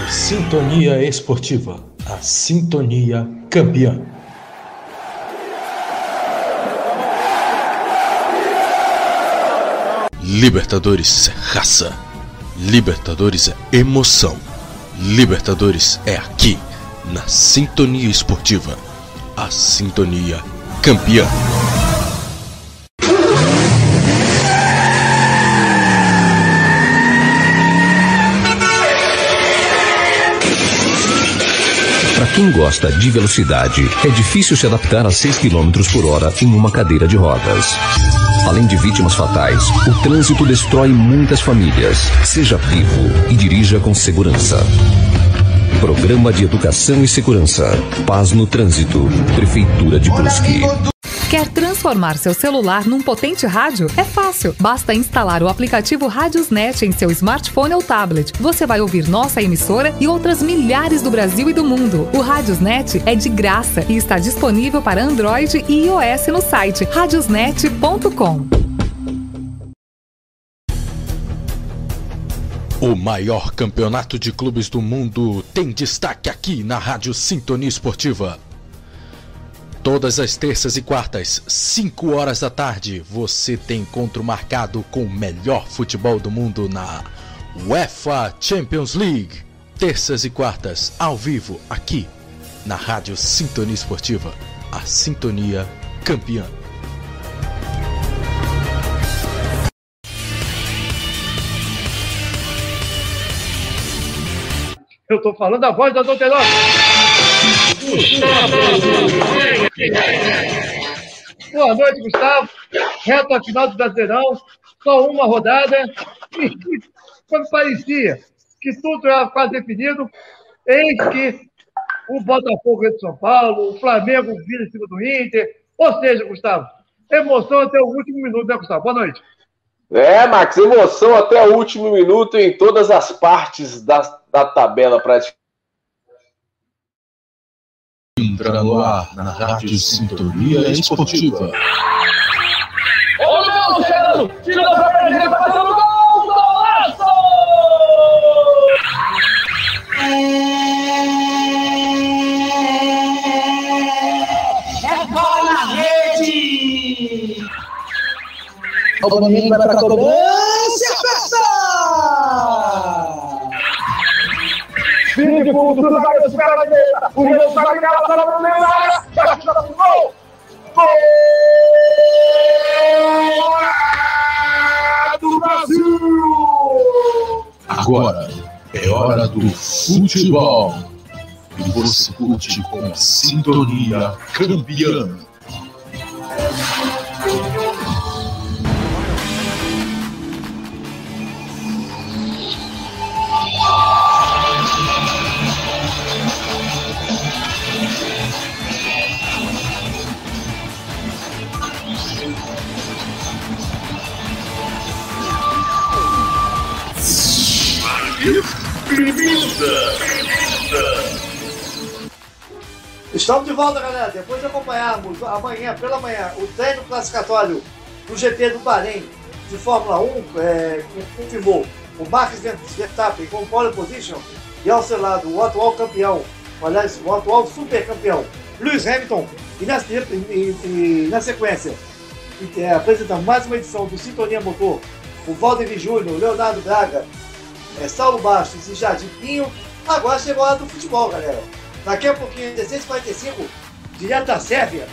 Rádio Sintonia Esportiva, a sintonia campeã. Libertadores é raça, Libertadores é emoção, Libertadores é aqui, na Sintonia Esportiva, a sintonia campeã. Para quem gosta de velocidade, é difícil se adaptar a 6 km por hora em uma cadeira de rodas. Além de vítimas fatais, o trânsito destrói muitas famílias. Seja vivo e dirija com segurança. Programa de Educação e Segurança. Paz no Trânsito. Prefeitura de Brusque. Quer transformar seu celular num potente rádio? É fácil. Basta instalar o aplicativo Radiosnet em seu smartphone ou tablet. Você vai ouvir nossa emissora e outras milhares do Brasil e do mundo. O Radiosnet é de graça e está disponível para Android e iOS no site radiosnet.com. O maior campeonato de clubes do mundo tem destaque aqui na Rádio Sintonia Esportiva. Todas as terças e quartas, 5 horas da tarde, você tem encontro marcado com o melhor futebol do mundo na UEFA Champions League. Terças e quartas, ao vivo, aqui na Rádio Sintonia Esportiva, a sintonia campeã. Eu tô falando da voz da Douterosa. Boa noite, Gustavo. Reta final do Brasileirão, só uma rodada. E quando parecia que tudo era quase definido, eis que o Botafogo de São Paulo, o Flamengo vira em cima do Inter. Ou seja, Gustavo, emoção até o último minuto, né, Gustavo? Boa noite. Max, emoção até o último minuto em todas as partes da tabela praticamente. Entra no ar na Rádio Sintonia Esportiva. Olha o Luciano! Tira da própria direita, passando o gol! Golaço! É bola na rede! O Domingo vai para a cobrança! Festa! Fim de fundo, tudo vai para a direita. O Rio vai ganhar a bola para o meio da área. Vai chutar para o gol. Gol do Brasil! Agora é hora do futebol. E você curte com a sintonia campeã. Estamos de volta, galera. Depois de acompanharmos amanhã, pela manhã, o treino classificatório do GP do Bahrein de Fórmula 1, que confirmou o Max Verstappen com pole position e ao seu lado o atual campeão, aliás, o atual super campeão, Lewis Hamilton, e na sequência, apresentamos mais uma edição do Sintonia Motor, o Valdemir Júnior, Leonardo Braga, Saulo Bastos e Jardim Pinho. Agora chegou a hora do futebol, galera. Daqui a pouquinho, 16h45, direto da Sérvia.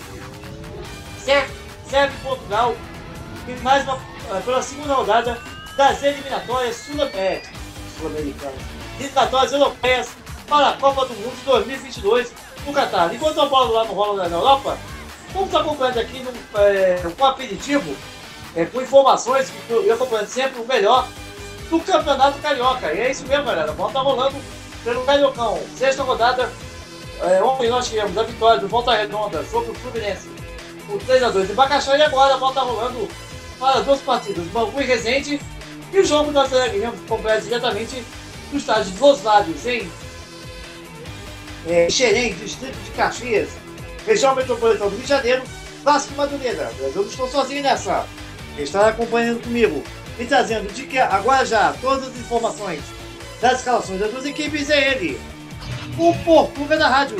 Sérvia e Portugal. E mais uma, pela segunda rodada das eliminatórias sul-americanas. Eliminatórias europeias para a Copa do Mundo de 2022 no Catar. Enquanto a bola lá não rola na Europa, vamos acompanhando aqui com aperitivo, com informações que eu acompanhando sempre o melhor do Campeonato Carioca. E é isso mesmo, galera. A bola tá rolando pelo Cariocão. Sexta rodada. Ontem nós tivemos a vitória do Volta Redonda sobre o Fluminense por 3-2 em Bacaxá. E agora a bola tá rolando para duas partidas, Bangu e Resende. E o jogo da Serra Guilherme completo diretamente do estádio de Los Lábios, em Xerém, distrito de Caxias, região metropolitana do Rio de Janeiro, Vasco e Madureira. Eu não estou sozinho nessa. Ele está acompanhando comigo e trazendo de que agora já todas as informações das escalações das duas equipes é ele, o Portuga da rádio.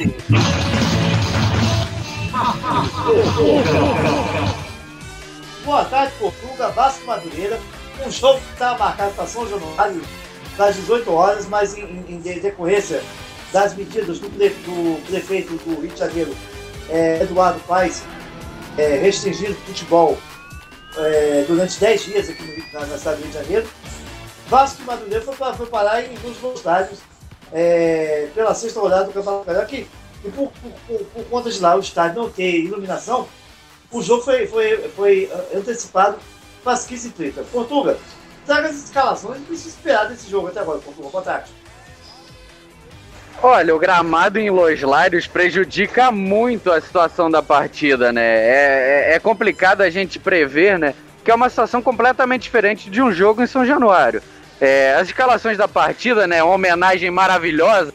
Boa tarde, Portuga, Vasco Madureira. Um jogo que está marcado para São Januário das 18 horas, mas em decorrência das medidas do prefeito do Rio de Janeiro, Eduardo Paes, restringindo o futebol durante 10 dias aqui na cidade do Rio de Janeiro. Vasco e Madureira foi parar em dois estádios pela sexta rodada do Campeonato Carioca, e por conta de lá o estádio não ter iluminação, o jogo foi antecipado para as 15h30. Portuga, traga as escalações e precisa esperar desse jogo até agora, Portuga. Boa tarde. Olha, o gramado em Los Lários prejudica muito a situação da partida, né? É complicado a gente prever, né? Que é uma situação completamente diferente de um jogo em São Januário. As escalações da partida, né? Uma homenagem maravilhosa.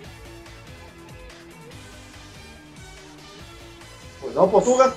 Pois não, Portuga?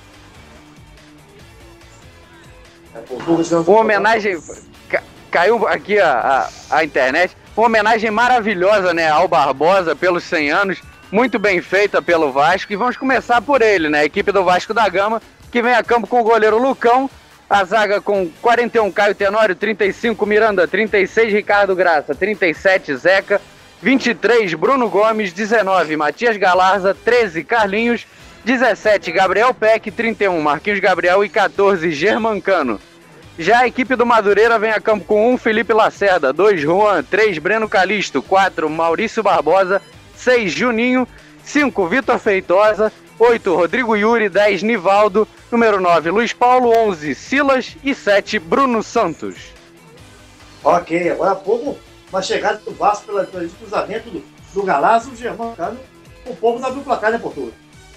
Uma homenagem... Caiu aqui a internet. Uma homenagem maravilhosa, né, ao Barbosa pelos 100 anos. Muito bem feita pelo Vasco. E vamos começar por ele, né? A equipe do Vasco da Gama, que vem a campo com o goleiro Lucão. A zaga com 41, Caio Tenório, 35, Miranda, 36, Ricardo Graça, 37, Zeca, 23, Bruno Gomes, 19, Matias Galarza, 13, Carlinhos, 17, Gabriel Peck, 31, Marquinhos Gabriel e 14, Germancano. Já a equipe do Madureira vem a campo com 1, Felipe Lacerda, 2, Juan, 3, Breno Calixto, 4, Maurício Barbosa, 6, Juninho, 5, Vitor Feitosa, 8, Rodrigo Yuri, 10, Nivaldo, número 9, Luiz Paulo, 11, Silas e 7, Bruno Santos. Ok, agora há pouco, uma chegada do Vasco pelo cruzamento do Galazzo, o Germancano, o povo não abriu o placar, né, Portuga?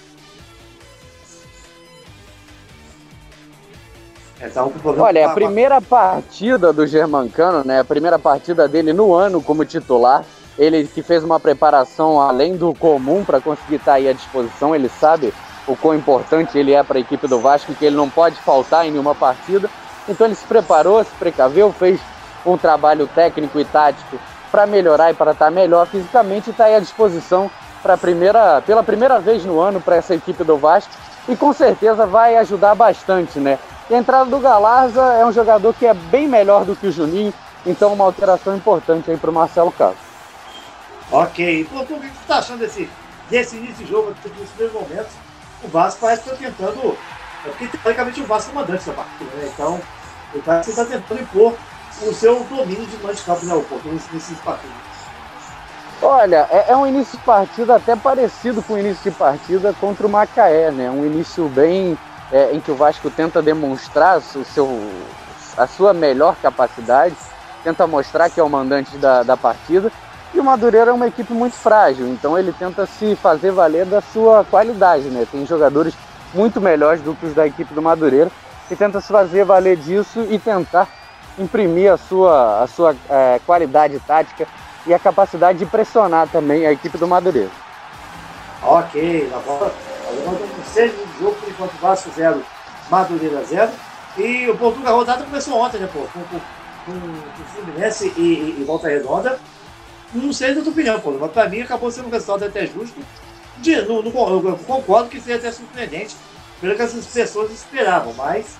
Olha, a primeira partida do Germancano, né, a primeira partida dele no ano como titular, ele que fez uma preparação além do comum para conseguir estar aí à disposição, ele sabe o quão importante ele é para a equipe do Vasco, que ele não pode faltar em nenhuma partida, então ele se preparou, se precaveu, fez um trabalho técnico e tático para melhorar e para estar melhor fisicamente e está aí à disposição pela primeira vez no ano para essa equipe do Vasco, e com certeza vai ajudar bastante, né? E a entrada do Galarza é um jogador que é bem melhor do que o Juninho, então uma alteração importante aí para o Marcelo Cabo. Ok, Portuga, o que você está achando desse início de jogo, nesses primeiros momentos? O Vasco parece que está tentando, porque teoricamente o Vasco é o mandante da partida, né? Então, ele parece que está tentando impor o seu domínio de mando de campo, né, o Portuga, nesse partido. Olha, é um início de partida até parecido com o início de partida contra o Macaé, né? Um início bem em que o Vasco tenta demonstrar a sua melhor capacidade, tenta mostrar que é o mandante da partida, e o Madureira é uma equipe muito frágil, então ele tenta se fazer valer da sua qualidade, né? Tem jogadores muito melhores do que os da equipe do Madureira, e tenta se fazer valer disso e tentar imprimir a sua qualidade tática e a capacidade de pressionar também a equipe do Madureira. Ok, agora estamos com 6 de jogo, por enquanto Vasco 0, Madureira 0. E o Portuga, a rodada começou ontem, né, pô? Com o Fluminense e Volta Redonda. Não sei da tua opinião, pô, mas pra mim acabou sendo um resultado até justo. Eu concordo que seria até surpreendente pelo que essas pessoas esperavam, mas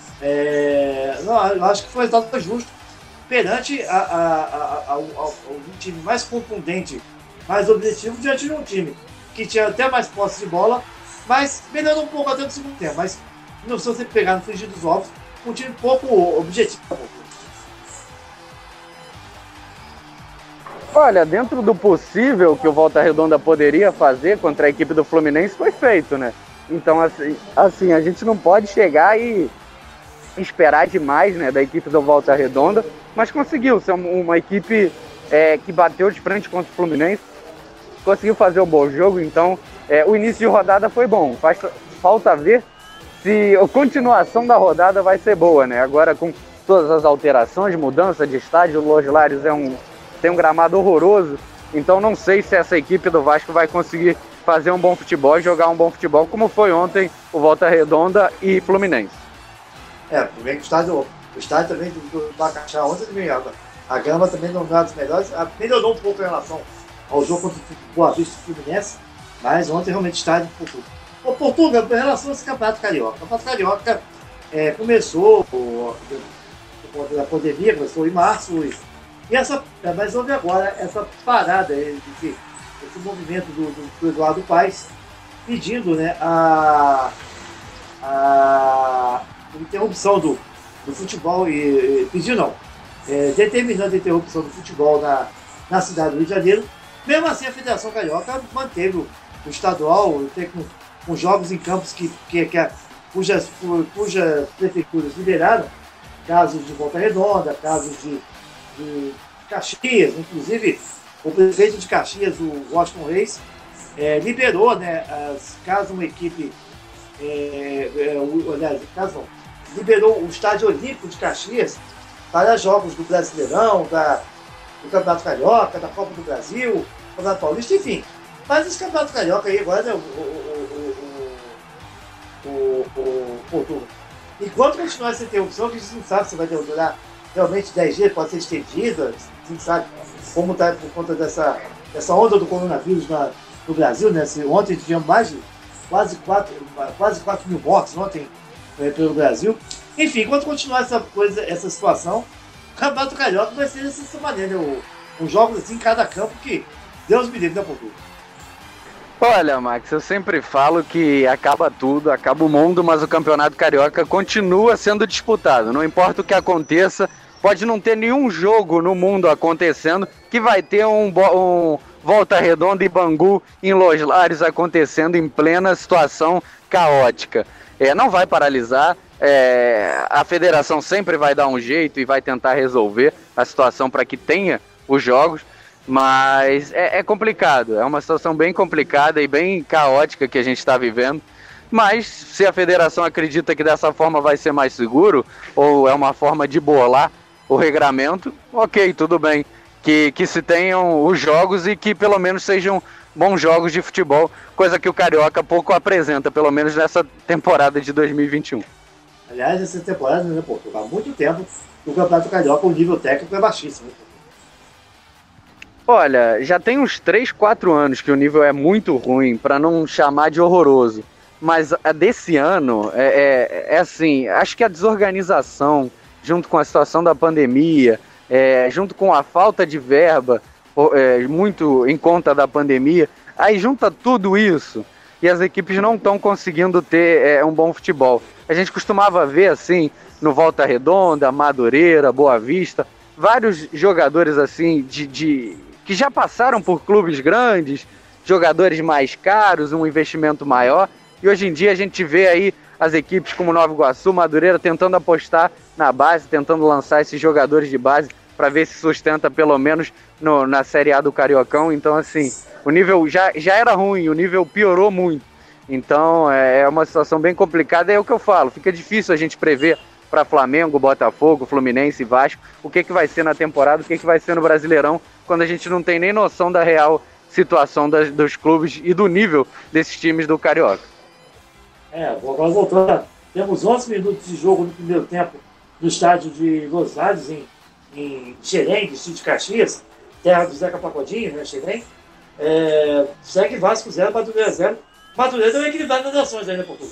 eu acho que foi um resultado justo perante um time mais contundente, mais objetivo, diante de um time que tinha até mais posse de bola, mas melhorou um pouco até no segundo tempo. Mas não, se você pegar no frigir dos ovos, um time pouco objetivo. Olha, dentro do possível que o Volta Redonda poderia fazer contra a equipe do Fluminense, foi feito, né? Então, assim, a gente não pode chegar e esperar demais, né, da equipe do Volta Redonda, mas conseguiu ser uma equipe que bateu de frente contra o Fluminense, conseguiu fazer um bom jogo, então o início de rodada foi bom. Falta ver se a continuação da rodada vai ser boa, né? Agora com todas as alterações, mudança de estádio, o Los Lários tem um gramado horroroso, então não sei se essa equipe do Vasco vai conseguir fazer um bom futebol e jogar um bom futebol, como foi ontem o Volta Redonda e Fluminense. Vem que o estádio também do Bacaxá ontem A grama também não é dos melhores. Melhorou um pouco em relação ao jogo contra o Boa Vista e o Fluminense, mas ontem realmente está de pouco. O Portugal, em relação a esse Campeonato Carioca. O Campeonato Carioca começou da pandemia, começou em março, mas houve agora essa parada, esse movimento do Eduardo Paes, pedindo, né, a interrupção do futebol, determinando a interrupção do futebol na cidade do Rio de Janeiro. Mesmo assim, a Federação Carioca manteve o estadual, com jogos em campos cujas prefeituras liberaram, casos de Volta Redonda, casos de Caxias, inclusive o prefeito de Caxias, o Washington Reis, liberou, né, caso uma equipe, liberou o Estádio Olímpico de Caxias para jogos do Brasileirão, do Campeonato Carioca, da Copa do Brasil, do Campeonato Paulista, enfim. Mas esse Campeonato Carioca aí agora, né, enquanto continuar essa interrupção, que a gente não sabe se vai durar realmente 10 dias, pode ser estendida, a gente sabe como está por conta dessa onda do coronavírus no Brasil, né? Ontem tivemos quase 4 mil mortes ontem pelo Brasil. Enfim, enquanto continuar essa situação, o Campeonato Carioca vai ser dessa maneira, né? Os jogos assim em cada campo que Deus me livre da cultura. Olha, Max, eu sempre falo que acaba tudo, acaba o mundo, mas o Campeonato Carioca continua sendo disputado. Não importa o que aconteça, pode não ter nenhum jogo no mundo acontecendo, que vai ter um Volta Redonda e Bangu em Los Lares acontecendo em plena situação caótica. Não vai paralisar, a federação sempre vai dar um jeito e vai tentar resolver a situação para que tenha os jogos. Mas é complicado, é uma situação bem complicada e bem caótica que a gente está vivendo. Mas se a federação acredita que dessa forma vai ser mais seguro, ou é uma forma de burlar o regramento, ok, tudo bem. Que se tenham os jogos e que pelo menos sejam bons jogos de futebol, coisa que o Carioca pouco apresenta, pelo menos nessa temporada de 2021. Aliás, essa temporada, né, há muito tempo, o Campeonato Carioca, o nível técnico é baixíssimo. Olha, já tem uns 3, 4 anos que o nível é muito ruim, para não chamar de horroroso. Mas a desse ano, assim, acho que a desorganização, junto com a situação da pandemia, junto com a falta de verba, muito em conta da pandemia, aí junta tudo isso e as equipes não estão conseguindo ter um bom futebol. A gente costumava ver, assim, no Volta Redonda, Madureira, Boa Vista, vários jogadores, assim, que já passaram por clubes grandes, jogadores mais caros, um investimento maior, e hoje em dia a gente vê aí as equipes como Nova Iguaçu, Madureira, tentando apostar na base, tentando lançar esses jogadores de base para ver se sustenta pelo menos na Série A do Cariocão. Então, assim, o nível já era ruim, o nível piorou muito. Então, é uma situação bem complicada, é o que eu falo, fica difícil a gente prever para Flamengo, Botafogo, Fluminense e Vasco, o que vai ser na temporada, o que vai ser no Brasileirão, quando a gente não tem nem noção da real situação dos clubes e do nível desses times do Carioca. Agora voltando, temos 11 minutos de jogo no primeiro tempo no estádio de Los Lares, em Xerém, distrito de Caxias, terra do Zeca Pagodinho, né, Xerém. Segue Vasco 0, Madureira 0. Madureira deu equilibrado nas ações aí, né, Portugal?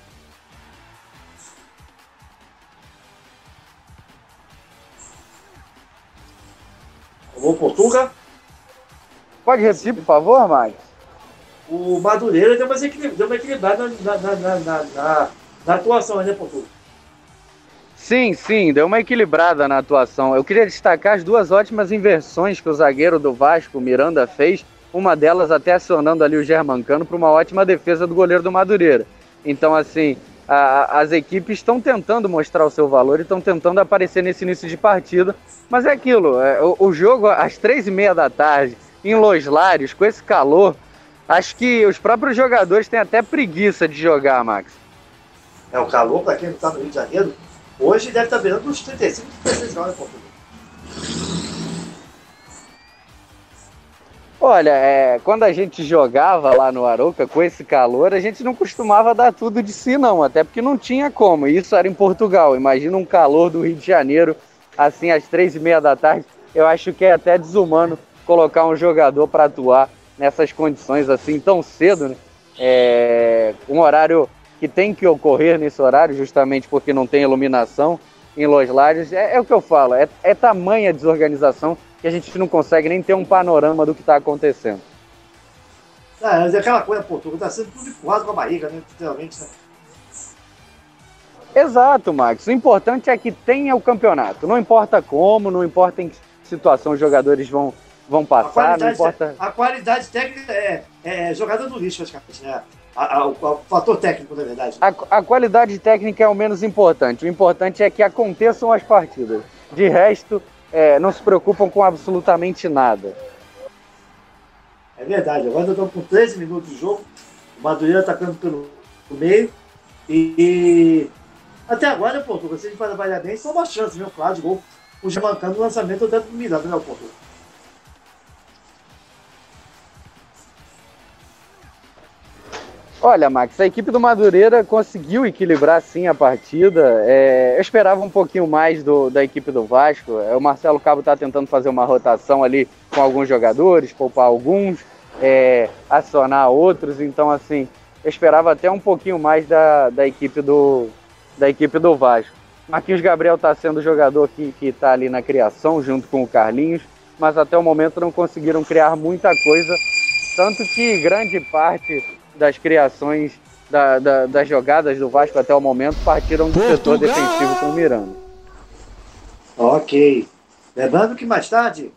O Portugal. Pode repetir, por favor, Max? O Madureira deu uma equilibrada na atuação, né, Portugal? Sim, deu uma equilibrada na atuação. Eu queria destacar as duas ótimas inversões que o zagueiro do Vasco, Miranda, fez. Uma delas até acionando ali o Germancano para uma ótima defesa do goleiro do Madureira. Então, assim, as equipes estão tentando mostrar o seu valor e estão tentando aparecer nesse início de partida. Mas é aquilo, o jogo às 3h30 da tarde, em Los Lares, com esse calor, acho que os próprios jogadores têm até preguiça de jogar, Max. O calor, para quem não está no Rio de Janeiro, hoje deve estar beirando uns 35, 36 graus, né, Portugal? Olha, quando a gente jogava lá no Arouca, com esse calor, a gente não costumava dar tudo de si, não. Até porque não tinha como. Isso era em Portugal. Imagina um calor do Rio de Janeiro, assim, às 3h30 da tarde. eu acho que é até desumano colocar um jogador para atuar nessas condições assim tão cedo, né? Um horário que tem que ocorrer nesse horário, justamente porque não tem iluminação em Los Lages. É o que eu falo, é tamanha desorganização que a gente não consegue nem ter um panorama do que está acontecendo. Mas é aquela coisa, Portugal, tá sendo tudo empurrado com a barriga, né? Literalmente, né? Exato, Max. O importante é que tenha o campeonato. Não importa como, não importa em que situação os jogadores vão passar, não importa... A qualidade técnica é jogada no lixo, praticamente, né? O fator técnico, na verdade. A qualidade técnica é o menos importante. O importante é que aconteçam as partidas. De resto, não se preocupam com absolutamente nada. É verdade. Agora nós estamos com 13 minutos de jogo. O Madureira atacando pelo meio. E até agora, Portugal, se a gente vai trabalhar bem, são uma chance, viu? Claro, de gol. O Gimancano no lançamento dentro do mirado, né, Portugal? Olha, Max, a equipe do Madureira conseguiu equilibrar sim a partida. Eu esperava um pouquinho mais da equipe do Vasco. O Marcelo Cabo está tentando fazer uma rotação ali com alguns jogadores, poupar alguns, acionar outros. Então, assim, eu esperava até um pouquinho mais da equipe do Vasco. Marquinhos Gabriel está sendo o jogador que está ali na criação, junto com o Carlinhos, mas até o momento não conseguiram criar muita coisa, tanto que grande parte das criações, das jogadas do Vasco até o momento partiram do setor defensivo com o Miranda. Ok. Lembrando que mais tarde,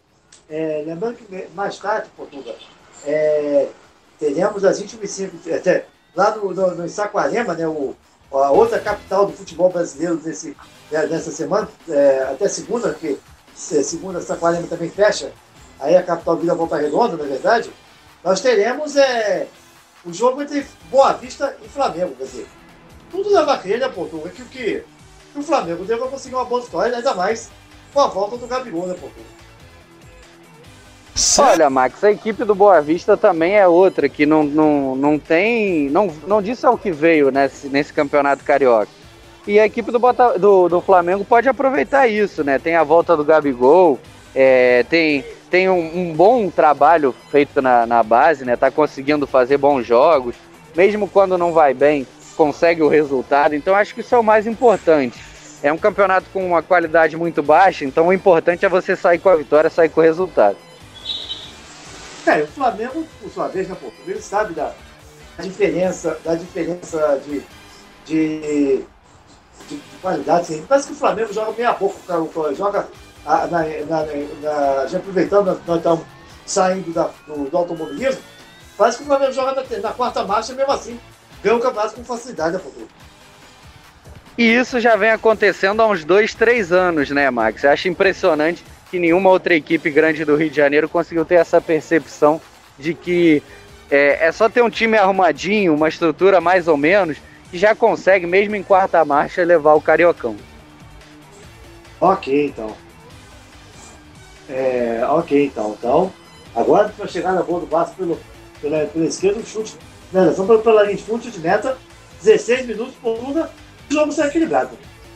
Portugal, teremos às 21h05, até lá no Saquarema, né, a outra capital do futebol brasileiro nessa semana, até segunda, porque segunda Saquarema também fecha, aí a capital vira Volta Redonda, na verdade. Nós teremos o jogo entre Boa Vista e Flamengo, quer dizer, tudo leva a crer, né, Portugal, que o Flamengo deve conseguir uma boa vitória, ainda mais com a volta do Gabigol, né, Portugal? Olha, Max, a equipe do Boa Vista também é outra, que não disse ao que veio nesse campeonato carioca. E a equipe do Flamengo pode aproveitar isso, né? Tem a volta do Gabigol, tem um bom trabalho feito na base, né? Tá conseguindo fazer bons jogos, mesmo quando não vai bem, consegue o resultado. Então acho que isso é o mais importante. É um campeonato com uma qualidade muito baixa, então o importante é você sair com a vitória, sair com o resultado. O Flamengo, por sua vez, né, Portugal, ele sabe da diferença de qualidade. Assim. Parece que o Flamengo joga meia boca, joga já aproveitando, nós estamos saindo do automobilismo, parece que o Flamengo joga na quarta marcha mesmo assim, ganha o campeonato com facilidade, né, Portugal? E isso já vem acontecendo há uns 2-3 anos, né, Max? Eu acho impressionante que nenhuma outra equipe grande do Rio de Janeiro conseguiu ter essa percepção de que é só ter um time arrumadinho, uma estrutura mais ou menos, que já consegue, mesmo em quarta marcha, levar o Cariocão. Ok, então. Então, agora para chegar na bola do Vasco pela esquerda, um chute, né, vamos pela linha de fundo, chute de meta, 16 minutos por Lula, o jogo está equilibrado.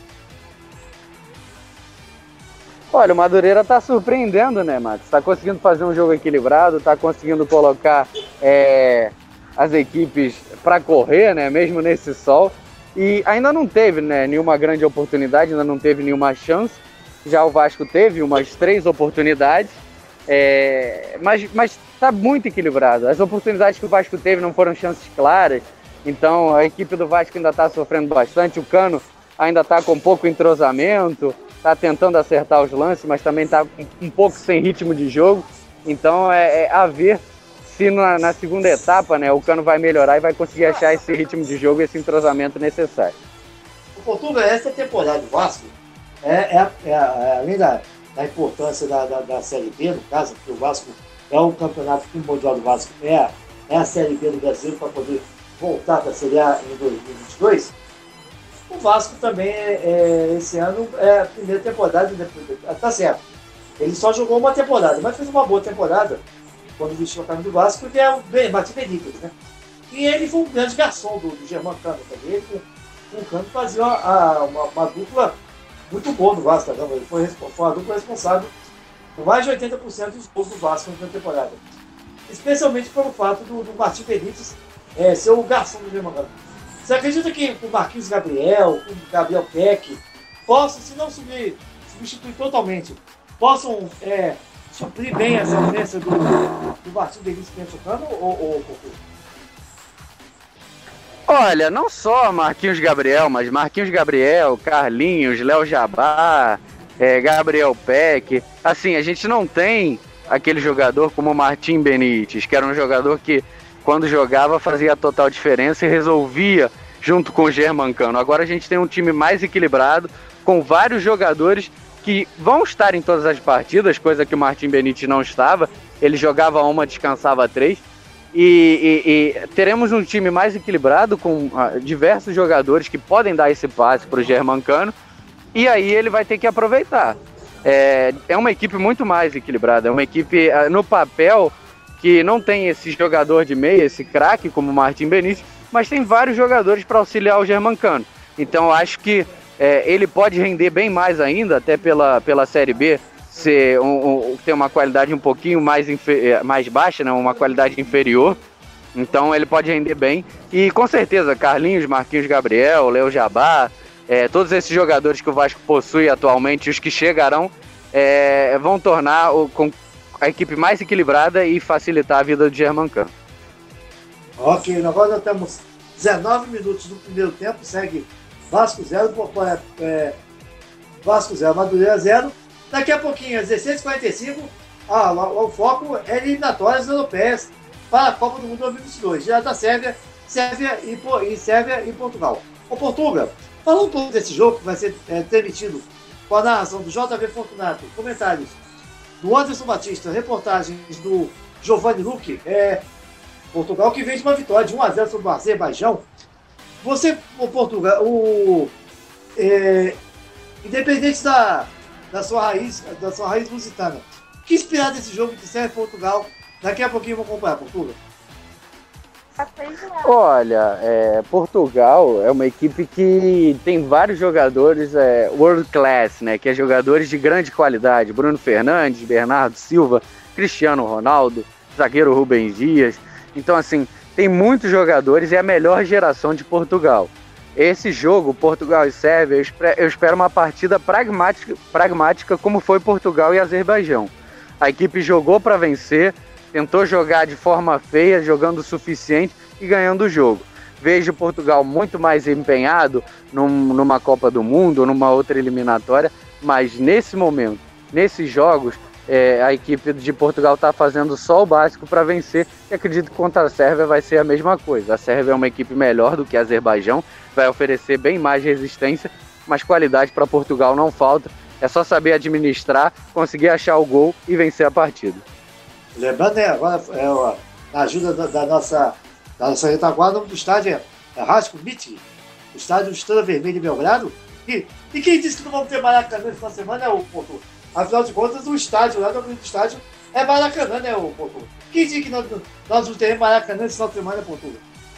Olha, o Madureira está surpreendendo, né, Max? Está conseguindo fazer um jogo equilibrado, está conseguindo colocar as equipes para correr, né, mesmo nesse sol. E ainda não teve, né, nenhuma grande oportunidade, ainda não teve nenhuma chance. Já o Vasco teve umas 3 oportunidades, mas está muito equilibrado. As oportunidades que o Vasco teve não foram chances claras, então a equipe do Vasco ainda está sofrendo bastante. O Cano ainda está com pouco entrosamento, está tentando acertar os lances, mas também está um pouco sem ritmo de jogo. Então a ver se na segunda etapa, né, o Cano vai melhorar e vai conseguir achar esse ritmo de jogo e esse entrosamento necessário. O Portugal, essa temporada do Vasco, além da importância da Série B, no caso, porque o Vasco é o campeonato primordial do Vasco, é a Série B do Brasil para poder voltar para a Série A em 2022, o Vasco também, esse ano, é a primeira temporada, tá certo, ele só jogou uma temporada, mas fez uma boa temporada quando vestiu a camisa do Vasco, porque é o Martin Benítez, né? E ele foi um grande garçom do Germán Cano também, ele com o Cano fazia uma dupla muito bom no Vasco, ele foi uma dupla responsável com mais de 80% dos gols do Vasco na temporada. Especialmente pelo fato do Martim Benítez ser o garçom do Germancano. Você acredita que o Marquinhos Gabriel, o Gabriel Peck, possam, se não substituir totalmente, possam suprir bem essa ausência do Martim Benítez Pernambucano ou Olha, não só Marquinhos Gabriel, mas Marquinhos Gabriel, Carlinhos, Léo Jabá, Gabriel Peck. Assim, a gente não tem aquele jogador como o Martim Benítez, que era um jogador que, quando jogava, fazia a total diferença e resolvia junto com o Germancano. Agora a gente tem um time mais equilibrado, com vários jogadores que vão estar em todas as partidas, coisa que o Martim Benítez não estava. Ele jogava uma, descansava 3. E teremos um time mais equilibrado, com diversos jogadores que podem dar esse passe para o Germancano, e aí ele vai ter que aproveitar. É uma equipe muito mais equilibrada, é uma equipe no papel que não tem esse jogador de meia, esse craque como o Martim Benítez, mas tem vários jogadores para auxiliar o Germancano. Então eu acho que ele pode render bem mais ainda, até pela Série B, ter uma qualidade um pouquinho mais baixa, né? Uma qualidade inferior. Então ele pode render bem. E com certeza, Carlinhos, Marquinhos Gabriel, Léo Jabá, todos esses jogadores que o Vasco possui atualmente, os que chegarão, vão tornar a equipe mais equilibrada e facilitar a vida do Germancano. Ok, agora nós temos 19 minutos do primeiro tempo, segue Vasco 0, Vasco 0, Madureira 0. Daqui a pouquinho, às 16h45, o foco é eliminatórias europeias para a Copa do Mundo 2022, direto da Sérvia e Portugal. O Portugal, falando um pouco desse jogo que vai ser transmitido com a narração do JV Fortunato, comentários do Anderson Batista, reportagens do Giovanni Luque, Portugal que vem de uma vitória de 1-0 sobre o Azerbaijão. Você, o Portugal, independente da sua raiz lusitana, que inspirado esse jogo de Sérvia e Portugal, daqui a pouquinho vamos acompanhar, Portugal. Olha, Portugal é uma equipe que tem vários jogadores world class, né? Que é jogadores de grande qualidade. Bruno Fernandes, Bernardo Silva, Cristiano Ronaldo, zagueiro Rubem Dias. Então, assim, tem muitos jogadores e é a melhor geração de Portugal. Esse jogo, Portugal e Sérvia, eu espero uma partida pragmática como foi Portugal e Azerbaijão. A equipe jogou para vencer, tentou jogar de forma feia, jogando o suficiente e ganhando o jogo. Vejo Portugal muito mais empenhado numa Copa do Mundo ou numa outra eliminatória, mas nesse momento, nesses jogos, a equipe de Portugal está fazendo só o básico para vencer, e acredito que contra a Sérvia vai ser a mesma coisa. A Sérvia é uma equipe melhor do que a Azerbaijão, vai oferecer bem mais resistência, mas qualidade para Portugal não falta. É só saber administrar, conseguir achar o gol e vencer a partida. Lembrando, agora, a ajuda da nossa retaguarda do estádio Rasco Miti, o estádio Estrela Vermelha em Belgrado. E quem disse que não vamos ter Maracanã esse final de semana é o Porto. Afinal de contas, o estádio lá do estádio é Maracanã, né, o Porto? Quem disse que nós não teremos Maracanã esse final de semana, Porto?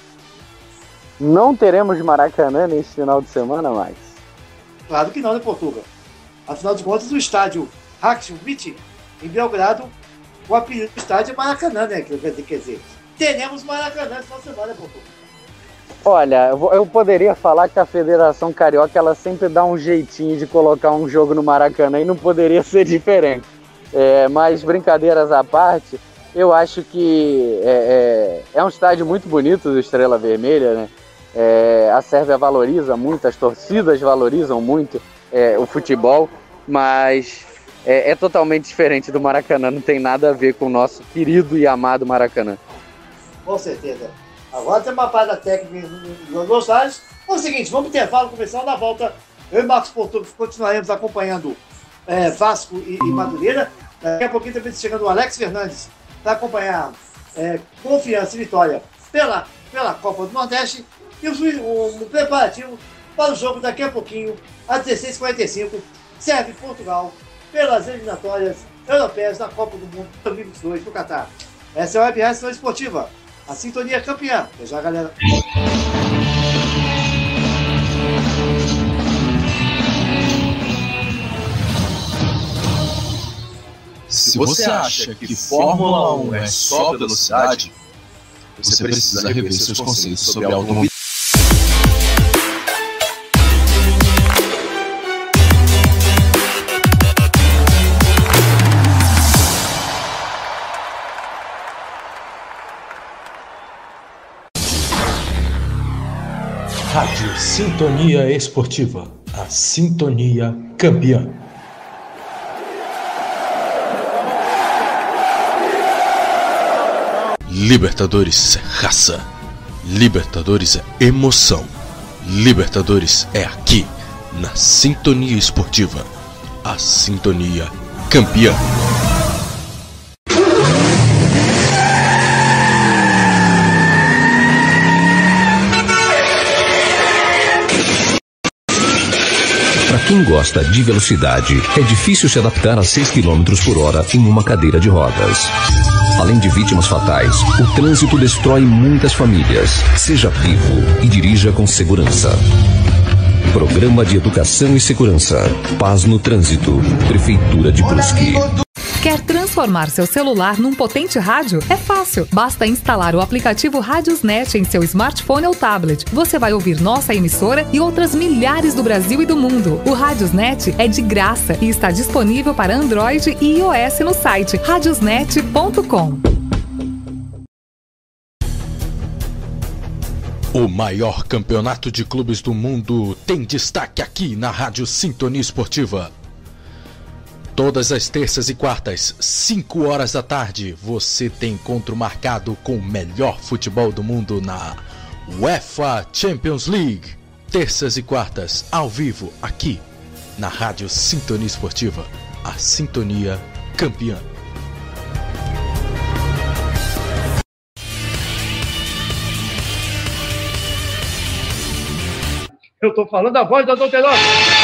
Não teremos Maracanã nesse final de semana mais? Claro que não, né, Portugal? Afinal de contas, o estádio Rasco Miti em Belgrado, o apelido do estádio é Maracanã, né? Quer dizer, teremos Maracanã esse final de semana, Portugal. Olha, eu poderia falar que a Federação Carioca ela sempre dá um jeitinho de colocar um jogo no Maracanã e não poderia ser diferente. Mas brincadeiras à parte, eu acho que é um estádio muito bonito do Estrela Vermelha, né? A Sérvia valoriza muito, as torcidas valorizam muito o futebol, mas é totalmente diferente do Maracanã, não tem nada a ver com o nosso querido e amado Maracanã. Com certeza. Agora tem uma parada técnica nos estádios. É o seguinte, vamos ter intervalo comercial. Na volta, eu e Marcos Portugal continuaremos acompanhando Vasco e Madureira. Daqui a pouquinho também chegando o Alex Fernandes para acompanhar Confiança e Vitória pela Copa do Nordeste. E o preparativo para o jogo daqui a pouquinho, às 16h45, Sérvia e Portugal pelas eliminatórias europeias da Copa do Mundo 2022 no Catar. Essa é a Web Rádio Esportiva. A sintonia é campeã. Até já, galera. Se você acha que Fórmula 1 é só velocidade, você precisa rever seus conceitos sobre automobilismo. Rádio Sintonia Esportiva, a sintonia campeã. Libertadores é raça, Libertadores é emoção, Libertadores é aqui, na Sintonia Esportiva, a sintonia campeã. Para quem gosta de velocidade, é difícil se adaptar a 6 km por hora em uma cadeira de rodas. Além de vítimas fatais, o trânsito destrói muitas famílias. Seja vivo e dirija com segurança. Programa de Educação e Segurança. Paz no Trânsito. Prefeitura de Brusque. Quer transformar seu celular num potente rádio? É fácil. Basta instalar o aplicativo Radiosnet em seu smartphone ou tablet. Você vai ouvir nossa emissora e outras milhares do Brasil e do mundo. O Radiosnet é de graça e está disponível para Android e iOS no site radiosnet.com. O maior campeonato de clubes do mundo tem destaque aqui na Rádio Sintonia Esportiva. Todas as terças e quartas, 5 horas da tarde, você tem encontro marcado com o melhor futebol do mundo na UEFA Champions League. Terças e quartas, ao vivo, aqui na Rádio Sintonia Esportiva, a sintonia campeã. Eu tô falando a voz da Douterosa.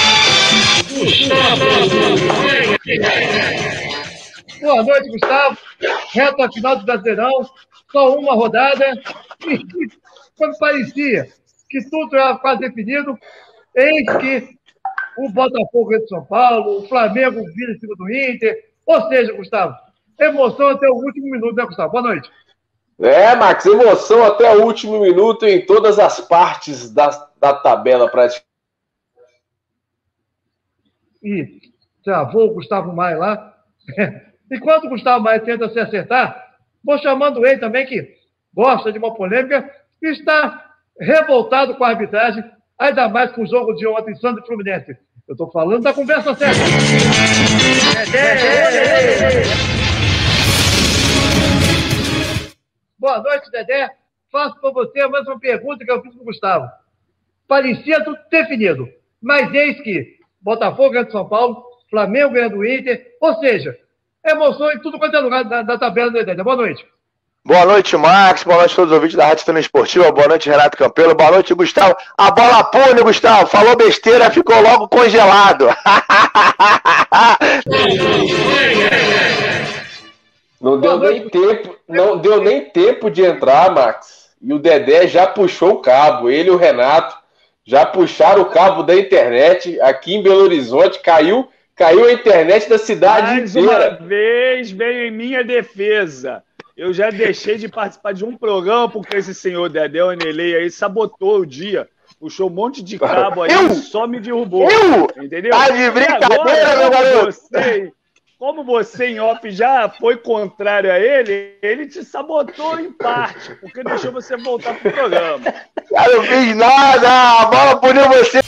Boa noite, Gustavo. Reta final do Brasileirão. Só uma rodada. E quando parecia que tudo era quase definido, eis que o Botafogo é de São Paulo, o Flamengo vira em cima do Inter. Ou seja, Gustavo, emoção até o último minuto, né, Gustavo? Boa noite. Max, emoção até o último minuto em todas as partes da tabela praticamente. E travou o Gustavo Maia lá. Enquanto o Gustavo Maia tenta se acertar, vou chamando ele também, que gosta de uma polêmica, e está revoltado com a arbitragem, ainda mais com o jogo de ontem, Santos e Fluminense. Eu estou falando da conversa certa. Boa noite, Dedé. Faço para você a mesma pergunta que eu fiz para o Gustavo. Parecia tudo definido, mas eis que Botafogo ganha do São Paulo, Flamengo ganha do Inter, ou seja, emoção em tudo quanto é lugar da tabela do Dedé. Boa noite. Boa noite, Max. Boa noite a todos os ouvintes da Rádio Sintonia Esportiva. Boa noite, Renato Campelo. Boa noite, Gustavo. A bola pune, Gustavo. Falou besteira, ficou logo congelado. Não deu nem tempo de entrar, Max. E o Dedé já puxou o cabo. Ele e o Renato já puxaram o cabo da internet. Aqui em Belo Horizonte caiu a internet da cidade inteira. Mais uma vez veio em minha defesa. Eu já deixei de participar de um programa porque esse senhor Dedé Onelei aí sabotou o dia. Puxou um monte de cabo aí e só me derrubou. Entendeu? Tá de brincadeira, meu garoto. Como você em off já foi contrário a ele te sabotou em parte, porque deixou você voltar pro programa. Eu não fiz nada, a bola puniu você.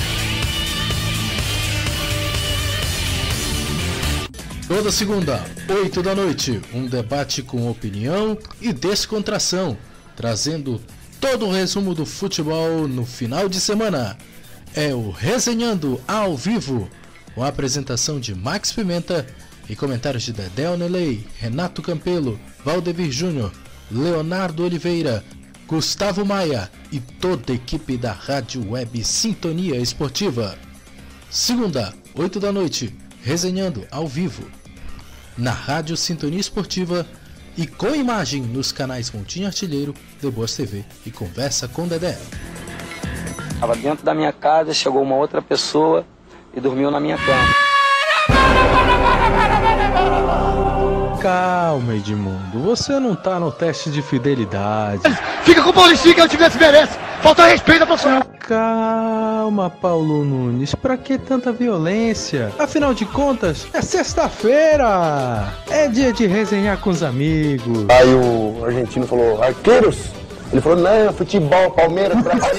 Toda segunda, 8 da noite, um debate com opinião e descontração, trazendo todo o resumo do futebol no final de semana. É o Resenhando ao Vivo, com a apresentação de Max Pimenta e comentários de Dedé Onelei, Renato Campelo, Valdemir Júnior, Leonardo Oliveira, Gustavo Maia e toda a equipe da Rádio Web Sintonia Esportiva. Segunda, 8 da noite, Resenhando ao Vivo, na Rádio Sintonia Esportiva e com imagem nos canais Montinho Artilheiro, The Boas TV e Conversa com Dedé. Estava dentro da minha casa, chegou uma outra pessoa e dormiu na minha cama. Calma, Edmundo. Você não tá no teste de fidelidade. Fica com o Paulistinho que eu tivesse merece. Falta respeito ao profissional. Calma, Paulo Nunes. Pra que tanta violência? Afinal de contas, é sexta-feira. É dia de resenhar com os amigos. Aí o argentino falou, arqueiros? Ele falou, não, futebol, Palmeiras, Brasil.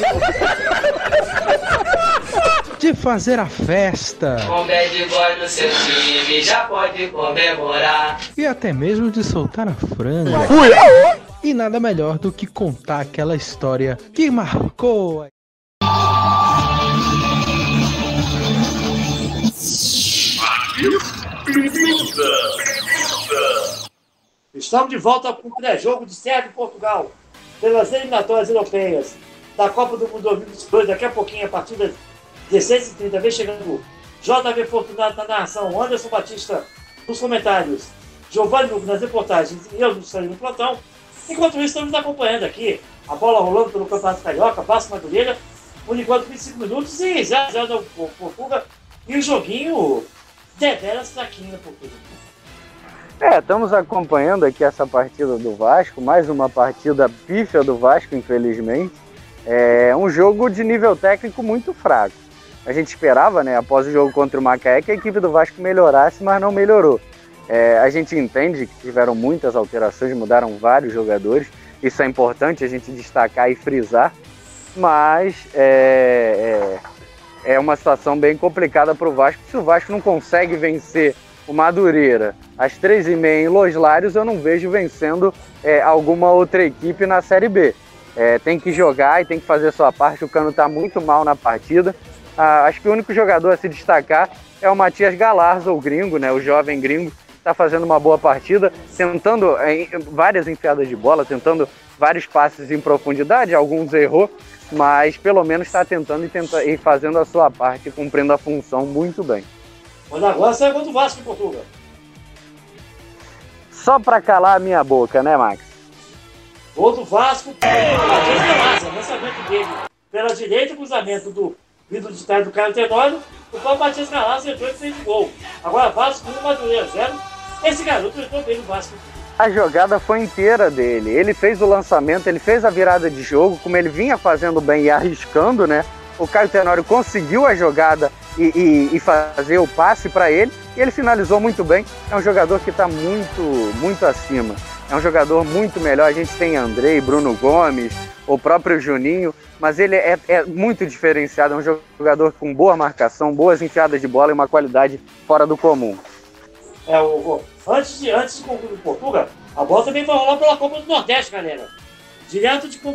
De fazer a festa. Com bad boy no seu time, já pode comemorar. E até mesmo de soltar a franga. E nada melhor do que contar aquela história que marcou. Estamos de volta com o pré-jogo de Sérvia e Portugal pelas eliminatórias europeias da Copa do Mundo 2022. Daqui a pouquinho, a partir das 16h30, vem chegando JV Fortunato na narração, Anderson Batista nos comentários, Giovanni Hugo nas reportagens e eu no plantão. Enquanto isso, estamos acompanhando aqui a bola rolando pelo Campeonato Carioca, Vasco Madureira, por enquanto 25 minutos e 0x0 no Portugal. E o joguinho deveras fraquinho na Portugal. Estamos acompanhando aqui essa partida do Vasco, mais uma partida pífia do Vasco, infelizmente. É um jogo de nível técnico muito fraco. A gente esperava, né, após o jogo contra o Macaé, que a equipe do Vasco melhorasse, mas não melhorou. A gente entende que tiveram muitas alterações, mudaram vários jogadores. Isso é importante a gente destacar e frisar, mas é uma situação bem complicada para o Vasco. Se o Vasco não consegue vencer o Madureira às 3h30 em Los Lários, eu não vejo vencendo alguma outra equipe na Série B. Tem que jogar e tem que fazer a sua parte. O Cano está muito mal na partida. Acho que o único jogador a se destacar é o Matias Galarza, o gringo, né, o jovem gringo, está fazendo uma boa partida, tentando várias enfiadas de bola, tentando vários passes em profundidade, alguns errou, mas pelo menos está tentando e fazendo a sua parte, cumprindo a função muito bem. Mas agora sai contra o Vasco em Portugal. Só para calar a minha boca, né, Max? Gol do Vasco, Matias Galarza, lançamento dele pela direita, cruzamento do vindo de trás do Caio Tenório, o qual o Matias Galarza entrou e fez o gol. Agora Vasco 1, Madureira 0. Esse garoto entrou bem no Vasco. A jogada foi inteira dele. Ele fez o lançamento, ele fez a virada de jogo, como ele vinha fazendo bem e arriscando, né? O Caio Tenório conseguiu a jogada e fazer o passe para ele, e ele finalizou muito bem. É um jogador que está muito acima. É um jogador muito melhor. A gente tem Andrei, Bruno Gomes, o próprio Juninho, mas ele é muito diferenciado. É um jogador com boa marcação, boas enfiadas de bola e uma qualidade fora do comum. Antes de concluir o Portugal, a bola também vai rolar pela Copa do Nordeste, galera. Direto de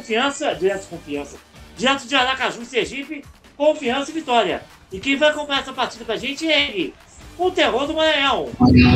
Aracaju, Sergipe, Confiança e Vitória. E quem vai acompanhar essa partida pra gente é ele, o terror do Maranhão.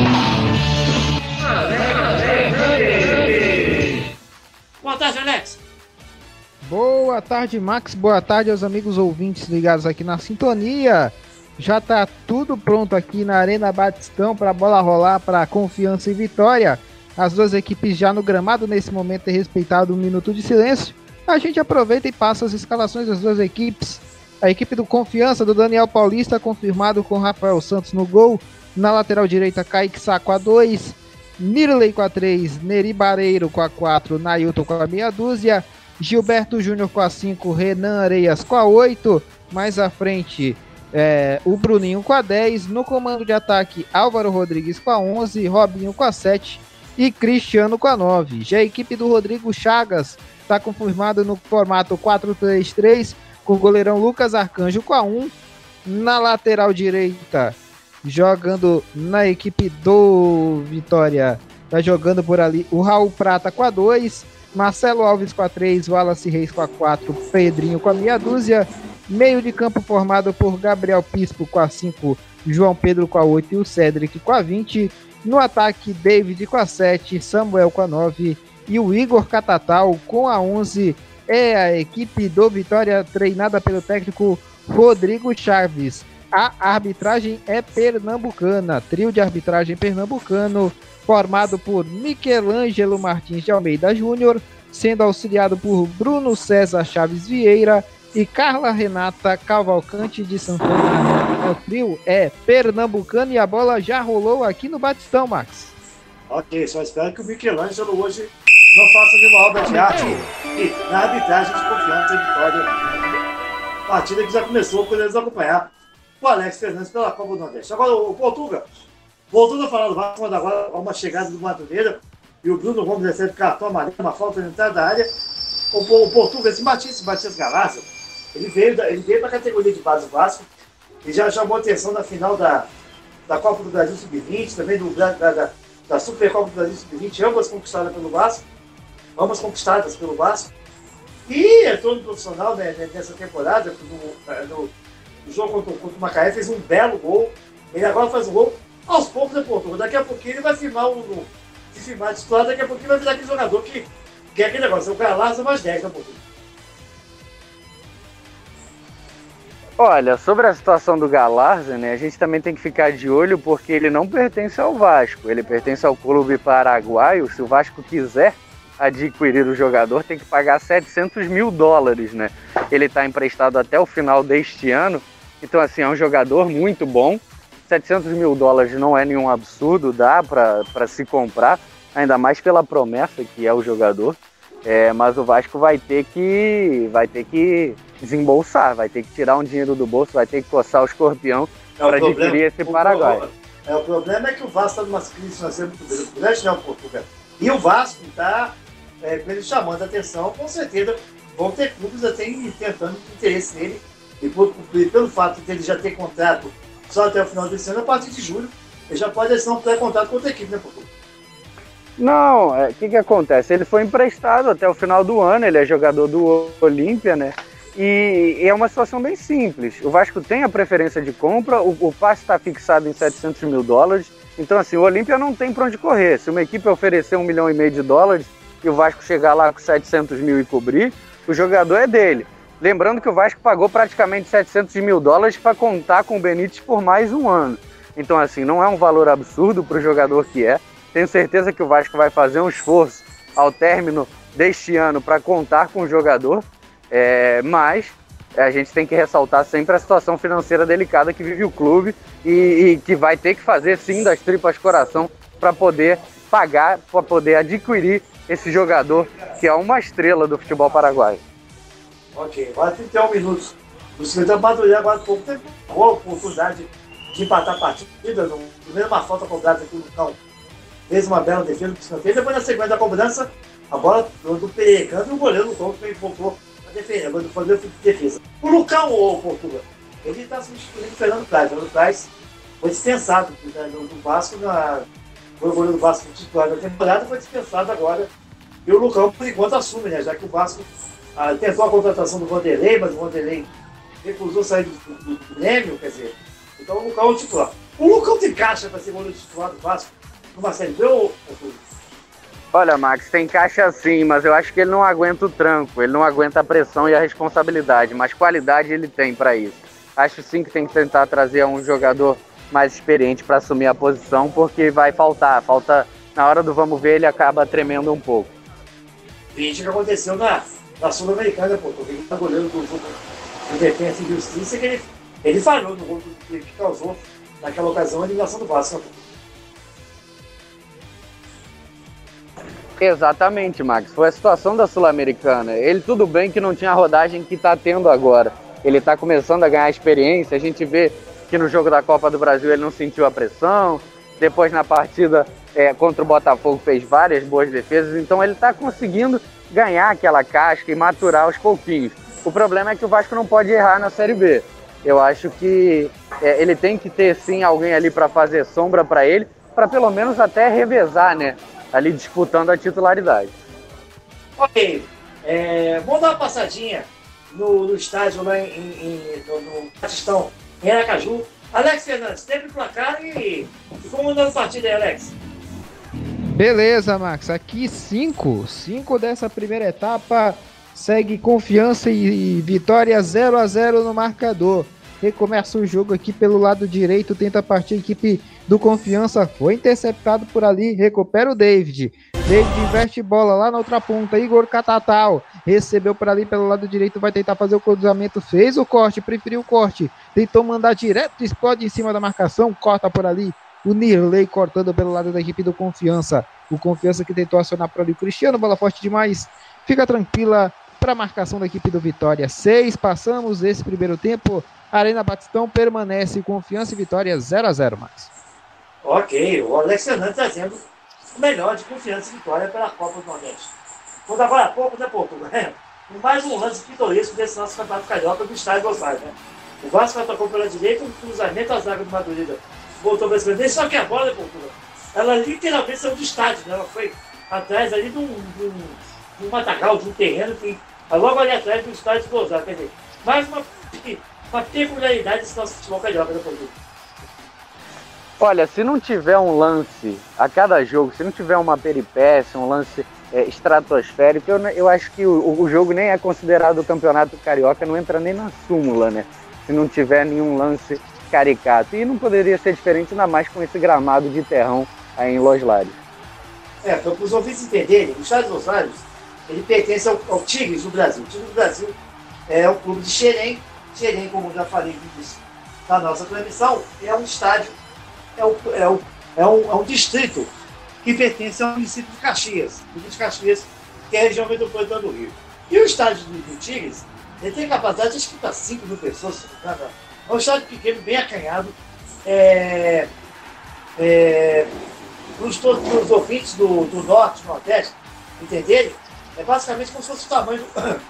Boa tarde, Alex. Boa tarde, Max. Boa tarde aos amigos ouvintes ligados aqui na sintonia. Já tá tudo pronto aqui na Arena Batistão para a bola rolar para Confiança e Vitória. As duas equipes já no gramado nesse momento é respeitado um minuto de silêncio. A gente aproveita e passa as escalações das duas equipes. A equipe do Confiança, do Daniel Paulista, confirmado com Rafael Santos no gol. Na lateral direita, Kaique Sá com a 2, Mirley com a 3, Neri Bareiro com a 4, Nailton com a meia dúzia, Gilberto Júnior com a 5, Renan Areias com a 8. Mais à frente, o Bruninho com a 10, no comando de ataque Álvaro Rodrigues com a 11, Robinho com a 7 e Cristiano com a 9. Já a equipe do Rodrigo Chagas está confirmada no formato 4-3-3, com o goleirão Lucas Arcanjo com a 1, na lateral direita, jogando na equipe do Vitória, tá jogando por ali o Raul Prata com a 2, Marcelo Alves com a 3, Wallace Reis com a 4, Pedrinho com a meia dúzia. Meio de campo formado por Gabriel Pispo com a 5, João Pedro com a 8 e o Cedric com a 20. No ataque, David com a 7, Samuel com a 9 e o Igor Catatal com a 11. É a equipe do Vitória treinada pelo técnico Rodrigo Chaves. A arbitragem é pernambucana, trio de arbitragem pernambucano, formado por Michelangelo Martins de Almeida Júnior, sendo auxiliado por Bruno César Chaves Vieira e Carla Renata Cavalcante de Santana. O trio é pernambucano e a bola já rolou aqui no Batistão, Max. Ok, só espero que o Michelangelo hoje não faça nenhuma obra de arte e na arbitragem de confiança e vitória. Partida que já começou, podemos acompanhar o Alex Fernandes pela Copa do Nordeste. Agora o Portuga, voltando a falar do Vasco, quando agora há uma chegada do Madureira e o Bruno Gomes recebe cartão amarelo, uma falta na entrada da área. O Portuga, esse Matias Galarza, ele veio para a categoria de base do Vasco e já chamou atenção na final da Copa do Brasil Sub-20, também da Supercopa do Brasil Sub-20, ambas conquistadas pelo Vasco. E entrou no profissional, né, nessa temporada, no jogo contra o Macaé, fez um belo gol. Ele agora faz um gol aos poucos de Portugal. Daqui a pouquinho ele vai firmar titular, daqui a pouquinho vai virar aquele jogador que é aquele negócio, é o Galarza mais 10 da Portugal. Olha, sobre a situação do Galarza, né, a gente também tem que ficar de olho porque ele não pertence ao Vasco, ele pertence ao clube paraguaio. Se o Vasco quiser adquirir o jogador, tem que pagar $700 mil, né? Ele está emprestado até o final deste ano, então assim, é um jogador muito bom. $700 mil não é nenhum absurdo, dá para se comprar, ainda mais pela promessa que é o jogador. Mas o Vasco vai ter que desembolsar, vai ter que tirar um dinheiro do bolso, vai ter que coçar o escorpião para adquirir esse paraguaio. O problema é que o Vasco está numa crise financeira muito grande, né, o Portugal? E o Vasco está ele chamando a atenção, com certeza vão ter clubes até tentando interesse nele, e pelo fato de ele já ter contrato só até o final desse ano, a partir de julho, ele já pode assinar um pré-contrato com outra equipe, né, Portugal? Não, o que acontece? Ele foi emprestado até o final do ano, ele é jogador do Olímpia, né? E é uma situação bem simples. O Vasco tem a preferência de compra, o passe está fixado em $700 mil, então assim, o Olímpia não tem para onde correr. Se uma equipe oferecer $1,5 milhão e o Vasco chegar lá com 700 mil e cobrir, o jogador é dele. Lembrando que o Vasco pagou praticamente $700 mil para contar com o Benítez por mais um ano. Então assim, não é um valor absurdo para o jogador que é. Tenho certeza que o Vasco vai fazer um esforço ao término deste ano para contar com o jogador, mas a gente tem que ressaltar sempre a situação financeira delicada que vive o clube e que vai ter que fazer sim das tripas coração para poder pagar, para poder adquirir esse jogador que é uma estrela do futebol paraguaio. Ok, agora 31 minutos. O Silvio Madureira agora há pouco teve a oportunidade de empatar a partida, primeiro uma falta cobrada aqui no Lucão. Fez uma bela defesa do escanteio, depois na sequência da cobrança, a bola do Perecano e o goleiro do Tom também voltou a defender, agora fazer de defesa. O Lucão, o Portugal, ele está substituindo o Fernando Praz. O Fernando Praz foi dispensado do Vasco, foi o goleiro do Vasco titular da temporada, foi dispensado agora. E o Lucão, por enquanto, assume, né? Já que o Vasco tentou a contratação do Vanderlei, mas o Vanderlei recusou sair do Grêmio, quer dizer. Então o Lucão é o titular. O Lucão tem caixa para ser goleiro titular do Vasco numa Série B ou... Olha, Max, tem caixa sim, mas eu acho que ele não aguenta o tranco, ele não aguenta a pressão e a responsabilidade, mas qualidade ele tem para isso. Acho sim que tem que tentar trazer um jogador mais experiente para assumir a posição, porque vai falta na hora do vamos ver, ele acaba tremendo um pouco. Veja o que aconteceu na Sul-Americana, porque ele está goleiro do jogo do Defensa e Justiça, que ele falhou no gol que causou naquela ocasião a eliminação do Vasco. Exatamente, Max. Foi a situação da Sul-Americana. Ele, tudo bem que não tinha a rodagem que está tendo agora. Ele está começando a ganhar experiência. A gente vê que no jogo da Copa do Brasil ele não sentiu a pressão. Depois na partida contra o Botafogo fez várias boas defesas. Então ele está conseguindo ganhar aquela casca e maturar aos pouquinhos. O problema é que o Vasco não pode errar na Série B. Eu acho que ele tem que ter sim alguém ali para fazer sombra para ele, para pelo menos até revezar, né? Ali disputando a titularidade. Ok, vamos dar uma passadinha no estádio lá no Batistão, em Aracaju. Alex Fernandes, teve placar e como andou a partida aí, Alex? Beleza, Max, aqui 5 dessa primeira etapa, segue Confiança e Vitória 0-0 no marcador. Recomeça o jogo aqui pelo lado direito, tenta partir a equipe do Confiança, foi interceptado por ali, recupera o David investe bola lá na outra ponta, Igor Catatal, recebeu por ali pelo lado direito, vai tentar fazer o cruzamento, fez o corte, preferiu o corte, tentou mandar direto, explode em cima da marcação, corta por ali, O Nirley cortando pelo lado da equipe do Confiança. O Confiança que tentou acionar para ali o Cristiano, bola forte demais. Fica tranquila para a marcação da equipe do Vitória. 6, passamos esse primeiro tempo. Arena Batistão permanece Confiança e Vitória 0-0, Max. Ok, o Alex Fernandes trazendo o melhor de Confiança e Vitória pela Copa do Nordeste. Quando agora há pouco, né, Portugal? Mais um lance pitoresco desse nosso campeonato carioca do estádio Osório, né? O Vasco atacou pela direita, um cruzamento, a zaga do Madureira voltou para a esquerda, só que a bola, né, Portugal? Ela literalmente saiu do estádio, né? Ela foi atrás ali de um matagal, de um terreno que logo ali atrás do estádio do Osório. Quer dizer, mais uma peculiaridade desse nosso futebol carioca, né, Portugal? Olha, se não tiver um lance a cada jogo, se não tiver uma peripécia, um lance estratosférico, eu acho que o jogo nem é considerado o campeonato carioca, não entra nem na súmula, né? Se não tiver nenhum lance caricato. E não poderia ser diferente, ainda mais com esse gramado de terrão aí em Los Lares. Para os ouvintes entenderem, o estádio Los Lares, ele pertence ao Tigres do Brasil. O Tigres do Brasil é o clube de Xerém. Xerém, como já falei na nossa transmissão, é um estádio, é um distrito que pertence ao município de Caxias, que é a região metropolitana do Rio. E o estádio do Tigres, ele tem capacidade de para 5 mil pessoas. É um estádio pequeno, bem acanhado. Para os ouvintes do Norte, do Nordeste, entenderem, é basicamente como se fosse o tamanho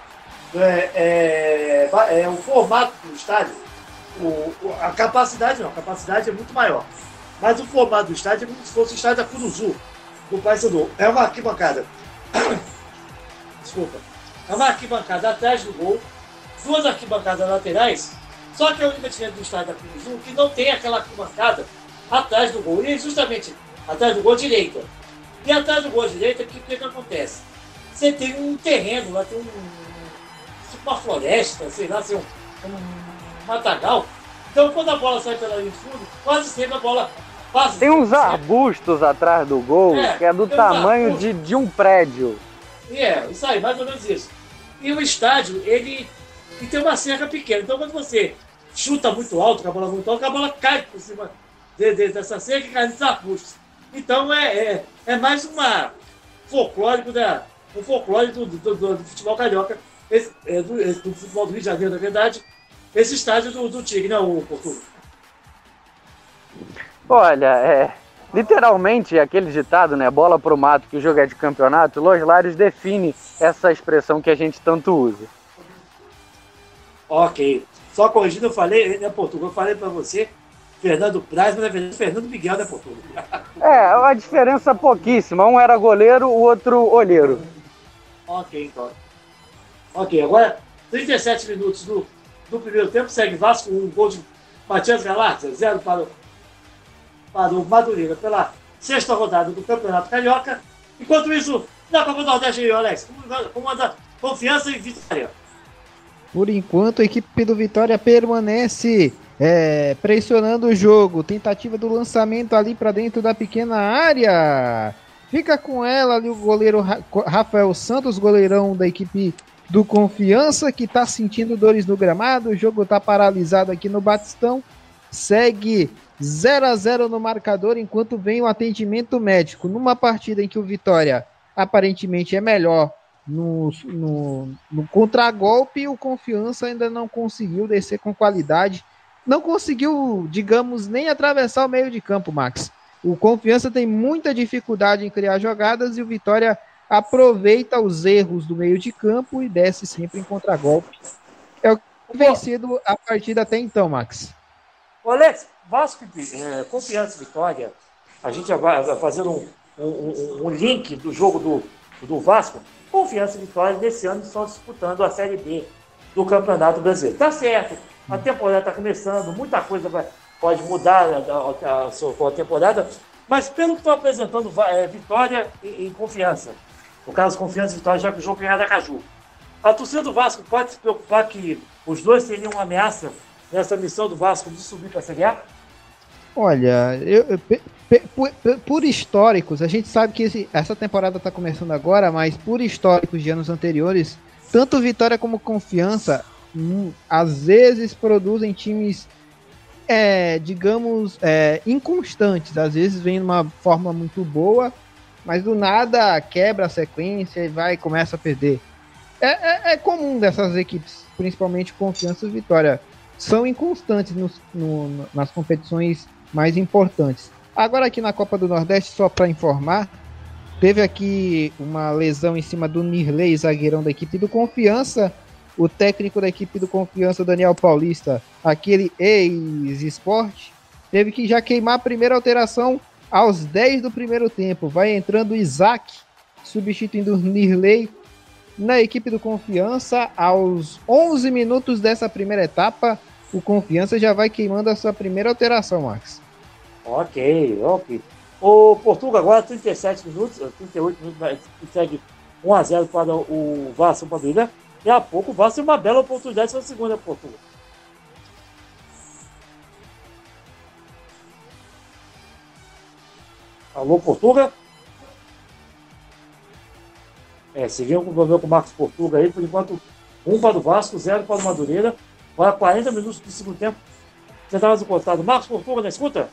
o formato do estádio. A capacidade não, a capacidade é muito maior. Mas o formato do estádio é como se fosse o estádio da Curuzu, do Paysandu. É uma arquibancada. Desculpa. É uma arquibancada atrás do gol, 2 arquibancadas laterais, só que a única diferença do estádio da Curuzu é que não tem aquela arquibancada atrás do gol. E justamente atrás do gol direita. E atrás do gol direita, o que acontece? Você tem um terreno, lá tem uma floresta, sei lá, um matagal. Então quando a bola sai pela linha de fundo, quase sempre a bola passa. Tem uns arbustos atrás do gol, que é do tamanho de um prédio. Isso aí, mais ou menos isso. E o estádio, ele tem uma cerca pequena. Então quando você chuta muito alto, com a bola muito alta, a bola cai por cima dessa cerca e cai nos arbustos. Então é mais um folclórico do futebol carioca, do futebol do Rio de Janeiro, na verdade, esse estádio do Tigre, né, o Portugal? Olha, literalmente aquele ditado, né, bola pro mato que o jogo é de campeonato, Los Lares define essa expressão que a gente tanto usa. Ok. Só corrigindo, eu falei, né, Portugal, eu falei pra você, Fernando Praz, mas na verdade Fernando Miguel, né, Portugal? A diferença pouquíssima. Um era goleiro, o outro olheiro. Ok, então. Ok, agora 37 minutos do primeiro tempo, segue Vasco, um gol de Matias Galarza, 0 para o Madureira, pela 6ª rodada do Campeonato Carioca. Enquanto isso, na Copa do Nordeste, Alex, como anda Confiança e Vitória? Por enquanto, a equipe do Vitória permanece pressionando o jogo. Tentativa do lançamento ali para dentro da pequena área. Fica com ela ali o goleiro Rafael Santos, goleirão da equipe do Confiança, que está sentindo dores no gramado. O jogo está paralisado aqui no Batistão. Segue 0-0 no marcador enquanto vem o atendimento médico. Numa partida em que o Vitória aparentemente é melhor no contragolpe, o Confiança ainda não conseguiu descer com qualidade. Não conseguiu, digamos, nem atravessar o meio de campo, Max. O Confiança tem muita dificuldade em criar jogadas e o Vitória aproveita os erros do meio de campo e desce sempre em contragolpe. É o que vem sido a partida até então, Max. Alex, Vasco, Confiança e Vitória, a gente vai fazer um link do jogo do Vasco. Confiança e Vitória nesse ano estão disputando a Série B do Campeonato Brasileiro. Tá certo, a temporada está começando, muita coisa pode mudar a temporada, mas pelo que estou apresentando, Vitória e Confiança. No caso, Confiança e Vitória, já que o jogo é em Aracaju. A torcida do Vasco pode se preocupar que os dois teriam uma ameaça nessa missão do Vasco de subir para a Série A? Olha, por históricos, a gente sabe que essa temporada está começando agora, mas por históricos de anos anteriores, tanto Vitória como Confiança, às vezes produzem times digamos, inconstantes. Às vezes vem numa forma muito boa, mas do nada quebra a sequência e começa a perder. É comum dessas equipes, principalmente Confiança e Vitória. São inconstantes nas competições mais importantes. Agora aqui na Copa do Nordeste, só para informar, teve aqui uma lesão em cima do Nirley, zagueirão da equipe do Confiança. O técnico da equipe do Confiança, Daniel Paulista, aquele ex-Sport, teve que já queimar a primeira alteração aos 10 do primeiro tempo. Vai entrando o Isaac, substituindo o Nirley na equipe do Confiança. Aos 11 minutos dessa primeira etapa, o Confiança já vai queimando a sua primeira alteração, Max. Ok. O Portugal agora, 37 minutos, 38 minutos, segue 1-0 para o Vasco Padilha. Daqui a pouco o Vasco tem uma bela oportunidade para a segunda, Portugal. Alô, Portugal? Seguindo com o problema com o Marcos Portugal aí, por enquanto 1 para o Vasco, 0 para o Madureira. Agora 40 minutos do segundo tempo. Você está mais encostado. Marcos Portugal, na escuta?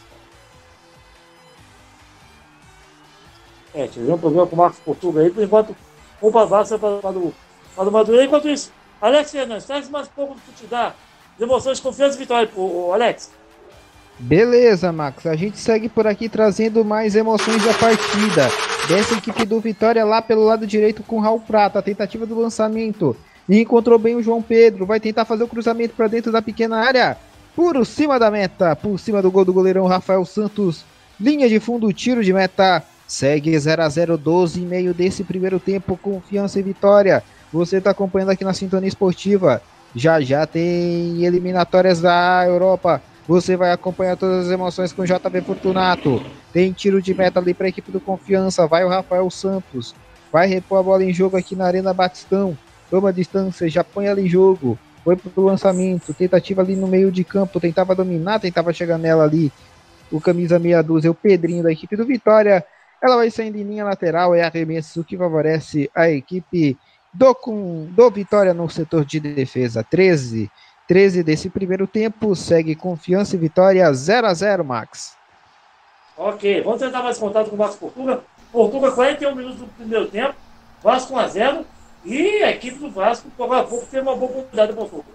Tivemos um problema com o Marcos Portugal aí, por enquanto 1 para o Vasco, 0 para o Madureira. Enquanto isso, Alex Fernandes, traz mais um pouco do que te dá de emoções, confiança e vitória, Alex. Beleza, Max. A gente segue por aqui trazendo mais emoções da partida. Dessa equipe do Vitória lá pelo lado direito com o Raul Prata. A tentativa do lançamento. E encontrou bem o João Pedro. Vai tentar fazer o cruzamento para dentro da pequena área. Por cima da meta. Por cima do gol do goleirão Rafael Santos. Linha de fundo, tiro de meta. Segue 0-0, 12,5 desse primeiro tempo. Confiança e Vitória. Você está acompanhando aqui na Sintonia Esportiva. Já tem eliminatórias da Europa. Você vai acompanhar todas as emoções com o JB Fortunato. Tem tiro de meta ali para a equipe do Confiança. Vai o Rafael Santos. Vai repor a bola em jogo aqui na Arena Batistão. Toma a distância, já põe ela em jogo. Foi pro lançamento. Tentativa ali no meio de campo. Tentava dominar, tentava chegar nela ali. O camisa meia dúzia, o Pedrinho da equipe do Vitória. Ela vai saindo em linha lateral. É arremesso que favorece a equipe do Vitória no setor de defesa. 13 desse primeiro tempo, segue Confiança e Vitória 0-0, Max. Ok, vamos tentar mais contato com o Vasco Portugal. Portugal, 41 minutos do primeiro tempo, Vasco 1-0, e a equipe do Vasco, por a pouco, teve uma boa oportunidade do Portugal.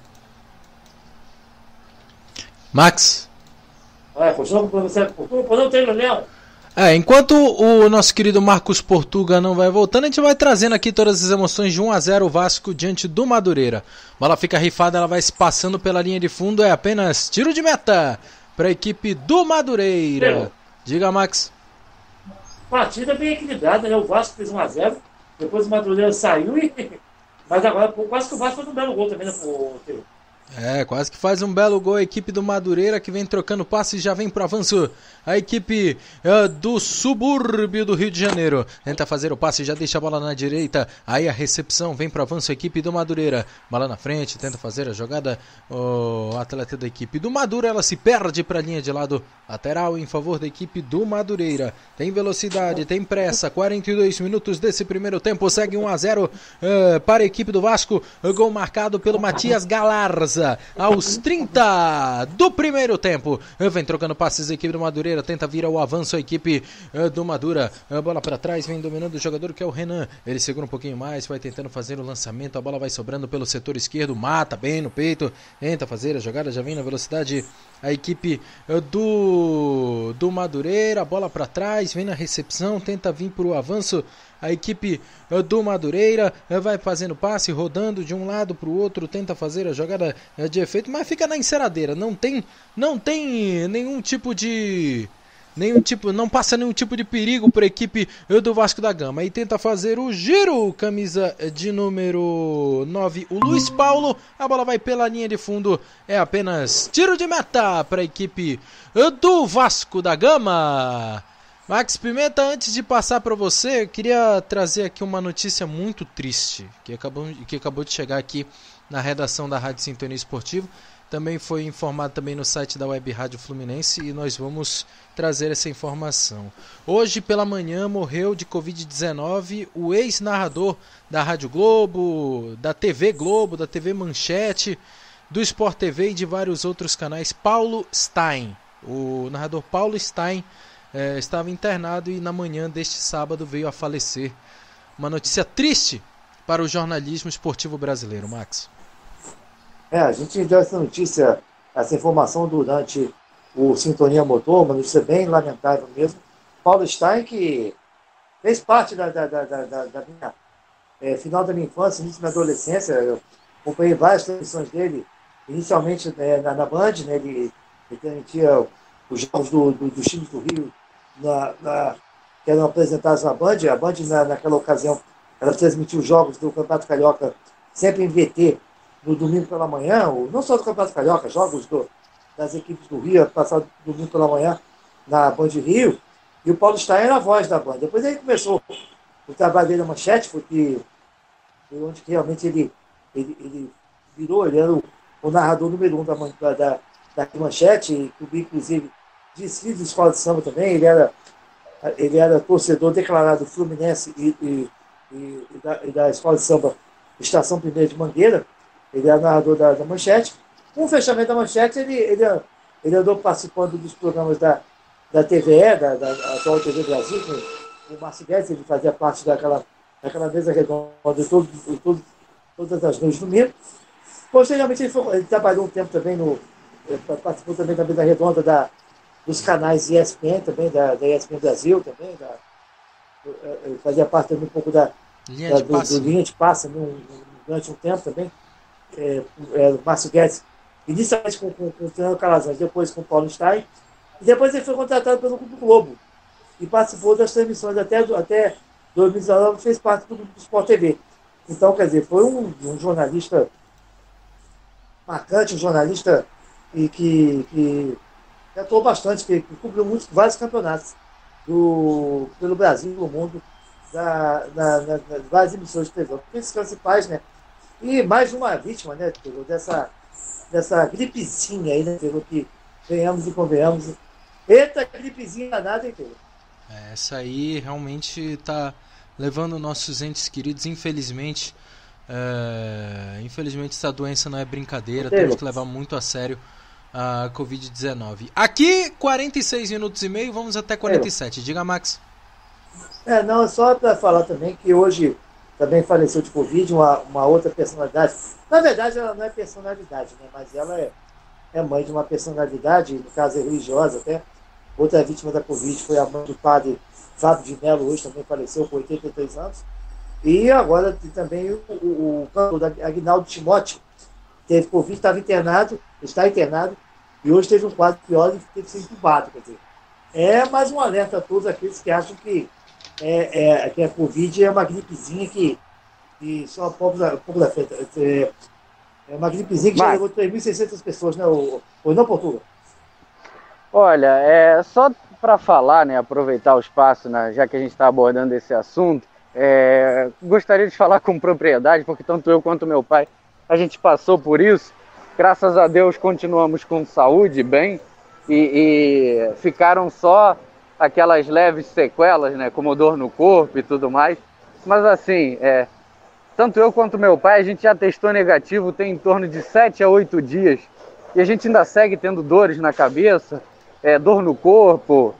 Max? Continua com o professor Portugal, pode não ter o Leão. Enquanto o nosso querido Marcos Portuga não vai voltando, a gente vai trazendo aqui todas as emoções de 1-0 o Vasco diante do Madureira. Bola fica rifada, ela vai se passando pela linha de fundo, é apenas tiro de meta para a equipe do Madureira. Diga, Max. Partida bem equilibrada, né? O Vasco fez 1-0, depois o Madureira saiu mas agora quase que o Vasco fez um belo gol também, né, Teu? Quase que faz um belo gol a equipe do Madureira, que vem trocando passes e já vem pro avanço. A equipe do subúrbio do Rio de Janeiro tenta fazer o passe, já deixa a bola na direita. Aí a recepção vem pro avanço a equipe do Madureira. Bola na frente, tenta fazer a jogada. O atleta da equipe do Madura, ela se perde para a linha de lado lateral em favor da equipe do Madureira. Tem velocidade, tem pressa. 42 minutos desse primeiro tempo, segue 1-0 para a equipe do Vasco. Gol marcado pelo Matias Galarza aos 30 do primeiro tempo. Vem trocando passes a equipe do Madureira, tenta vir ao avanço a equipe do Madura. A bola para trás, vem dominando o jogador que é o Renan. Ele segura um pouquinho mais, vai tentando fazer o lançamento. A bola vai sobrando pelo setor esquerdo, mata bem no peito, tenta fazer a jogada, já vem na velocidade a equipe do Madureira. A bola para trás, vem na recepção, tenta vir para o avanço a equipe do Madureira, vai fazendo passe, rodando de um lado para o outro, tenta fazer a jogada de efeito, mas fica na enceradeira, não tem nenhum tipo de... não passa nenhum tipo de perigo para a equipe do Vasco da Gama. E tenta fazer o giro, camisa de número 9, o Luiz Paulo. A bola vai pela linha de fundo, é apenas tiro de meta para a equipe do Vasco da Gama. Max Pimenta, antes de passar para você, eu queria trazer aqui uma notícia muito triste que acabou de chegar aqui na redação da Rádio Sintonia Esportiva. Também foi informado também no site da Web Rádio Fluminense e nós vamos trazer essa informação. Hoje pela manhã morreu de Covid-19 o ex-narrador da Rádio Globo, da TV Globo, da TV Manchete, do Sport TV e de vários outros canais, Paulo Stein. O narrador Paulo Stein estava internado e na manhã deste sábado veio a falecer. Uma notícia triste para o jornalismo esportivo brasileiro, Max. A gente deu essa notícia, essa informação durante o Sintonia Motor, uma notícia bem lamentável mesmo. Paulo Stein, que fez parte da minha final da minha infância, início da minha adolescência. Eu acompanhei várias transmissões dele, inicialmente na Band, né? Ele transmitia os jogos dos times do Rio que eram apresentados na Band. A Band, naquela ocasião, ela transmitiu os jogos do Campeonato Carioca sempre em VT, no domingo pela manhã, não só do Campeonato Carioca, jogos das equipes do Rio, passado domingo pela manhã na Band Rio, e o Paulo Stein era a voz da Band. Depois ele começou o trabalho dele na Manchete, foi onde realmente ele virou, ele era o narrador número 1 da Manchete, inclusive desfile de escola de samba também. Ele era torcedor declarado do Fluminense e da escola de samba Estação 1ª de Mangueira. Ele era narrador da Manchete. Com o fechamento da Manchete, ele andou participando dos programas da TVE, da atual TV Brasil, com o Márcio Guedes. Ele fazia parte daquela mesa redonda todas as noites do domingo. Posteriormente, ele trabalhou um tempo também participou também da mesa redonda dos canais ESPN, também, da ESPN Brasil, também. Ele fazia parte também um pouco do linha de passe durante um tempo também. O Márcio Guedes, inicialmente com o Fernando Calazans, depois com o Paulo Stein, e depois ele foi contratado pelo Grupo Globo e participou das transmissões até 2019, fez parte do Grupo Sport TV. Então, quer dizer, foi um jornalista marcante, um jornalista que atuou bastante, que cobriu vários campeonatos pelo Brasil, pelo mundo, nas várias emissões de TV, principais, né? E mais uma vítima, né, dessa gripezinha aí, né, que venhamos e convenhamos. Eita, gripezinha danada, hein, Pedro? Essa aí realmente está levando nossos entes queridos, infelizmente. Infelizmente essa doença não é brincadeira, temos que levar muito a sério a Covid-19. Aqui, 46 minutos e meio, vamos até 47. Diga, Max. Não, só para falar também que hoje também faleceu de Covid uma outra personalidade. Na verdade, ela não é personalidade, né? Mas ela é mãe de uma personalidade, no caso é religiosa até. Outra vítima da Covid foi a mãe do padre Fábio de Mello, hoje também faleceu com 83 anos. E agora também o cantor Aguinaldo Timóteo teve Covid, está internado, e hoje teve um quadro pior e teve que ser entubado. Quer dizer, mais um alerta a todos aqueles que acham que a Covid é uma gripezinha que só um pouco da frente. É uma gripezinha que já levou 3.600 pessoas, né? Ou não, Portugal? Olha, só para falar, né, aproveitar o espaço, né, já que a gente está abordando esse assunto, gostaria de falar com propriedade, porque tanto eu quanto meu pai, a gente passou por isso. Graças a Deus continuamos com saúde, bem, e ficaram só aquelas leves sequelas, né, como dor no corpo e tudo mais. Mas assim, tanto eu quanto meu pai, a gente já testou negativo tem em torno de 7 a 8 dias. E a gente ainda segue tendo dores na cabeça, dor no corpo,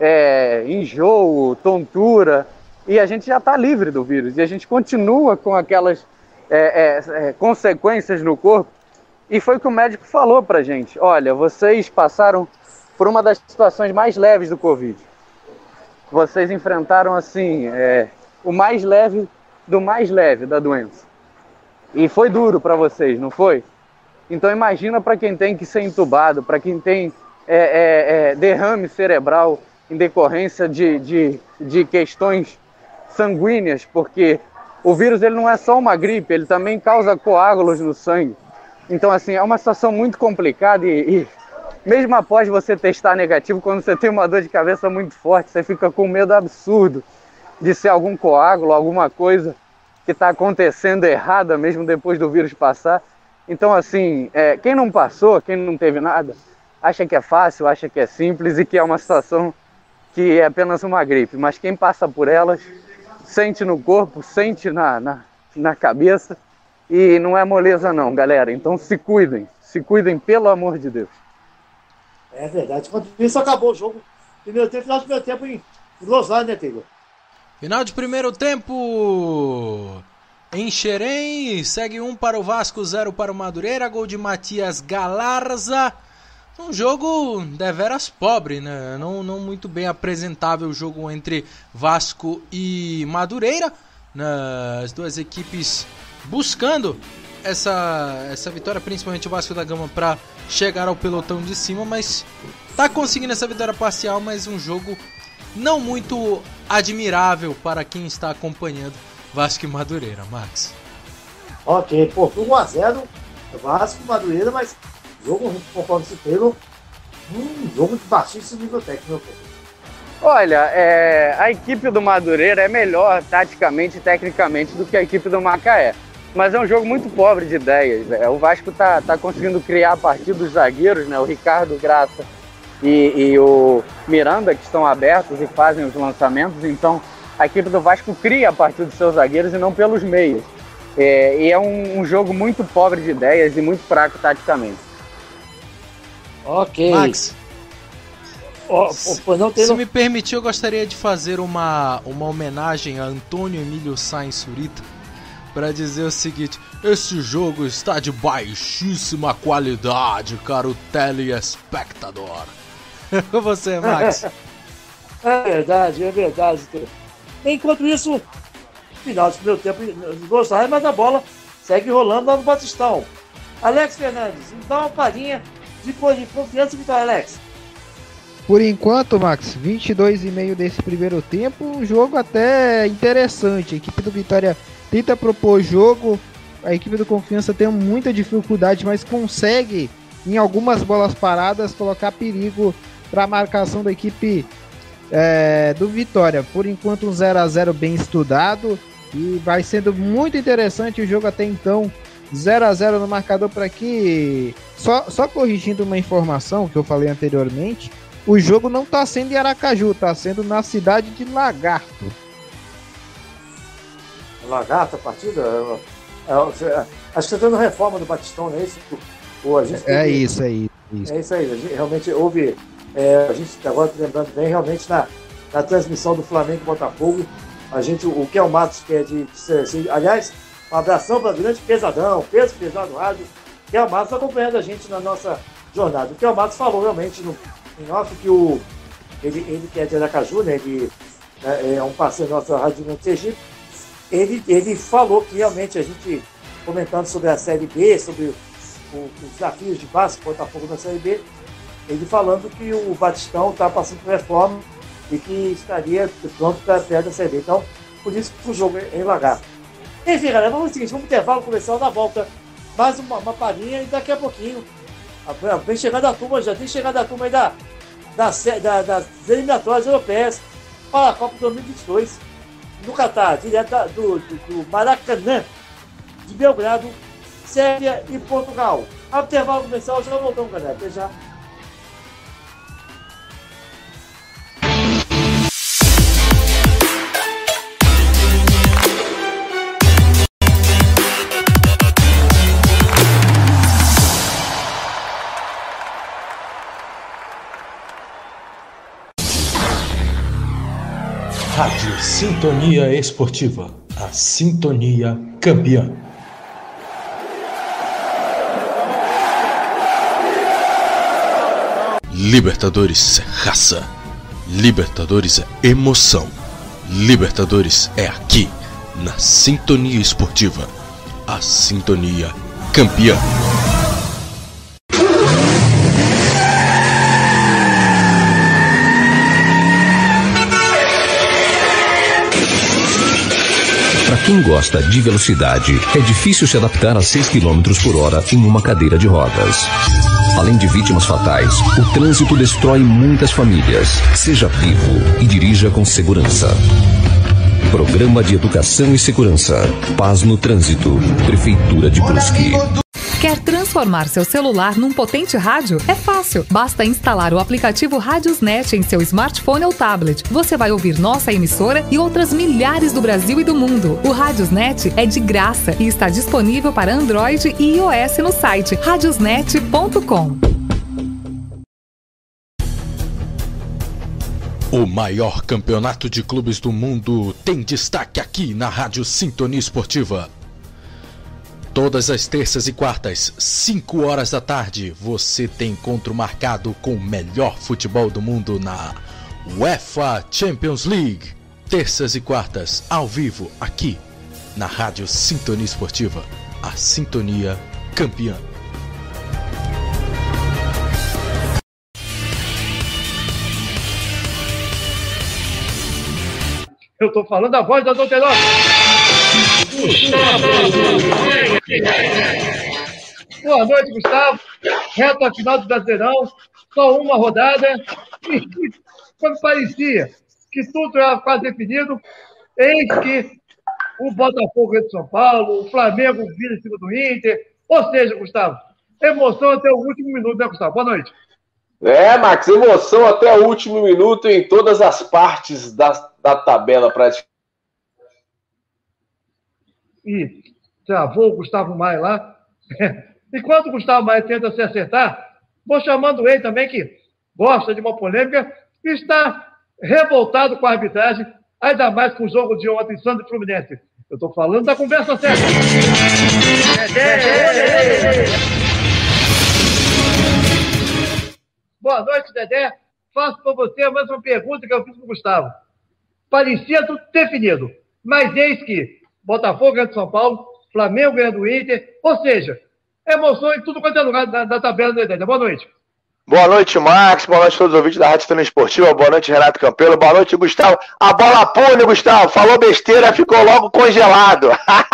enjoo, tontura. E a gente já está livre do vírus. E a gente continua com aquelas consequências no corpo. E foi o que o médico falou pra gente. Olha, vocês passaram por uma das situações mais leves do Covid. Vocês enfrentaram, assim, o mais leve do mais leve da doença. E foi duro para vocês, não foi? Então imagina para quem tem que ser entubado, para quem tem derrame cerebral em decorrência de questões sanguíneas, porque o vírus ele não é só uma gripe, ele também causa coágulos no sangue. Então assim, é uma situação muito complicada e mesmo após você testar negativo, quando você tem uma dor de cabeça muito forte, você fica com medo absurdo de ser algum coágulo, alguma coisa que está acontecendo errada mesmo depois do vírus passar. Então assim, quem não passou, quem não teve nada, acha que é fácil, acha que é simples e que é uma situação que é apenas uma gripe. Mas quem passa por elas, sente no corpo, sente na cabeça e não é moleza não, galera. Então se Se cuidem, pelo amor de Deus. É verdade. Enquanto isso, acabou o jogo. Final do primeiro tempo em Los Angeles, né, Taylor? Final de primeiro tempo em Xerém. Segue 1 para o Vasco, 0 para o Madureira. Gol de Matias Galarza. Um jogo deveras pobre, né? Não muito bem apresentável o jogo entre Vasco e Madureira. As duas equipes buscando essa vitória, principalmente o Vasco da Gama, para chegar ao pelotão de cima, mas tá conseguindo essa vitória parcial, mas um jogo não muito admirável para quem está acompanhando Vasco e Madureira, Max. Ok, pô, 1-0 Vasco e Madureira, mas jogo, conforme se pelo, jogo de baixíssimo nível técnico. Olha, a equipe do Madureira é melhor taticamente e tecnicamente do que a equipe do Macaé. Mas é um jogo muito pobre de ideias. O Vasco tá conseguindo criar a partir dos zagueiros, né? O Ricardo Graça e o Miranda, que estão abertos e fazem os lançamentos. Então, a equipe do Vasco cria a partir dos seus zagueiros e não pelos meias. E é um jogo muito pobre de ideias e muito fraco taticamente. Ok. Max, se me permitir, eu gostaria de fazer uma homenagem a Antônio Emílio Sainz Surita para dizer o seguinte: esse jogo está de baixíssima qualidade, caro telespectador. Você, Max. É verdade. Enquanto isso, final do primeiro tempo, gostaram, mas a bola segue rolando lá no Batistão. Alex Fernandes, dá uma palhinha de confiança e vitória, Alex. Por enquanto, Max, 22,5 desse primeiro tempo, um jogo até interessante. A equipe do Vitória tenta propor jogo, a equipe do Confiança tem muita dificuldade, mas consegue, em algumas bolas paradas, colocar perigo para a marcação da equipe do Vitória. Por enquanto, um 0-0 bem estudado e vai sendo muito interessante o jogo até então. 0-0 no marcador para que, só corrigindo uma informação que eu falei anteriormente, o jogo não está sendo em Aracaju, está sendo na cidade de Lagarto. Lagarto, a partida? Acho que está tendo reforma do Batistão, não é isso? Isso. É isso aí, realmente houve, a gente agora lembrando bem, realmente na transmissão do Flamengo e Botafogo, o Kel Matos, que é aliás, um abração para o grande pesadão, peso pesado rádio, Kel Matos acompanhando a gente na nossa jornada. O Kel Matos falou realmente em off que ele que é de Aracaju, né, ele é um parceiro nosso da Rádio de Sergipe, ele falou que realmente a gente, comentando sobre a Série B, sobre os desafios de Vasco, Botafogo na Série B, ele falando que o Batistão está passando por reforma e que estaria pronto para a perda da Série B. Então, por isso que o jogo é em Lagarto. Enfim, galera, vamos ao seguinte, vamos intervalo comercial, na volta, mais uma palhinha e daqui a pouquinho, vem chegando a turma, já tem chegado a turma aí das eliminatórias europeias para a Copa 2022 no Catar, direto do Maracanã, de Belgrado, Sérvia e Portugal. A intervalo comercial, já voltamos, galera. Até já. Rádio Sintonia Esportiva, a sintonia campeã. Libertadores é raça, Libertadores é emoção, Libertadores é aqui, na Sintonia Esportiva, a sintonia campeã. Para quem gosta de velocidade, é difícil se adaptar a 6 km por hora em uma cadeira de rodas. Além de vítimas fatais, o trânsito destrói muitas famílias. Seja vivo e dirija com segurança. Programa de Educação e Segurança. Paz no Trânsito. Prefeitura de Brusque. Quer transformar seu celular num potente rádio? É fácil. Basta instalar o aplicativo Radiosnet em seu smartphone ou tablet. Você vai ouvir nossa emissora e outras milhares do Brasil e do mundo. O Radiosnet é de graça e está disponível para Android e iOS no site radiosnet.com. O maior campeonato de clubes do mundo tem destaque aqui na Rádio Sintonia Esportiva. Todas as terças e quartas, 5 horas da tarde, você tem encontro marcado com o melhor futebol do mundo na UEFA Champions League. Terças e quartas, ao vivo, aqui na Rádio Sintonia Esportiva, a sintonia campeã. Eu tô falando da voz da Douterosa. Boa noite, Gustavo. Reta final do Brasileirão, só uma rodada. E quando parecia que tudo era quase definido, eis que o Botafogo de São Paulo, o Flamengo vira em cima do Inter. Ou seja, Gustavo, emoção até o último minuto, né, Gustavo? Boa noite. Max, emoção até o último minuto em todas as partes da tabela praticamente. E travou o Gustavo Maia lá. Enquanto o Gustavo Maia tenta se acertar, vou chamando ele também, que gosta de uma polêmica, e está revoltado com a arbitragem, ainda mais com o jogo de ontem, Santos e Fluminense. Eu estou falando da conversa certa. Boa noite, Dedé. Faço para você a mesma pergunta que eu fiz para o Gustavo. Parecia tudo definido, mas eis que Botafogo ganha do São Paulo, Flamengo ganha do Inter, ou seja, emoção em tudo quanto é lugar da tabela do Dedé. Boa noite. Boa noite, Max. Boa noite a todos os ouvintes da Rádio Sintonia Esportiva. Boa noite, Renato Campelo. Boa noite, Gustavo. A bola pune, Gustavo. Falou besteira, ficou logo congelado.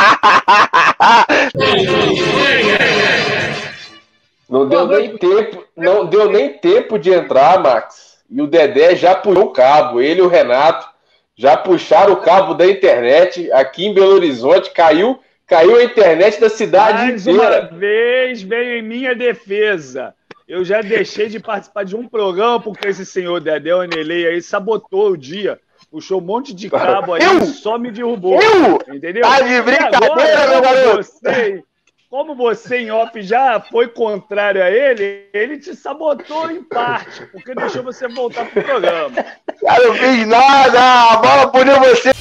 Não deu nem tempo de entrar, Max. E o Dedé já puxou o cabo. Ele e o Renato já puxaram o cabo da internet. Aqui em Belo Horizonte caiu a internet da cidade inteira. Mais uma vez veio em minha defesa. Eu já deixei de participar de um programa porque esse senhor Dedé Onelei aí sabotou o dia. Puxou um monte de cabo aí e só me derrubou. Entendeu? Tá de brincadeira, meu garoto. Como você em off já foi contrário a ele, ele te sabotou em parte, porque deixou você voltar pro programa. Eu não fiz nada, a bola puniu você.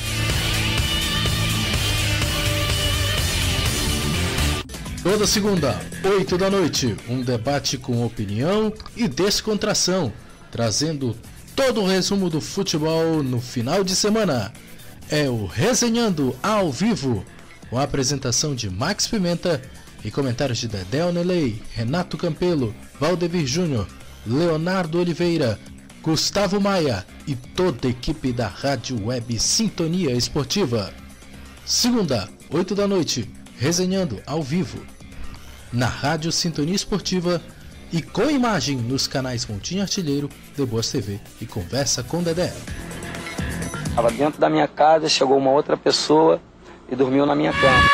Toda segunda, 8 da noite, um debate com opinião e descontração, trazendo todo o resumo do futebol no final de semana. É o Resenhando ao Vivo, com a apresentação de Max Pimenta e comentários de Dedé Onelei, Renato Campelo, Valdemir Júnior, Leonardo Oliveira, Gustavo Maia e toda a equipe da Rádio Web Sintonia Esportiva. Segunda, 8 da noite, Resenhando ao Vivo, na Rádio Sintonia Esportiva e com imagem nos canais Montinho Artilheiro, The Boas TV e Conversa com Dedé. Estava dentro da minha casa, chegou uma outra pessoa e dormiu na minha cama.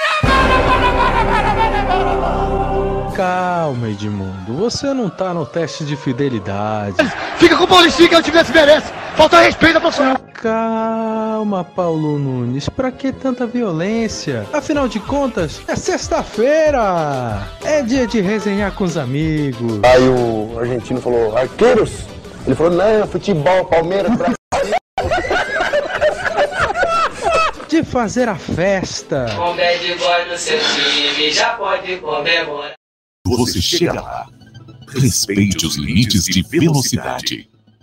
Calma, Edmundo, você não tá no teste de fidelidade. Fica com o Paulistinho que eu tivesse merece. Falta respeito à profissional. Calma, Paulo Nunes, pra que tanta violência? Afinal de contas, é sexta-feira. É dia de resenhar com os amigos. Aí o argentino falou, arqueiros? Ele falou, não, futebol, Palmeiras, Brasil. De fazer a festa. Com bad boy no seu time, já pode comemorar. Você chega lá. Respeite os limites de velocidade.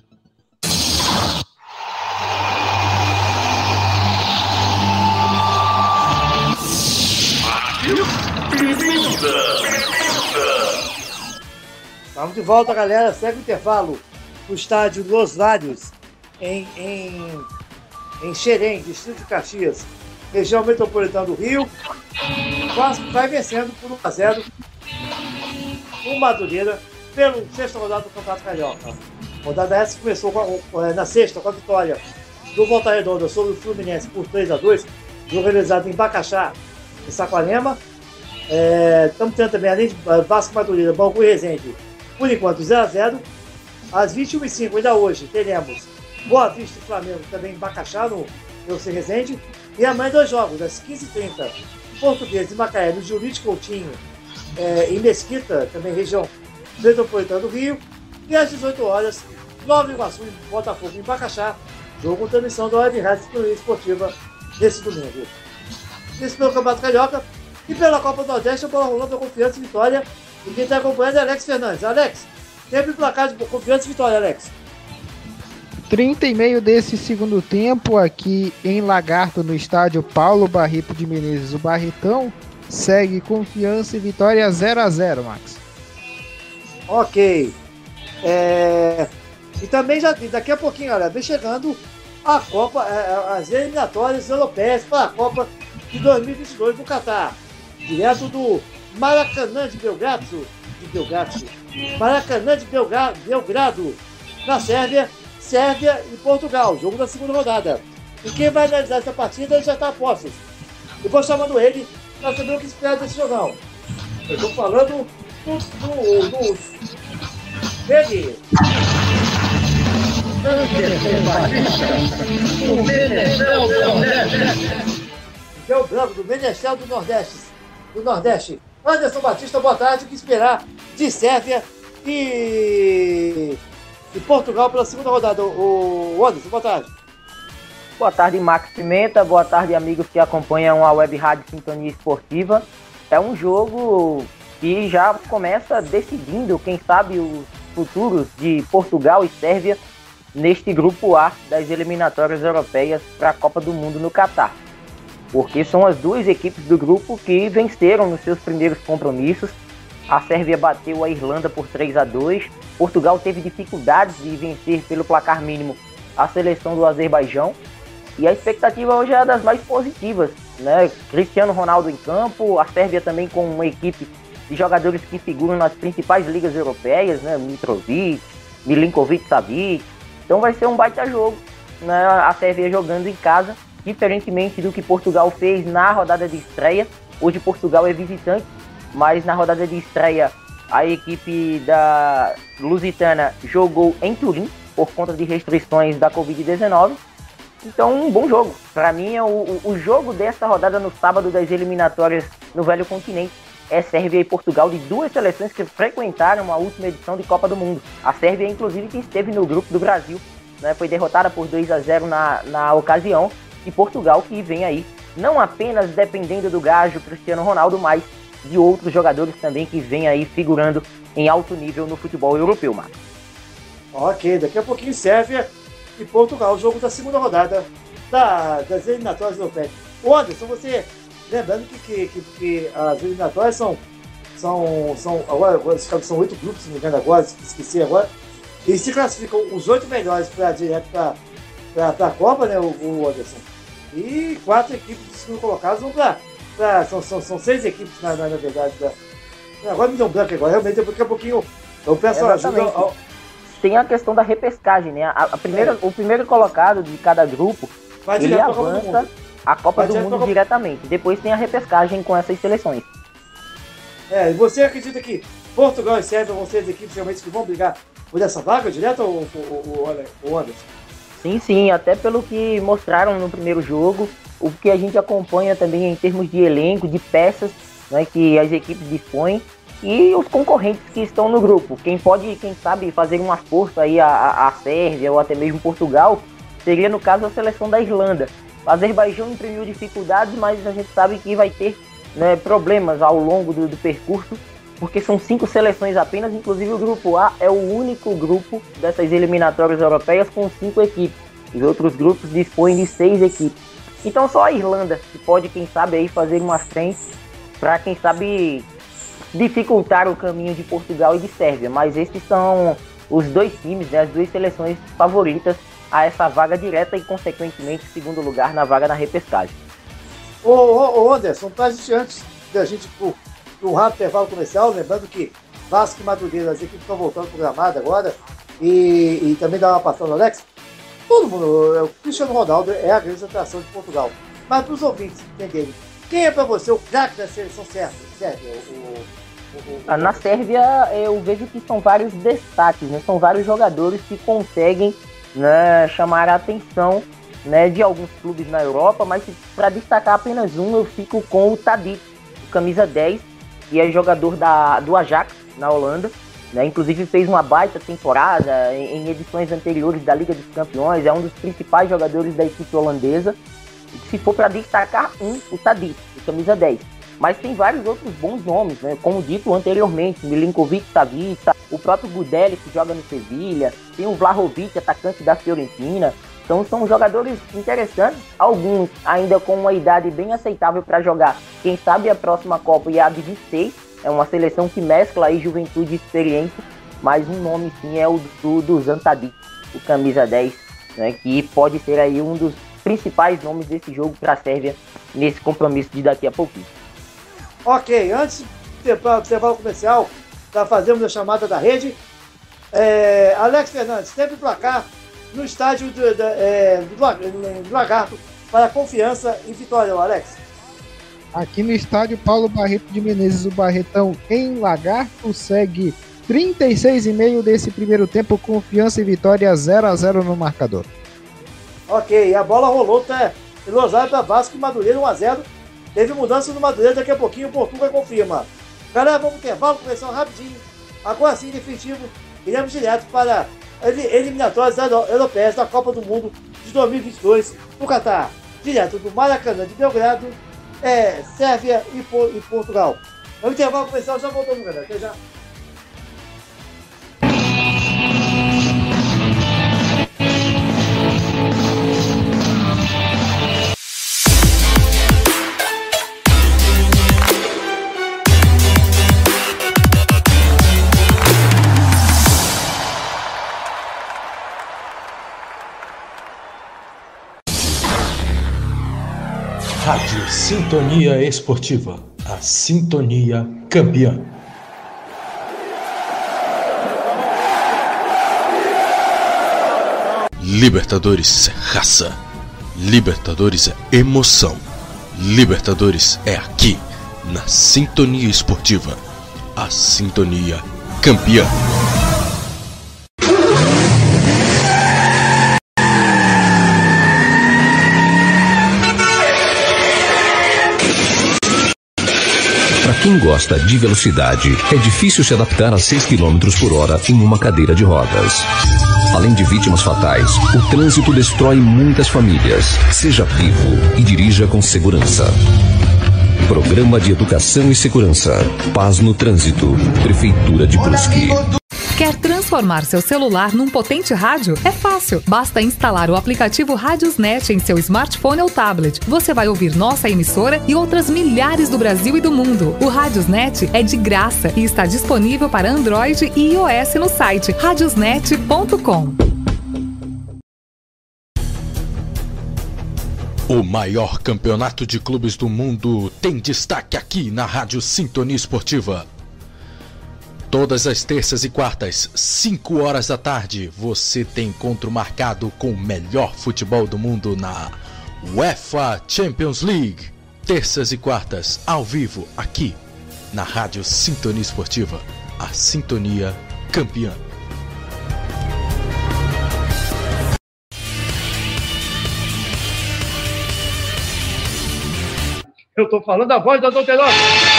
Estamos de volta, galera. Segue o intervalo no estádio Los Lários, em Xerém, distrito de Caxias, região metropolitana do Rio. O Vasco vai vencendo por 1-0 o Madureira pelo sexto rodada do Campeonato Carioca. A rodada essa começou na sexta com a vitória do Volta Redonda sobre o Fluminense por 3-2, jogo realizado em Bacaxá, em Saquarema. Estamos tendo também, além de Vasco Madureira, Bangu e Resende, por enquanto 0x0. Às 21h05, ainda hoje, teremos Boa Vista e Flamengo também em Bacaxá, no UFC Resende. E amanhã 2 jogos, às 15h30, Português e Macaé, no Jurite Coutinho, em Mesquita, também região metropolitana do Rio. E às 18 horas, Nova Iguaçu e Botafogo em Bacaxá, jogo com transmissão da Web Rádio Sintonia Esportiva nesse domingo. Isso pelo Campeonato Carioca e pela Copa do Nordeste, a bola rolando a Confiança e Vitória. E quem está acompanhando é Alex Fernandes. Alex, sempre placar de Confiança e Vitória, Alex. 30:30 desse segundo tempo, aqui em Lagarto, no estádio Paulo Barreto de Menezes, o Barretão, segue Confiança e Vitória 0x0, Max. Ok. E também já daqui a pouquinho, galera, vem chegando a Copa, as eliminatórias europeias para a Copa de 2022 no Catar. Direto do Maracanã de Belgrado. Maracanã de Belgrado, na Sérvia e Portugal, jogo da segunda rodada. E quem vai analisar essa partida já está a postos. Eu vou chamando ele para saber o que espera desse jogão. Eu estou falando dele. O Menestrel do Nordeste. Miguel Branco, do Menestrel do Nordeste. Anderson Batista, boa tarde. O que esperar de Sérvia e Portugal pela segunda rodada? O Anderson, boa tarde. Boa tarde, Max Pimenta. Boa tarde, amigos que acompanham a Web Rádio Sintonia Esportiva. É um jogo que já começa decidindo, quem sabe, os futuros de Portugal e Sérvia neste grupo A das eliminatórias europeias para a Copa do Mundo no Catar. Porque são as duas equipes do grupo que venceram nos seus primeiros compromissos. A Sérvia bateu a Irlanda por 3-2. Portugal teve dificuldades de vencer pelo placar mínimo a seleção do Azerbaijão. E a expectativa hoje é das mais positivas, né? Cristiano Ronaldo em campo, a Sérvia também com uma equipe de jogadores que figuram nas principais ligas europeias, né? Mitrovic, Milinkovic-Savic. Então vai ser um baita jogo, né? A Sérvia jogando em casa, diferentemente do que Portugal fez na rodada de estreia. Hoje Portugal é visitante, mas na rodada de estreia a equipe da Lusitana jogou em Turim por conta de restrições da Covid-19. Então, um bom jogo. Para mim, o jogo dessa rodada no sábado das eliminatórias no Velho Continente é Sérvia e Portugal, de duas seleções que frequentaram a última edição de Copa do Mundo. A Sérvia, inclusive, que esteve no grupo do Brasil, né, foi derrotada por 2-0 na ocasião. E Portugal, que vem aí, não apenas dependendo do gajo Cristiano Ronaldo, mas de outros jogadores também que vêm aí figurando em alto nível no futebol europeu, Marcos. Ok, daqui a pouquinho Sérvia e Portugal, o jogo da segunda rodada das eliminatórias europeias. Ô Anderson, você, lembrando que as eliminatórias são 8 grupos, se não me engano agora, esqueci agora, e se classificam os 8 melhores direto para a Copa, né, o Anderson? E 4 equipes de segundo colocados vão são 6 equipes, na verdade. Agora me deu um branco agora, realmente, daqui a pouquinho eu peço ajuda. Tem a questão da repescagem, né? O primeiro colocado de cada grupo, ele avança a Copa do Mundo diretamente. Depois tem a repescagem com essas seleções. E você acredita que Portugal e Sérvia vão ser as equipes realmente que vão brigar por essa vaga direto, ou Anderson? Sim, até pelo que mostraram no primeiro jogo, o que a gente acompanha também em termos de elenco, de peças, né, que as equipes dispõem, e os concorrentes que estão no grupo. Quem sabe, fazer uma força aí a Sérvia ou até mesmo Portugal, seria no caso a seleção da Irlanda. O Azerbaijão imprimiu dificuldades, mas a gente sabe que vai ter, né, problemas ao longo do percurso, porque são 5 seleções apenas, inclusive o grupo A é o único grupo dessas eliminatórias europeias com 5 equipes. Os outros grupos dispõem de 6 equipes. Então só a Irlanda que pode, quem sabe, aí fazer uma frente para, quem sabe, dificultar o caminho de Portugal e de Sérvia. Mas esses são os dois times, né, as duas seleções favoritas a essa vaga direta e, consequentemente, segundo lugar na vaga na repescagem. Ô Anderson, antes da gente um rápido intervalo comercial, lembrando que Vasco e Madureira, as equipes estão voltando para o gramado agora, e também dá uma passada no Alex. Todo mundo, o Cristiano Ronaldo é a grande atração de Portugal. Mas para os ouvintes entenderem, Quem é para você o craque da seleção Sérvia? Na Sérvia, eu vejo que são vários destaques, né? São vários jogadores que conseguem, né, chamar a atenção, né, de alguns clubes na Europa, mas para destacar apenas um, eu fico com o Tadic, o camisa 10, que é jogador do Ajax, na Holanda, né? Inclusive fez uma baita temporada em edições anteriores da Liga dos Campeões, é um dos principais jogadores da equipe holandesa. Se for para destacar o Tadic, o camisa 10. Mas tem vários outros bons nomes, né? Como dito anteriormente, Milinkovic-Savic, o próprio Gudeli, que joga no Sevilha, tem o Vlahovic, atacante da Fiorentina. Então são jogadores interessantes, alguns ainda com uma idade bem aceitável para jogar. Quem sabe a próxima Copa e a de 26, é uma seleção que mescla aí juventude e experiência, mas um nome sim é o do Dusan Tadic, o camisa 10, né? Que pode ser aí um dos principais nomes desse jogo para a Sérvia nesse compromisso de daqui a pouquinho. Ok, antes de observar o comercial, para fazermos a chamada da rede, Alex Fernandes, sempre placar no estádio do Lagarto para Confiança e Vitória, Alex. Aqui no estádio Paulo Barreto de Menezes, o Barretão em Lagarto segue 36,5 desse primeiro tempo, Confiança e Vitória 0-0 no marcador. Ok, a bola rolou até Rosário para Vasco e Madureira 1-0. Teve mudança no Madureira, daqui a pouquinho o Portugal confirma. Galera, vamos ter intervalo, começar rapidinho. Agora sim, definitivo, iremos direto para eliminatórias europeias da Copa do Mundo de 2022 no Catar. Direto do Maracanã de Belgrado, Sérvia e Portugal. O intervalo comercial já voltou, galera. Até já. Rádio Sintonia Esportiva, a sintonia campeã. Libertadores é raça, Libertadores é emoção, Libertadores é aqui, na Sintonia Esportiva, a sintonia campeã. Quem gosta de velocidade, é difícil se adaptar a 6 km por hora em uma cadeira de rodas. Além de vítimas fatais, o trânsito destrói muitas famílias. Seja vivo e dirija com segurança. Programa de Educação e Segurança. Paz no Trânsito. Prefeitura de Brusque. Quer transformar seu celular num potente rádio? É fácil. Basta instalar o aplicativo Radiosnet em seu smartphone ou tablet. Você vai ouvir nossa emissora e outras milhares do Brasil e do mundo. O Radiosnet é de graça e está disponível para Android e iOS no site radiosnet.com. O maior campeonato de clubes do mundo tem destaque aqui na Rádio Sintonia Esportiva. Todas as terças e quartas, 5 horas da tarde, você tem encontro marcado com o melhor futebol do mundo na UEFA Champions League. Terças e quartas, ao vivo, aqui na Rádio Sintonia Esportiva, a sintonia campeã. Eu tô falando a voz da Douterosa.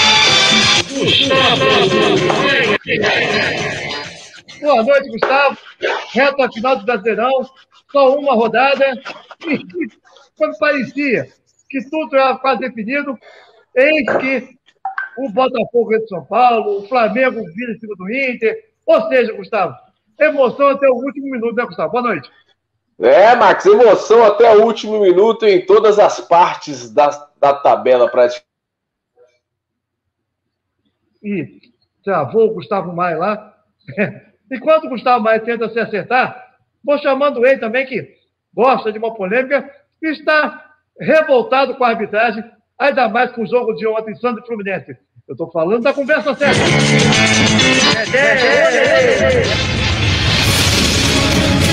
Boa noite, Gustavo. Reta final do Brasileirão, só uma rodada. E quando parecia que tudo era quase definido, eis que o Botafogo é de São Paulo, o Flamengo vira em cima do Inter. Ou seja, Gustavo, emoção até o último minuto, né, Gustavo? Boa noite. Max, emoção até o último minuto em todas as partes da tabela praticamente. E travou o Gustavo Maia lá. Enquanto o Gustavo Maia tenta se acertar, vou chamando ele também, que gosta de uma polêmica, e está revoltado com a arbitragem, ainda mais com o jogo de ontem, Santos e Fluminense. Eu estou falando da conversa certa.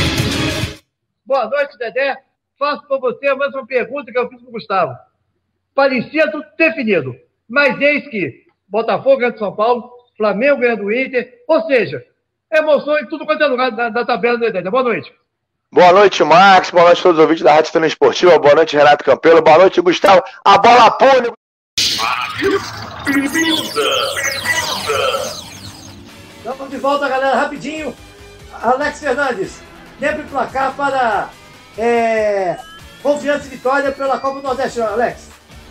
Boa noite, Dedé. Faço para você a mesma pergunta que eu fiz para o Gustavo. parecia tudo definido. Mas eis que Botafogo ganha do São Paulo, Flamengo ganha do Inter, ou seja, emoção em tudo quanto é lugar da tabela do Dedé. Boa noite. Boa noite, Max. Boa noite a todos os ouvintes da Rádio Sintonia Esportiva. Boa noite, Renato Campelo. Boa noite, Gustavo. A bola pune. Vamos de volta, galera, rapidinho. Alex Fernandes, lembra o placar para Confiança e Vitória pela Copa do Nordeste, Alex.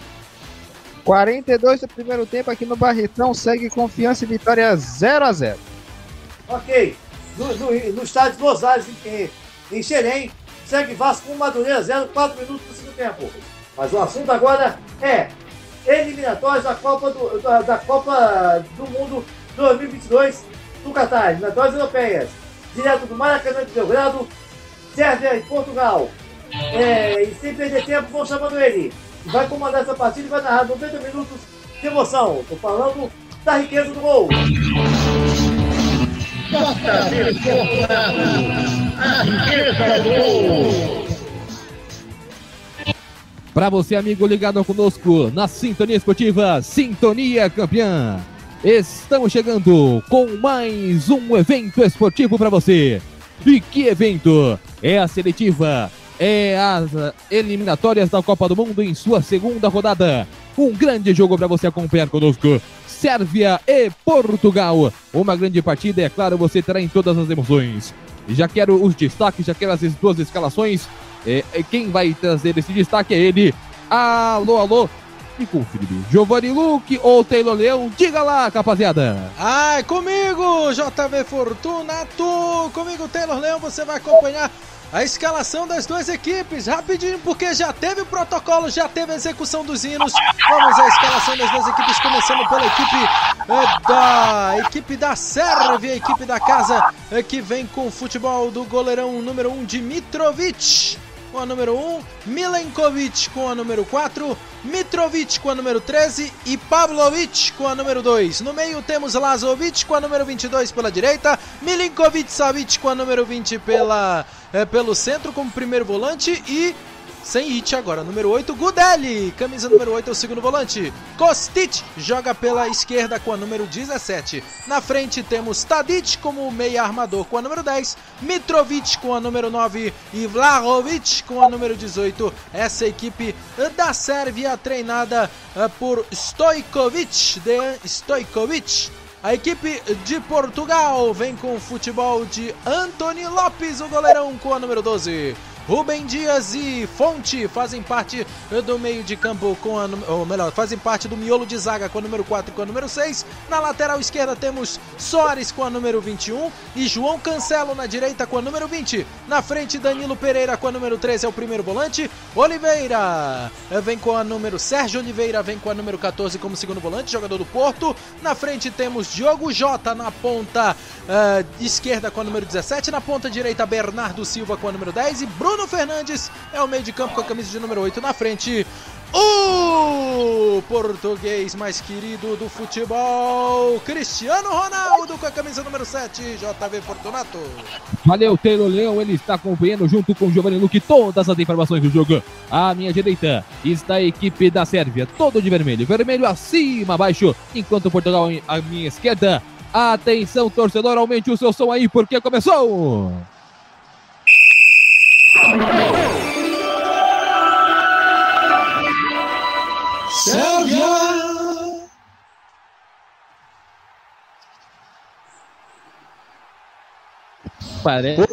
42 do primeiro tempo aqui no Barretão, segue Confiança e Vitória 0-0. Ok. No estádio Los Aires, em Xerém, segue Vasco 1, Madureira 0, 4 minutos do segundo tempo. Mas o assunto agora é eliminatórias da Copa do Mundo 2022 do Catar, eliminatórias europeias, direto do Maracanã de Belgrado, Sérvia e Portugal. E sem perder tempo, vão chamando ele. Vai comandar essa partida e vai narrar 90 minutos de emoção. Estou falando da riqueza do gol. A riqueza do gol. Para você, amigo ligado conosco na Sintonia Esportiva, Sintonia Campeã. Estamos chegando com mais um evento esportivo para você. E que evento? É a seletiva, é as eliminatórias da Copa do Mundo em sua segunda rodada. Um grande jogo para você acompanhar conosco. Sérvia e Portugal. Uma grande partida, é claro, você terá em todas as emoções. Já quero os destaques, já quero as duas escalações. Quem vai trazer esse destaque é ele. Alô. E confirme, Giovanni Luque ou Taylor Leão? Diga lá, rapaziada. Comigo, JV Fortunato. Comigo, Taylor Leão, você vai acompanhar a escalação das duas equipes, rapidinho, porque já teve o protocolo, já teve a execução dos hinos. Vamos à escalação das duas equipes, começando pela equipe da Sérvia, a equipe da casa, que vem com o futebol do goleirão número 1, Dimitrovic, com a número 1, Milenkovic com a número 4, Mitrovic com a número 13 e Pavlovic com a número 2. No meio temos Lazovic com a número 22 pela direita, Milinkovic-Savic com a número 20 pelo centro como primeiro volante e sem hit agora, número 8, Gudeli, camisa número 8 é o segundo volante. Kostic joga pela esquerda com a número 17. Na frente temos Tadic como meia armador com a número 10, Mitrovic com a número 9 e Vlahovic com a número 18. Essa equipe da Sérvia treinada por Stojkovic, Dejan Stojkovic. A equipe de Portugal vem com o futebol de Anthony Lopes, o goleirão com a número 12. Rubem Dias e Fonte fazem parte do meio de campo fazem parte do miolo de zaga com a número 4 e com a número 6. Na lateral esquerda temos Soares com a número 21 e João Cancelo na direita com a número 20. Na frente, Danilo Pereira com a número 13 é o primeiro volante. Sérgio Oliveira vem com a número 14 como segundo volante, jogador do Porto. Na frente temos Diogo Jota na ponta esquerda com a número 17. Na ponta direita, Bernardo Silva com a número 10 e Bruno Fernandes é o meio de campo com a camisa de número 8. Na frente, o português mais querido do futebol, Cristiano Ronaldo com a camisa número 7, JV Fortunato. Valeu, Taylor Leão, ele está acompanhando junto com o Giovanni Luque todas as informações do jogo. À minha direita está a equipe da Sérvia, todo de vermelho, vermelho acima, abaixo, enquanto Portugal à minha esquerda. Atenção, torcedor, aumente o seu som aí, porque começou! Sérvia! Parece.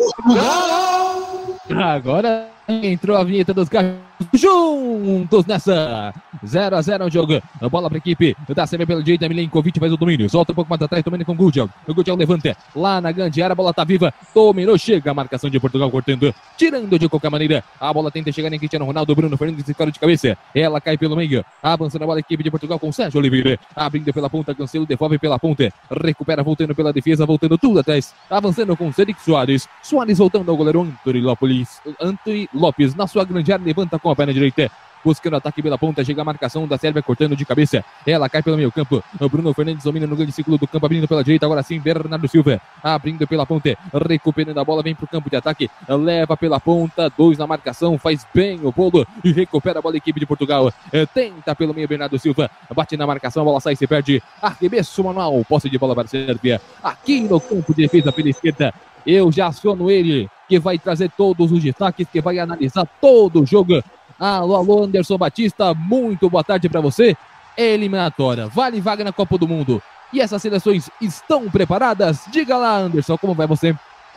Agora entrou a vinheta dos carros juntos nessa 0-0 o jogo. A bola para a equipe da Sérvia pela direita. Milenkovic faz o domínio, solta um pouco mais atrás, domínio com o Gudel. O Gudel levanta lá na grande área, a bola tá viva, dominou, chega a marcação de Portugal cortando, tirando de qualquer maneira. A bola tenta chegar em Cristiano Ronaldo, Bruno Fernandes fica de cabeça, ela cai pelo meio, avançando a bola a equipe de Portugal com Sérgio Oliveira, abrindo pela ponta, Cancelo devolve pela ponta, recupera voltando pela defesa, voltando tudo atrás, avançando com Cedric Soares voltando ao goleiro Anthony Lopes na sua grande área, levanta com a perna direita, buscando ataque pela ponta, chega a marcação da Sérvia, cortando de cabeça, ela cai pelo meio campo, o Bruno Fernandes domina no grande círculo do campo, abrindo pela direita, agora sim, Bernardo Silva, abrindo pela ponta, recuperando a bola, vem pro campo de ataque, leva pela ponta, 2 na marcação, faz bem o bolo e recupera a bola a equipe de Portugal, tenta pelo meio Bernardo Silva, bate na marcação, a bola sai e se perde, arremesso manual, posse de bola para a Sérvia, aqui no campo de defesa pela esquerda, eu já aciono ele, que vai trazer todos os destaques, que vai analisar todo o jogo. Alô, Anderson Batista, muito boa tarde para você. Eliminatória, vale vaga na Copa do Mundo. E essas seleções estão preparadas? Diga lá, Anderson, como vai você?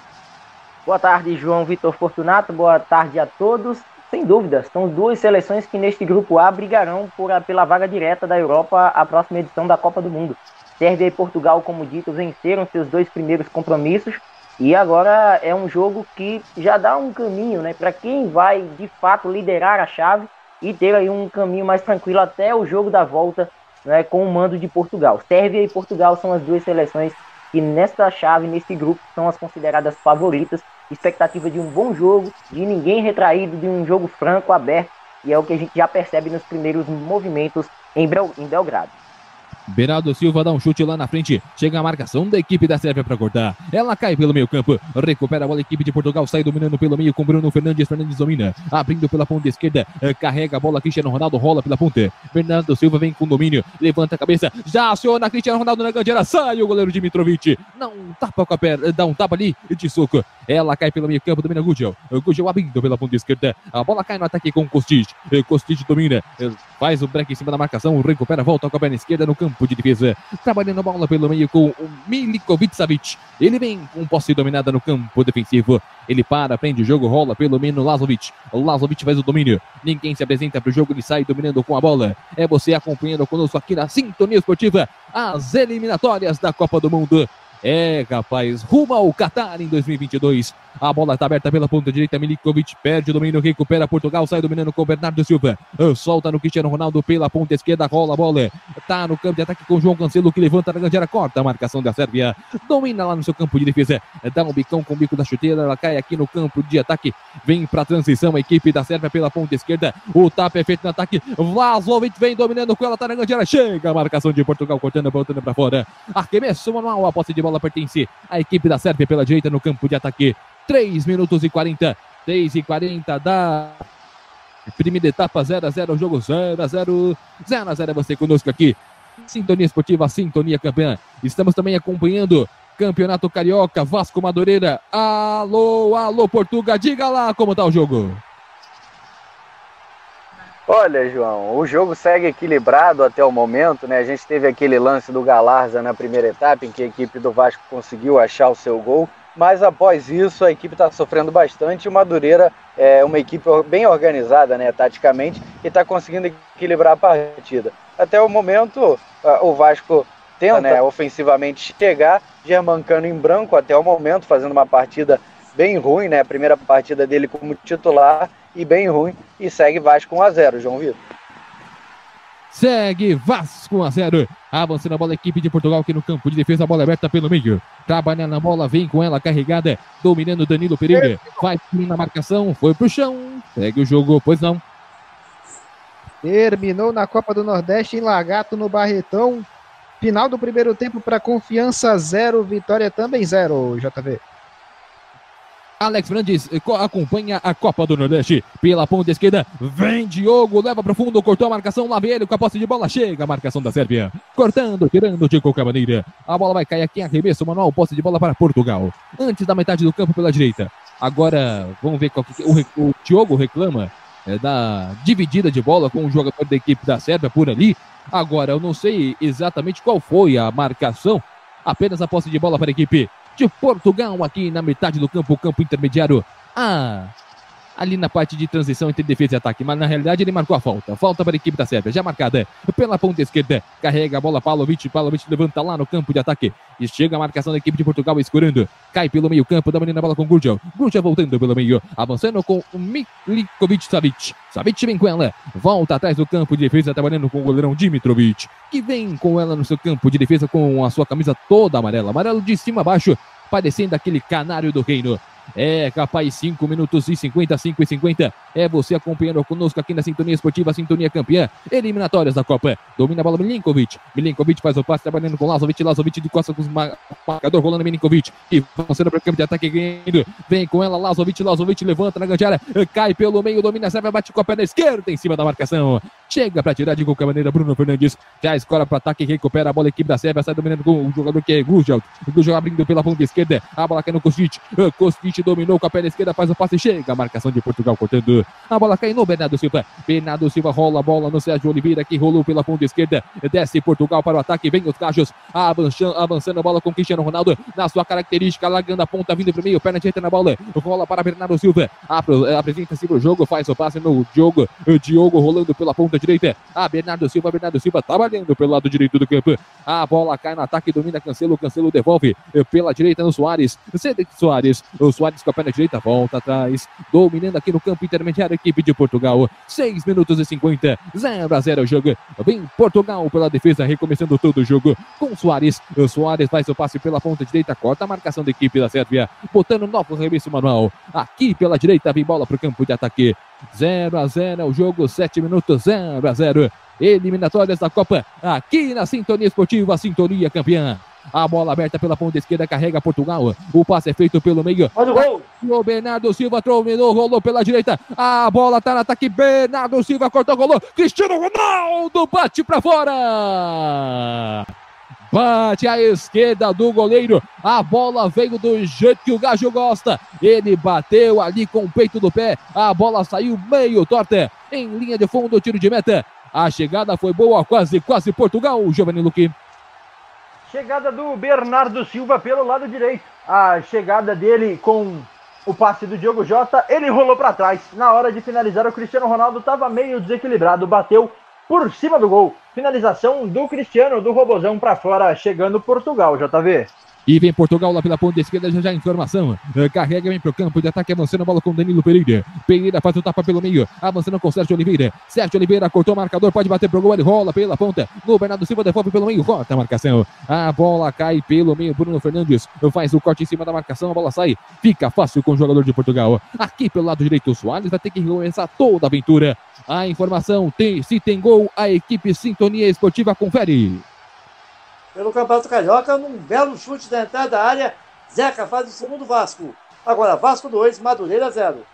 Boa tarde, João Vitor Fortunato, boa tarde a todos. Sem dúvida, são 2 seleções que neste grupo A brigarão pela vaga direta da Europa à próxima edição da Copa do Mundo. Sérvia e Portugal, como dito, venceram seus 2 primeiros compromissos. E agora é um jogo que já dá um caminho, né, para quem vai de fato liderar a chave e ter aí um caminho mais tranquilo até o jogo da volta, né, com o mando de Portugal. Sérvia e Portugal são as 2 seleções que nesta chave, nesse grupo, são as consideradas favoritas. Expectativa de um bom jogo, de ninguém retraído, de um jogo franco, aberto, e é o que a gente já percebe nos primeiros movimentos em Belgrado. Bernardo Silva dá um chute lá na frente. Chega a marcação da equipe da Sérvia para cortar. Ela cai pelo meio campo. Recupera a bola a equipe de Portugal. Sai dominando pelo meio com Bruno Fernandes. Fernandes domina. Abrindo pela ponta esquerda. Carrega a bola. Cristiano Ronaldo rola pela ponta. Bernardo Silva vem com domínio. Levanta a cabeça. Já aciona Cristiano Ronaldo na canteira. Sai o goleiro Dimitrovic. Não tapa com a perna. Dá um tapa ali de soco. Ela cai pelo meio campo. Domina Gugel. Gugel abrindo pela ponta esquerda. A bola cai no ataque com Kostic. Kostic domina. Faz o break em cima da marcação. Recupera. Volta com a perna esquerda no campo de defesa, trabalhando a bola pelo meio com o Milinkovic-Savic. Ele vem com posse dominada no campo defensivo. Ele para, prende o jogo, rola pelo meio no Lazovic. O Lazovic faz o domínio. Ninguém se apresenta para o jogo, ele sai dominando com a bola. É você acompanhando conosco aqui na Sintonia Esportiva, as eliminatórias da Copa do Mundo. É, rapaz, rumo ao Qatar em 2022. A bola está aberta pela ponta direita. Milinkovic perde o domínio, recupera Portugal, sai dominando com Bernardo Silva. Solta no Cristiano Ronaldo pela ponta esquerda, rola a bola. Tá no campo de ataque com João Cancelo, que levanta na canteira, corta a marcação da Sérvia. Domina lá no seu campo de defesa. Dá um bicão com o bico da chuteira, ela cai aqui no campo de ataque. Vem pra transição a equipe da Sérvia pela ponta esquerda. O tapa é feito no ataque. Vlahovic vem dominando com ela, tá na canteira. Chega a marcação de Portugal, cortando, voltando pra fora. Arremesso manual, a posse de bola pertence à equipe da Sérvia pela direita no campo de ataque. 3 minutos e 40. 3 e 40 da primeira etapa. 0-0, o jogo 0-0. 0-0 é você conosco aqui. Sintonia Esportiva, Sintonia Campeã. Estamos também acompanhando Campeonato Carioca, Vasco Madureira. Alô, Portuga, diga lá como tá o jogo. Olha, João, o jogo segue equilibrado até o momento, né? A gente teve aquele lance do Galarza na primeira etapa, em que a equipe do Vasco conseguiu achar o seu gol, mas após isso a equipe está sofrendo bastante. O Madureira é uma equipe bem organizada, né, taticamente, e está conseguindo equilibrar a partida. Até o momento, o Vasco tenta, né, ofensivamente chegar, Germancano em branco até o momento, fazendo uma partida bem ruim, né? A primeira partida dele como titular e bem ruim, e segue Vasco 1-0, João Vitor. Segue Vasco 1-0. Avançando a bola, a equipe de Portugal aqui no campo de defesa, a bola aberta pelo meio. Trabalhando a bola, vem com ela carregada, dominando Danilo Pereira. Vai na marcação, foi pro chão. Segue o jogo, pois não. Terminou na Copa do Nordeste em Lagarto, no Barretão. Final do primeiro tempo para Confiança 0, Vitória também 0, JV. Alex Fernandes acompanha a Copa do Nordeste pela ponta esquerda, vem Diogo, leva para o fundo, cortou a marcação, lá vem ele com a posse de bola, chega a marcação da Sérvia, cortando, tirando de qualquer maneira, a bola vai cair aqui em arremesso manual, posse de bola para Portugal, antes da metade do campo pela direita. Agora vamos ver qual que o Diogo reclama da dividida de bola com o jogador da equipe da Sérvia por ali. Agora eu não sei exatamente qual foi a marcação, apenas a posse de bola para a equipe de Portugal aqui na metade do campo, campo intermediário. Ali na parte de transição entre defesa e ataque, mas na realidade ele marcou a falta. Falta para a equipe da Sérvia, já marcada pela ponta esquerda. Carrega a bola, Pavlovic levanta lá no campo de ataque e chega a marcação da equipe de Portugal escurando. Cai pelo meio campo, dominando a bola com Gurgel. Gurgel voltando pelo meio, avançando com o Milinkovic-Savic. Savic vem com ela, volta atrás do campo de defesa, trabalhando com o goleirão Dimitrovic, que vem com ela no seu campo de defesa com a sua camisa toda amarela. Amarelo de cima a baixo, parecendo aquele canário do reino. É capaz, 5 minutos e 50, 5 e 50. É você acompanhando conosco aqui na Sintonia Esportiva, Sintonia Campeã. Eliminatórias da Copa. Domina a bola Milinkovic. Milinkovic faz o passe trabalhando com Lazovic. Lazovic de costas com o marcador rolando Milinkovic. E avançando para o campo de ataque ganhando. Vem com ela Lazovic. Lazovic levanta na grande área. Cai pelo meio, domina a serva, bate com a perna esquerda em cima da marcação. Chega para tirar de qualquer maneira Bruno Fernandes. Já escora para ataque, recupera a bola. A equipe da Sérvia sai dominando com o jogador que é Gugel. Gugel abrindo pela ponta esquerda. A bola cai no Kostic. Kostic dominou com a perna esquerda, faz o passe, chega a marcação de Portugal cortando. A bola cai no Bernardo Silva. Bernardo Silva rola a bola no Sérgio Oliveira, que rolou pela ponta esquerda. Desce Portugal para o ataque, vem os Cajos. Avançando a bola com Cristiano Ronaldo. Na sua característica, largando a ponta, vindo para o meio, perna direita na bola. Rola para Bernardo Silva. Apresenta-se para o jogo, faz o passe no Diogo. Diogo rolando pela ponta direita. Bernardo Silva trabalhando pelo lado direito do campo. A bola cai no ataque, domina Cancelo. Cancelo devolve pela direita no Soares. Cedric Soares. O Soares com a perna direita, volta atrás, dominando aqui no campo intermediário a equipe de Portugal. 6 minutos e 50, 0-0 o jogo. Vem Portugal pela defesa, recomeçando todo o jogo com Soares. O Soares faz o passe pela ponta direita, corta a marcação da equipe da Sérvia, botando novo arremesso manual. Aqui pela direita, vem bola para o campo de ataque. 0-0 o jogo, 7 minutos, 0-0. Eliminatórias da Copa, aqui na Sintonia Esportiva, Sintonia Campeã. A bola aberta pela ponta esquerda, carrega Portugal. O passe é feito pelo meio. Olha o gol. O Bernardo Silva dominou, rolou pela direita. A bola tá no ataque. Bernardo Silva cortou, rolou. Cristiano Ronaldo bate pra fora. Bate à esquerda do goleiro. A bola veio do jeito que o Gajo gosta. Ele bateu ali com o peito do pé. A bola saiu meio torta. Em linha de fundo, tiro de meta. A chegada foi boa, quase Portugal, Giovanni Luque. Chegada do Bernardo Silva pelo lado direito. A chegada dele com o passe do Diogo Jota, ele rolou para trás. Na hora de finalizar, o Cristiano Ronaldo estava meio desequilibrado, bateu por cima do gol. Finalização do Cristiano, do Robozão para fora, chegando Portugal, JV. E vem Portugal lá pela ponta esquerda, já informação. Carrega, vem pro campo de ataque, avançando a bola com Danilo Pereira. Pereira faz o tapa pelo meio, avançando com Sérgio Oliveira. Sérgio Oliveira cortou o marcador, pode bater pro gol, ele rola pela ponta. No Bernardo Silva, devolve pelo meio, corta a marcação. A bola cai pelo meio, Bruno Fernandes faz o corte em cima da marcação, a bola sai. Fica fácil com o jogador de Portugal. Aqui pelo lado direito, o Soares vai ter que recomeçar toda a aventura. A informação, se tem gol, a equipe Sintonia Esportiva confere. Pelo Campeonato Carioca, num belo chute da entrada da área, Zeca faz o segundo Vasco. Agora Vasco 2, Madureira 0.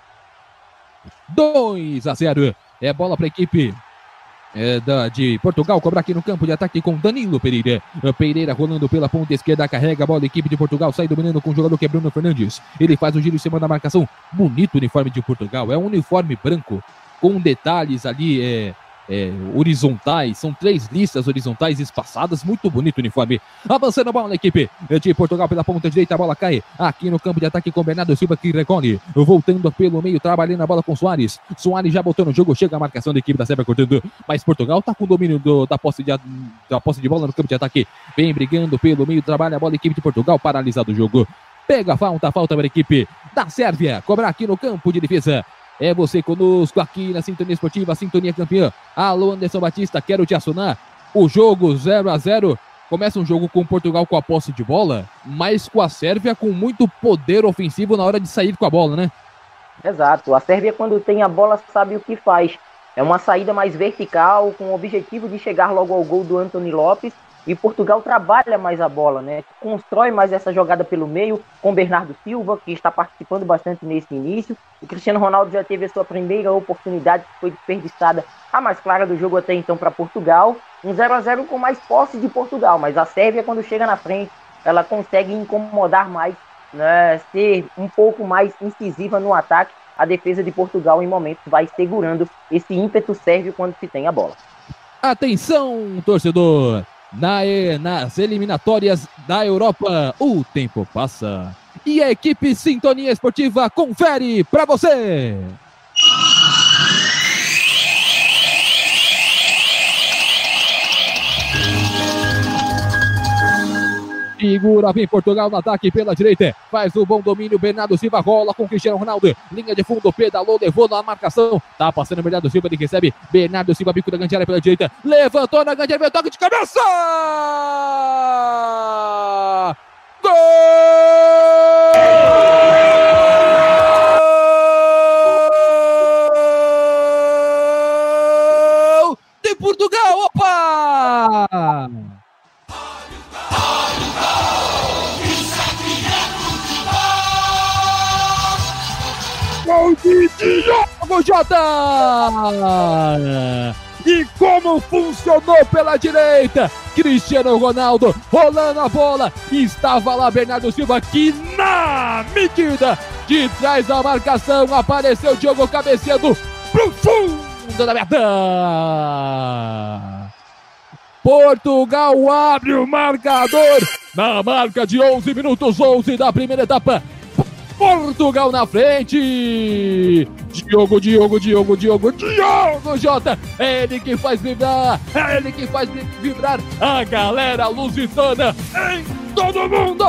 2-0. É bola para a equipe de Portugal, cobrar aqui no campo de ataque com Danilo Pereira. Pereira rolando pela ponta esquerda, carrega a bola, a equipe de Portugal sai dominando com o jogador que é Bruno Fernandes. Ele faz o giro em cima da marcação. Bonito uniforme de Portugal, é um uniforme branco com detalhes ali horizontais, são 3 listas horizontais espaçadas, muito bonito o uniforme. Avançando a bola na equipe de Portugal pela ponta direita, a bola cai aqui no campo de ataque com Bernardo Silva, que recolhe, voltando pelo meio, trabalhando a bola com Soares. Soares já botou no jogo, chega a marcação da equipe da Sérvia cortando, mas Portugal tá com o domínio da posse de bola no campo de ataque, vem brigando pelo meio, trabalha a bola, a equipe de Portugal, paralisado o jogo. Pega a falta para a equipe da Sérvia, cobrar aqui no campo de defesa. É você conosco aqui na Sintonia Esportiva, Sintonia Campeã. Alô, Anderson Batista, quero te acionar. O jogo 0-0. Começa um jogo com Portugal com a posse de bola, mas com a Sérvia com muito poder ofensivo na hora de sair com a bola, né? Exato. A Sérvia, quando tem a bola, sabe o que faz. É uma saída mais vertical, com o objetivo de chegar logo ao gol do Anthony Lopes. E Portugal trabalha mais a bola, né? Constrói mais essa jogada pelo meio com Bernardo Silva, que está participando bastante nesse início. O Cristiano Ronaldo já teve a sua primeira oportunidade, que foi desperdiçada, a mais clara do jogo até então para Portugal. Um 0-0 com mais posse de Portugal, mas a Sérvia, quando chega na frente, ela consegue incomodar mais, né? Ser um pouco mais incisiva no ataque. A defesa de Portugal, em momentos, vai segurando esse ímpeto sérvio quando se tem a bola. Atenção, torcedor! Nas eliminatórias da Europa, o tempo passa e a equipe Sintonia Esportiva confere para você. Segura, vem Portugal no ataque pela direita. Faz o bom domínio, Bernardo Silva rola com Cristiano Ronaldo. Linha de fundo, pedalou, levou na marcação. Tá passando o Bernardo Silva, ele recebe. Bernardo Silva, bico da grande área pela direita. Levantou na grande área, veio toque de cabeça! Gol! Gol de Diogo Jota! E como funcionou pela direita, Cristiano Ronaldo rolando a bola, estava lá Bernardo Silva, que na medida de trás da marcação apareceu Diogo cabeceando pro fundo da meta. Portugal abre o marcador na marca de 11 minutos, 11 da primeira etapa. Portugal na frente. Diogo Jota. Ele que faz vibrar a galera lusitana em todo mundo.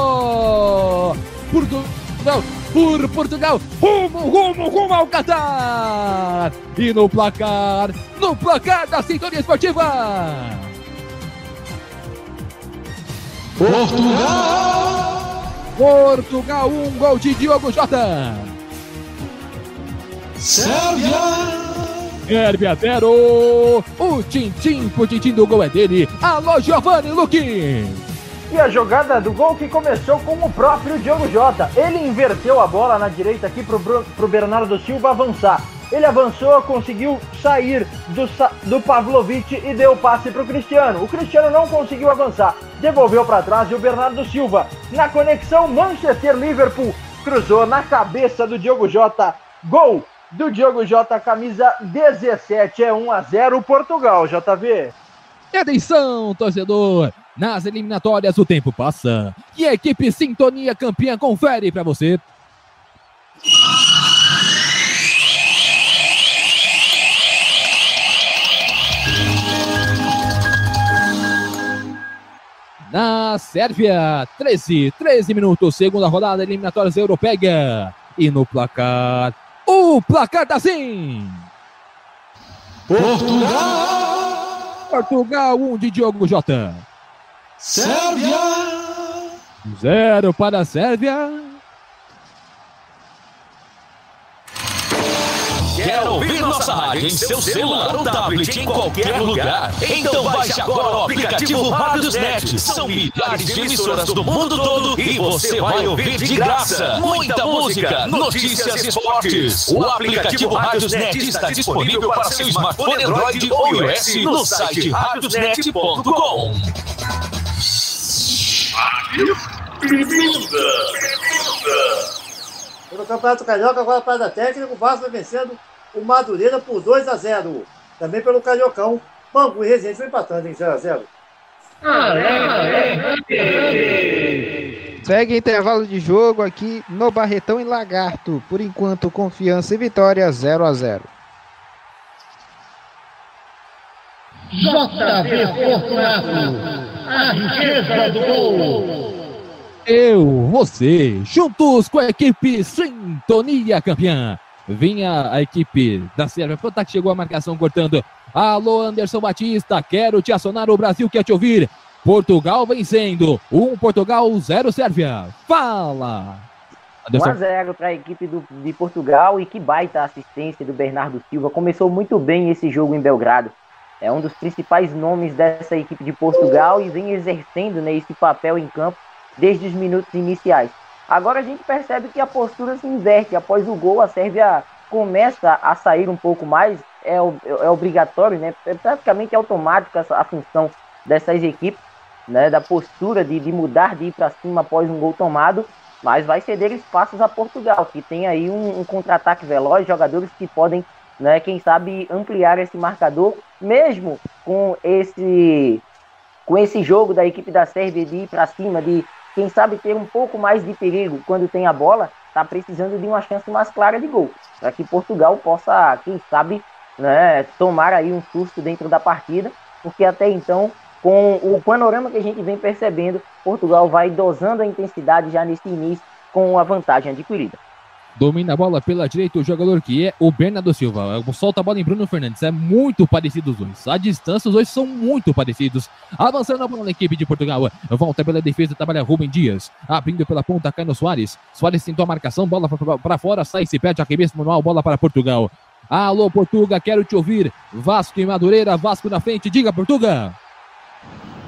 Portugal, rumo ao Catar. E no placar da Sintonia Esportiva. Portugal, um gol de Diogo Jota. Sérvia 0. O tintim do gol é dele. Alô, Giovanni Luque. E a jogada do gol que começou com o próprio Diogo Jota. Ele inverteu a bola na direita aqui pro Bernardo Silva avançar. Ele avançou, conseguiu sair do Pavlovic e deu o passe pro Cristiano. O Cristiano não conseguiu avançar, devolveu para trás e o Bernardo Silva, na conexão Manchester-Liverpool, cruzou na cabeça do Diogo Jota. Gol do Diogo Jota, camisa 17, é 1-0 Portugal, JV. E atenção, torcedor, nas eliminatórias o tempo passa e a equipe Sintonia campeã confere para você. Na Sérvia, 13 minutos, segunda rodada, eliminatórias europeia. E no placar, o placar tá assim. Portugal, 1 de Diogo Jota. Sérvia 0 para a Sérvia. Quer ouvir nossa rádio em seu celular ou tablet em qualquer lugar? Então baixe agora o aplicativo Radiosnet. São milhares de emissoras do mundo todo e você vai ouvir de graça muita música, notícias e esportes. O aplicativo Radiosnet está disponível para seu smartphone Android ou iOS no site radiosnet.com. Pelo Campeonato Carioca, agora para a técnica, o Vasco vai vencendo o Madureira por 2-0. Também pelo Cariocão, Bangu e Resende foi empatando em 0-0. Segue intervalo de jogo aqui no Barretão e Lagarto. Por enquanto, Confiança e Vitória 0-0. JV Fortunato, a riqueza do gol. Eu, você, juntos com a equipe Sintonia campeã. Vinha a equipe da Sérvia, pronto, que chegou a marcação cortando. Alô, Anderson Batista, quero te acionar, o Brasil quer te ouvir. Portugal vencendo, 1 Portugal, 0 Sérvia. Fala! 1-0 para a equipe de Portugal e que baita assistência do Bernardo Silva. Começou muito bem esse jogo em Belgrado. É um dos principais nomes dessa equipe de Portugal e vem exercendo, né, esse papel em campo desde os minutos iniciais. Agora a gente percebe que a postura se inverte. Após o gol, a Sérvia começa a sair um pouco mais. É obrigatório, né? É praticamente automático a função dessas equipes, né? Da postura de mudar, de ir para cima após um gol tomado. Mas vai ceder espaços a Portugal, que tem aí um contra-ataque veloz, jogadores que podem, né, quem sabe, ampliar esse marcador, mesmo com esse jogo da equipe da Sérvia de ir para cima, de quem sabe ter um pouco mais de perigo quando tem a bola, está precisando de uma chance mais clara de gol, para que Portugal possa, quem sabe, né, tomar aí um susto dentro da partida, porque até então, com o panorama que a gente vem percebendo, Portugal vai dosando a intensidade já nesse início com a vantagem adquirida. Domina a bola pela direita o jogador que é o Bernardo Silva. Solta a bola em Bruno Fernandes. É muito parecido os dois. A distância, os dois são muito parecidos. Avançando a bola na equipe de Portugal. Volta pela defesa, trabalha Rubem Dias. Abrindo pela ponta, cai no Soares. Soares tentou a marcação, bola para fora, sai, se perde, arremesso manual, bola para Portugal. Alô, Portuga, quero te ouvir. Vasco e Madureira, Vasco na frente. Diga, Portuga.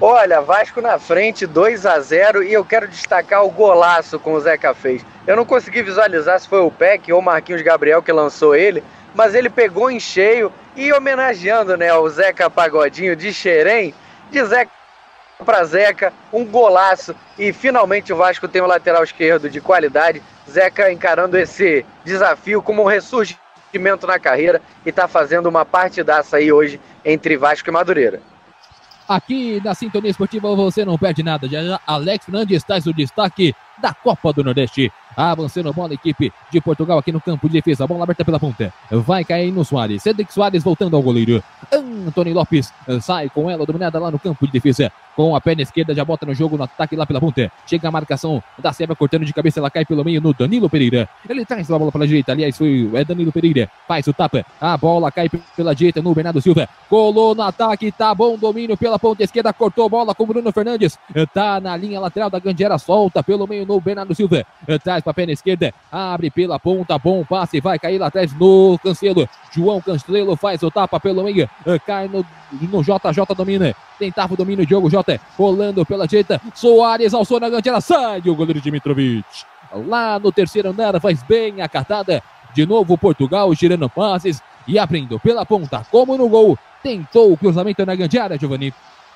Olha, Vasco na frente, 2-0, e eu quero destacar o golaço com o Zeca fez. Eu não consegui visualizar se foi o Peck ou o Marquinhos Gabriel que lançou ele, mas ele pegou em cheio e homenageando, né, o Zeca Pagodinho de Xerém, de Zeca para Zeca, um golaço, e finalmente o Vasco tem um lateral esquerdo de qualidade. Zeca encarando esse desafio como um ressurgimento na carreira e está fazendo uma partidaça aí hoje entre Vasco e Madureira. Aqui na Sintonia Esportiva você não perde nada. Já Alex Fernandes traz o destaque da Copa do Nordeste. Avançando a bola, a equipe de Portugal aqui no campo de defesa. A bola aberta pela ponta. Vai cair no Soares. Cedric Soares voltando ao goleiro. Antônio Lopes sai com ela dominada lá no campo de defesa. Com a perna esquerda, já bota no jogo, no ataque lá pela ponta. Chega a marcação da Sérvia cortando de cabeça. Ela cai pelo meio no Danilo Pereira. Ele traz a bola pela direita. Aliás, é Danilo Pereira. Faz o tapa. A bola cai pela direita no Bernardo Silva. Colou no ataque. Tá bom domínio pela ponta esquerda. Cortou a bola com o Bruno Fernandes. Tá na linha lateral da grande área. Solta pelo meio no Bernardo Silva. Traz pra perna esquerda. Abre pela ponta. Bom passe. Vai cair lá atrás no Cancelo. João Cancelo faz o tapa pelo meio. Cai no JJ, domina. Tentava o domínio, Diogo Jota rolando pela direita. Soares alçou na grande área. Sai o goleiro Dimitrovic. Lá no terceiro andar, faz bem a cartada. De novo Portugal girando passes e abrindo pela ponta, como no gol. Tentou o cruzamento na grande área, Giovanni.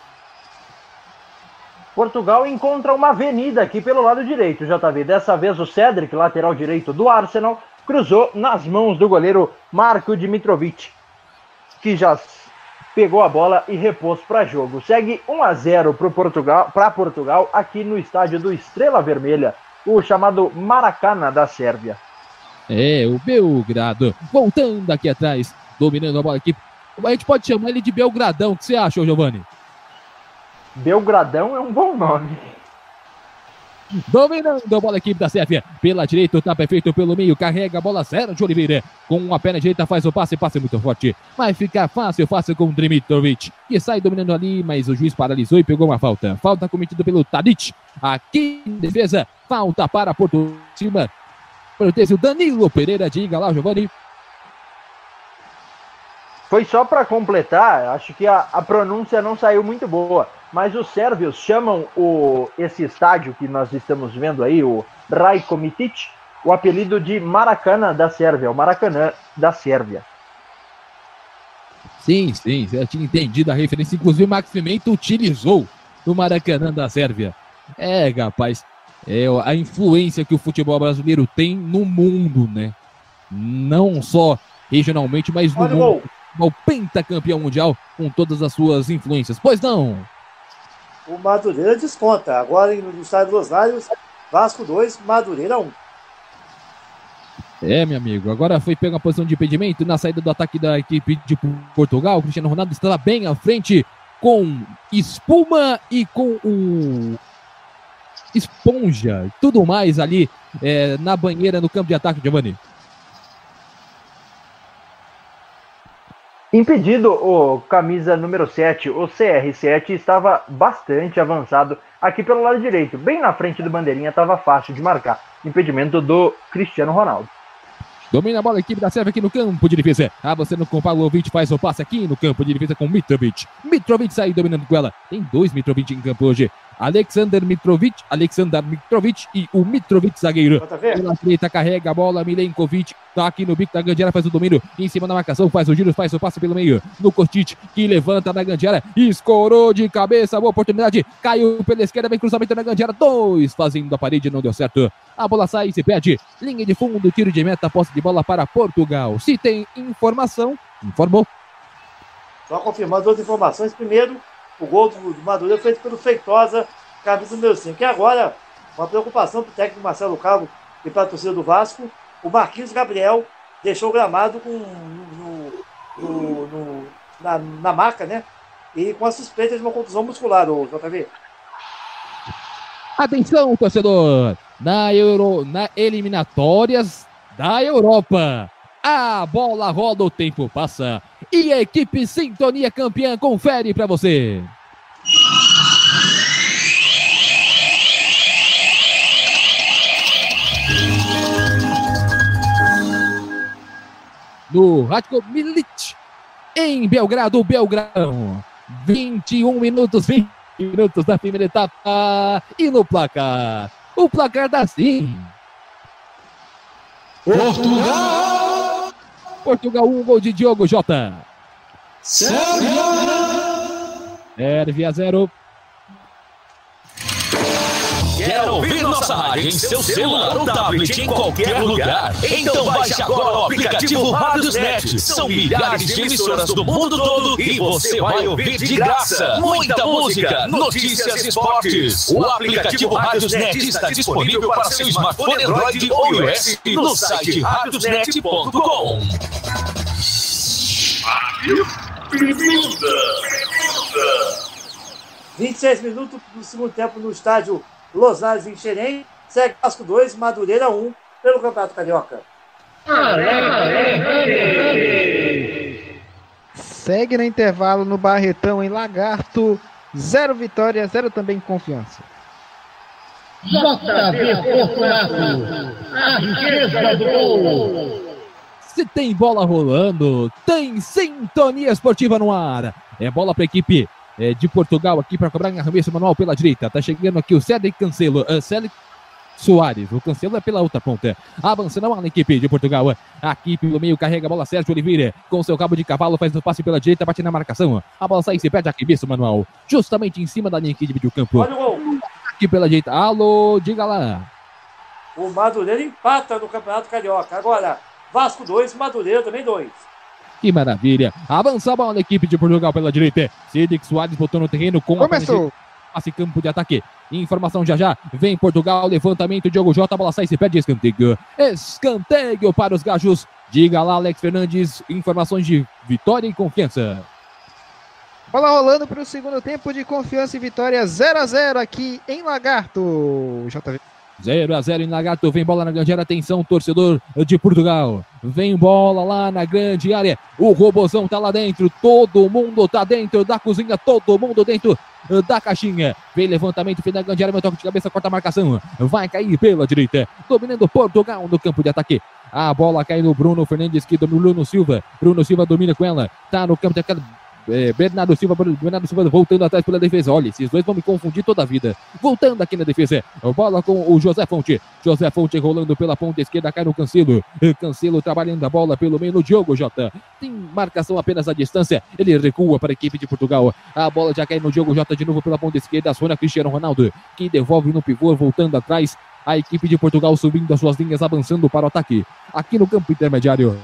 Portugal encontra uma avenida aqui pelo lado direito, JV. Dessa vez o Cedric, lateral direito do Arsenal, cruzou nas mãos do goleiro Marco Dimitrovic, que já pegou a bola e repôs para jogo. Segue 1-0 para Portugal aqui no estádio do Estrela Vermelha, o chamado Maracanã da Sérvia. O Belgrado voltando aqui atrás, dominando a bola aqui. A gente pode chamar ele de Belgradão. O que você acha, Giovanni? Belgradão é um bom nome. Dominando a bola, a equipe da Sérvia. Pela direita, o tapa é feito pelo meio. Carrega a bola, Sérgio Oliveira. Com a perna direita faz o passe muito forte. Vai ficar fácil com o Dimitrovic, que sai dominando ali, mas o juiz paralisou e pegou uma falta. Falta cometida pelo Tadic. Aqui em defesa, falta para Porto cima. Protege o Danilo Pereira. Diga lá, Giovanni. Foi só para completar, acho que a pronúncia não saiu muito boa, mas os sérvios chamam esse estádio que nós estamos vendo aí, o Rajko Mitic, o apelido de Maracanã da Sérvia, o Maracanã da Sérvia. Sim, eu tinha entendido a referência, inclusive o Max Pimenta utilizou o Maracanã da Sérvia. Rapaz, a influência que o futebol brasileiro tem no mundo, né? Não só regionalmente, mas no mundo. O pentacampeão mundial com todas as suas influências. Pois não? O Madureira desconta. Agora no estádio dos Osvalhos, Vasco 2, Madureira 1. Meu amigo. Agora foi pegar a posição de impedimento na saída do ataque da equipe de Portugal. O Cristiano Ronaldo está bem à frente com espuma e com o esponja. Tudo mais ali na banheira no campo de ataque, Giovanni. Impedido, o camisa número 7, o CR7, estava bastante avançado aqui pelo lado direito. Bem na frente do bandeirinha, estava fácil de marcar. Impedimento do Cristiano Ronaldo. Domina a bola a equipe da Sérvia aqui no campo de defesa. Avançando com o Pavlovic, faz o passe aqui no campo de defesa com Mitrovic. Mitrovic sai dominando com ela. Tem 2 Mitrovic em campo hoje. Alexander Mitrovic e o Mitrovic zagueiro. Pela direita carrega a bola, Milenkovic tá aqui no bico da grande área, faz o domínio em cima da marcação, faz o giro, faz o passe pelo meio no Kostic, que levanta na grande área, escorou de cabeça, boa oportunidade, caiu pela esquerda, vem cruzamento na grande área, 2 fazendo a parede, não deu certo. A bola sai e se perde, linha de fundo, tiro de meta, posse de bola para Portugal. Se tem informação, informou. Só confirmando outras informações. Primeiro, o gol do Madureira feito pelo Feitosa, camisa número 5. E agora, uma preocupação para o técnico Marcelo Cabo e para a torcida do Vasco. O Marquinhos Gabriel deixou o gramado na maca, né? E com a suspeita de uma contusão muscular, o JV. Atenção, torcedor! Na eliminatórias da Europa. A bola roda, o tempo passa. E a equipe Sintonia campeã confere para você. No Rajko Mitic, em Belgrado, Belgrado. 21 minutos, 20 minutos da primeira etapa. E no placar, o placar dá sim. Portugal 1, gol de Diogo Jota. Sérvia 0. Quer ouvir nossa rádio em seu celular ou tablet em qualquer lugar? Então baixe agora o aplicativo Radiosnet. São milhares de emissoras do mundo todo e você vai ouvir de graça muita música, notícias e esportes. O aplicativo Radiosnet está disponível para seu smartphone Android ou iOS no site radiosnet.com. 26 minutos do segundo tempo no estádio Los Angeles, em Xerém. Segue Vasco 2, Madureira 1, pelo Campeonato Carioca. Segue no intervalo no Barretão, em Lagarto. 0 vitória, 0 também confiança. JB Fortunato, a riqueza do gol. Se tem bola rolando, tem Sintonia Esportiva no ar. É bola para a equipe de Portugal aqui para cobrar em arremesso manual pela direita. Tá chegando aqui o Cédric Cancelo. Cédric Soares. O Cancelo é pela outra ponta. Avançando a equipe de Portugal. Aqui pelo meio carrega a bola Sérgio Oliveira. Com seu cabo de cavalo faz o passe pela direita. Bate na marcação. A bola sai e se perde arremesso manual. Justamente em cima da linha que divide o campo. Olha o gol. Aqui pela direita. Alô, diga lá. O Madureira empata no Campeonato Carioca. Agora, Vasco 2, Madureira também 2. Que maravilha. Avança a bola da equipe de Portugal pela direita. Cédric Soares botou no terreno com começou. Passe campo de ataque. Informação já. Vem Portugal. Levantamento. Diogo Jota. A bola sai e se perde. Escanteio. Escanteio para os gajos. Diga lá, Alex Fernandes. Informações de vitória e confiança. Bola rolando para o segundo tempo de confiança e vitória. 0-0 aqui em Lagarto. JV. 0-0 em Lagarto, vem bola na grande área, atenção, torcedor de Portugal, vem bola lá na grande área, o Robozão tá lá dentro, todo mundo tá dentro da cozinha, todo mundo dentro da caixinha, vem levantamento, vem na grande área, meu toque de cabeça, corta a marcação, vai cair pela direita, dominando Portugal no campo de ataque, a bola cai no Bruno Fernandes, que domina o Bruno Silva domina com ela, tá no campo de ataque. Bernardo Silva voltando atrás pela defesa. Olha, esses dois vão me confundir toda a vida. Voltando aqui na defesa, bola com o José Fonte rolando pela ponta esquerda, cai no Cancelo. Cancelo trabalhando a bola pelo meio no Diogo Jota. Tem marcação apenas à distância, ele recua para a equipe de Portugal. A bola já cai no Diogo Jota de novo pela ponta esquerda, aciona Cristiano Ronaldo, que devolve no pivô, voltando atrás. A equipe de Portugal subindo as suas linhas, avançando para o ataque. Aqui no campo intermediário,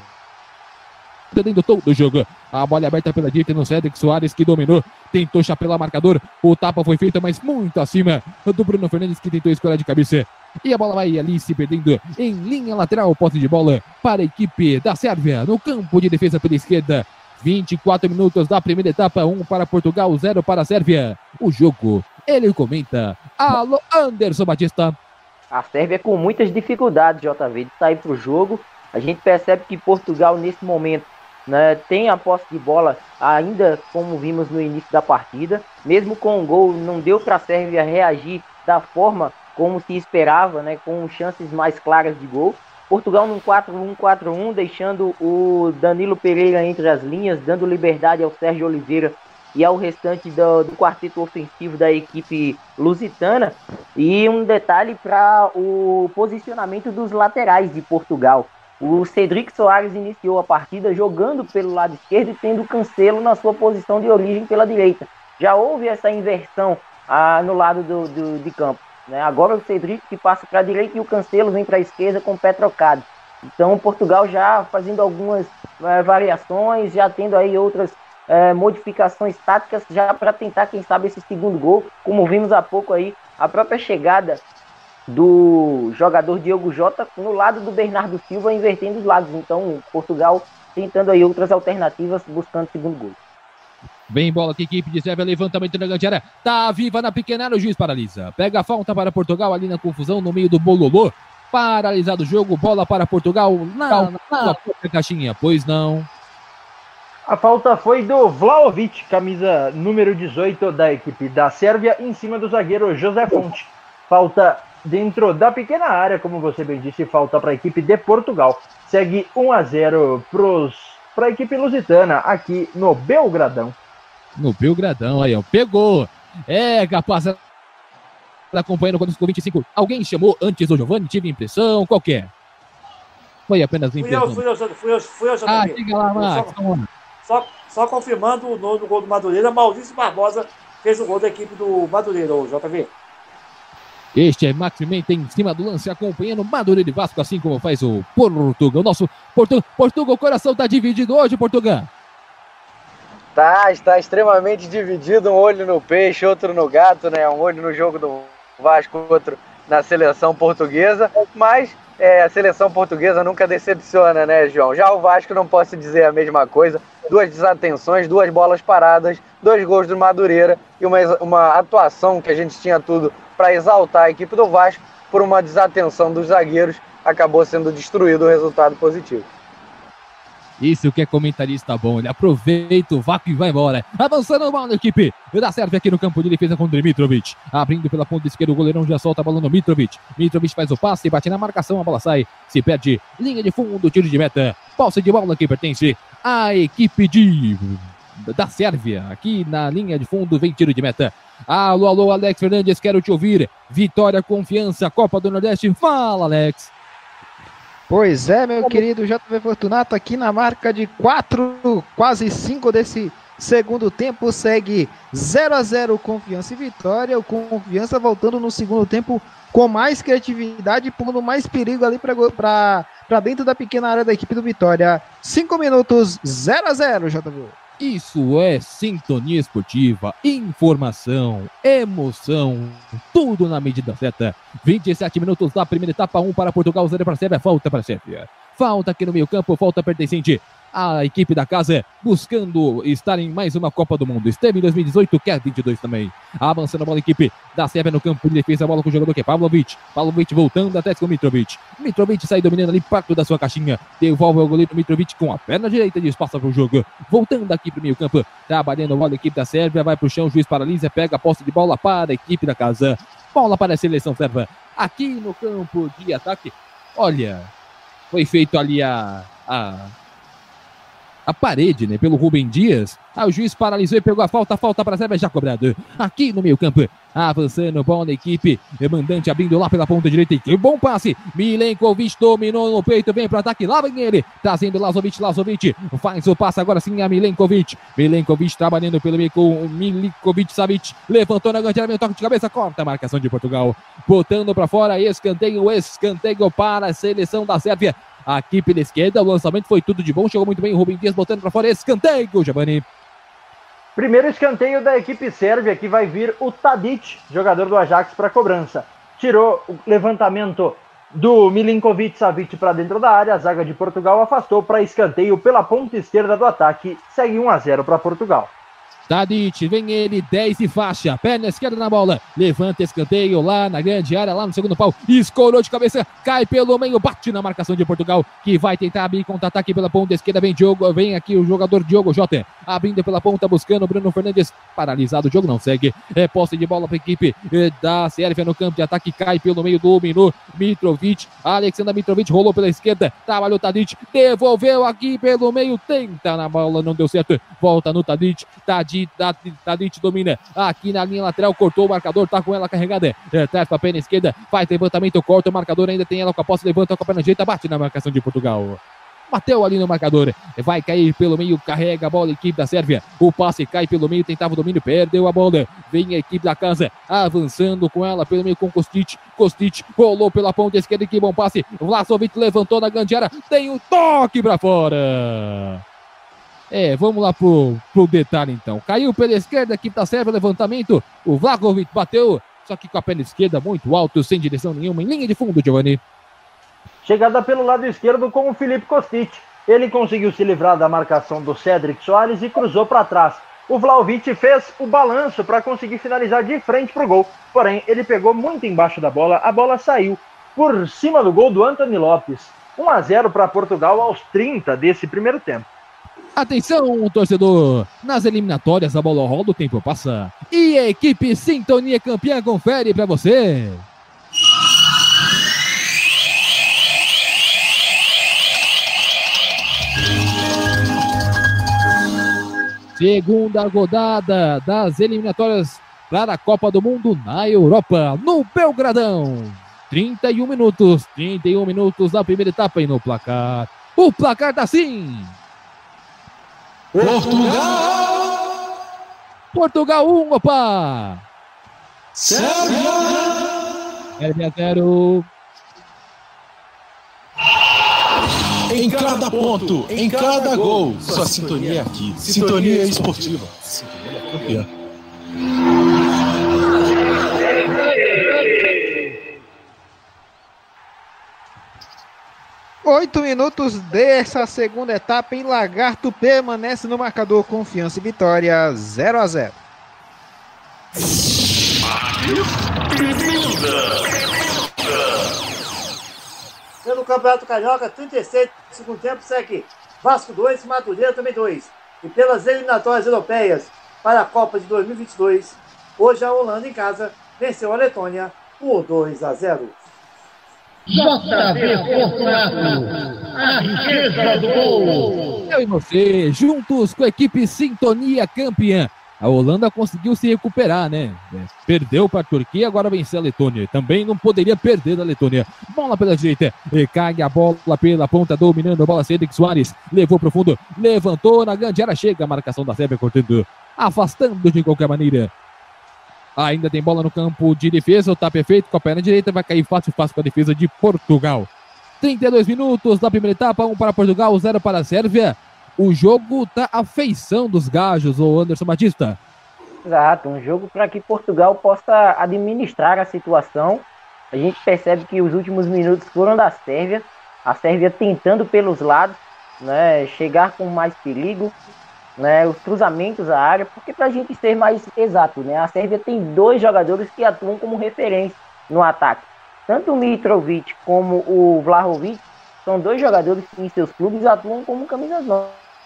perdendo todo o jogo. A bola aberta pela direita no Cédric Soares, que dominou, tentou chapelar o marcador. O tapa foi feito, mas muito acima do Bruno Fernandes, que tentou escorar de cabeça. E a bola vai ali se perdendo em linha lateral, posse de bola para a equipe da Sérvia, no campo de defesa pela esquerda. 24 minutos da primeira etapa, 1 para Portugal, 0 para a Sérvia. O jogo, ele comenta. Alô, Anderson Batista. A Sérvia com muitas dificuldades, JV, de sair para o jogo. A gente percebe que Portugal, nesse momento, né, tem a posse de bola ainda, como vimos no início da partida. Mesmo com o gol, não deu para a Sérvia reagir da forma como se esperava, né, com chances mais claras de gol. Portugal num 4-1-4-1, deixando o Danilo Pereira entre as linhas, dando liberdade ao Sérgio Oliveira e ao restante do quarteto ofensivo da equipe lusitana. E um detalhe para o posicionamento dos laterais de Portugal. O Cédric Soares iniciou a partida jogando pelo lado esquerdo e tendo o Cancelo na sua posição de origem pela direita. Já houve essa inversão no lado de campo, né? Agora o Cédric que passa para a direita e o Cancelo vem para a esquerda com o pé trocado. Então Portugal já fazendo algumas variações, já tendo aí outras modificações táticas já para tentar, quem sabe, esse segundo gol. Como vimos há pouco aí, a própria chegada do jogador Diogo Jota no lado do Bernardo Silva, invertendo os lados. Então Portugal tentando aí outras alternativas, buscando o segundo gol. Vem bola que a equipe de Sérvia, levantamento na grande área, tá viva na pequena área, o juiz paralisa. Pega a falta para Portugal ali na confusão, no meio do bololô. Paralisado o jogo, bola para Portugal na caixinha, pois não. A falta foi do Vlahovic, camisa número 18 da equipe da Sérvia, em cima do zagueiro José Fonte. Falta dentro da pequena área, como você bem disse, falta para a equipe de Portugal. Segue 1-0 para a equipe lusitana aqui no Belgradão. No Belgradão, aí ó, pegou. É capaz de acompanhando quando ficou 25. Alguém chamou antes do Giovani? Tive impressão, qualquer. Foi apenas impressão. Fui eu, Ah, diga lá, Max. Só confirmando o nono gol do Madureira, Maurício Barbosa fez o gol da equipe do Madureira, o JV. Este é Max Pimenta em cima do lance, acompanhando Madureira e Vasco, assim como faz o Portugal. O nosso Portugal, o coração tá dividido hoje, Portugal. Está extremamente dividido, um olho no peixe, outro no gato, né? Um olho no jogo do Vasco, outro na seleção portuguesa, mas a seleção portuguesa nunca decepciona, né, João? Já o Vasco não posso dizer a mesma coisa, 2 desatenções, 2 bolas paradas, 2 gols do Madureira e uma atuação que a gente tinha tudo para exaltar a equipe do Vasco, por uma desatenção dos zagueiros, acabou sendo destruído o resultado positivo. Isso que é comentarista bom, ele aproveita o vácuo e vai embora. Avançando mal na equipe da Sérvia aqui no campo de defesa com o Mitrovic. Abrindo pela ponta esquerda, o goleirão já solta a bola no Mitrovic. Mitrovic faz o passe, bate na marcação, a bola sai, se perde, linha de fundo, tiro de meta. Posse de bola que pertence à equipe da Sérvia. Aqui na linha de fundo vem tiro de meta. Alô, Alex Fernandes, quero te ouvir. Vitória, confiança, Copa do Nordeste. Fala, Alex. Pois é, meu querido JV Fortunato, aqui na marca de 4, quase 5 desse segundo tempo, segue 0-0 Confiança e Vitória. O Confiança voltando no segundo tempo com mais criatividade, pondo mais perigo ali para dentro da pequena área da equipe do Vitória. 5 minutos, 0-0, JV. Isso é sintonia esportiva, informação, emoção, tudo na medida certa. 27 minutos da primeira etapa, 1 para Portugal, 0 para a Sérvia, falta para a Sérvia. Falta aqui no meio campo, falta pertencente à equipe da casa, buscando estar em mais uma Copa do Mundo. Esteve em 2018, quer 22 também. Avançando a bola, a equipe da Sérvia no campo de defesa, a bola com o jogador que é Pavlovic. Pavlovic voltando até com o Mitrovic. Mitrovic sai dominando ali perto da sua caixinha. Devolve ao goleiro Mitrovic com a perna direita e espaço para o jogo. Voltando aqui para o meio campo, trabalhando a bola, a equipe da Sérvia, vai para o chão, o juiz paralisa, pega a posse de bola para a equipe da casa. Bola para a seleção sérvia. Aqui no campo de ataque, olha, foi feito ali a parede, né, pelo Rubem Dias. O juiz paralisou e pegou a falta para a Sérvia, já cobrado. Aqui no meio campo, avançando, bola na equipe, mandante abrindo lá pela ponta direita, e que bom passe, Milenkovic dominou no peito, vem para ataque, lá vem ele, trazendo Lazovic, faz o passe agora sim a Milenkovic trabalhando pelo meio com o Milinkovic-Savic, levantou na grande área, toque de cabeça, corta a marcação de Portugal, botando para fora, escanteio para a seleção da Sérvia. Aqui pela esquerda, o lançamento foi tudo de bom, chegou muito bem o Rubem Dias botando para fora, escanteio, Giovani. Primeiro escanteio da equipe sérvia, que vai vir o Tadic, jogador do Ajax, para cobrança. Tirou o levantamento do Milinkovic-Savic para dentro da área, a zaga de Portugal afastou para escanteio pela ponta esquerda do ataque, segue 1-0 para Portugal. Tadic, vem ele, 10 e faixa, perna esquerda na bola, levanta escanteio lá na grande área, lá no segundo pau, escorou de cabeça, cai pelo meio, bate na marcação de Portugal, que vai tentar abrir contra-ataque pela ponta esquerda, vem aqui o jogador Diogo Jota, abrindo pela ponta, buscando o Bruno Fernandes, paralisado, o jogo não segue, posse de bola para a equipe da Sérvia no campo de ataque, cai pelo meio, dominou Mitrovic, Aleksandar Mitrovic rolou pela esquerda, trabalhou Tadic, devolveu aqui pelo meio, tenta na bola, não deu certo, volta no Tadic domina aqui na linha lateral, cortou o marcador, tá com ela carregada, traz pra perna esquerda, faz levantamento, corta o marcador, ainda tem ela com a posse, levanta com a perna direita, bate na marcação de Portugal. Bateu ali no marcador, vai cair pelo meio, carrega a bola, equipe da Sérvia, o passe cai pelo meio, tentava o domínio, perdeu a bola, vem a equipe da casa, avançando com ela pelo meio com Kostic, rolou pela ponta esquerda, que bom passe, Vlahovic levantou na grande área, tem um toque pra fora. Vamos lá pro detalhe então. Caiu pela esquerda, equipe da Sérvia, levantamento. O Vlahovic bateu, só que com a perna esquerda muito alto, sem direção nenhuma, em linha de fundo, Giovani. Chegada pelo lado esquerdo com o Filipe Kostic. Ele conseguiu se livrar da marcação do Cedric Soares e cruzou para trás. O Vlahovic fez o balanço para conseguir finalizar de frente pro gol. Porém, ele pegou muito embaixo da bola, a bola saiu por cima do gol do Anthony Lopes. 1-0 para Portugal aos 30 desse primeiro tempo. Atenção, torcedor! Nas eliminatórias, a bola rola, o tempo passa. E a equipe Sintonia Campeã confere para você. Segunda rodada das eliminatórias para a Copa do Mundo na Europa, no Belgradão. 31 minutos da primeira etapa e no placar. O placar tá assim. Portugal 1, opa! Sérvia 0. Em cada ponto, em cada gol, sua sintonia é aqui. Sintonia esportiva. Sintonia campeã. 8 minutos dessa segunda etapa em Lagarto permanece no marcador Confiança e Vitória 0-0. Pelo Campeonato Carioca, 36 do segundo tempo, segue Vasco 2, Madureira também 2. E pelas eliminatórias europeias para a Copa de 2022, hoje a Holanda em casa venceu a Letônia por 2-0. JB Fortunato, a riqueza do gol. Eu e você, juntos com a equipe Sintonia campeã. A Holanda conseguiu se recuperar, né? Perdeu para a Turquia, agora venceu a Letônia. Também não poderia perder da Letônia. Bola pela direita, e cai a bola pela ponta, dominando a bola. Cedric Soares levou pro fundo, levantou na grande área, chega a marcação da Sérvia, cortando, afastando de qualquer maneira. Ainda tem bola no campo de defesa, o tapa é feito com a perna direita, vai cair fácil para a defesa de Portugal. 32 minutos da primeira etapa, 1 para Portugal, 0 para a Sérvia. O jogo tá à feição dos gajos, o Anderson Batista. Exato, um jogo para que Portugal possa administrar a situação. A gente percebe que os últimos minutos foram da Sérvia, a Sérvia tentando pelos lados, né, chegar com mais perigo, né, os cruzamentos à área, porque para a gente ser mais exato, né, a Sérvia tem 2 jogadores que atuam como referência no ataque. Tanto o Mitrovic como o Vlahovic são 2 jogadores que em seus clubes atuam como camisas 9.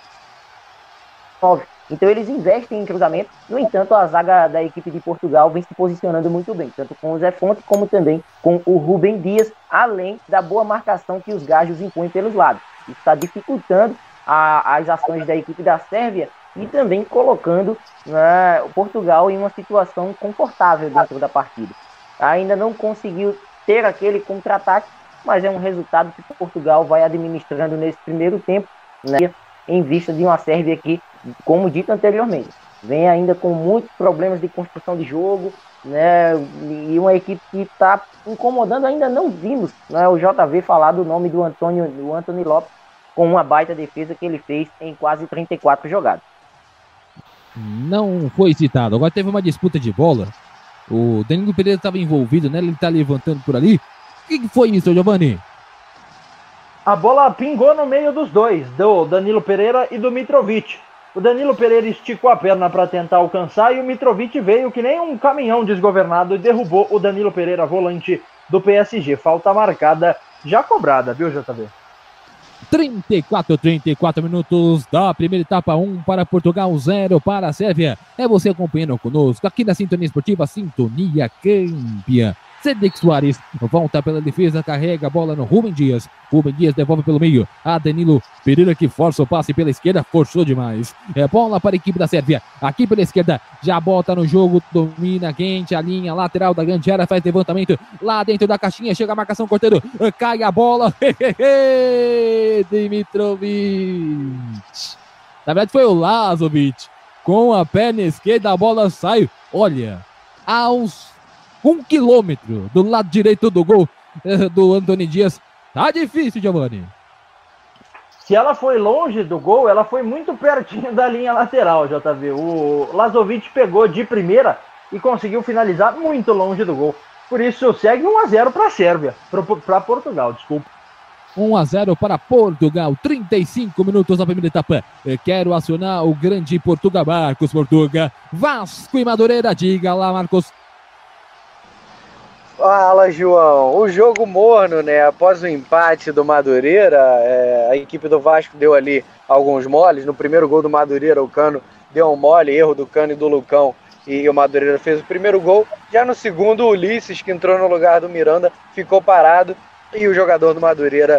Então eles investem em cruzamento. No entanto, a zaga da equipe de Portugal vem se posicionando muito bem, tanto com o Zé Fonte como também com o Rubem Dias, além da boa marcação que os gajos impõem pelos lados. Isso está dificultando as ações da equipe da Sérvia e também colocando, né, Portugal em uma situação confortável dentro da partida. Ainda não conseguiu ter aquele contra-ataque, mas é um resultado que Portugal vai administrando nesse primeiro tempo, né, em vista de uma Sérvia que, como dito anteriormente, vem ainda com muitos problemas de construção de jogo, né, e uma equipe que está incomodando. Ainda não vimos, né, o JV falar do nome do Anthony Lopes, com uma baita defesa que ele fez em quase 34 jogadas. Não foi citado. Agora teve uma disputa de bola. O Danilo Pereira estava envolvido, né? Ele está levantando por ali. O que foi isso, Giovanni? A bola pingou no meio dos dois, do Danilo Pereira e do Mitrovic. O Danilo Pereira esticou a perna para tentar alcançar e o Mitrovic veio que nem um caminhão desgovernado e derrubou o Danilo Pereira, volante do PSG. Falta marcada, já cobrada, viu, JV? 34 minutos da primeira etapa, 1 para Portugal, 0 para a Sérvia. É você acompanhando conosco aqui na Sintonia Esportiva, Sintonia campeã. Cedric Soares volta pela defesa, carrega a bola no Rubem Dias. Rubem Dias devolve pelo meio a Danilo Pereira, que força o passe pela esquerda, forçou demais. É bola para a equipe da Sérvia, aqui pela esquerda, já bota no jogo, domina quente a linha lateral da grande área, faz levantamento lá dentro da caixinha, chega a marcação cortando, cai a bola, Dimitrovic. Na verdade foi o Lazovic, com a perna esquerda a bola sai, olha, aos 1 quilômetro do lado direito do gol do Anthony Dias. Tá difícil, Giovanni. Se ela foi longe do gol, ela foi muito pertinho da linha lateral, JV. O Lazovic pegou de primeira e conseguiu finalizar muito longe do gol. Por isso, segue 1-0 para a Sérvia, para Portugal, desculpa. 1-0 para Portugal, 35 minutos da primeira etapa. Quero acionar o grande Portugal, Marcos Portuga. Vasco e Madureira, diga lá, Marcos. Fala, João. O jogo morno, né? Após o empate do Madureira, a equipe do Vasco deu ali alguns moles. No primeiro gol do Madureira, o Cano deu um mole, erro do Cano e do Lucão, e o Madureira fez o primeiro gol. Já no segundo, o Ulisses, que entrou no lugar do Miranda, ficou parado e o jogador do Madureira,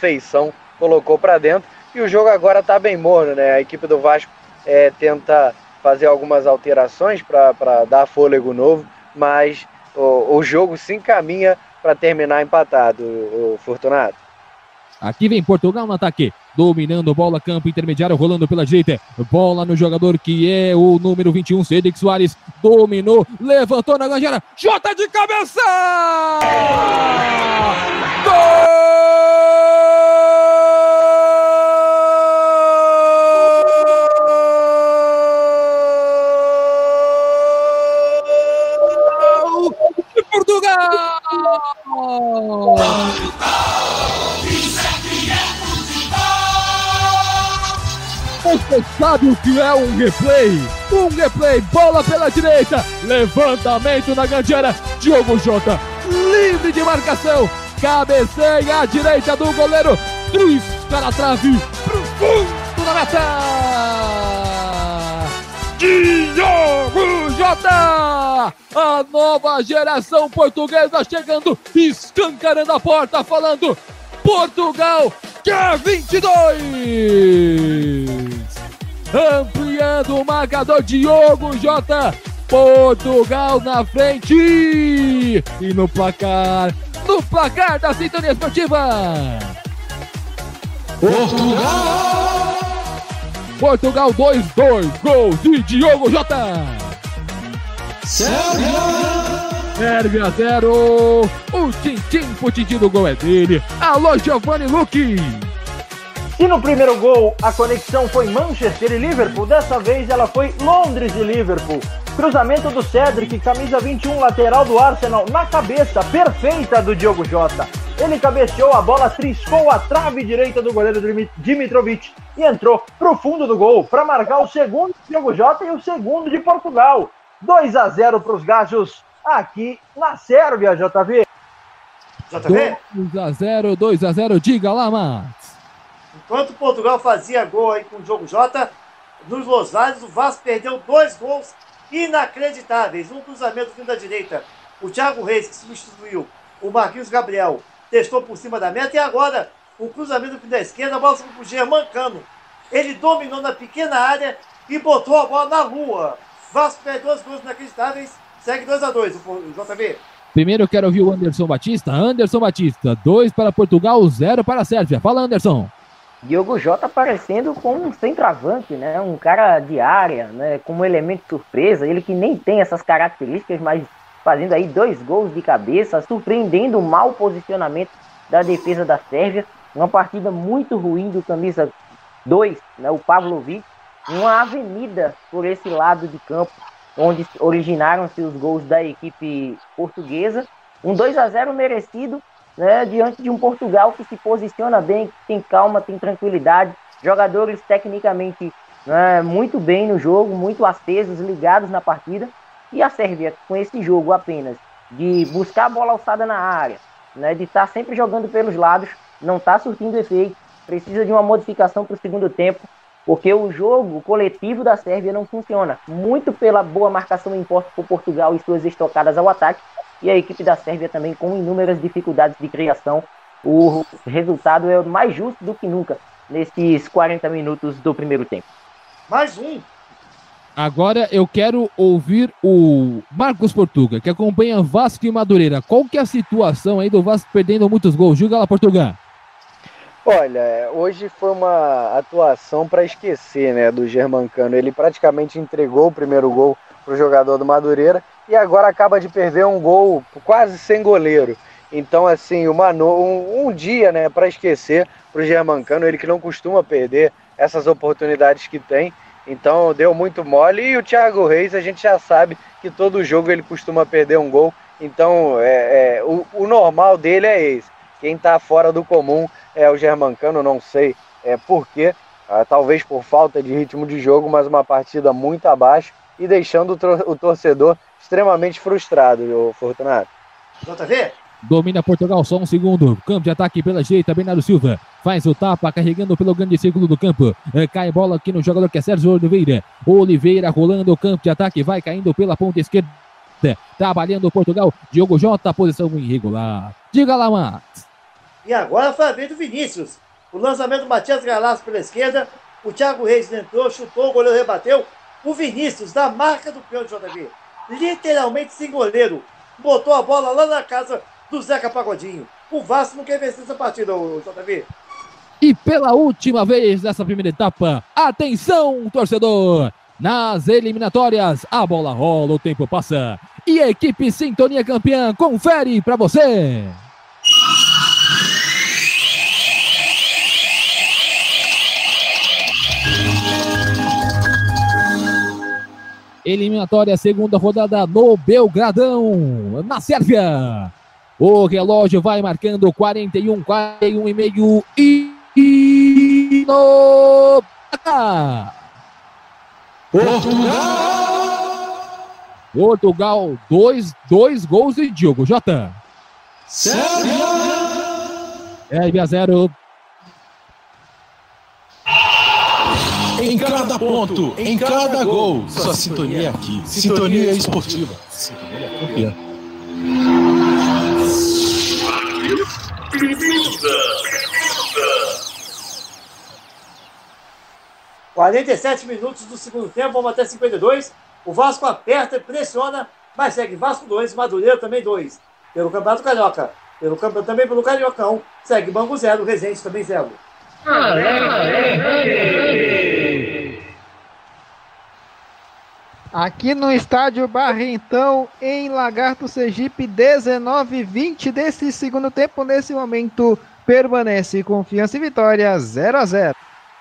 Afeição, colocou para dentro. E o jogo agora tá bem morno, né? A equipe do Vasco tenta fazer algumas alterações para dar fôlego novo, mas o jogo se encaminha para terminar empatado, o Fortunato. Aqui vem Portugal no ataque, dominando bola, campo intermediário, rolando pela direita, bola no jogador que é o número 21, Cedric Soares, dominou, levantou na ganjeira, Jota de cabeça! Gol de Portugal! Você sabe o que é um replay? Um replay, bola pela direita, levantamento na ganjeira, Diogo Jota, livre de marcação, cabeceia à direita do goleiro, trisca na trave, pro fundo da meta! Diogo Jota! A nova geração portuguesa chegando, escancarando a porta, falando Portugal quer 22! Ampliando o marcador, Diogo Jota, Portugal na frente! E no placar da Sintonia Esportiva! Portugal 2-2, gol de Diogo Jota! Sérvia 0, o tintim do gol é dele, alô Giovanni Luque! E no primeiro gol, a conexão foi Manchester e Liverpool, dessa vez ela foi Londres e Liverpool. Cruzamento do Cedric, camisa 21, lateral do Arsenal, na cabeça perfeita do Diogo Jota. Ele cabeceou, a bola triscou a trave direita do goleiro Dimitrovic e entrou pro fundo do gol para marcar o segundo de Diogo Jota e o segundo de Portugal. 2-0 para os gajos aqui na Sérvia, JV. 2-0, diga lá, Max. Enquanto Portugal fazia gol aí com o Diogo Jota, nos Los Angeles, o Vasco perdeu 2 gols inacreditáveis. Um cruzamento vindo da direita, o Thiago Reis, que substituiu o Marquinhos Gabriel, testou por cima da meta, e agora o cruzamento vindo da esquerda, a bola subiu para o Germancano. Ele dominou na pequena área e botou a bola na lua. Vasco perdeu 2 gols inacreditáveis, segue 2-2 o JV. Primeiro eu quero ouvir o Anderson Batista. Anderson Batista, 2 para Portugal, 0 para a Sérvia. Fala, Anderson. Diogo Jota aparecendo como um centroavante, né? Um cara de área, né? Como elemento surpresa. Ele que nem tem essas características, mas fazendo aí 2 gols de cabeça, surpreendendo o mau posicionamento da defesa da Sérvia. Uma partida muito ruim do camisa 2, né? O Pavlovic. Uma avenida por esse lado de campo, onde originaram-se os gols da equipe portuguesa. Um 2-0 merecido, né, diante de um Portugal que se posiciona bem, que tem calma, tem tranquilidade, jogadores tecnicamente, né, muito bem no jogo, muito acesos, ligados na partida, e a Sérvia com esse jogo apenas de buscar a bola alçada na área, né, de estar sempre jogando pelos lados, não está surtindo efeito, precisa de uma modificação para o segundo tempo, porque o jogo coletivo da Sérvia não funciona, muito pela boa marcação imposta por Portugal e suas estocadas ao ataque, e a equipe da Sérvia também com inúmeras dificuldades de criação. O resultado é mais justo do que nunca nesses 40 minutos do primeiro tempo. Mais um. Agora eu quero ouvir o Marcos Portuga, que acompanha Vasco e Madureira. Qual que é a situação aí do Vasco perdendo muitos gols? Diga lá, Portuga. Olha, hoje foi uma atuação para esquecer, né, do Germancano. Ele praticamente entregou o primeiro gol para o jogador do Madureira e agora acaba de perder um gol quase sem goleiro. Então, assim, um dia, né, para esquecer para o Germancano, ele que não costuma perder essas oportunidades que tem. Então, deu muito mole. E o Thiago Reis, a gente já sabe que todo jogo ele costuma perder um gol. Então, o normal dele é esse. Quem está fora do comum é o Germancano, não sei por quê. Talvez por falta de ritmo de jogo, mas uma partida muito abaixo e deixando o torcedor extremamente frustrado, o Fortunato. JV? Domina Portugal, só um segundo. Campo de ataque pela direita, Bernardo Silva. Faz o tapa, carregando pelo grande círculo do campo. Cai bola aqui no jogador que é Sérgio Oliveira. Oliveira rolando o campo de ataque, vai caindo pela ponta esquerda. Trabalhando Portugal. Diogo Jota, posição irregular. Diga lá, Max. E agora foi a vez do Vinícius. O lançamento do Matias Galasso pela esquerda. O Thiago Reis entrou, chutou, o goleiro rebateu. O Vinícius, da marca do pênalti, JV, literalmente sem goleiro, botou a bola lá na casa do Zeca Pagodinho. O Vasco não quer vencer essa partida, JV. E pela última vez nessa primeira etapa, atenção, torcedor! Nas eliminatórias, a bola rola, o tempo passa. E a equipe Sintonia Campeã confere para você. Eliminatória, segunda rodada no Belgradão, na Sérvia. O relógio vai marcando 41 e meio e no Portugal, dois gols de Diogo Jota. Sérvia! Sérvia 0. Em cada ponto, em cada gol, sua sintonia aqui. Sintonia esportiva. Sintonia campeã. 47 minutos do segundo tempo, vamos até 52. O Vasco aperta e pressiona, mas segue Vasco 2, Madureira também 2. Pelo Campeonato Carioca, também pelo Cariocão, segue Bangu 0, Resende também 0. Aqui no estádio Barrentão, em Lagarto, Sergipe, 19:20 desse segundo tempo. Nesse momento, permanece Confiança e Vitória 0-0.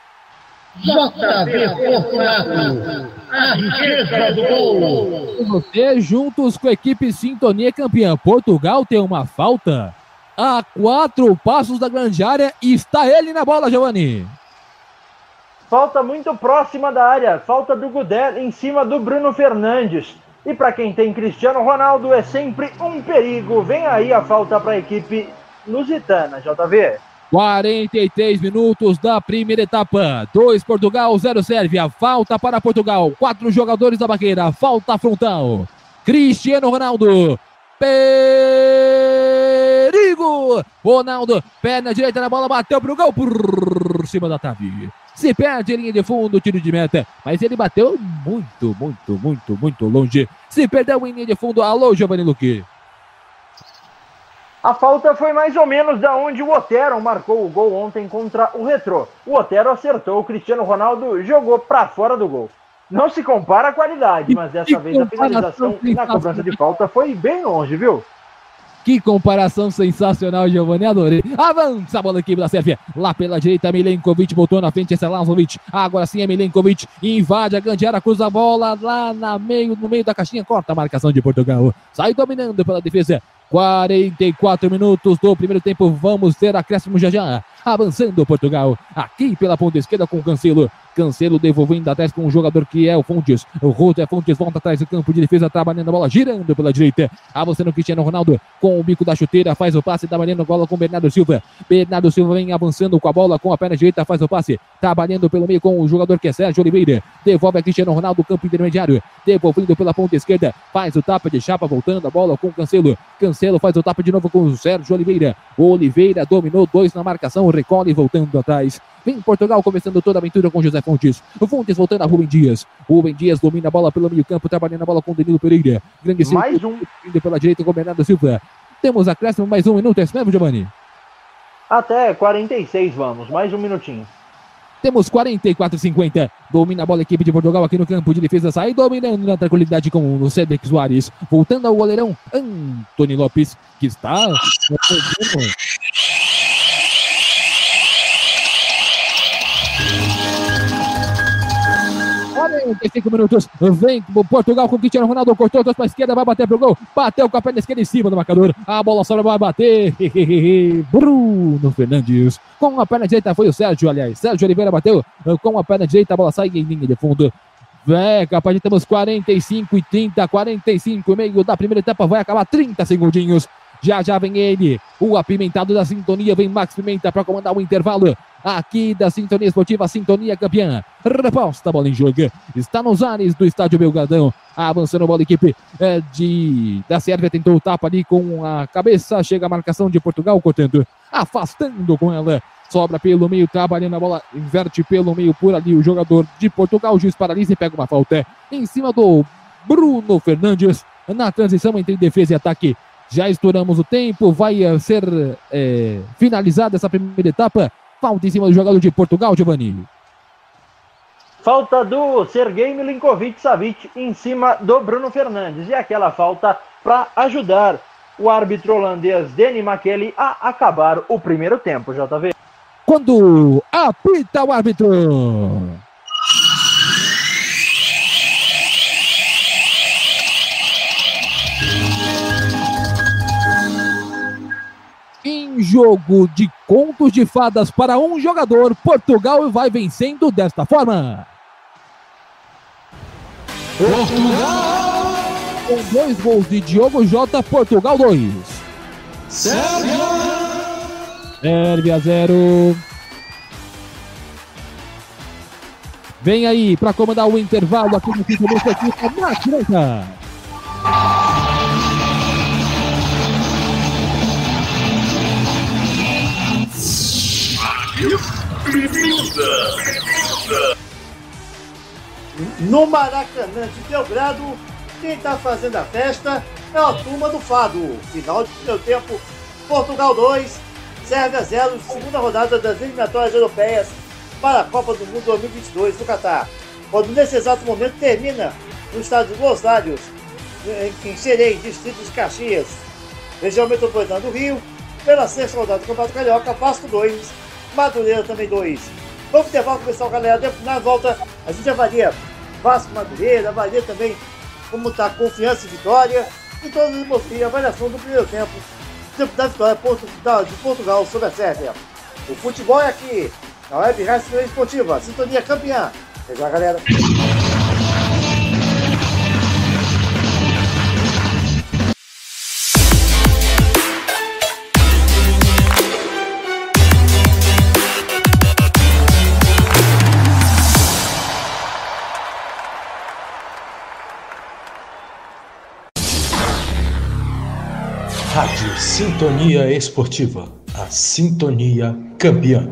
JB Fortunato, a riqueza do gol. Você, juntos com a equipe Sintonia Campeã. Portugal tem uma falta a 4 passos da grande área e está ele na bola, Giovanni. Falta muito próxima da área, falta do Gudel em cima do Bruno Fernandes. E para quem tem Cristiano Ronaldo é sempre um perigo. Vem aí a falta para a equipe lusitana, JV. 43 minutos da primeira etapa. 2 Portugal, 0 Sérvia. Falta para Portugal. 4 jogadores da barreira. Falta frontal. Cristiano Ronaldo. Perigo! Ronaldo, perna direita na bola, bateu pro gol por cima da trave. Se perde em linha de fundo, tiro de meta, mas ele bateu muito longe. Se perdeu em linha de fundo, alô, Giovanni Luque. A falta foi mais ou menos da onde o Otero marcou o gol ontem contra o Retrô. O Otero acertou, o Cristiano Ronaldo jogou para fora do gol. Não se compara a qualidade, mas dessa vez a finalização na cobrança de falta foi bem longe, viu? Que comparação sensacional, Giovanni, adorei. Avança a bola aqui da Sérvia. Lá pela direita, Milenkovic botou na frente, esse é Lazovic. Agora sim é Milenkovic. Invade a grande área, cruza a bola lá no meio da caixinha. Corta a marcação de Portugal. Sai dominando pela defesa. 44 minutos do primeiro tempo. Vamos ter acréscimo já. Avançando Portugal. Aqui pela ponta esquerda com o Cancelo. Cancelo devolvendo atrás com o jogador que é o Fontes. O Roto é Fontes, volta atrás do campo de defesa, trabalhando a bola, girando pela direita. Avançando o Cristiano Ronaldo com o bico da chuteira, faz o passe, trabalhando a bola com o Bernardo Silva. Bernardo Silva vem avançando com a bola, com a perna direita, faz o passe, trabalhando pelo meio com o jogador que é Sérgio Oliveira. Devolve a Cristiano Ronaldo, campo intermediário. Devolvendo pela ponta esquerda, faz o tapa de chapa, voltando a bola com o Cancelo. Cancelo faz o tapa de novo com o Sérgio Oliveira. Oliveira dominou, 2 na marcação, recolhe voltando atrás. Vem Portugal começando toda a aventura com José Fontes. O Fontes voltando a Rubem Dias. Rubem Dias domina a bola pelo meio campo, trabalhando a bola com o Danilo Pereira. Grande mais um. Indo pela direita com o Bernardo Silva. Temos acréscimo, mais 1 minuto, é isso mesmo, Giovanni? Até 46 vamos, mais 1 minutinho. Temos 44-50. Domina a bola a equipe de Portugal aqui no campo de defesa. Sai dominando na tranquilidade com o Cedric Soares. Voltando ao goleirão Antony Lopes, que está... 45 minutos, vem Portugal com o Cristiano Ronaldo, cortou, trouxe para a esquerda, vai bater pro gol, bateu com a perna esquerda em cima do marcador, a bola sobra, vai bater, Bruno Fernandes, com a perna direita foi o Sérgio Oliveira bateu, com a perna direita a bola sai em linha de fundo. Capaz de termos 45-30, 45 e meio da primeira etapa, vai acabar 30 segundinhos. Já vem ele, o apimentado da Sintonia, vem Max Pimenta para comandar o intervalo aqui da Sintonia Esportiva, Sintonia Campeã. Reposta a bola em jogo, está nos ares do estádio Belgradão, avançando a bola, a equipe da Sérvia tentou o tapa ali com a cabeça, chega a marcação de Portugal, cortando, afastando com ela, Sobra pelo meio, trabalhando a bola, inverte pelo meio por ali o jogador de Portugal. O juiz paralisa e pega uma falta em cima do Bruno Fernandes na transição entre defesa e ataque. Já estouramos o tempo, vai ser finalizada essa primeira etapa. Falta em cima do jogador de Portugal, Giovanni. Falta do Sergei Milinkovic-Savic em cima do Bruno Fernandes. E aquela falta para ajudar o árbitro holandês Danny McKelly a acabar o primeiro tempo, JV. Quando apita o árbitro. Em jogo de contos de fadas para um jogador, Portugal vai vencendo desta forma. Portugal! Com 2 gols de Diogo Jota, Portugal 2. Sérvia 0. Vem aí para comandar o intervalo aqui no Sintonia Esportiva, Max Leita. No Maracanã de Belgrado, quem está fazendo a festa é a turma do Fado. Final de primeiro tempo, Portugal 2, Sérvia 0, segunda rodada das eliminatórias europeias para a Copa do Mundo 2022 do Catar. Quando nesse exato momento termina no estádio Los Lários, em Xerém, distrito de Caxias, região metropolitana do Rio, pela sexta rodada do Campeonato Carioca, Vasco 2, Madureira também 2. Vamos intervalo começar, galera. Na volta a gente avalia Vasco, Madureira, avalia também como está Confiança e Vitória e toda a avaliação do primeiro tempo da vitória de Portugal sobre a Sérvia. O futebol é aqui, na Web Rádio Sintonia Esportiva, Sintonia Campeã. Até já, galera. Rádio Sintonia Esportiva, a Sintonia Campeã.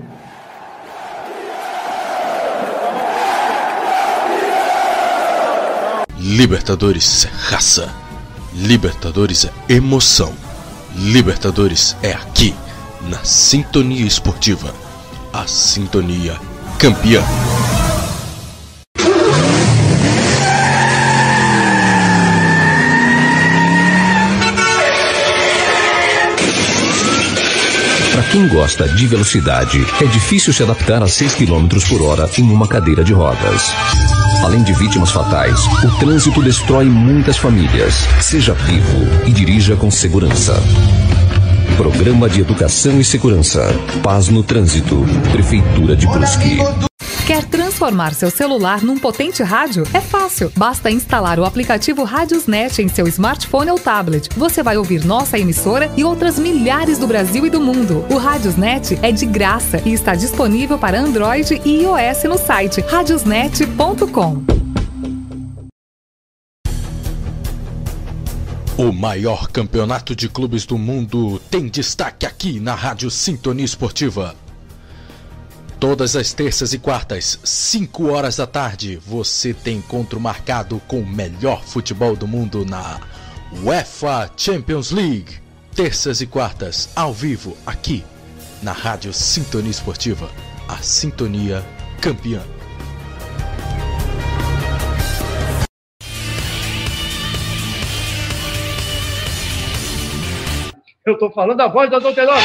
Libertadores é raça, Libertadores é emoção, Libertadores é aqui, na Sintonia Esportiva, a Sintonia Campeã. Quem gosta de velocidade, é difícil se adaptar a 6 km por hora em uma cadeira de rodas. Além de vítimas fatais, o trânsito destrói muitas famílias. Seja vivo e dirija com segurança. Programa de Educação e Segurança. Paz no Trânsito. Prefeitura de Brusque. Quer transformar seu celular num potente rádio? É fácil. Basta instalar o aplicativo Radiosnet em seu smartphone ou tablet. Você vai ouvir nossa emissora e outras milhares do Brasil e do mundo. O Radiosnet é de graça e está disponível para Android e iOS no site radiosnet.com. O maior campeonato de clubes do mundo tem destaque aqui na Rádio Sintonia Esportiva. Todas as terças e quartas, 5 horas da tarde, você tem encontro marcado com o melhor futebol do mundo na UEFA Champions League. Terças e quartas, ao vivo, aqui na Rádio Sintonia Esportiva, a Sintonia Campeã. Eu estou falando a voz da Douterosa.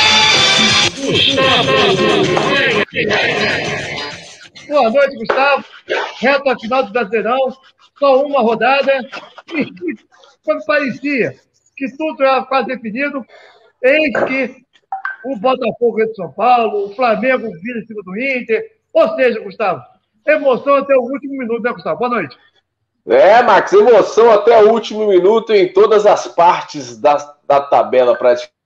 Boa noite, Gustavo. Reta final do Brasileirão, só uma rodada. E quando parecia que tudo era quase definido, eis que o Botafogo de São Paulo, o Flamengo vira em cima do Inter. Ou seja, Gustavo, emoção até o último minuto, né, Gustavo? Boa noite. Max, emoção até o último minuto em todas as partes da tabela praticamente.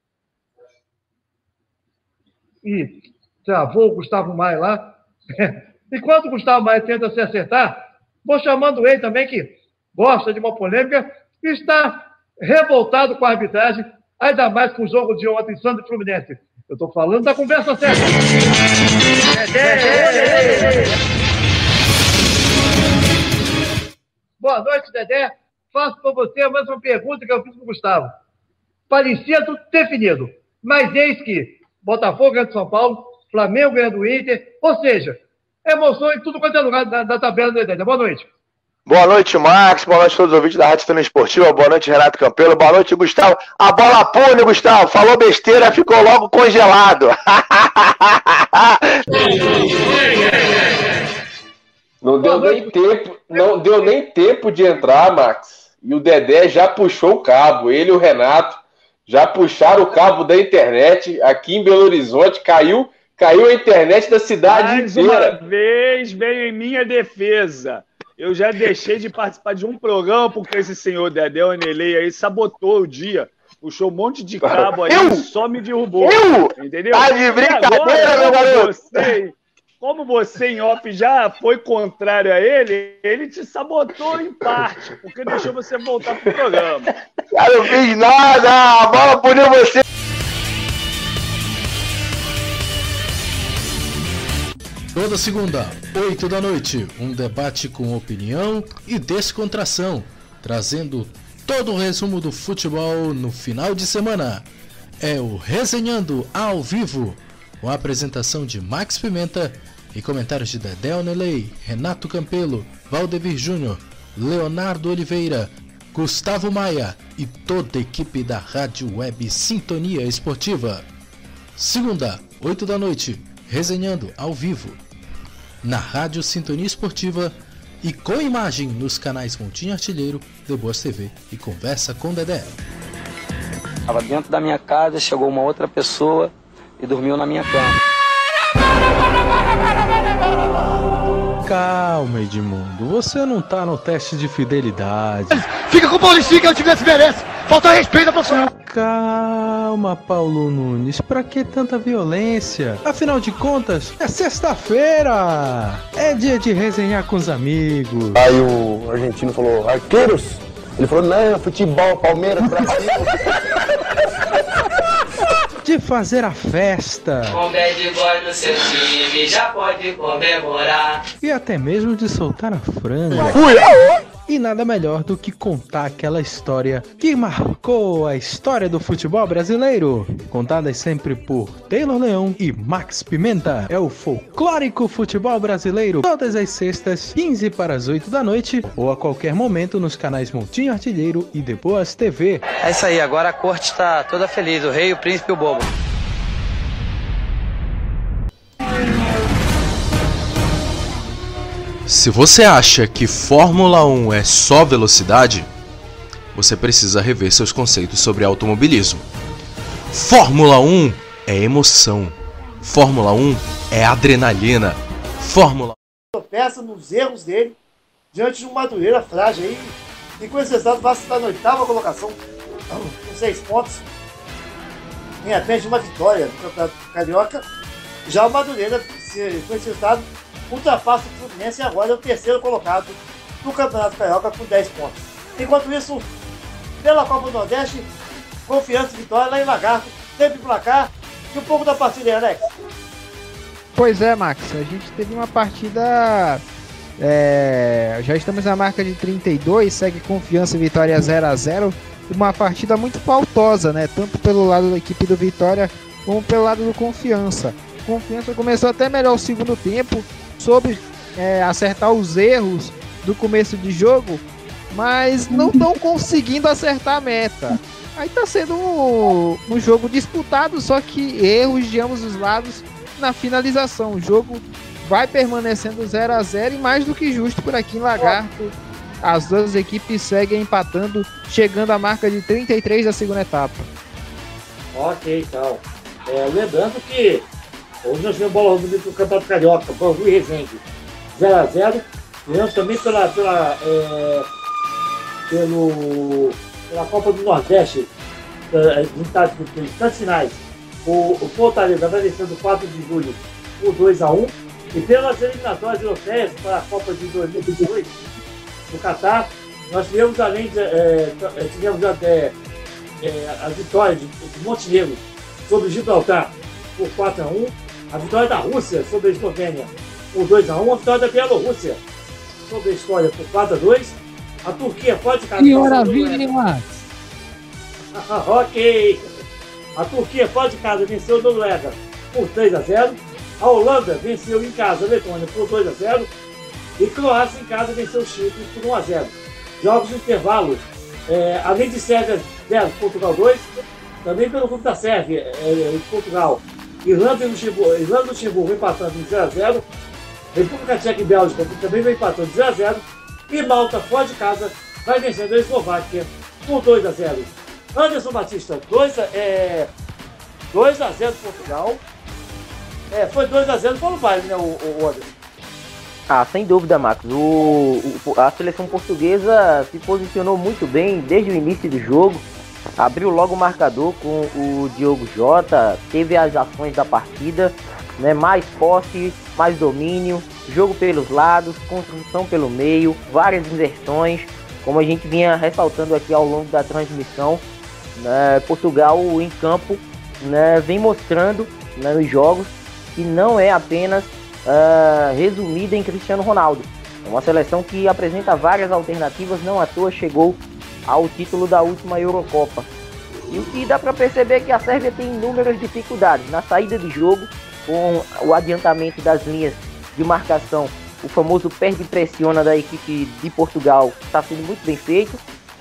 E travou o Gustavo Maia lá. Enquanto o Gustavo Maia tenta se acertar, vou chamando ele também, que gosta de uma polêmica, e está revoltado com a arbitragem, ainda mais com o jogo de ontem, Santos e Fluminense. Eu estou falando da conversa certa. Boa noite, Dedé. Faço para você a mesma pergunta que eu fiz para o Gustavo. Parecia tudo definido, mas eis que Botafogo ganha do São Paulo, Flamengo ganha do Inter, ou seja, emoção em tudo quanto é lugar da tabela do Dedé. Boa noite. Boa noite, Max. Boa noite a todos os ouvintes da Rádio Sintonia Esportiva. Boa noite, Renato Campelo. Boa noite, Gustavo. A bola pune, Gustavo. Falou besteira, ficou logo congelado. Não deu nem tempo de entrar, Max. E o Dedé já puxou o cabo. Ele e o Renato já puxaram o cabo da internet. Aqui em Belo Horizonte caiu a internet da cidade inteira. Mais uma vez veio em minha defesa. Eu já deixei de participar de um programa porque esse senhor Dedé Onelei aí sabotou o dia. Puxou um monte de cabo aí e só me derrubou. Entendeu? Tá de brincadeira, meu garoto. Como você em off já foi contrário a ele te sabotou em parte, porque deixou você voltar pro programa. Eu não fiz nada, a bola puniu você. Toda segunda, 8 da noite, um debate com opinião e descontração, trazendo todo o resumo do futebol no final de semana. É o Resenhando ao Vivo, com a apresentação de Max Pimenta e comentários de Dedé Onelei, Renato Campelo, Valdemir Júnior, Leonardo Oliveira, Gustavo Maia e toda a equipe da Rádio Web Sintonia Esportiva. Segunda, 8 da noite, Resenhando ao Vivo, na Rádio Sintonia Esportiva e com imagem nos canais Montinho Artilheiro, The Boas TV e Conversa com Dedé. Estava dentro da minha casa, chegou uma outra pessoa e dormiu na minha cama. Calma, Edmundo, você não tá no teste de fidelidade. Fica com o Paulistinho que eu tivesse merece. Falta respeito à profissional. Calma, Paulo Nunes, pra que tanta violência? Afinal de contas, é sexta-feira! É dia de resenhar com os amigos. Aí o argentino falou, arqueiros? Ele falou, não, futebol, Palmeiras, Brasil. De fazer a festa. Com bad boy no seu time, já pode comemorar. E até mesmo de soltar a franga. E nada melhor do que contar aquela história que marcou a história do futebol brasileiro. Contadas sempre por Taylor Leão e Max Pimenta. É o folclórico futebol brasileiro. Todas as sextas, 15 para as 8 da noite. Ou a qualquer momento nos canais Montinho Artilheiro e The Boas TV. É isso aí, agora a corte está toda feliz. O rei, o príncipe e o bobo. Se você acha que Fórmula 1 é só velocidade, você precisa rever seus conceitos sobre automobilismo. Fórmula 1 é emoção. Fórmula 1 é adrenalina. Fórmula 1 tropeça nos erros dele diante de um Madureira frágil aí. E com esse resultado vai estar na 8ª colocação com 6 pontos. Em apenas uma vitória no Campeonato Carioca. Já o Madureira, com esse resultado, ultrapassa o Fluminense e agora é o 3º colocado no Campeonato Carioca com 10 pontos. Enquanto isso, pela Copa do Nordeste, Confiança e Vitória lá em Lagarto, sempre placar. E um pouco da partida aí, Alex. Pois é, Max, a gente teve uma partida, já estamos na marca de 32, segue Confiança e Vitória 0-0, uma partida muito faltosa, né, tanto pelo lado da equipe do Vitória como pelo lado do Confiança. Confiança começou até melhor o segundo tempo, soube acertar os erros do começo de jogo, mas não estão conseguindo acertar a meta. Aí tá sendo um jogo disputado, só que erros de ambos os lados na finalização. O jogo vai permanecendo 0-0 e mais do que justo por aqui em Lagarto. As duas equipes seguem empatando, chegando à marca de 33 da segunda etapa. Ok, então. Lembrando que hoje nós tivemos bola do Campeonato Carioca, Bangu e Resende 0-0. Tivemos também pela Copa do Nordeste, nas finais, o Fortaleza vai vencendo 4 de julho por 2-1. E pelas eliminatórias europeias para a Copa de 2022, no Catar, nós tivemos tivemos até a vitória de Montenegro sobre o Gibraltar por 4-1. A vitória da Rússia sobre a Eslovênia por 2-1. A vitória da Bielorrússia sobre a Estória por 4-2. A Turquia fora de casa. Que maravilha, hein, Max? Ok. A Turquia fora de casa venceu a Noruega por 3-0. A Holanda venceu em casa a Letônia por 2-0. E Croácia em casa venceu o Chipre por 1-0. Jogos no intervalo. Além de Sérvia 0, Portugal 2. Também pelo grupo da Sérvia e Portugal. Irlanda e Luxemburgo empatando em 0-0. República Tcheca e Bélgica também vem empatando 0-0. E Malta, fora de casa, vai vencendo a Eslováquia por 2-0. Anderson Batista, 2-0 Portugal. Foi 2-0 para o baile, né, o Anderson? Ah, sem dúvida, Max. A seleção portuguesa se posicionou muito bem desde o início do jogo. Abriu logo o marcador com o Diogo Jota, teve as ações da partida, né, mais posse, mais domínio, jogo pelos lados, construção pelo meio, várias inversões, como a gente vinha ressaltando aqui ao longo da transmissão, né, Portugal em campo, né, vem mostrando, né, nos jogos que não é apenas resumida em Cristiano Ronaldo. É uma seleção que apresenta várias alternativas, não à toa chegou ao título da última Eurocopa. E o que dá para perceber é que a Sérvia tem inúmeras dificuldades na saída de jogo, com o adiantamento das linhas de marcação. O famoso perde e pressiona da equipe de Portugal está sendo muito bem feito.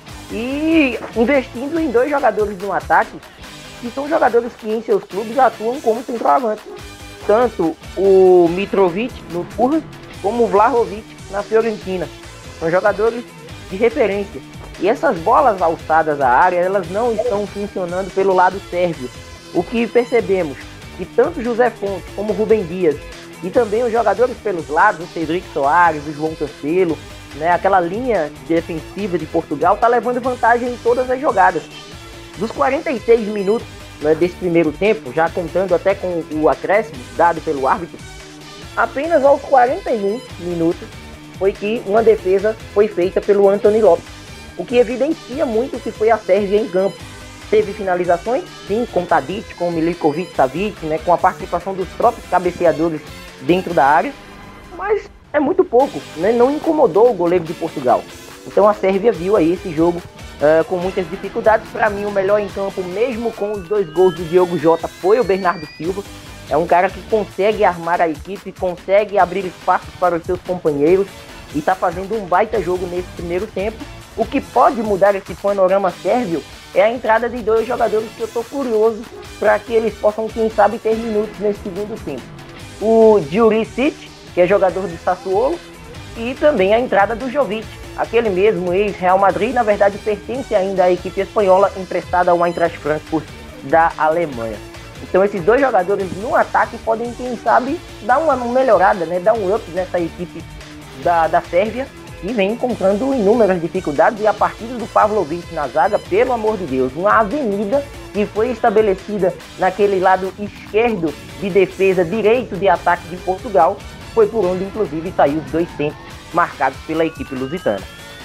E investindo em 2 jogadores no ataque, que são jogadores que em seus clubes atuam como centroavante. Tanto o Mitrovic no Turra, como o Vlahovic na Fiorentina. São jogadores de referência. E essas bolas alçadas à área, elas não estão funcionando pelo lado sérvio. O que percebemos, que tanto José Fonte como Rubem Dias, e também os jogadores pelos lados, o Cedric Soares, o João Cancelo, né, aquela linha defensiva de Portugal, está levando vantagem em todas as jogadas. Dos 46 minutos, né, desse primeiro tempo, já contando até com o acréscimo dado pelo árbitro, apenas aos 41 minutos foi que uma defesa foi feita pelo Anthony Lopes, o que evidencia muito o que foi a Sérvia em campo. Teve finalizações, sim, com Tadic, com Milinkovic Savic, né, com a participação dos próprios cabeceadores dentro da área, mas é muito pouco, né, não incomodou o goleiro de Portugal. Então a Sérvia viu aí esse jogo com muitas dificuldades. Para mim, o melhor em campo, mesmo com os 2 gols do Diogo Jota, foi o Bernardo Silva. É um cara que consegue armar a equipe, consegue abrir espaços para os seus companheiros e está fazendo um baita jogo nesse primeiro tempo. O que pode mudar esse panorama sérvio é a entrada de 2 jogadores que eu estou curioso para que eles possam, quem sabe, ter minutos nesse segundo tempo. O Djuricic, que é jogador do Sassuolo, e também a entrada do Jovic, aquele mesmo ex-Real Madrid, na verdade pertence ainda à equipe espanhola, emprestada ao Eintracht Frankfurt da Alemanha. Então esses 2 jogadores no ataque podem, quem sabe, dar uma melhorada, né, dar um up nessa equipe da Sérvia, e vem encontrando inúmeras dificuldades. E a partida do Pavlovic na zaga, pelo amor de Deus, uma avenida que foi estabelecida naquele lado esquerdo de defesa, direito de ataque de Portugal, foi por onde inclusive saiu os 2 tempos marcados pela equipe lusitana.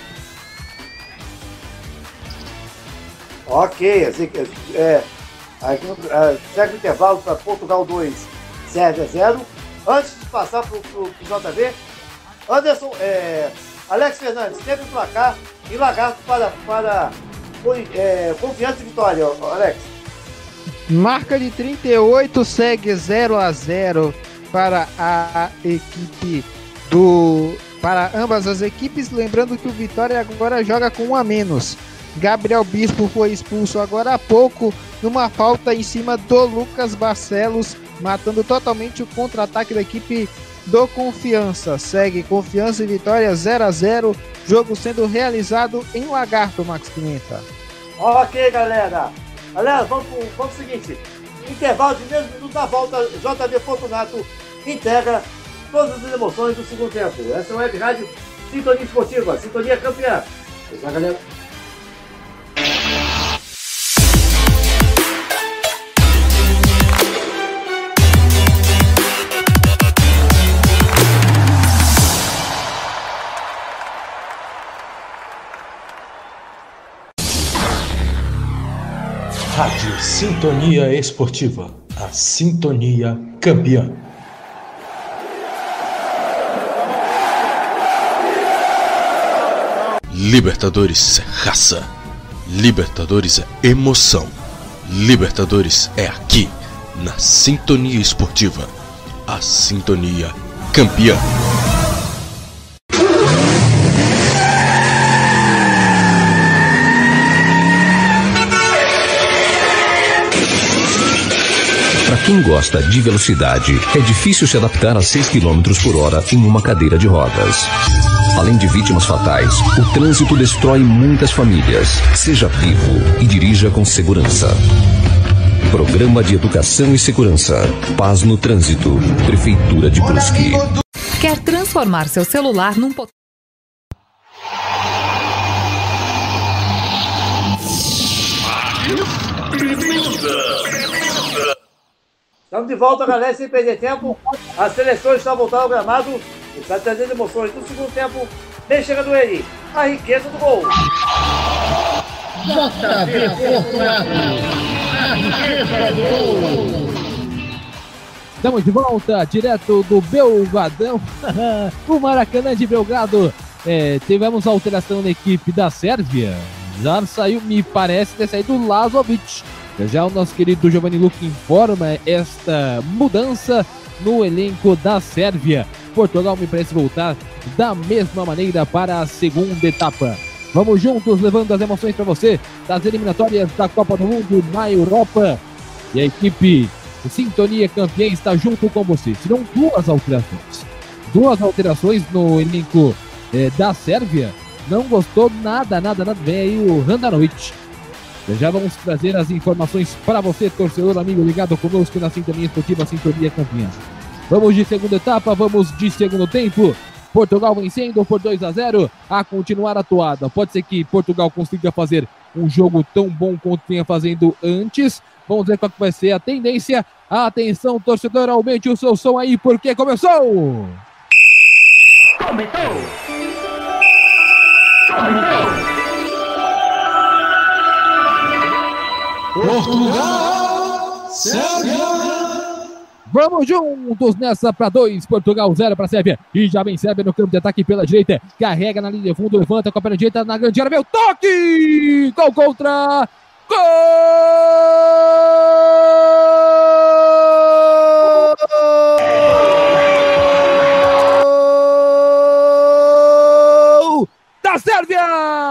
Ok, assim, segue o intervalo para Portugal 2, Sérvia 0. Antes de passar para o JV, Anderson, Alex Fernandes, teve o placar e Lagarto para Confiança e Vitória, Alex. Marca de 38, segue 0-0 para a equipe para ambas as equipes. Lembrando que o Vitória agora joga com 1 a menos. Gabriel Bispo foi expulso agora há pouco numa falta em cima do Lucas Barcelos, matando totalmente o contra-ataque da equipe do Confiança. Segue Confiança e Vitória 0-0, jogo sendo realizado em Lagarto, Max Pimenta. Ok, galera. Galera, vamos pro seguinte. Intervalo de menos minutos, na volta, JV Fortunato integra todas as emoções do segundo tempo. Essa é a Web Rádio Sintonia Esportiva, Sintonia Campeã. Beleza, galera? Rádio Sintonia Esportiva, a sintonia campeã. Libertadores é raça, Libertadores é emoção, Libertadores é aqui, na Sintonia Esportiva, a sintonia campeã. Para quem gosta de velocidade, é difícil se adaptar a 6 km por hora em uma cadeira de rodas. Além de vítimas fatais, o trânsito destrói muitas famílias. Seja vivo e dirija com segurança. Programa de Educação e Segurança. Paz no Trânsito. Prefeitura de Brusque. Quer transformar seu celular num Estamos de volta, galera, sem perder tempo. A seleção está voltando ao gramado e está trazendo emoções do segundo tempo. Vem chegando ele, a riqueza do gol. JB Fortunato, a riqueza do gol. Estamos de volta, direto do Belgradão, o Maracanã de Belgrado. Tivemos alteração na equipe da Sérvia. Já saiu, me parece ter saído o Lazovic. Já o nosso querido Giovanni Luque informa esta mudança no elenco da Sérvia. Portugal me parece voltar da mesma maneira para a segunda etapa. Vamos juntos levando as emoções para você das eliminatórias da Copa do Mundo na Europa. E a equipe Sintonia Campeã está junto com você. Serão duas alterações. Duas alterações no elenco da Sérvia. Não gostou nada. Vem aí o Handanovic. Já vamos trazer as informações para você, torcedor amigo ligado conosco na Sintonia Esportiva, Sintonia Campeã. Vamos de segunda etapa, vamos de segundo tempo. Portugal vencendo por 2-0 a continuar atuada. Pode ser que Portugal consiga fazer um jogo tão bom quanto vinha fazendo antes. Vamos ver qual vai ser a tendência. Atenção, torcedor, aumente o seu som aí, porque começou! Começou! Portugal, Sérvia. Vamos juntos nessa para 2, Portugal 0 para a Sérvia. E já vem Sérvia no campo de ataque pela direita. Carrega na linha de fundo, levanta com a perna direita na grande área. Meu toque! Gol contra! Gol! Da Sérvia!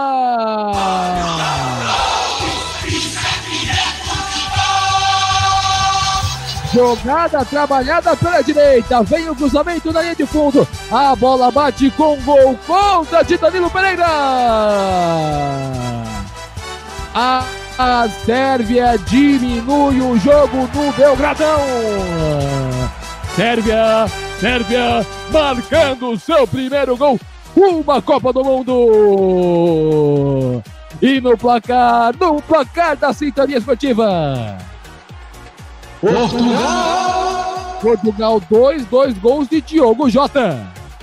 Jogada trabalhada pela direita, vem o cruzamento na linha de fundo, a bola bate com gol contra de Danilo Pereira. A Sérvia diminui o jogo no Belgradão. Sérvia marcando o seu primeiro gol, uma Copa do Mundo. E no placar da Sintonia Esportiva. Portugal 2 gols de Diogo Jota.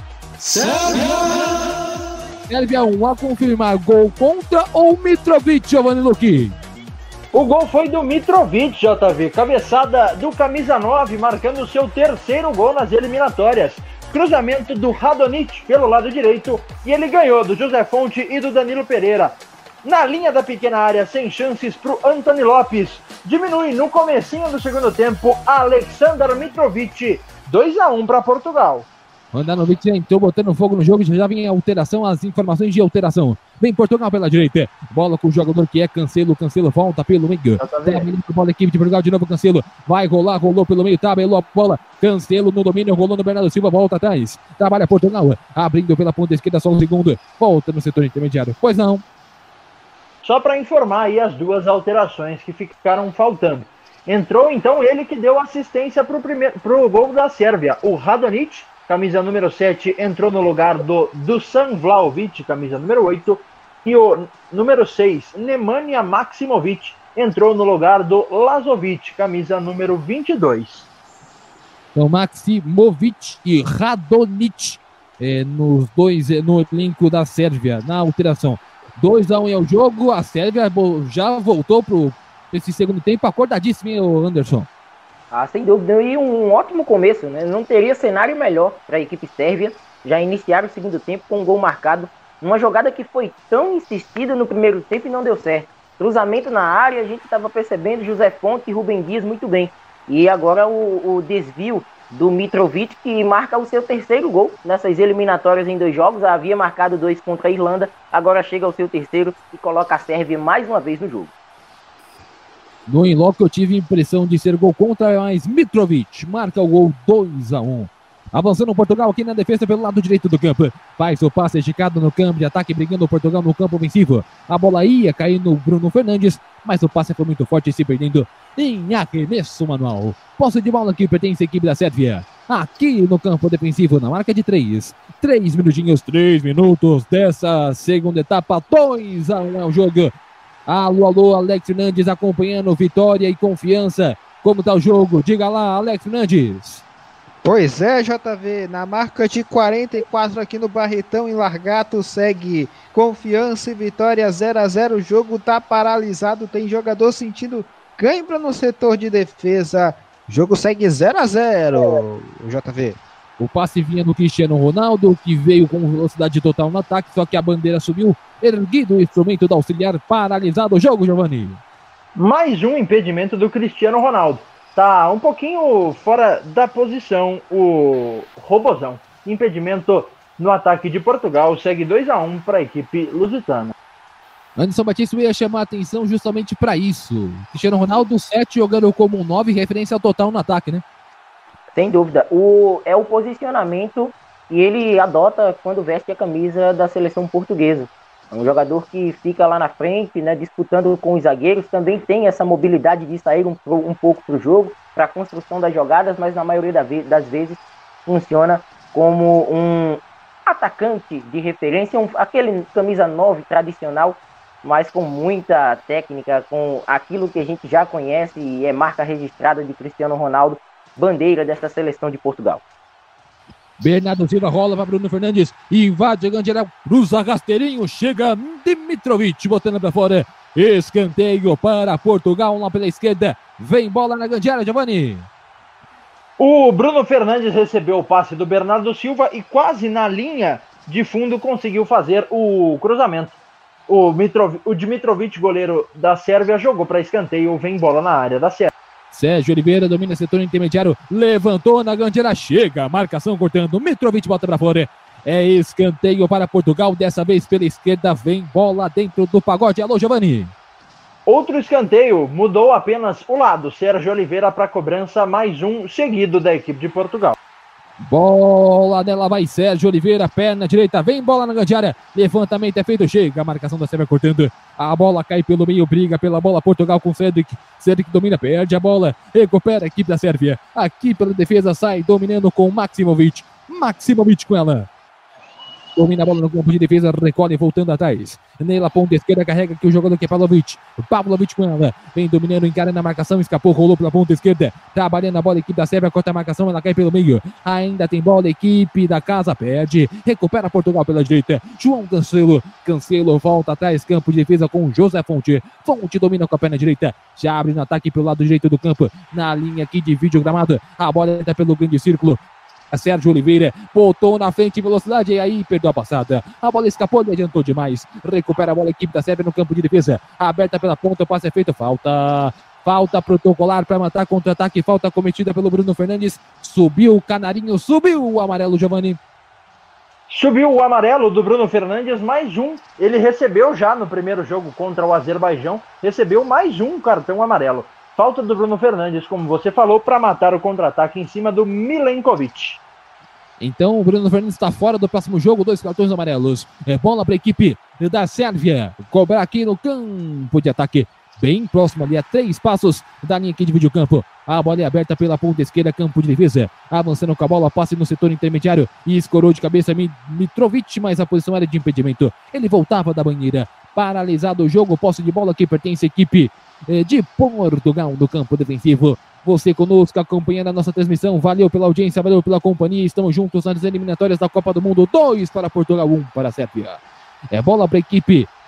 Sérvia 1 a confirmar, gol contra ou Mitrovic, Giovanni Luque? O gol foi do Mitrovic, JV, cabeçada do camisa 9, marcando o seu terceiro gol nas eliminatórias. Cruzamento do Radonjic pelo lado direito e ele ganhou do José Fonte e do Danilo Pereira. Na linha da pequena área, sem chances para o Antony Lopes. Diminui no comecinho do segundo tempo, Aleksandar Mitrovic, 2-1 para Portugal. Handanovic entrou botando fogo no jogo, já vem a alteração, as informações de alteração. Vem Portugal pela direita, bola com o jogador que é Cancelo volta pelo meio. Bola equipe de Portugal, de novo Cancelo, vai rolar, rolou pelo meio, tabelou a bola, Cancelo no domínio, rolou no Bernardo Silva, volta atrás, trabalha Portugal, abrindo pela ponta esquerda, só um segundo, volta no setor intermediário, pois não. Só para informar aí as duas alterações que ficaram faltando. Entrou então ele que deu assistência pro gol da Sérvia. O Radonjic, camisa número 7, entrou no lugar do Dusan Vlahovic, camisa número 8. E o número 6, Nemanja Maksimovic, entrou no lugar do Lazovic, camisa número 22. Então Maksimovic e Radonjic nos dois no elenco da Sérvia, na alteração. 2-1 é o jogo, a Sérvia já voltou para esse segundo tempo acordadíssimo, hein, Anderson? Sem dúvida, e um ótimo começo, né? Não teria cenário melhor para a equipe sérvia. Já iniciaram o segundo tempo com um gol marcado. Uma jogada que foi tão insistida no primeiro tempo e não deu certo. Cruzamento na área, a gente estava percebendo José Fonte e Rubem Dias muito bem. E agora o desvio do Mitrovic, que marca o seu terceiro gol nessas eliminatórias em 2 jogos. Havia marcado 2 contra a Irlanda, agora chega ao seu terceiro e coloca a Sérvia mais uma vez no jogo. No in-loco eu tive a impressão de ser gol contra, mas Mitrovic marca o gol 2-1. Avançando o Portugal aqui na defesa pelo lado direito do campo. Faz o passe esticado no campo de ataque, brigando o Portugal no campo ofensivo. A bola ia cair no Bruno Fernandes, mas o passe foi muito forte, se perdendo em arremesso manual. Posse de bola que pertence à equipe da Sérvia. Aqui no campo defensivo, na marca de 3. 3 minutos dessa segunda etapa. 2-1 é o jogo. Alô, Alex Fernandes acompanhando vitória e confiança. Como tá o jogo? Diga lá, Alex Fernandes. Pois é, JV, na marca de 44 aqui no Barretão, em Largato, segue confiança e vitória 0-0, o jogo tá paralisado, tem jogador sentindo cãibra no setor de defesa, o jogo segue 0-0, JV. O passe vinha do Cristiano Ronaldo, que veio com velocidade total no ataque, só que a bandeira subiu, erguido o instrumento do auxiliar, paralisado o jogo, Giovanni. Mais um impedimento do Cristiano Ronaldo. Tá um pouquinho fora da posição o Robozão. Impedimento no ataque de Portugal. Segue 2-1 para a equipe lusitana. Anderson Batista ia chamar a atenção justamente para isso. Cristiano Ronaldo, 7, jogando como um 9, referência ao total no ataque, né? Sem dúvida. É o posicionamento que ele adota quando veste a camisa da seleção portuguesa. É um jogador que fica lá na frente, né, disputando com os zagueiros, também tem essa mobilidade de sair um pouco para o jogo, para a construção das jogadas, mas na maioria das vezes funciona como um atacante de referência, aquele camisa 9 tradicional, mas com muita técnica, com aquilo que a gente já conhece e é marca registrada de Cristiano Ronaldo, bandeira dessa seleção de Portugal. Bernardo Silva rola para Bruno Fernandes, invade a grande área, cruza rasteirinho, chega Dimitrovic, botando para fora, escanteio para Portugal lá pela esquerda, vem bola na grande área, Giovanni. O Bruno Fernandes recebeu o passe do Bernardo Silva e quase na linha de fundo conseguiu fazer o cruzamento. O Dimitrovic, goleiro da Sérvia, jogou para escanteio, vem bola na área da Sérvia. Sérgio Oliveira domina o setor intermediário, levantou na grande área, chega, marcação cortando, Mitrovic bota para fora, é escanteio para Portugal, dessa vez pela esquerda, vem bola dentro do pagode, alô Giovanni. Outro escanteio, mudou apenas o lado, Sérgio Oliveira para cobrança, mais um seguido da equipe de Portugal. Bola nela vai Sérgio Oliveira, perna direita, vem bola na grande área, levantamento é feito, chega, a marcação da Sérvia cortando, a bola cai pelo meio, briga pela bola, Portugal com Cedric domina, perde a bola, recupera a equipe da Sérvia, aqui pela defesa sai dominando com Maksimovic com ela. Domina a bola no campo de defesa, recolhe voltando atrás. Nela, ponta esquerda, carrega aqui o jogador que é Pavlovic com ela. Vem dominando, encara na marcação, escapou, rolou pela ponta esquerda. Trabalhando a bola, equipe da Sérvia, corta a marcação, ela cai pelo meio. Ainda tem bola, equipe da casa, perde. Recupera Portugal pela direita. João Cancelo volta atrás, campo de defesa com José Fonte. Fonte domina com a perna direita. Já abre no ataque pelo lado direito do campo. Na linha aqui de vídeo gramado. A bola entra pelo grande círculo. A Sérgio Oliveira botou na frente em velocidade e aí perdeu a passada. A bola escapou, ele adiantou demais. Recupera a bola a equipe da Sérvia no campo de defesa. Aberta pela ponta, o passe é feito. Falta protocolar para matar contra-ataque. Falta cometida pelo Bruno Fernandes. Subiu o canarinho, subiu o amarelo, Giovanni. Subiu o amarelo do Bruno Fernandes, mais um. Ele recebeu já no primeiro jogo contra o Azerbaijão. Recebeu mais um cartão amarelo. Falta do Bruno Fernandes, como você falou, para matar o contra-ataque em cima do Milenkovic. Então o Bruno Fernandes está fora do próximo jogo, 2 cartões amarelos. É bola para a equipe da Sérvia. Cobrar aqui no campo de ataque. Bem próximo ali, a 3 passos da linha aqui de videocampo. A bola é aberta pela ponta esquerda, campo de defesa. Avançando com a bola, passe no setor intermediário. E escorou de cabeça Mitrovic, mas a posição era de impedimento. Ele voltava da banheira. Paralisado o jogo, posse de bola que pertence à equipe de Portugal no campo defensivo. Você conosco acompanhando a nossa transmissão, valeu pela audiência, valeu pela companhia, estamos juntos nas eliminatórias da Copa do Mundo, 2 para Portugal, 1 para a Sérvia. É bola para a equipe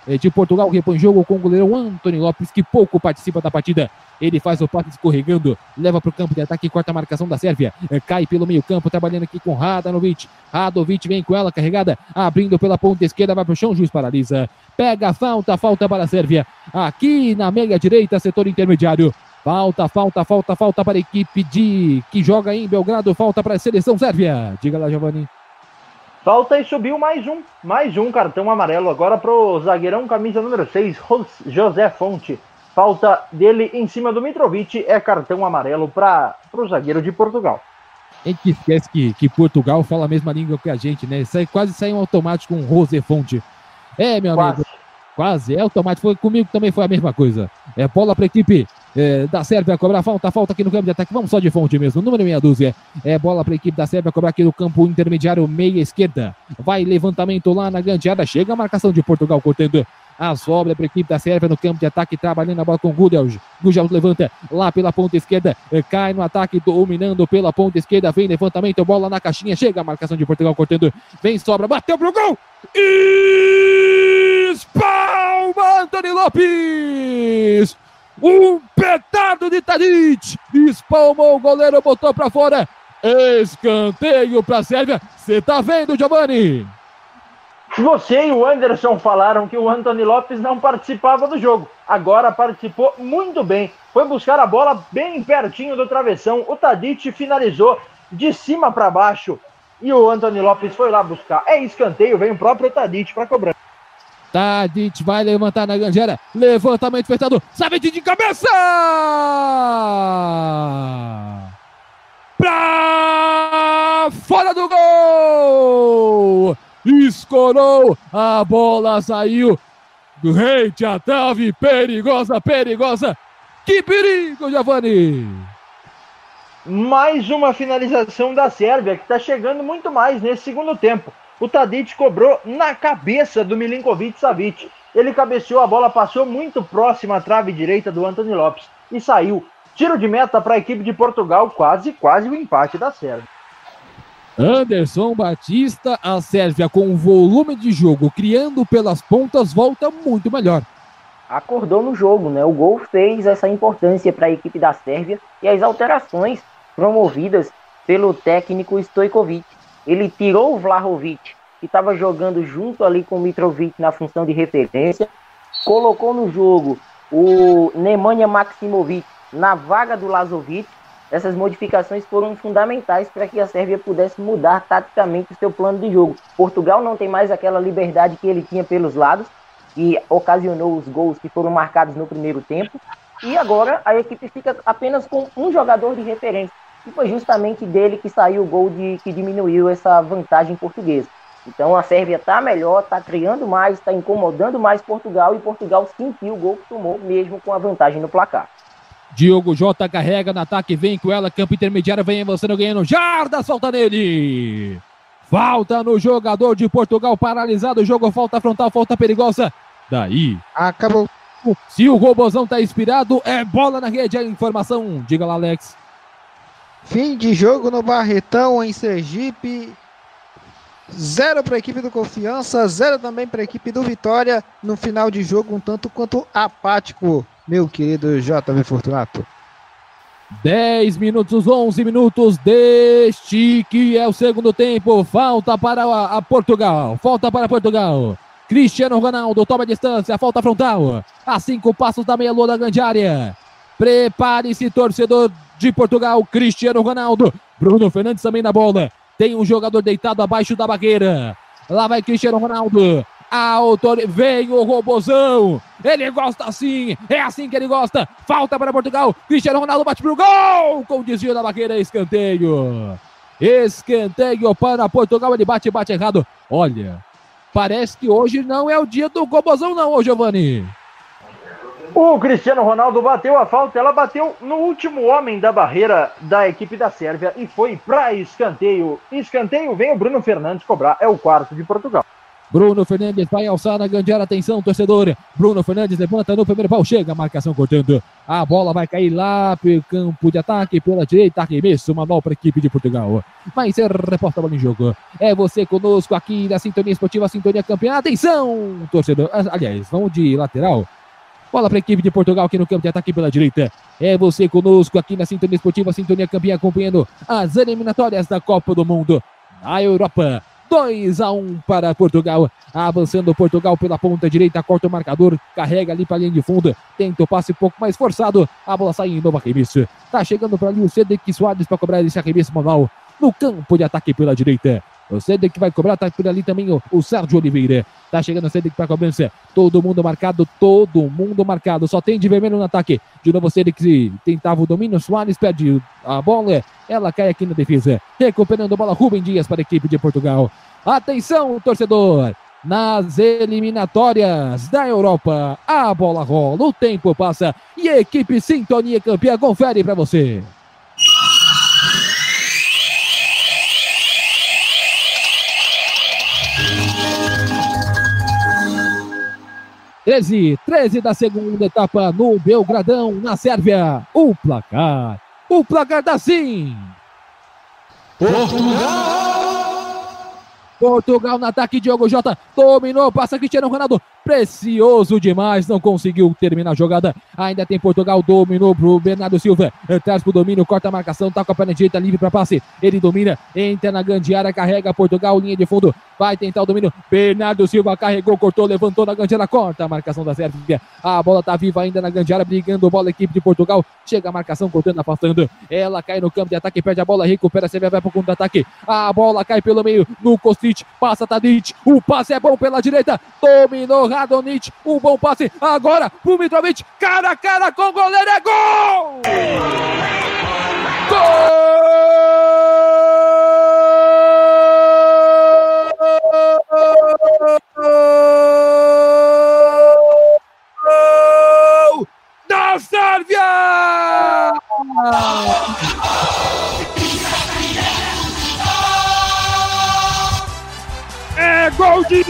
de Portugal repõe jogo com o goleiro Anthony Lopes, que pouco participa da partida. Ele faz o passe escorregando, leva para o campo de ataque, corta a marcação da Sérvia, cai pelo meio campo, trabalhando aqui com Radanovic. Radovic vem com ela carregada, abrindo pela ponta esquerda, vai para o chão, o juiz paralisa. Pega a falta para a Sérvia. Aqui na meia direita, setor intermediário. Falta para a equipe que joga em Belgrado, falta para a seleção sérvia. Diga lá, Giovanni. Falta e subiu mais um cartão amarelo agora pro zagueirão, camisa número 6, José Fonte. Falta dele em cima do Mitrovic, é cartão amarelo para o zagueiro de Portugal. A gente esquece que Portugal fala a mesma língua que a gente, né? Quase sai um automático com José Fonte. Meu amigo. Quase, é automático. Comigo também foi a mesma coisa. É bola para a equipe da Sérvia cobrar falta aqui no campo de ataque. Vamos só de Fonte mesmo, número meia dúzia. É bola para a equipe da Sérvia cobrar aqui no campo intermediário, meia esquerda. Vai levantamento lá na grande área. Chega a marcação de Portugal cortando a sobra para a equipe da Sérvia no campo de ataque, trabalhando a bola com Gudels. Gudels levanta lá pela ponta esquerda, cai no ataque, dominando pela ponta esquerda, vem levantamento, bola na caixinha, chega a marcação de Portugal cortando, vem sobra, bateu pro gol! Espalma Anthony Lopes! Um petardo de Tadic! Espalmou o goleiro, botou pra fora. Escanteio pra Sérvia. Você tá vendo, Giovanni? Você e o Anderson falaram que o Anthony Lopes não participava do jogo. Agora participou muito bem. Foi buscar a bola bem pertinho do travessão. O Tadic finalizou de cima para baixo. E o Anthony Lopes foi lá buscar. É escanteio, vem o próprio Tadic para cobrar. Tadic vai levantar na ganjeira. Levantamento fechado. Savic de cabeça! Pra fora do gol! Escorou, a bola saiu rente à trave, perigosa. Que perigo, Giovanni! Mais uma finalização da Sérvia, que está chegando muito mais nesse segundo tempo. O Tadic cobrou na cabeça do Milinkovic-Savic. Ele cabeceou, a bola passou muito próxima à trave direita do Anthony Lopes e saiu. Tiro de meta para a equipe de Portugal, quase o empate da Sérvia. Anderson Batista, a Sérvia com o volume de jogo, criando pelas pontas, volta muito melhor. Acordou no jogo, né? O gol fez essa importância para a equipe da Sérvia e as alterações promovidas pelo técnico Stojkovic. Ele tirou o Vlahovic, que estava jogando junto ali com o Mitrovic na função de referência, colocou no jogo o Nemanja Maksimovic na vaga do Lazovic. Essas modificações foram fundamentais para que a Sérvia pudesse mudar taticamente o seu plano de jogo. Portugal não tem mais aquela liberdade que ele tinha pelos lados, e ocasionou os gols que foram marcados no primeiro tempo. E agora a equipe fica apenas com um jogador de referência. E foi justamente dele que saiu o gol que diminuiu essa vantagem portuguesa. Então a Sérvia está melhor, está criando mais, está incomodando mais Portugal, e Portugal sentiu o gol que tomou mesmo com a vantagem no placar. Diogo Jota carrega no ataque, vem com ela, campo intermediário, vem avançando, ganhando jardas, falta nele. Falta no jogador de Portugal, paralisado o jogo, falta frontal, falta perigosa. Daí. Acabou. Se o Robozão tá inspirado, é bola na rede, a informação. Diga lá, Alex. Fim de jogo no Barretão, em Sergipe. 0 para a equipe do Confiança, 0 também para a equipe do Vitória. No final de jogo, um tanto quanto apático, meu querido JV Fortunato. 10 minutos, 11 minutos deste que é o segundo tempo. Falta para a Portugal. Falta para Portugal. Cristiano Ronaldo toma a distância. Falta frontal. A 5 passos da meia-lua da grande área. Prepare-se, torcedor de Portugal. Cristiano Ronaldo. Bruno Fernandes também na bola. Tem um jogador deitado abaixo da barreira. Lá vai Cristiano Ronaldo. Vem o Robozão. Ele gosta assim. É assim que ele gosta. Falta para Portugal. Cristiano Ronaldo bate pro gol. Com desvio da barreira. Escanteio. Escanteio para Portugal. Ele bate errado. Olha, parece que hoje não é o dia do Robozão não, ô Giovanni. O Cristiano Ronaldo bateu a falta. Ela bateu no último homem da barreira da equipe da Sérvia e foi para escanteio. Escanteio, vem o Bruno Fernandes cobrar. É o quarto de Portugal. Bruno Fernandes vai alçar na grande área, atenção, torcedor. Bruno Fernandes levanta no primeiro pau, chega a marcação cortando. A bola vai cair lá pelo campo de ataque, pela direita, arremesso, manual para a equipe de Portugal. Vai ser reposta a bola em jogo. É você conosco aqui na Sintonia Esportiva, Sintonia Campeã. Atenção, torcedor. Aliás, vamos de lateral. Bola para a equipe de Portugal aqui no campo de ataque pela direita. É você conosco aqui na Sintonia Esportiva, Sintonia Campeã, acompanhando as eliminatórias da Copa do Mundo na Europa. 2-1 para Portugal, avançando Portugal pela ponta direita, corta o marcador, carrega ali para a linha de fundo, tenta o passe um pouco mais forçado, a bola sai em novo arremesso, tá chegando para ali o Cedric Soares para cobrar esse arremesso manual no campo de ataque pela direita. O Cedric vai cobrar, tá por ali também o Sérgio Oliveira. Tá chegando o Cedric para cobrança. Todo mundo marcado, só tem de vermelho no ataque. De novo o Cedric tentava o domínio, Soares perde a bola, ela cai aqui na defesa. Recuperando a bola, Rubem Dias para a equipe de Portugal. Atenção, torcedor! Nas eliminatórias da Europa, a bola rola, o tempo passa e a equipe Sintonia Campeã confere para você. 13 da segunda etapa no Belgradão, na Sérvia. O placar tá assim. Portugal no ataque, Diogo Jota dominou, passa Cristiano Ronaldo, precioso demais, não conseguiu terminar a jogada, ainda tem Portugal, dominou pro Bernardo Silva, traz pro domínio, corta a marcação, tá com a perna direita livre para passe, ele domina, entra na grande área, carrega Portugal, linha de fundo, vai tentar o domínio, Bernardo Silva carregou, cortou, levantou na grande área, corta a marcação da Sérvia, a bola tá viva ainda na grande área, brigando bola, a equipe de Portugal, chega a marcação, cortando, afastando, ela cai no campo de ataque, perde a bola, recupera, a Sérvia vai pro contra-ataque, a bola cai pelo meio, no Kostic, passa Tadic, o passe é bom pela direita, dominou Radonjic, um bom passe, agora pro Mitrovic, cara a cara com o goleiro, é gol! Gol da Sérvia! É gol de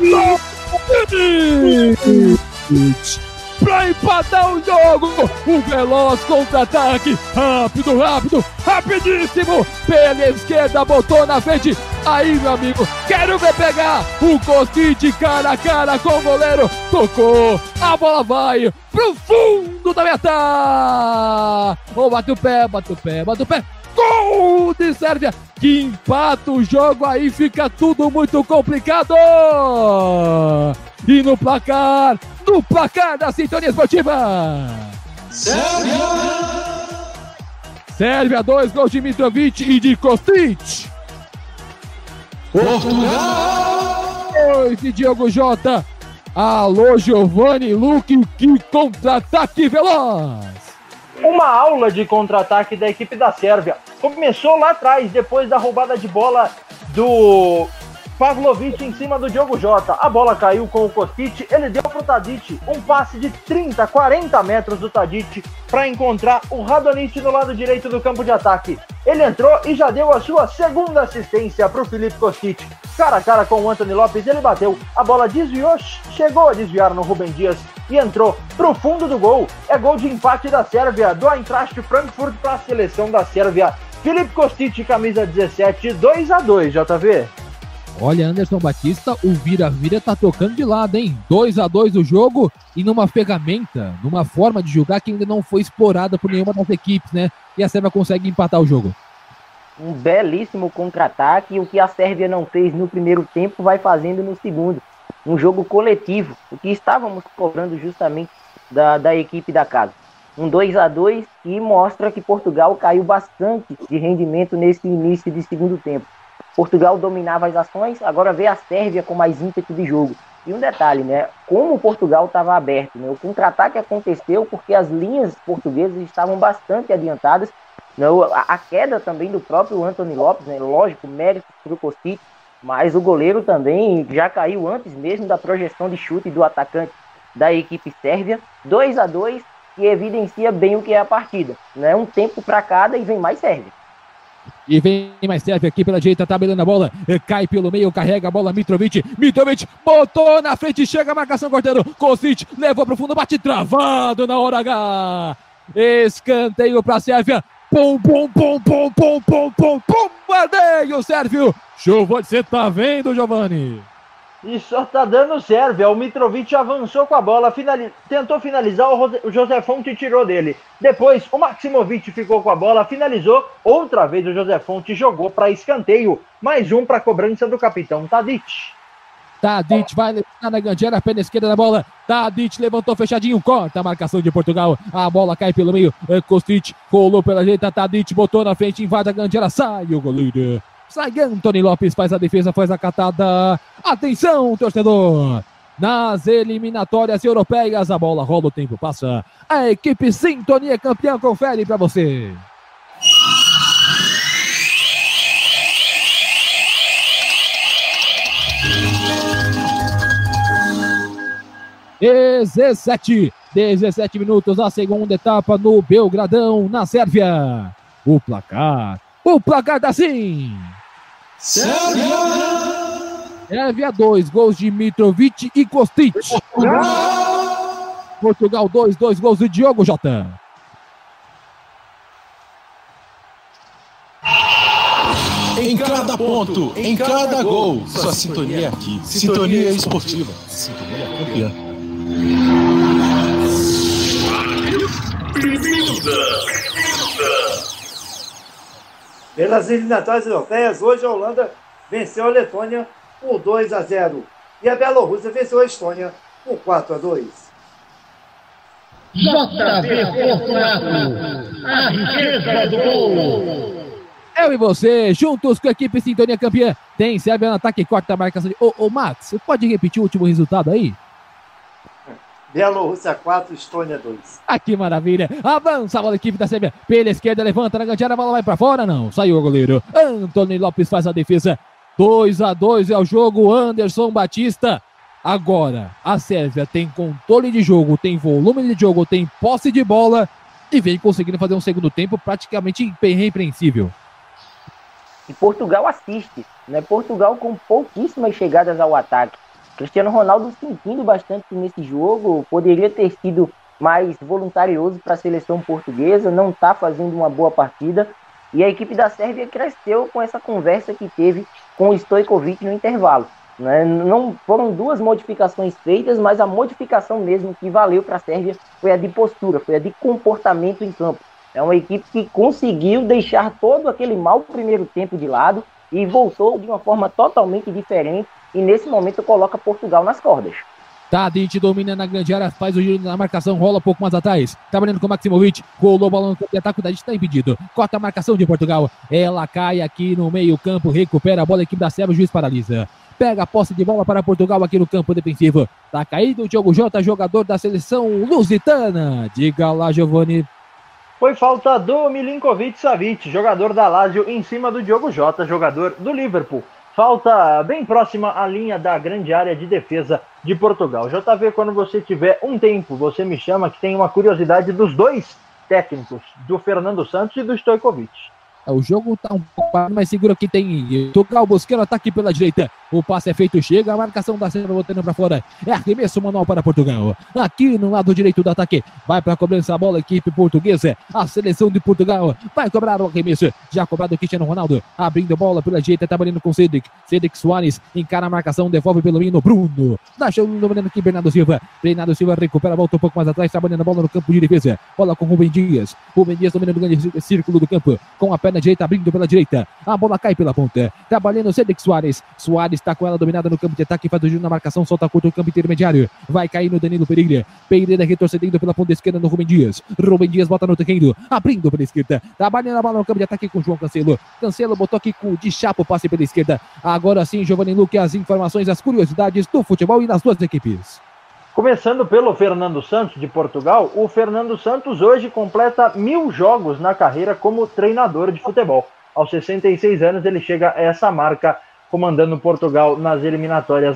pra empatar o jogo, um veloz contra-ataque, rápido, rapidíssimo, pela esquerda, botou na frente, aí meu amigo, quero ver pegar, o Kostic cara a cara com o goleiro, tocou, a bola vai pro fundo da meta, bate o pé, gol de Sérvia, que empata o jogo, aí fica tudo muito complicado. E no placar da Sintonia Esportiva, Sérvia 2 gols de Mitrovic e de Kostic. Portugal 2 de Diogo Jota. Alô, Giovanni Luque, que contra-ataque veloz. Uma aula de contra-ataque da equipe da Sérvia. Começou lá atrás, depois da roubada de bola do Pavlovic em cima do Diogo Jota. A bola caiu com o Kostic, ele deu pro Tadic um passe de 30, 40 metros do Tadic para encontrar o Radonjic no lado direito do campo de ataque. Ele entrou e já deu a sua segunda assistência pro Filipe Kostic. Cara a cara com o Anthony Lopes, ele bateu, a bola desviou, chegou a desviar no Rubem Dias e entrou pro fundo do gol. É gol de empate da Sérvia, do Eintracht Frankfurt para a seleção da Sérvia. Filipe Kostic, camisa 17, 2-2, JV. Olha, Anderson Batista, o vira-vira tá tocando de lado, hein? 2-2 o jogo e numa ferramenta, numa forma de jogar que ainda não foi explorada por nenhuma das equipes, né? E a Sérvia consegue empatar o jogo. Um belíssimo contra-ataque, e o que a Sérvia não fez no primeiro tempo vai fazendo no segundo. Um jogo coletivo, o que estávamos cobrando justamente da equipe da casa. Um 2-2 que mostra que Portugal caiu bastante de rendimento nesse início de segundo tempo. Portugal dominava as ações, agora vê a Sérvia com mais ímpeto de jogo. E um detalhe, né? Como o Portugal estava aberto, né? O contra-ataque aconteceu porque as linhas portuguesas estavam bastante adiantadas. Né? A queda também do próprio Anthony Lopes, né? Lógico, mérito para o Kostic, mas o goleiro também já caiu antes mesmo da projeção de chute do atacante da equipe sérvia. 2-2, que evidencia bem o que é a partida. Né? Um tempo para cada e vem mais Sérvia. E vem mais Sérvia aqui pela direita, tabelando a bola. Cai pelo meio, carrega a bola. Mitrovic botou na frente, chega a marcação cortando. Kostic levou pro fundo, bate travado na hora H. Escanteio pra Sérvia. Pum, bombardeio Sérvio. Chuva, você tá vendo, Giovani? E só tá dando Sérvia. O Mitrovic avançou com a bola, tentou finalizar, o José Fonte tirou dele. Depois, o Maximovic ficou com a bola, finalizou. Outra vez o José Fonte jogou para escanteio. Mais um para cobrança do capitão Tadic. Tadic vai levar na Gandiera, perna esquerda da bola. Tadic levantou fechadinho, corta a marcação de Portugal. A bola cai pelo meio. Kostic rolou pela direita. Tadic botou na frente, invade a Gandiera. Sai o goleiro. Sai Anthony Lopes, faz a defesa, faz a catada. Atenção, torcedor. Nas eliminatórias europeias, a bola rola, o tempo passa. A equipe Sintonia campeã confere para você. Dezessete minutos na segunda etapa no Belgradão, na Sérvia. O placar tá assim. Sérvia 2 gols de Mitrovic e Kostic. Portugal 2 gols de Diogo Jota. Em cada ponto, em cada gol, sua sintonia aqui. Sintonia esportiva. Sintonia campeã. Pelas eliminatórias europeias, hoje a Holanda venceu a Letônia por 2-0 e a Bielorrússia venceu a Estônia por 4-2. JB Fortunato, a riqueza do gol. Eu e você, juntos com a equipe Sintonia campeã. Tem Sérvia no ataque, corta a marcação de... Ô, Max, você pode repetir o último resultado aí? Bielorrússia 4, Estônia 2. Ah, que maravilha. Avança a bola, equipe da Sérvia. Pela esquerda, levanta na Gandiera, a bola vai pra fora, não. Saiu o goleiro. Anthony Lopes faz a defesa. 2-2 é o jogo. Anderson Batista. Agora, a Sérvia tem controle de jogo, tem volume de jogo, tem posse de bola e vem conseguindo fazer um segundo tempo praticamente irrepreensível. E Portugal assiste, né? Portugal com pouquíssimas chegadas ao ataque. Cristiano Ronaldo sentindo bastante nesse jogo, poderia ter sido mais voluntarioso para a seleção portuguesa, não está fazendo uma boa partida. E a equipe da Sérvia cresceu com essa conversa que teve com o Stojkovic no intervalo. Né? Não foram duas modificações feitas, mas a modificação mesmo que valeu para a Sérvia foi a de postura, foi a de comportamento em campo. É uma equipe que conseguiu deixar todo aquele mau primeiro tempo de lado e voltou de uma forma totalmente diferente. E nesse momento coloca Portugal nas cordas. Tadic domina na grande área, faz o giro na marcação, rola um pouco mais atrás. Trabalhando com o Maximovic, rolou o balão de ataque, o Tadic está impedido. Corta a marcação de Portugal. Ela cai aqui no meio campo, recupera a bola, a equipe da Sérvia, o juiz paralisa. Pega a posse de bola para Portugal aqui no campo defensivo. Tá caído o Diogo Jota, jogador da seleção lusitana. Diga lá, Giovani. Foi falta do Milinkovic-Savic, jogador da Lazio, em cima do Diogo Jota, jogador do Liverpool. Falta bem próxima à linha da grande área de defesa de Portugal. JV, quando você tiver um tempo, você me chama, que tem uma curiosidade dos dois técnicos, do Fernando Santos e do Stojkovic. O jogo tá um pouco mais seguro aqui, tem Portugal buscando ataque pela direita. O passe é feito, chega a marcação da Sérvia botando para fora. É arremesso manual para Portugal. Aqui no lado direito do ataque, vai para a cobrança a bola, equipe portuguesa. A seleção de Portugal vai cobrar o arremesso. Já cobrado o Cristiano Ronaldo, abrindo bola pela direita, trabalhando com Cedric. Cedric Soares encara a marcação, devolve pelo meio no Bruno. Deixa o dominando aqui Bernardo Silva. Bernardo Silva recupera, volta um pouco mais atrás, trabalhando a bola no campo de defesa. Bola com Rubem Dias. Rubem Dias dominando o grande círculo do campo, com a perna direita, abrindo pela direita. A bola cai pela ponta. Trabalhando o Cedric Soares. Soares está com ela dominada no campo de ataque, faz o giro na marcação, solta curto o campo intermediário. Vai cair no Danilo Pereira. Pereira retrocedendo pela ponta esquerda no Rubem Dias. Rubem Dias bota no terreno, abrindo pela esquerda. Trabalhando a bola no campo de ataque com João Cancelo. Cancelo botou aqui com de chapa o passe pela esquerda. Agora sim, Giovanni Luque, as informações, as curiosidades do futebol e das duas equipes. Começando pelo Fernando Santos, de Portugal, o Fernando Santos hoje completa 1000 jogos na carreira como treinador de futebol. Aos 66 anos ele chega a essa marca, comandando Portugal nas eliminatórias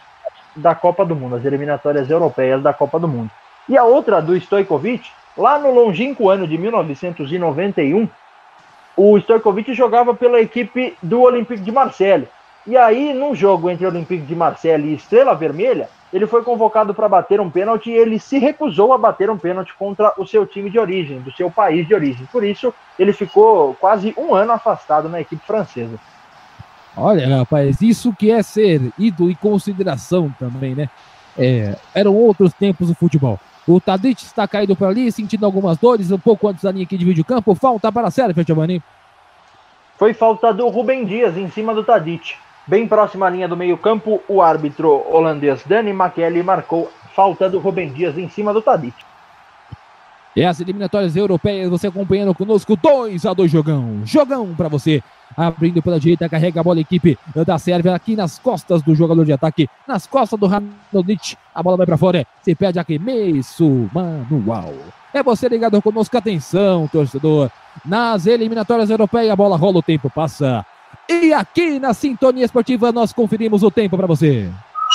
da Copa do Mundo, as eliminatórias europeias da Copa do Mundo. E a outra do Stojkovic, lá no longínquo ano de 1991, o Stojkovic jogava pela equipe do Olympique de Marseille. E aí, num jogo entre Olympique de Marseille e Estrela Vermelha, ele foi convocado para bater um pênalti e ele se recusou a bater um pênalti contra o seu time de origem, do seu país de origem. Por isso, ele ficou quase um ano afastado na equipe francesa. Olha, rapaz, isso que é ser ídolo e consideração também, né? Eram outros tempos do futebol. O Tadic está caído por ali, sentindo algumas dores, um pouco antes da linha aqui de vídeo campo. Falta para a Sérvia, Giovanni. Foi falta do Rubem Dias em cima do Tadic. Bem próxima à linha do meio campo, o árbitro holandês Danny McKelly marcou falta do Rubem Dias em cima do Tadic. E as eliminatórias europeias, você acompanhando conosco, 2-2 jogão. Jogão para você. Abrindo pela direita, carrega a bola a equipe da Sérvia aqui nas costas do jogador de ataque, nas costas do Radonjic. A bola vai para fora, se perde arremesso manual. É você ligado conosco, atenção, torcedor. Nas eliminatórias europeias, a bola rola, o tempo passa. E aqui na Sintonia Esportiva nós conferimos o tempo para você.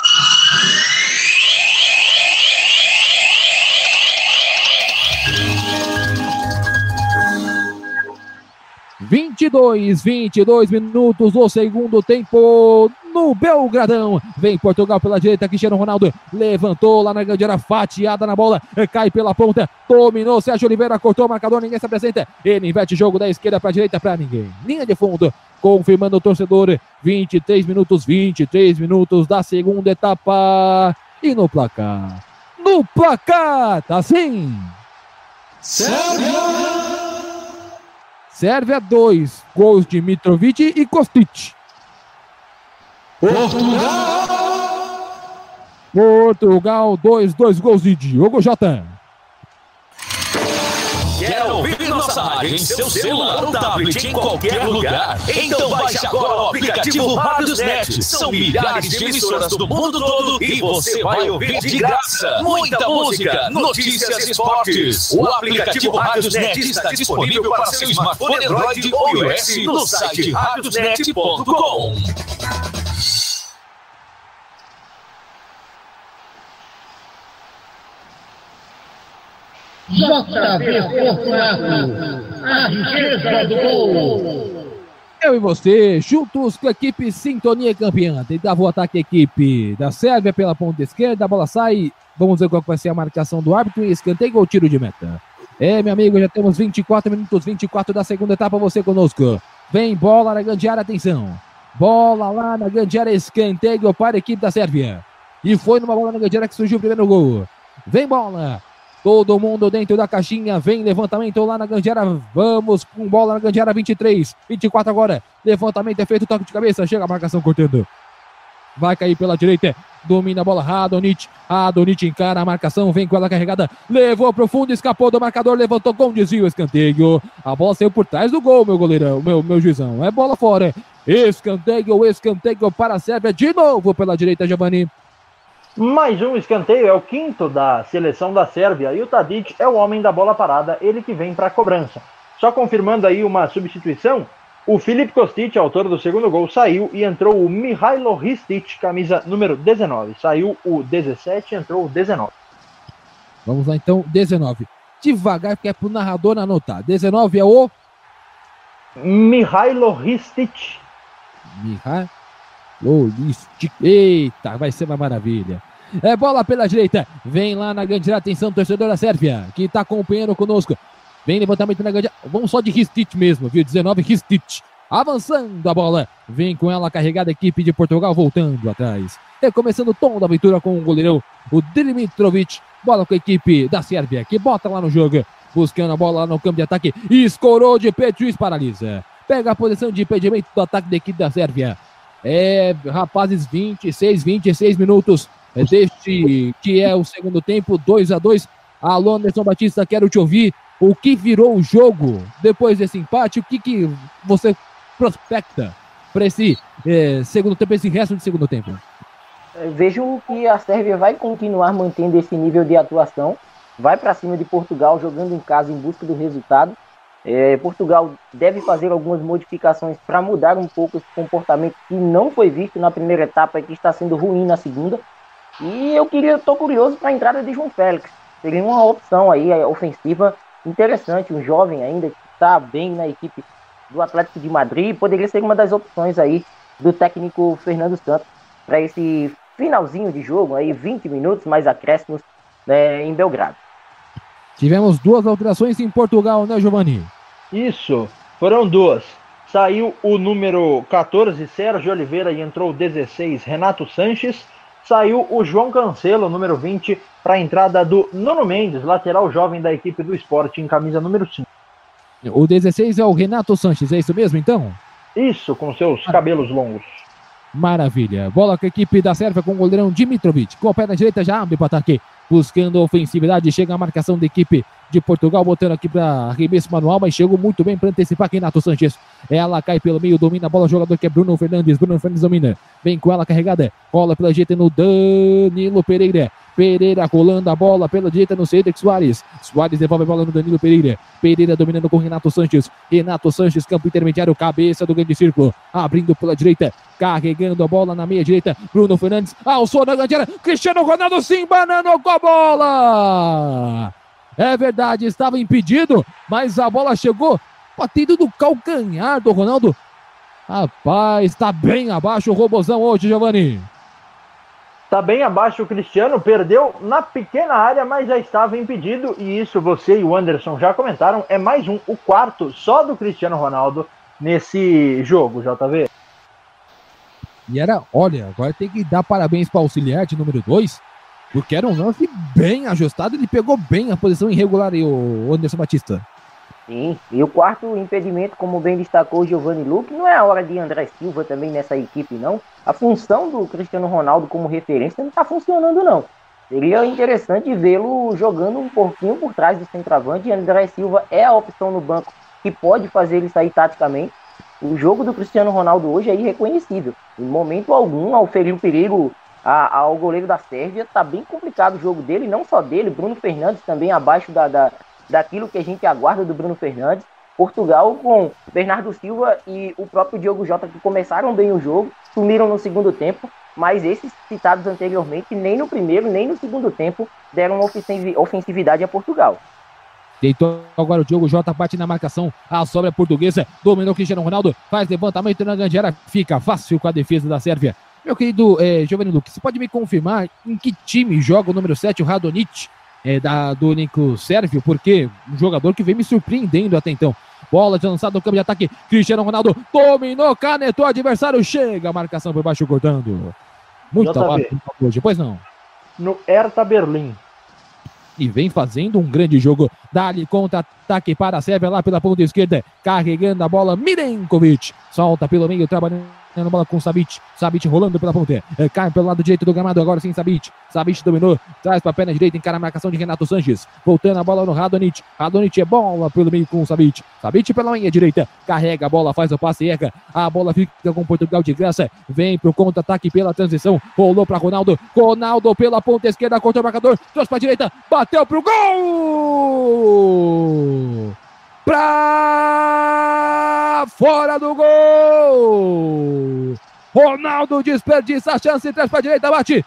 $22 minutos do segundo tempo no Belgradão. Vem Portugal pela direita, Cristiano Ronaldo levantou lá na grande área, fatiada na bola, cai pela ponta, dominou, Sérgio Oliveira cortou o marcador, ninguém se apresenta, ele inverte o jogo da esquerda para a direita para ninguém. Linha de fundo, confirmando o torcedor, 23 minutos da segunda etapa. E no placar, tá assim. Sérvia 2, gols de Mitrovic e Kostic. Portugal 2 gols de Diogo Jota. Quer ouvir nossa rádio em seu celular ou tablet em qualquer lugar? Então baixe agora o aplicativo Rádiosnet. São milhares de emissoras do mundo todo e você vai ouvir de graça muita música, notícias e esportes. O aplicativo Rádiosnet está disponível para seu smartphone Android ou iOS no site radiosnet.com. JB Fortunato, a riqueza do gol. Eu e você, juntos com a equipe Sintonia Campeã. Tentava o ataque a equipe da Sérvia pela ponta esquerda, a bola sai. Vamos ver qual vai ser a marcação do árbitro e escanteio ou tiro de meta. Meu amigo, já temos 24 minutos, 24 da segunda etapa, você conosco. Vem bola na grande área, atenção. Bola lá na grande área, escanteio para a equipe da Sérvia. E foi numa bola na grande área que surgiu o primeiro gol. Vem bola. Todo mundo dentro da caixinha, vem levantamento lá na grande área, vamos com bola na grande área, 23, 24 agora, levantamento é feito, toque de cabeça, chega a marcação cortando, vai cair pela direita, domina a bola, Radonjic encara a marcação, vem com ela carregada, levou pro fundo, escapou do marcador, levantou com desvio, escanteio, a bola saiu por trás do gol, meu goleirão, meu juizão, é bola fora, escanteio para a Sérvia, de novo pela direita, Giovanni. Mais um escanteio, é o quinto da seleção da Sérvia, e o Tadic é o homem da bola parada, ele que vem para a cobrança. Só confirmando aí uma substituição, o Filip Kostic, autor do segundo gol, saiu e entrou o Mihailo Hristic, camisa número 19. Saiu o 17 e entrou o 19. Vamos lá então, 19. Devagar, porque é pro narrador anotar. 19 é o... Mihailo Hristic. Eita, vai ser uma maravilha. É bola pela direita, vem lá na grande área, atenção, torcedor da Sérvia, que tá acompanhando conosco. Vem levantamento na grande área, vamos só de Hristic mesmo, viu? 19, Hristic. Avançando a bola, vem com ela carregada a equipe de Portugal, voltando atrás. Começando o tom da aventura com o goleirão, o Dimitrovic. Bola com a equipe da Sérvia, que bota lá no jogo, buscando a bola lá no campo de ataque. Escorou de peito, juiz paralisa. Pega a posição de impedimento do ataque da equipe da Sérvia. Rapazes, 26 minutos deste que é o segundo tempo, 2-2. Alô, Anderson Batista, quero te ouvir. O que virou o jogo depois desse empate? O que você prospecta para esse segundo tempo, esse resto de segundo tempo? Vejo que a Sérvia vai continuar mantendo esse nível de atuação, vai para cima de Portugal, jogando em casa em busca do resultado. Portugal deve fazer algumas modificações para mudar um pouco esse comportamento que não foi visto na primeira etapa e que está sendo ruim na segunda. E estou curioso para a entrada de João Félix. Seria uma opção aí ofensiva interessante, um jovem ainda que está bem na equipe do Atlético de Madrid, poderia ser uma das opções aí do técnico Fernando Santos para esse finalzinho de jogo, aí 20 minutos mais acréscimos, né, em Belgrado. Tivemos 2 alterações em Portugal, né, Giovanni? Isso, foram 2. Saiu o número 14, Sérgio Oliveira, e entrou o 16, Renato Sanches. Saiu o João Cancelo, número 20, para a entrada do Nuno Mendes, lateral jovem da equipe do Sport, em camisa número 5. O 16 é o Renato Sanches, é isso mesmo, então? Isso, com seus cabelos longos. Maravilha. Bola com a equipe da Sérvia com o goleirão Dimitrovic. Com a perna direita já abre para ataque, buscando ofensividade. Chega a marcação da equipe de Portugal, botando aqui para arremesso manual, mas chegou muito bem para antecipar Renato Sanches. Ela cai pelo meio, domina a bola, o jogador que é Bruno Fernandes. Bruno Fernandes domina, vem com ela carregada, rola pela direita no Danilo Pereira. Pereira rolando a bola pela direita no Cedric Soares. Soares devolve a bola no Danilo Pereira. Pereira dominando com Renato Sanches. Renato Sanches, campo intermediário, cabeça do grande círculo. Abrindo pela direita, carregando a bola na meia direita. Bruno Fernandes, alçou na grande área. Cristiano Ronaldo se embanando com a bola. É verdade, estava impedido, mas a bola chegou batendo no calcanhar do Ronaldo. Rapaz, está bem abaixo o Robozão hoje, Giovanni. Está bem abaixo o Cristiano, perdeu na pequena área, mas já estava impedido, e isso você e o Anderson já comentaram, é mais o quarto só do Cristiano Ronaldo nesse jogo, JV. E era, olha, agora tem que dar parabéns para o auxiliar de número 2, porque era um lance bem ajustado, ele pegou bem a posição irregular aí, o Anderson Batista. Sim, e o quarto impedimento, como bem destacou o Giovanni Luque, não é a hora de André Silva também nessa equipe, não. A função do Cristiano Ronaldo como referência não está funcionando, não. Seria interessante vê-lo jogando um pouquinho por trás do centroavante, e André Silva é a opção no banco que pode fazer ele sair taticamente. O jogo do Cristiano Ronaldo hoje é irreconhecível. Em momento algum, ao ferir o perigo ao goleiro da Sérvia, está bem complicado o jogo dele, não só dele, Bruno Fernandes também abaixo daquilo que a gente aguarda do Bruno Fernandes. Portugal com Bernardo Silva e o próprio Diogo Jota, que começaram bem o jogo, sumiram no segundo tempo, mas esses citados anteriormente, nem no primeiro, nem no segundo tempo, deram ofensividade a Portugal. Deitou agora o Diogo Jota, bate na marcação, a sobra portuguesa, dominou o Cristiano Ronaldo, faz levantamento na grande área, fica fácil com a defesa da Sérvia. Meu querido Giovanni Luque, você pode me confirmar em que time joga o número 7, o Radonjic? Do elenco sérvio, porque um jogador que vem me surpreendendo até então. Bola de lançado no campo de ataque, Cristiano Ronaldo dominou, canetou o adversário, chega a marcação por baixo cortando. Muito abaixo hoje, pois não? No Hertha Berlim. E vem fazendo um grande jogo. Dá-lhe contra-ataque para a Sérvia lá pela ponta esquerda, carregando a bola, Milenkovic solta pelo meio, trabalhando a bola com Savic. Savic rolando pela ponta, cai pelo lado direito do gramado, agora sim Savic. Savic dominou, traz para a perna direita, encara a marcação de Renato Sanches, voltando a bola no Radonjic. Radonjic é bola pelo meio com o Savic. Savic pela meia direita, carrega a bola, faz o passe e erra. A bola fica com Portugal de graça, vem pro contra-ataque pela transição, rolou para Ronaldo. Ronaldo pela ponta esquerda, cortou o marcador, trouxe para a direita, bateu pro gol! Pra fora do gol! Ronaldo desperdiça a chance, traz para a direita, bate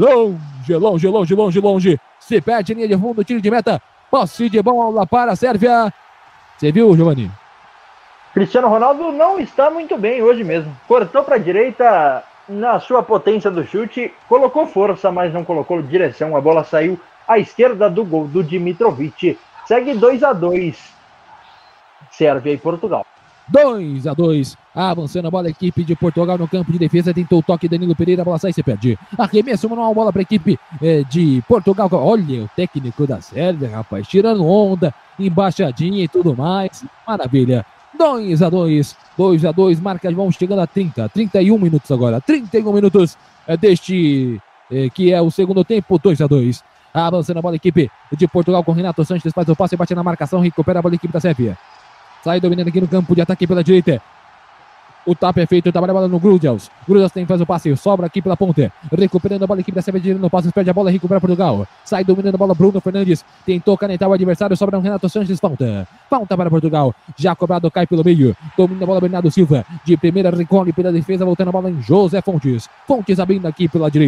longe, se perde linha de fundo, tiro de meta, posse de bola para a Sérvia. Você viu, Giovanni? Cristiano Ronaldo não está muito bem hoje mesmo, cortou para a direita na sua potência do chute, colocou força, mas não colocou direção, a bola saiu à esquerda do gol do Dimitrovic. Segue 2-2 Sérvia e Portugal. 2-2, avançando a bola, a equipe de Portugal no campo de defesa, tentou o toque, Danilo Pereira, a bola sai e se perde. Arremesso manual, bola para a equipe de Portugal. Olha o técnico da Sérvia, rapaz, tirando onda, embaixadinha e tudo mais, maravilha. 2-2, marca, vamos chegando a 31 minutos agora, 31 minutos deste que é o segundo tempo, 2-2. Avançando a bola, a equipe de Portugal com Renato Sanches, faz o passe, bate na marcação, recupera a bola, a equipe da Sérvia. Sai dominando aqui no campo de ataque pela direita. O tapa é feito, trabalha a bola no Grudels. Grudels faz o passe, sobra aqui pela ponta. Recuperando a bola, a equipe da Sérvia, girando no passe, perde a bola, recupera Portugal. Sai dominando a bola, Bruno Fernandes. Tentou canetar o adversário, sobra no Renato Sanches, falta. Falta para Portugal. Já cobrado, cai pelo meio. Domina a bola, Bernardo Silva. De primeira, recolhe pela defesa, voltando a bola em José Fontes. Fontes abrindo aqui pela direita.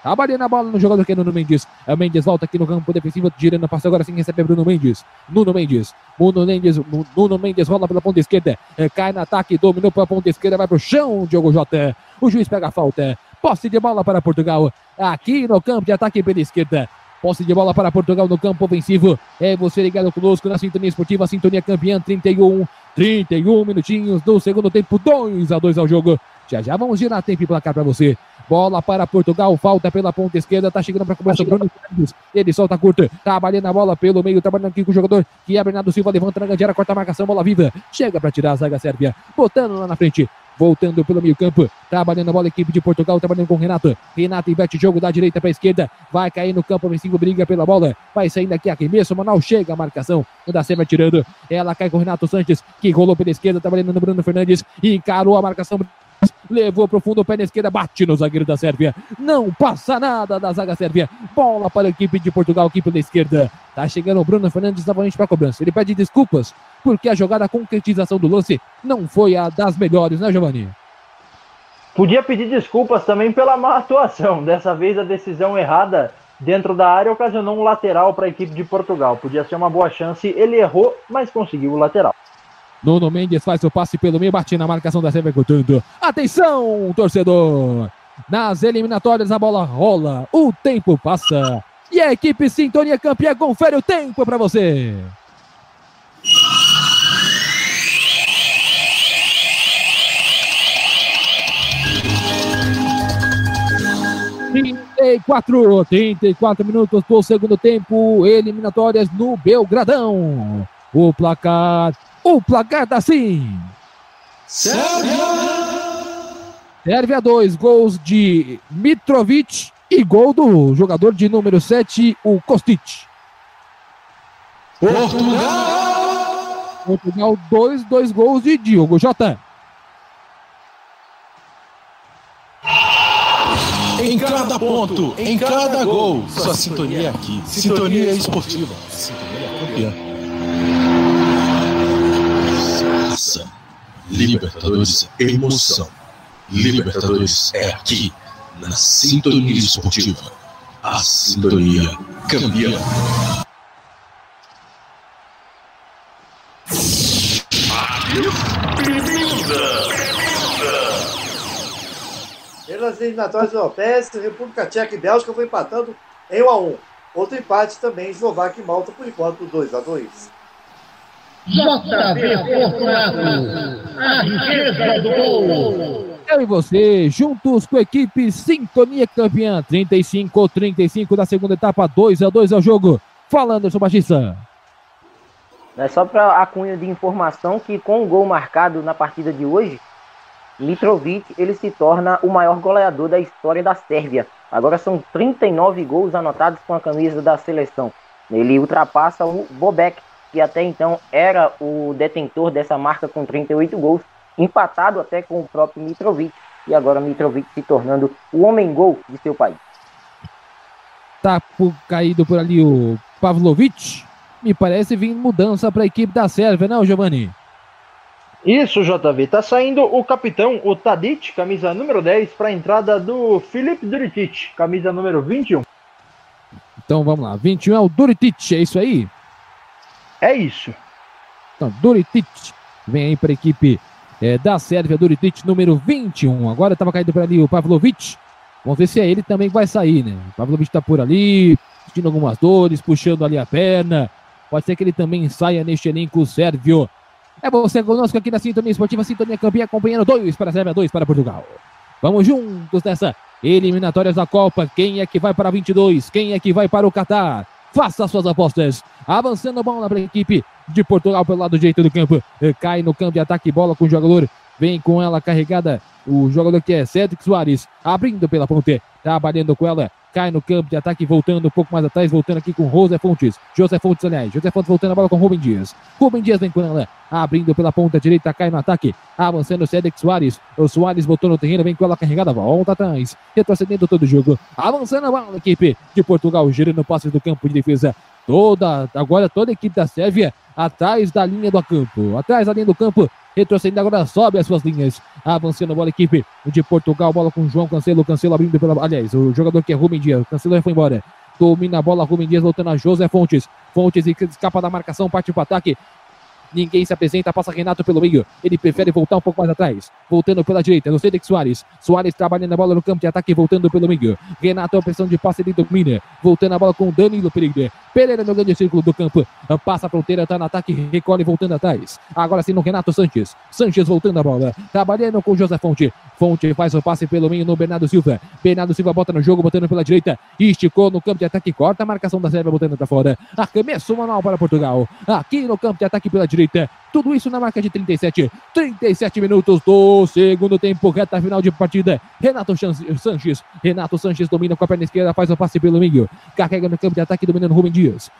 Trabalhando a bola no jogador que é Nuno Mendes. O Mendes volta aqui no campo defensivo, girando, passa agora sim, recebe Bruno Mendes. Nuno Mendes rola pela ponta esquerda, cai no ataque, dominou pela ponta esquerda, vai pro chão, Diogo Jota. O juiz pega a falta. Posse de bola para Portugal, aqui no campo de ataque pela esquerda. Posse de bola para Portugal no campo ofensivo. É você ligado conosco na Sintonia Esportiva, Sintonia Campeã, 31 minutinhos do segundo tempo, 2-2 ao jogo. Já vamos girar tempo e placar para você. Bola para Portugal, falta pela ponta esquerda, tá chegando para começar o Bruno Fernandes. Ele solta curta, trabalhando a bola pelo meio, trabalhando aqui com o jogador que é Bernardo Silva, levanta na grande área, corta a marcação, bola viva. Chega para tirar a zaga sérvia, botando lá na frente. Voltando pelo meio campo, trabalhando a bola, equipe de Portugal, trabalhando com Renato. Renato inverte o jogo da direita para a esquerda, vai cair no campo ofensivo, briga pela bola, vai saindo aqui arremesso, Manaus chega a marcação, o da Sérvia tirando, ela cai com o Renato Sanches, que rolou pela esquerda, trabalhando no Bruno Fernandes, encarou a marcação, levou pro fundo o pé na esquerda, bate no zagueiro da Sérvia, não passa nada da zaga sérvia, bola para a equipe de Portugal, equipe da esquerda, tá chegando o Bruno Fernandes novamente para a cobrança, ele pede desculpas, porque a jogada, a concretização do lance não foi a das melhores, né, Giovanni? Podia pedir desculpas também pela má atuação. Dessa vez a decisão errada dentro da área ocasionou um lateral para a equipe de Portugal. Podia ser uma boa chance, ele errou, mas conseguiu o lateral. Nuno Mendes faz o passe pelo meio, bate na marcação da Sérvia, cortando. Atenção, torcedor! Nas eliminatórias a bola rola, o tempo passa. E a equipe Sintonia Campeã confere o tempo para você. 34 minutos do segundo tempo, eliminatórias no Belgradão. O placar tá assim. Sérvia 2, gols de Mitrovic e gol do jogador de número 7, o Kostic. Portugal 2 gols de Diogo Jota. Em cada ponto, em cada gol, sua sintonia aqui. Sintonia Esportiva. Sintonia Campeã. Libertadores é emoção. Libertadores é aqui, na Sintonia Esportiva. A Sintonia Campeã. Pelas eliminatórias europeias, República Tcheca e Bélgica foi empatando em 1-1. Outro empate também, Eslováquia e Malta, por enquanto, 2-2. JB Fortunato, a riqueza do gol. Eu e você, juntos com a equipe Sintonia Campeã, 35 da segunda etapa, 2-2 ao jogo. Falando sobre a Batista. É só para a cunha de informação que com o gol marcado na partida de hoje, Mitrovic, ele se torna o maior goleador da história da Sérvia. Agora são 39 gols anotados com a camisa da seleção. Ele ultrapassa o Bobek, que até então era o detentor dessa marca com 38 gols, empatado até com o próprio Mitrovic. E agora Mitrovic se tornando o homem-gol de seu país. Tá caído por ali o Pavlovic. Me parece vir mudança para a equipe da Sérvia, não, Giovanni? Isso, JV. Tá saindo o capitão, o Tadic, camisa número 10, para a entrada do Filip Duritic, camisa número 21. Então vamos lá, 21 é o Duritic, é isso aí? É isso. Então, Duritic vem aí para a equipe da Sérvia, Duritic, número 21. Agora estava caído por ali o Pavlovic. Vamos ver se é ele também que vai sair, né? O Pavlovic está por ali, sentindo algumas dores, puxando ali a perna. Pode ser que ele também saia neste elenco sérvio. É você conosco aqui na Sintonia Esportiva, Sintonia Campeã, acompanhando 2 para a Sérvia, 2 para Portugal. Vamos juntos nessa eliminatórias da Copa. Quem é que vai para 22? Quem é que vai para o Catar? Faça suas apostas. Avançando a bola para a equipe de Portugal pelo lado direito do campo. Cai no campo de ataque, bola com o jogador. Vem com ela carregada o jogador que é Cédric Soares. Abrindo pela ponte, trabalhando com ela. Cai no campo de ataque, voltando um pouco mais atrás, voltando aqui com José Fontes, aliás. José Fontes voltando a bola com Rubem Dias. Rubem Dias vem com ela, abrindo pela ponta direita, cai no ataque, avançando o Cédric Soares. O Soares botou no terreno, vem com ela carregada, volta atrás, retrocedendo todo o jogo. Avançando a bola, equipe de Portugal, girando passes do campo de defesa. Agora toda a equipe da Sérvia atrás da linha do campo. Atrás da linha do campo, retrocedendo agora, sobe as suas linhas, avançando a bola, equipe de Portugal, bola com João Cancelo abrindo pela, aliás, o jogador que é Rubem Dias, Cancelo já foi embora, domina a bola, Rubem Dias voltando a José Fontes escapa da marcação, parte para o ataque, ninguém se apresenta, passa Renato pelo meio, ele prefere voltar um pouco mais atrás, voltando pela direita, no Cedric Soares trabalhando a bola no campo de ataque, voltando pelo meio, Renato, a opção de passe, ele domina, voltando a bola com Danilo Pereira no grande círculo do campo, passa a fronteira, tá no ataque, recolhe, voltando atrás, agora sim no Renato Sanches voltando a bola, trabalhando com José Fonte faz o passe pelo meio no Bernardo Silva bota no jogo, botando pela direita, esticou no campo de ataque, corta a marcação da Sérvia, botando pra fora, arremesso manual para Portugal, aqui no campo de ataque pela direita, tudo isso na marca de 37 minutos do segundo tempo, reta final de partida, Renato Sanches domina com a perna esquerda, faz o passe pelo meio, carrega no campo de ataque, dominando Rubem Dias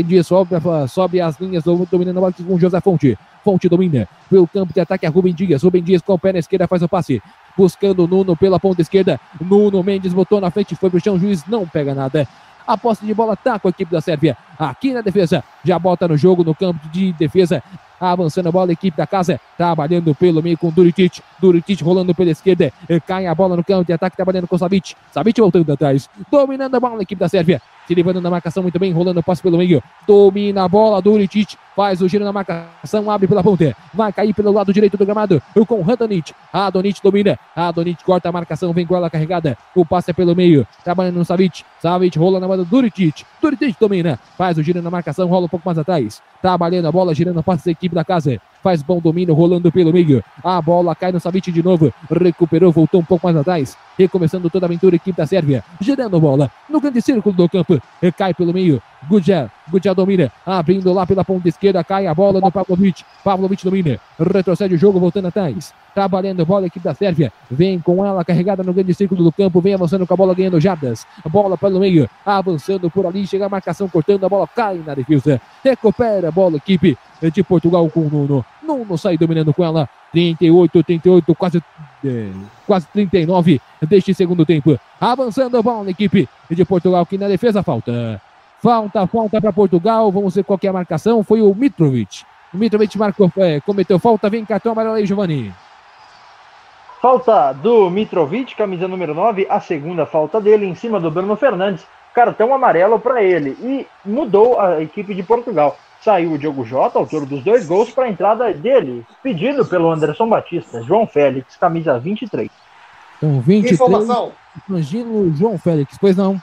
sobe as linhas, dominando a bola com José Fonte domina pelo campo de ataque, a Rubem Dias com a perna esquerda faz o passe, buscando o Nuno pela ponta esquerda, Nuno Mendes botou na frente, foi pro chão, o juiz não pega nada. A posse de bola tá com a equipe da Sérvia, aqui na defesa, já bota no jogo no campo de defesa, avançando a bola, a equipe da casa, trabalhando pelo meio com Duritic rolando pela esquerda, cai a bola no campo de ataque, trabalhando com Savic voltando atrás, dominando a bola a equipe da Sérvia, se livrando na marcação muito bem, rolando o passe pelo meio, domina a bola, Duritic faz o giro na marcação, abre pela ponta, vai cair pelo lado direito do gramado, com Radonjic, domina, corta a marcação, vem com ela carregada, o passe é pelo meio, trabalhando no Savic rola na bola do Duritic domina, faz o giro na marcação, rola um pouco mais atrás, trabalhando a bola, girando a passe da equipe da casa, faz bom domínio, rolando pelo meio, a bola cai no Savic de novo, recuperou, voltou um pouco mais atrás, recomeçando toda a aventura, equipe da Sérvia, girando a bola, no grande círculo do campo, cai pelo meio, Gudja domina, abrindo lá pela ponta esquerda, cai a bola no Pavlovic domina, retrocede o jogo, voltando atrás, trabalhando a bola, a equipe da Sérvia, vem com ela carregada no grande círculo do campo, vem avançando com a bola, ganhando jardas, bola pelo meio, avançando por ali, chega a marcação, cortando a bola, cai na defesa, recupera a bola, equipe de Portugal com o Nuno sai dominando com ela, 38, quase 39 deste segundo tempo, avançando a bola, equipe de Portugal, que na defesa falta para Portugal, vamos ver qual que é a marcação, foi o Mitrovic marcou, cometeu falta, vem cartão amarelo aí, Giovanni. Falta do Mitrovic, camisa número 9, a segunda falta dele em cima do Bruno Fernandes, cartão amarelo para ele, e mudou a equipe de Portugal. Saiu o Diogo Jota, autor dos 2 gols, para a entrada dele, pedido pelo Anderson Batista, João Félix, camisa 23. Então, 23, informação. Angelo João Félix, pois não.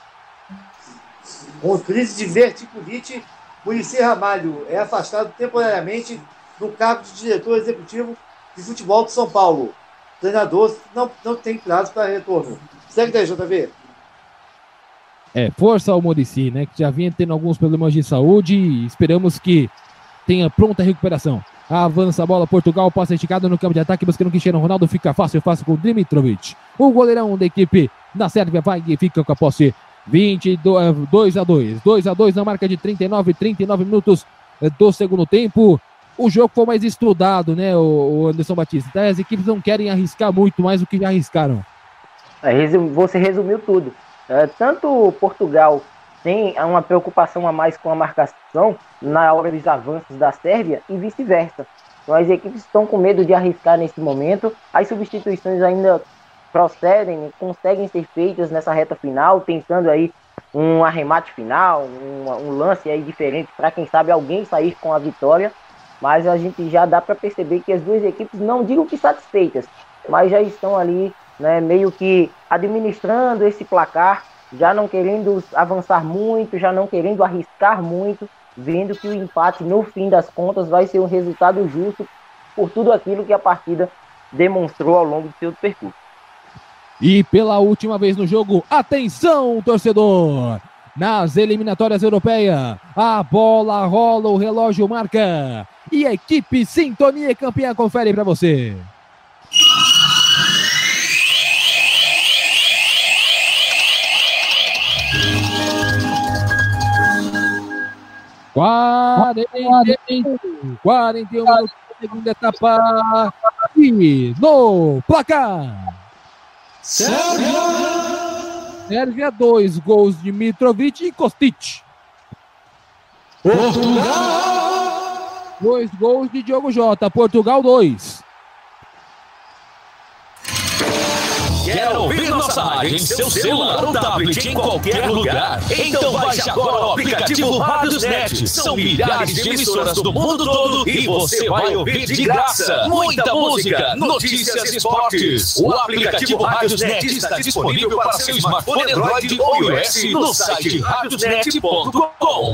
Com crise de verticulite, Muricy Ramalho é afastado temporariamente do cargo de diretor executivo de futebol do São Paulo. O treinador não tem prazo para retorno. Segue daí, JV. Força ao Muricy, né? Que já vinha tendo alguns problemas de saúde e esperamos que tenha pronta recuperação. Avança a bola, Portugal, passa esticado no campo de ataque, buscando Cristiano Ronaldo, fica fácil com o Dimitrovic. O goleirão da equipe da Sérvia vai e fica com a posse. 2-2 na marca de 39 minutos do segundo tempo. O jogo foi mais estudado, né, o Anderson Batista? Então, as equipes não querem arriscar muito mais do que já arriscaram. Você resumiu tudo. Tanto Portugal tem uma preocupação a mais com a marcação na hora dos avanços da Sérvia e vice-versa. Então as equipes estão com medo de arriscar nesse momento. As substituições ainda procedem, conseguem ser feitas nessa reta final, tentando aí um arremate final, um lance aí diferente para quem sabe alguém sair com a vitória. Mas a gente já dá para perceber que as duas equipes, não digo que satisfeitas, mas já estão ali, né, meio que administrando esse placar, já não querendo avançar muito, já não querendo arriscar muito, vendo que o empate, no fim das contas, vai ser um resultado justo por tudo aquilo que a partida demonstrou ao longo do seu percurso. E pela última vez no jogo, atenção, torcedor! Nas eliminatórias europeias, a bola rola, o relógio marca. E a equipe Sintonia campeã confere para você. ...41 minutos da segunda etapa... ...e no placar... Sérvia, 2 gols de Mitrovic e Kostic. Portugal 2 gols de Diogo Jota. Portugal 2. Quer ouvir nossa rádio em seu celular ou tablet em qualquer lugar? Então baixe agora o aplicativo Rádiosnet. São milhares de emissoras do mundo todo e você vai ouvir de graça muita música, notícias e esportes. O aplicativo Rádiosnet está disponível para seu smartphone Android ou iOS no site radiosnet.com.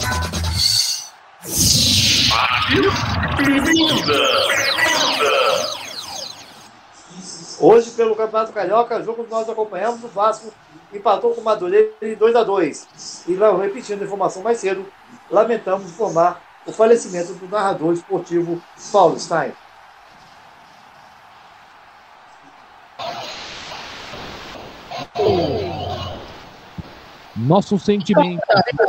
Hoje, pelo Campeonato Carioca, jogo que nós acompanhamos, o Vasco empatou com o Madureira em 2-2. E, repetindo a informação mais cedo, lamentamos informar o falecimento do narrador esportivo Paulo Stein. Nosso sentimento.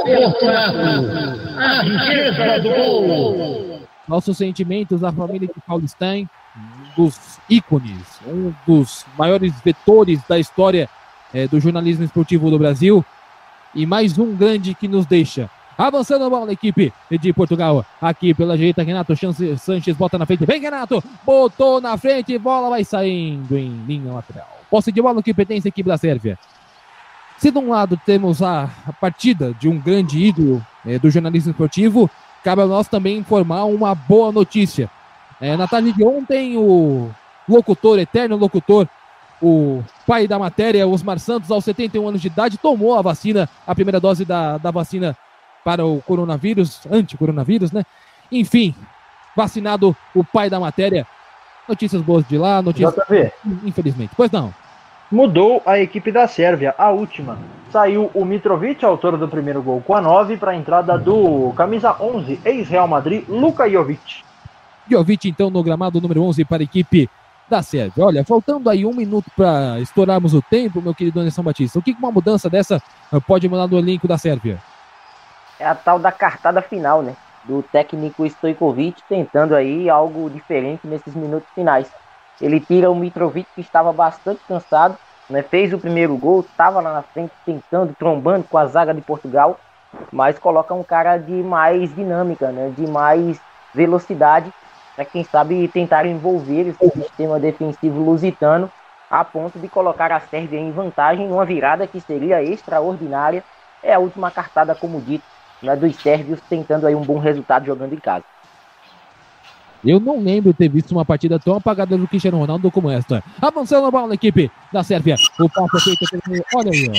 A riqueza do gol. Nossos sentimentos da família de Paulo Stein, um dos ícones, um dos maiores vetores da história do jornalismo esportivo do Brasil. E mais um grande que nos deixa. Avançando a bola na equipe de Portugal. Aqui pela direita, Renato Sanches bota na frente. Vem, Renato! Botou na frente, bola vai saindo em linha lateral. Posse de bola que pertence à equipe da Sérvia. Se de um lado temos a partida de um grande ídolo do jornalismo esportivo, cabe a nós também informar uma boa notícia. Na tarde de ontem, o locutor, eterno locutor, o pai da matéria, Osmar Santos, aos 71 anos de idade, tomou a vacina, a primeira dose da vacina para o coronavírus, anti-coronavírus, né? Enfim, vacinado o pai da matéria. Notícias boas de lá, notícias... JV. Infelizmente. Pois não. Mudou a equipe da Sérvia, a última. Saiu o Mitrovic, autor do primeiro gol, com a 9, para a entrada do camisa 11, ex-Real Madrid, Luka Jovic. Jovic, então, no gramado número 11 para a equipe da Sérvia. Olha, faltando aí 1 minuto para estourarmos o tempo, meu querido Anderson Batista. O que uma mudança dessa pode mudar no elenco da Sérvia? É a tal da cartada final, né? Do técnico Stojkovic tentando aí algo diferente nesses minutos finais. Ele tira o Mitrovic, que estava bastante cansado, né? Fez o primeiro gol, estava lá na frente tentando, trombando com a zaga de Portugal, mas coloca um cara de mais dinâmica, né? De mais velocidade, para quem sabe tentar envolver esse sistema defensivo lusitano a ponto de colocar a Sérvia em vantagem numa virada que seria extraordinária. É a última cartada, como dito, né, dos sérvios tentando aí um bom resultado jogando em casa. Eu não lembro de ter visto uma partida tão apagada do Cristiano Ronaldo como esta. Avançando a bola na equipe da Sérvia. O passe é feito pelo... Olha aí,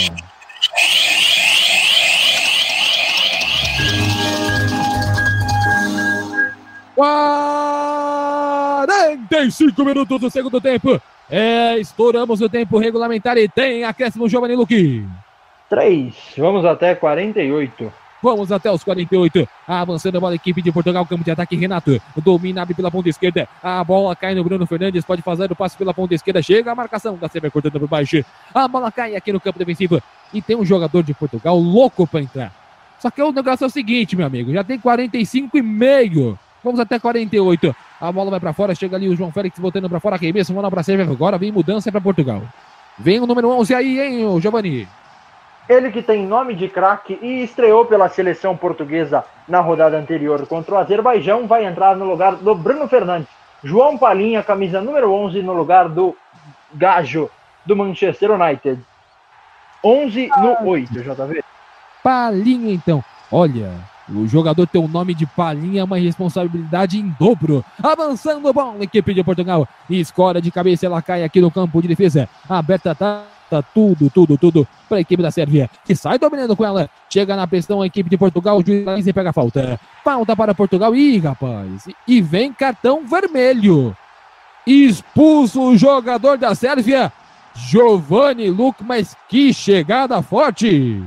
ó. 45 minutos do segundo tempo. Estouramos o tempo regulamentar e tem acréscimo Giovanni Luque. 3. Vamos até 48. Vamos até os 48. Avançando a bola, equipe de Portugal. Campo de ataque, Renato. Domina, abre pela ponta esquerda. A bola cai no Bruno Fernandes. Pode fazer o passe pela ponta esquerda. Chega a marcação da Sérvia cortando por baixo. A bola cai aqui no campo defensivo. E tem um jogador de Portugal louco para entrar. Só que o negócio é o seguinte, meu amigo. Já tem 45,5. Vamos até 48. A bola vai para fora. Chega ali o João Félix botando para fora. Arremesso, bola para Sérvia. Agora vem mudança para Portugal. Vem o número 11 aí, hein, Giovanni? Ele que tem nome de craque e estreou pela seleção portuguesa na rodada anterior contra o Azerbaijão, vai entrar no lugar do Bruno Fernandes. João Palhinha, camisa número 11, no lugar do Gajo, do Manchester United. 11 no 8, JV. Palhinha, então. Olha, o jogador tem o nome de Palhinha, uma responsabilidade em dobro. Avançando a bola, equipe de Portugal. Escora de cabeça, ela cai aqui no campo de defesa. Aberta, tá tudo para a equipe da Sérvia, que sai dominando com ela, chega na pressão a equipe de Portugal, o juiz pega a falta para Portugal, rapaz, e vem cartão vermelho, expulso o jogador da Sérvia, Giovanni Luque, mas que chegada forte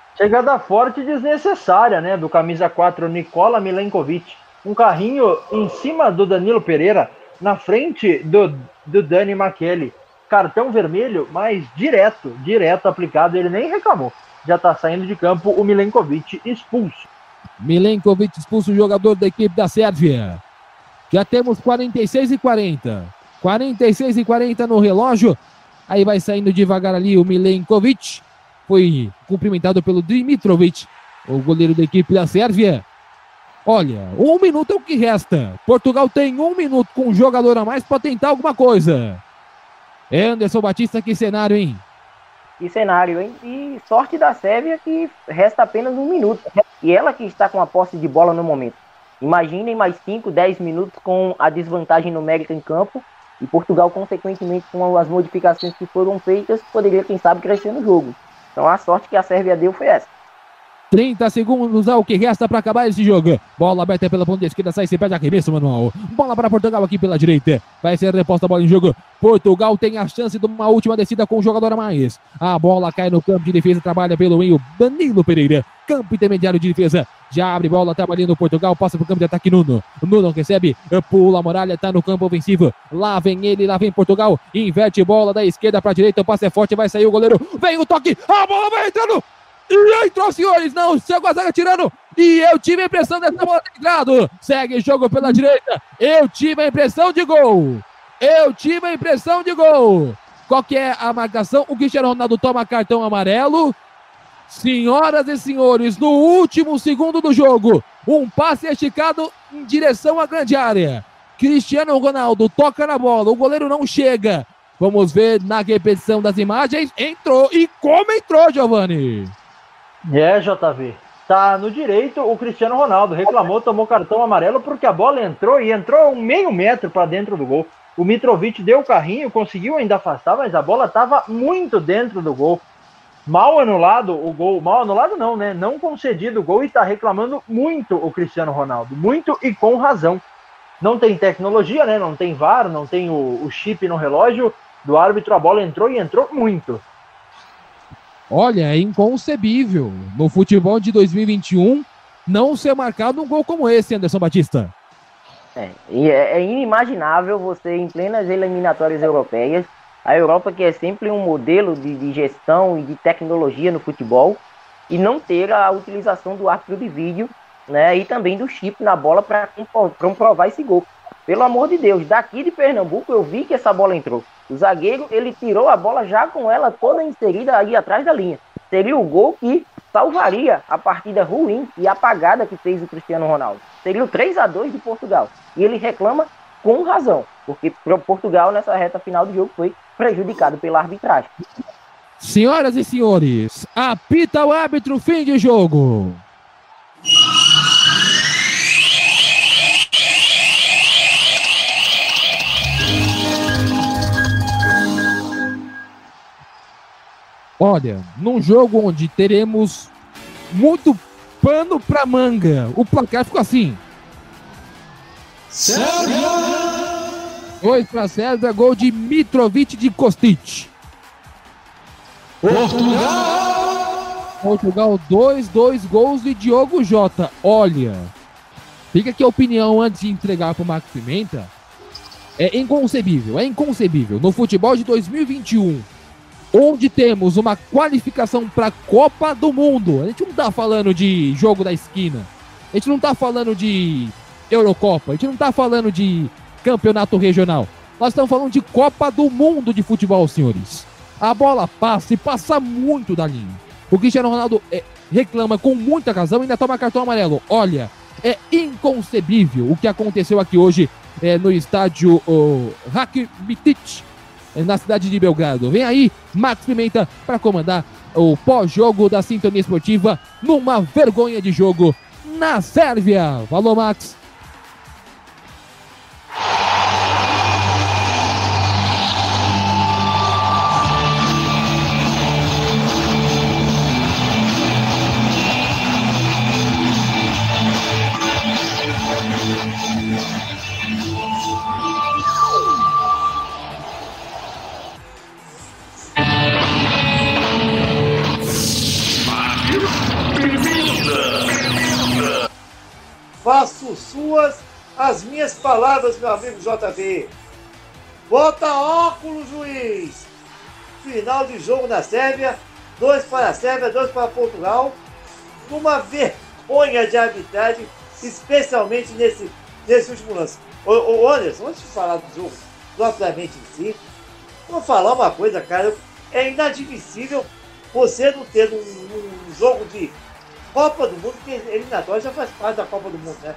e desnecessária, né, do camisa 4, Nikola Milenkovic, um carrinho em cima do Danilo Pereira, na frente do Dani Makeli. Cartão vermelho, mas direto aplicado, ele nem reclamou. Já está saindo de campo o Milenkovic expulso. Milenkovic expulso, o jogador da equipe da Sérvia. Já temos 46 e 40. 46 e 40 no relógio. Aí vai saindo devagar ali o Milenkovic. Foi cumprimentado pelo Dimitrovic, o goleiro da equipe da Sérvia. Olha, 1 minuto é o que resta. Portugal tem 1 minuto com um jogador a mais para tentar alguma coisa. Anderson Batista, que cenário, hein? Que cenário, hein? E sorte da Sérvia que resta apenas 1 minuto. E ela que está com a posse de bola no momento. Imaginem mais 5, 10 minutos com a desvantagem numérica em campo. E Portugal, consequentemente, com as modificações que foram feitas, poderia, quem sabe, crescer no jogo. Então a sorte que a Sérvia deu foi essa. 30 segundos é o que resta para acabar esse jogo. Bola aberta pela ponta esquerda, sai, se perde arremesso manual. Bola para Portugal aqui pela direita. Vai ser reposta a bola em jogo. Portugal tem a chance de uma última descida com o jogador a mais. A bola cai no campo de defesa, trabalha pelo meio. Danilo Pereira, campo intermediário de defesa. Já abre bola, trabalhando Portugal, passa para o campo de ataque Nuno. Nuno recebe, pula a muralha, tá no campo ofensivo. Lá vem ele, lá vem Portugal. Inverte bola da esquerda para a direita, o passe é forte, vai sair o goleiro. Vem o toque, a bola vai entrando. E entrou, senhores, não, chegou a zaga tirando. E eu tive a impressão dessa bola ter entrado. Segue jogo pela direita. Eu tive a impressão de gol. Qual que é a marcação? O Cristiano Ronaldo toma cartão amarelo. Senhoras e senhores, no último segundo do jogo, um passe esticado em direção à grande área. Cristiano Ronaldo toca na bola, o goleiro não chega. Vamos ver na repetição das imagens. Entrou, e como entrou, Giovani? JV, tá no direito o Cristiano Ronaldo, reclamou, tomou cartão amarelo porque a bola entrou meio metro para dentro do gol. O Mitrovic deu o carrinho, conseguiu ainda afastar, mas a bola estava muito dentro do gol. Mal anulado o gol, mal anulado não, né? Não concedido o gol, e tá reclamando muito o Cristiano Ronaldo, muito e com razão. Não tem tecnologia, né? Não tem VAR, não tem o chip no relógio do árbitro, a bola entrou e entrou muito. Olha, é inconcebível no futebol de 2021 não ser marcado um gol como esse, Anderson Batista. É inimaginável você, em plenas eliminatórias europeias, a Europa, que é sempre um modelo de gestão e de tecnologia no futebol, e não ter a utilização do árbitro de vídeo, né, e também do chip na bola para comprovar esse gol. Pelo amor de Deus, daqui de Pernambuco eu vi que essa bola entrou. O zagueiro, ele tirou a bola já com ela toda inserida aí atrás da linha. Seria o gol que salvaria a partida ruim e apagada que fez o Cristiano Ronaldo. Seria o 3-2 de Portugal. E ele reclama com razão, porque Portugal nessa reta final do jogo foi prejudicado pela arbitragem. Senhoras e senhores, apita o árbitro, fim de jogo. Olha, num jogo onde teremos muito pano pra manga, o placar ficou assim. Sérvia! 2 para Sérvia, gol de Mitrovic de Kostic. Portugal 2 gols de Diogo Jota. Olha, fica aqui a opinião antes de entregar para o Marcos Pimenta. É inconcebível. No futebol de 2021, onde temos uma qualificação para a Copa do Mundo, a gente não está falando de jogo da esquina, a gente não está falando de Eurocopa, a gente não está falando de campeonato regional, nós estamos falando de Copa do Mundo de futebol, senhores. A bola passa e passa muito da linha. O Cristiano Ronaldo reclama com muita razão e ainda toma cartão amarelo. Olha, é inconcebível o que aconteceu aqui hoje no estádio Rakitic, na cidade de Belgrado. Vem aí Max Pimenta para comandar o pós-jogo da Sintonia Esportiva numa vergonha de jogo na Sérvia. Falou, Max. Faço suas as minhas palavras, meu amigo JV. Bota óculos, juiz. Final de jogo na Sérvia. 2 para a Sérvia, 2 para Portugal. Uma vergonha de arbitragem, especialmente nesse último lance. Ô Anderson, antes de falar do jogo propriamente em si, vou falar uma coisa, cara. É inadmissível você não ter um jogo de Copa do Mundo, porque eliminatória já faz parte da Copa do Mundo, né?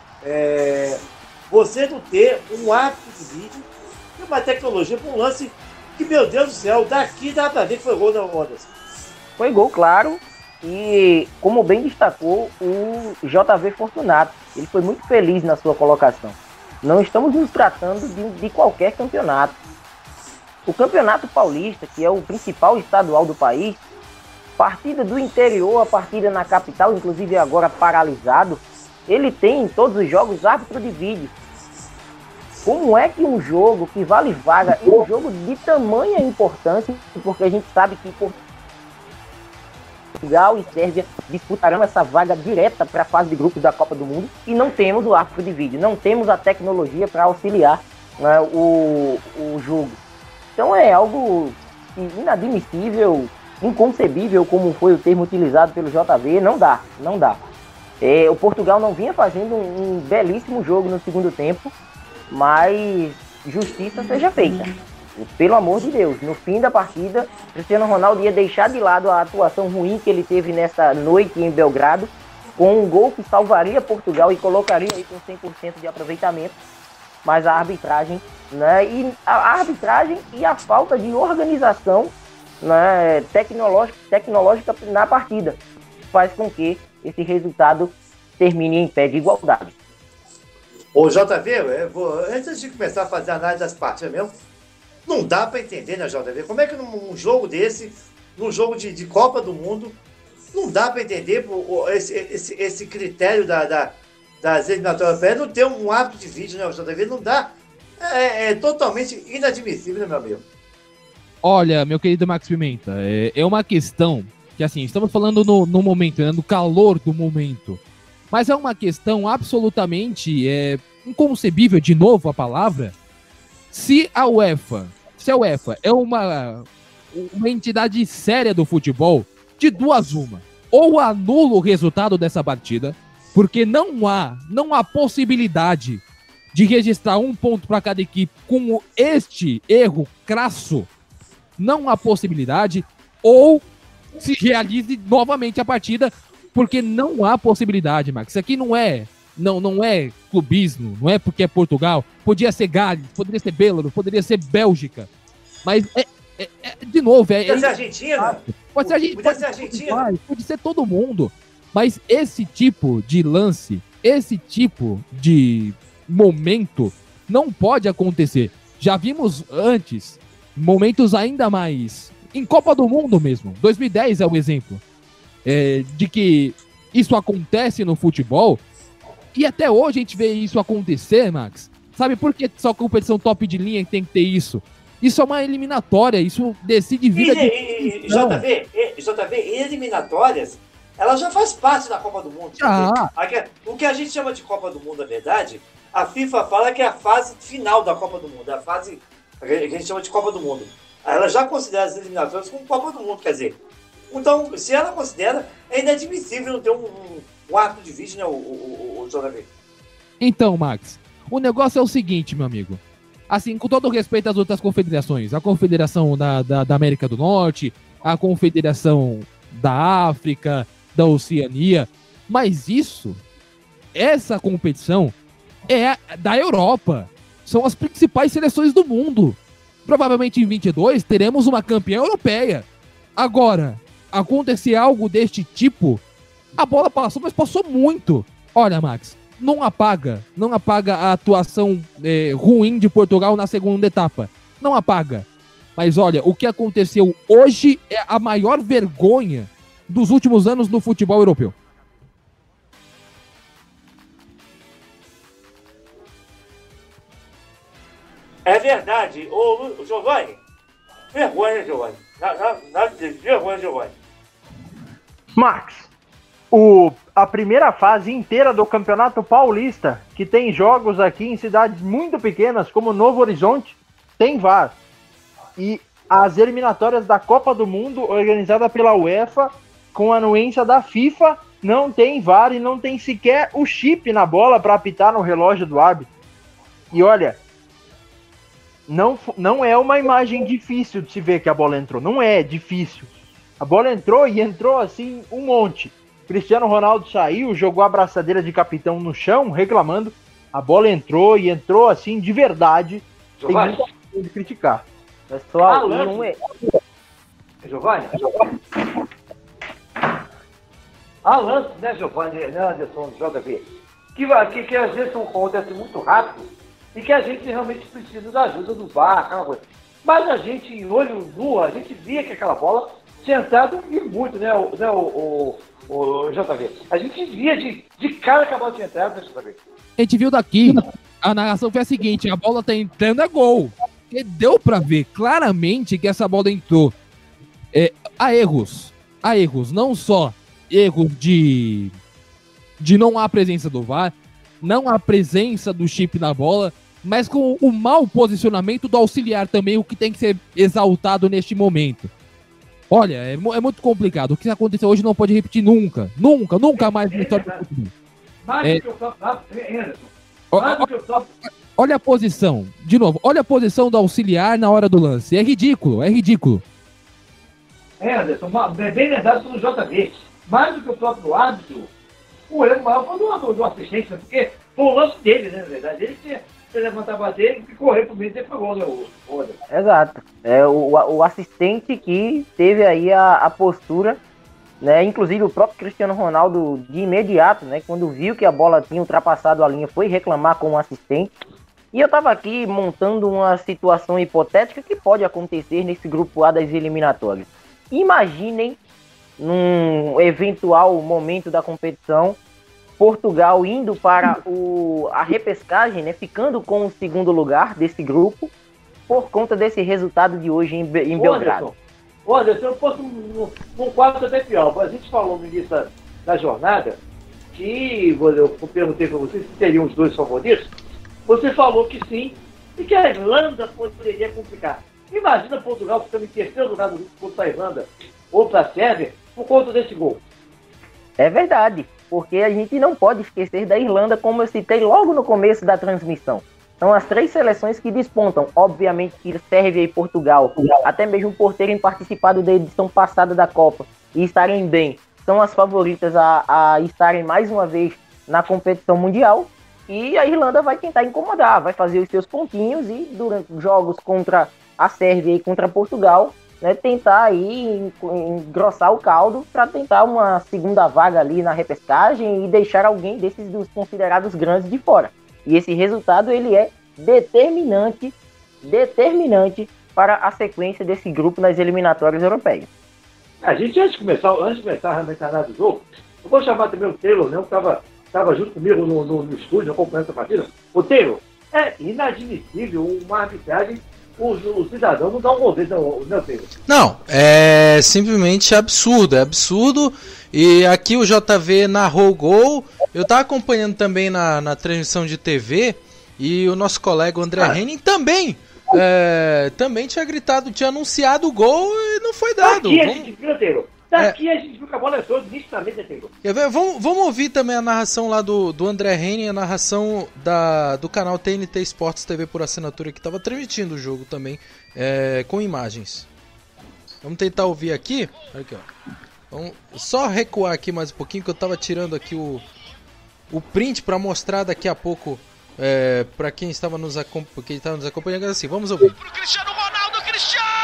Você não ter um árbitro de vídeo e uma tecnologia para um lance que, meu Deus do céu, daqui dá pra ver que foi gol da Anderson. Foi gol, claro, e como bem destacou o JV Fortunato, ele foi muito feliz na sua colocação. Não estamos nos tratando de qualquer campeonato. O Campeonato Paulista, que é o principal estadual do país, partida do interior, a partida na capital, inclusive agora paralisado, ele tem em todos os jogos árbitro de vídeo. Como é que um jogo que vale vaga, e um jogo de tamanha importância, porque a gente sabe que Portugal e Sérvia disputarão essa vaga direta para a fase de grupos da Copa do Mundo, e não temos o árbitro de vídeo, não temos a tecnologia para auxiliar, né, o jogo. Então é algo inadmissível, inconcebível, como foi o termo utilizado pelo JV, não dá. O Portugal não vinha fazendo um belíssimo jogo no segundo tempo, mas justiça seja feita. Pelo amor de Deus, no fim da partida, Cristiano Ronaldo ia deixar de lado a atuação ruim que ele teve nessa noite em Belgrado, com um gol que salvaria Portugal e colocaria aí com 100% de aproveitamento, mas a arbitragem, né, e a falta de organização, né, tecnológica na partida faz com que esse resultado termine em pé de igualdade. Ô JV, antes de começar a fazer a análise das partidas mesmo, não dá para entender, né, JV? Como é que num jogo desse, num jogo de Copa do Mundo, não dá para entender esse critério das eliminatórias, não ter um árbitro de vídeo, né, JV? Não dá. É totalmente inadmissível, né, meu amigo? Olha, meu querido Max Pimenta, é uma questão que, assim, estamos falando no momento, né, no calor do momento, mas é uma questão absolutamente inconcebível, de novo a palavra, se a UEFA é uma entidade séria do futebol, de duas uma, ou anula o resultado dessa partida, porque não há possibilidade de registrar um ponto para cada equipe com este erro crasso, não há possibilidade, ou se realize novamente a partida, porque não há possibilidade, Max. Isso aqui não é clubismo, não é porque é Portugal, podia ser Gales, poderia ser Belarus, poderia ser Bélgica, mas de novo, pode ser Argentina, pode ser Argentina, pode ser todo mundo, mas esse tipo de lance, esse tipo de momento não pode acontecer. Já vimos antes momentos ainda mais em Copa do Mundo mesmo. 2010 é o exemplo de que isso acontece no futebol, e até hoje a gente vê isso acontecer, Max. Sabe por que só competição top de linha tem que ter isso? Isso é uma eliminatória, isso decide vida de... JV, eliminatórias, ela já faz parte da Copa do Mundo. O que a gente chama de Copa do Mundo, na verdade, a FIFA fala que é a fase final da Copa do Mundo, é a fase que a gente chama de Copa do Mundo. Ela já considera as eliminatórias como Copa do Mundo, quer dizer. Então, se ela considera, é inadmissível não ter um árbitro de vídeo, né, o JV. Então, Max, o negócio é o seguinte, meu amigo. Assim, com todo respeito às outras confederações, a Confederação da América do Norte, a Confederação da África, da Oceania, mas essa competição é da Europa. São as principais seleções do mundo. Provavelmente em 22 teremos uma campeã europeia. Agora, acontecer algo deste tipo, a bola passou, mas passou muito. Olha, Max, não apaga a atuação ruim de Portugal na segunda etapa. Não apaga. Mas olha, o que aconteceu hoje é a maior vergonha dos últimos anos no futebol europeu. É verdade. Ô, Giovanni, vergonha, Giovanni. Vergonha, Giovanni. Max, a primeira fase inteira do Campeonato Paulista, que tem jogos aqui em cidades muito pequenas, como Novo Horizonte, tem VAR. E as eliminatórias da Copa do Mundo, organizada pela UEFA, com a anuência da FIFA, não tem VAR e não tem sequer o chip na bola para apitar no relógio do árbitro. E olha, não é uma imagem difícil de se ver que a bola entrou. Não é difícil. A bola entrou e entrou assim um monte. Cristiano Ronaldo saiu, jogou a abraçadeira de capitão no chão, reclamando. A bola entrou e entrou assim de verdade. Giovani. Tem muita coisa de criticar. Pessoal, Giovani? Há lances, né, Giovani, Anderson, JV, que às vezes acontecem muito rápido e que a gente realmente precisa da ajuda do VAR, aquela coisa. Mas a gente, em olho nu, a gente via que aquela bola tinha entrado e muito, né, o JV? A gente via de cara que a bola tinha entrado, né, JV? A gente viu daqui, a narração foi a seguinte, a bola tá entrando, é gol. E deu pra ver claramente que essa bola entrou. Há erros, não só erros de não há presença do VAR, não há presença do chip na bola, mas com o mau posicionamento do auxiliar também, o que tem que ser exaltado neste momento. Olha, é muito complicado. O que aconteceu hoje não pode repetir nunca. Nunca mais na história do futebol. Olha a posição, de novo, olha a posição do auxiliar na hora do lance. É ridículo. Anderson, bem lembrado pelo JV. Mais do que o próprio árbitro, o erro maior foi do assistente, né? Porque foi o lance dele, né, na verdade. Ele tinha que levantar a bandeira e correr pro meio e ter gol, né, o Anderson. Exato. O assistente que teve aí a postura, né? Inclusive o próprio Cristiano Ronaldo, de imediato, né? Quando viu que a bola tinha ultrapassado a linha, foi reclamar com o assistente. E eu tava aqui montando uma situação hipotética que pode acontecer nesse grupo A das eliminatórias. Imaginem, num eventual momento da competição, Portugal indo para a repescagem, né, ficando com o segundo lugar desse grupo, por conta desse resultado de hoje em Belgrado. Anderson, eu posso num quadro até pior. A gente falou no início da jornada que eu perguntei para você se teriam os dois favoritos. Você falou que sim, e que a Irlanda poderia complicar. Imagina Portugal ficando em terceiro lugar do grupo contra a Irlanda ou para a Sérvia por conta desse gol. É verdade, porque a gente não pode esquecer da Irlanda, como eu citei logo no começo da transmissão. São as três seleções que despontam. Obviamente que Sérvia e Portugal, até mesmo por terem participado da edição passada da Copa e estarem bem, são as favoritas a estarem mais uma vez na competição mundial. E a Irlanda vai tentar incomodar, vai fazer os seus pontinhos e durante jogos contra a Sérvia e contra Portugal, né, tentar aí engrossar o caldo para tentar uma segunda vaga ali na repescagem e deixar alguém desses dos considerados grandes de fora. E esse resultado ele é determinante para a sequência desse grupo nas eliminatórias europeias. A gente, antes de começar realmente a análise do jogo, eu vou chamar também o Taylor, né, que estava junto comigo no estúdio, acompanhando essa partida. O Taylor, é inadmissível uma arbitragem, o cidadão não dá um gol desse, não, Taylor? Não, é simplesmente absurdo, e aqui o JV narrou o gol, eu estava acompanhando também na transmissão de TV, e o nosso colega André Henning também tinha gritado, tinha anunciado o gol e não foi dado. Aqui a gente viu, Taylor. Daqui a gente viu que a bola entrou nitidamente, Taylor. Quer ver? Vamos ouvir também a narração lá do André Henning, a narração do canal TNT Esportes TV por assinatura, que estava transmitindo o jogo também, com imagens. Vamos tentar ouvir aqui. Aqui, ó. Vamos só recuar aqui mais um pouquinho, que eu estava tirando aqui o print para mostrar daqui a pouco para quem estava nos acompanhando. Assim, vamos ouvir. Cristiano Ronaldo, Cristiano!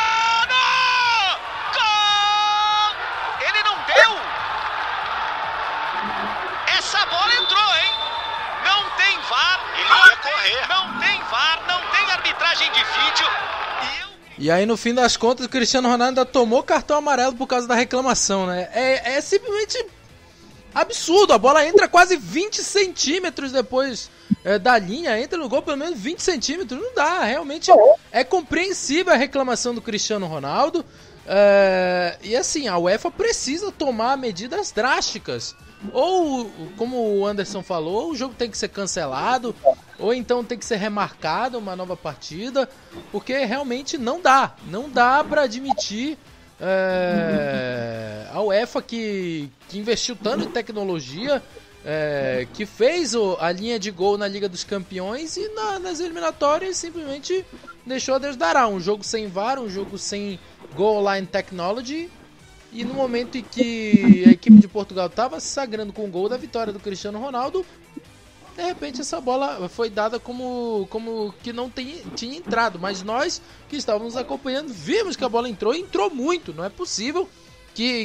Essa bola entrou, hein? Não tem VAR, ele ia correr. Não tem VAR, não tem arbitragem de vídeo. E aí, no fim das contas, o Cristiano Ronaldo ainda tomou cartão amarelo por causa da reclamação, né? É simplesmente absurdo. A bola entra quase 20 centímetros depois da linha, entra no gol pelo menos 20 centímetros. Não dá, realmente é compreensível a reclamação do Cristiano Ronaldo. E assim, a UEFA precisa tomar medidas drásticas. Ou, como o Anderson falou, o jogo tem que ser cancelado, ou então tem que ser remarcado uma nova partida, porque realmente não dá para admitir a UEFA que investiu tanto em tecnologia, que fez a linha de gol na Liga dos Campeões e nas eliminatórias simplesmente deixou a Deus dará. Um jogo sem VAR, um jogo sem Goal Line Technology, E no momento em que a equipe de Portugal estava se sagrando com o gol da vitória do Cristiano Ronaldo, de repente essa bola foi dada como que não tinha entrado. Mas nós que estávamos acompanhando vimos que a bola entrou e entrou muito. Não é possível que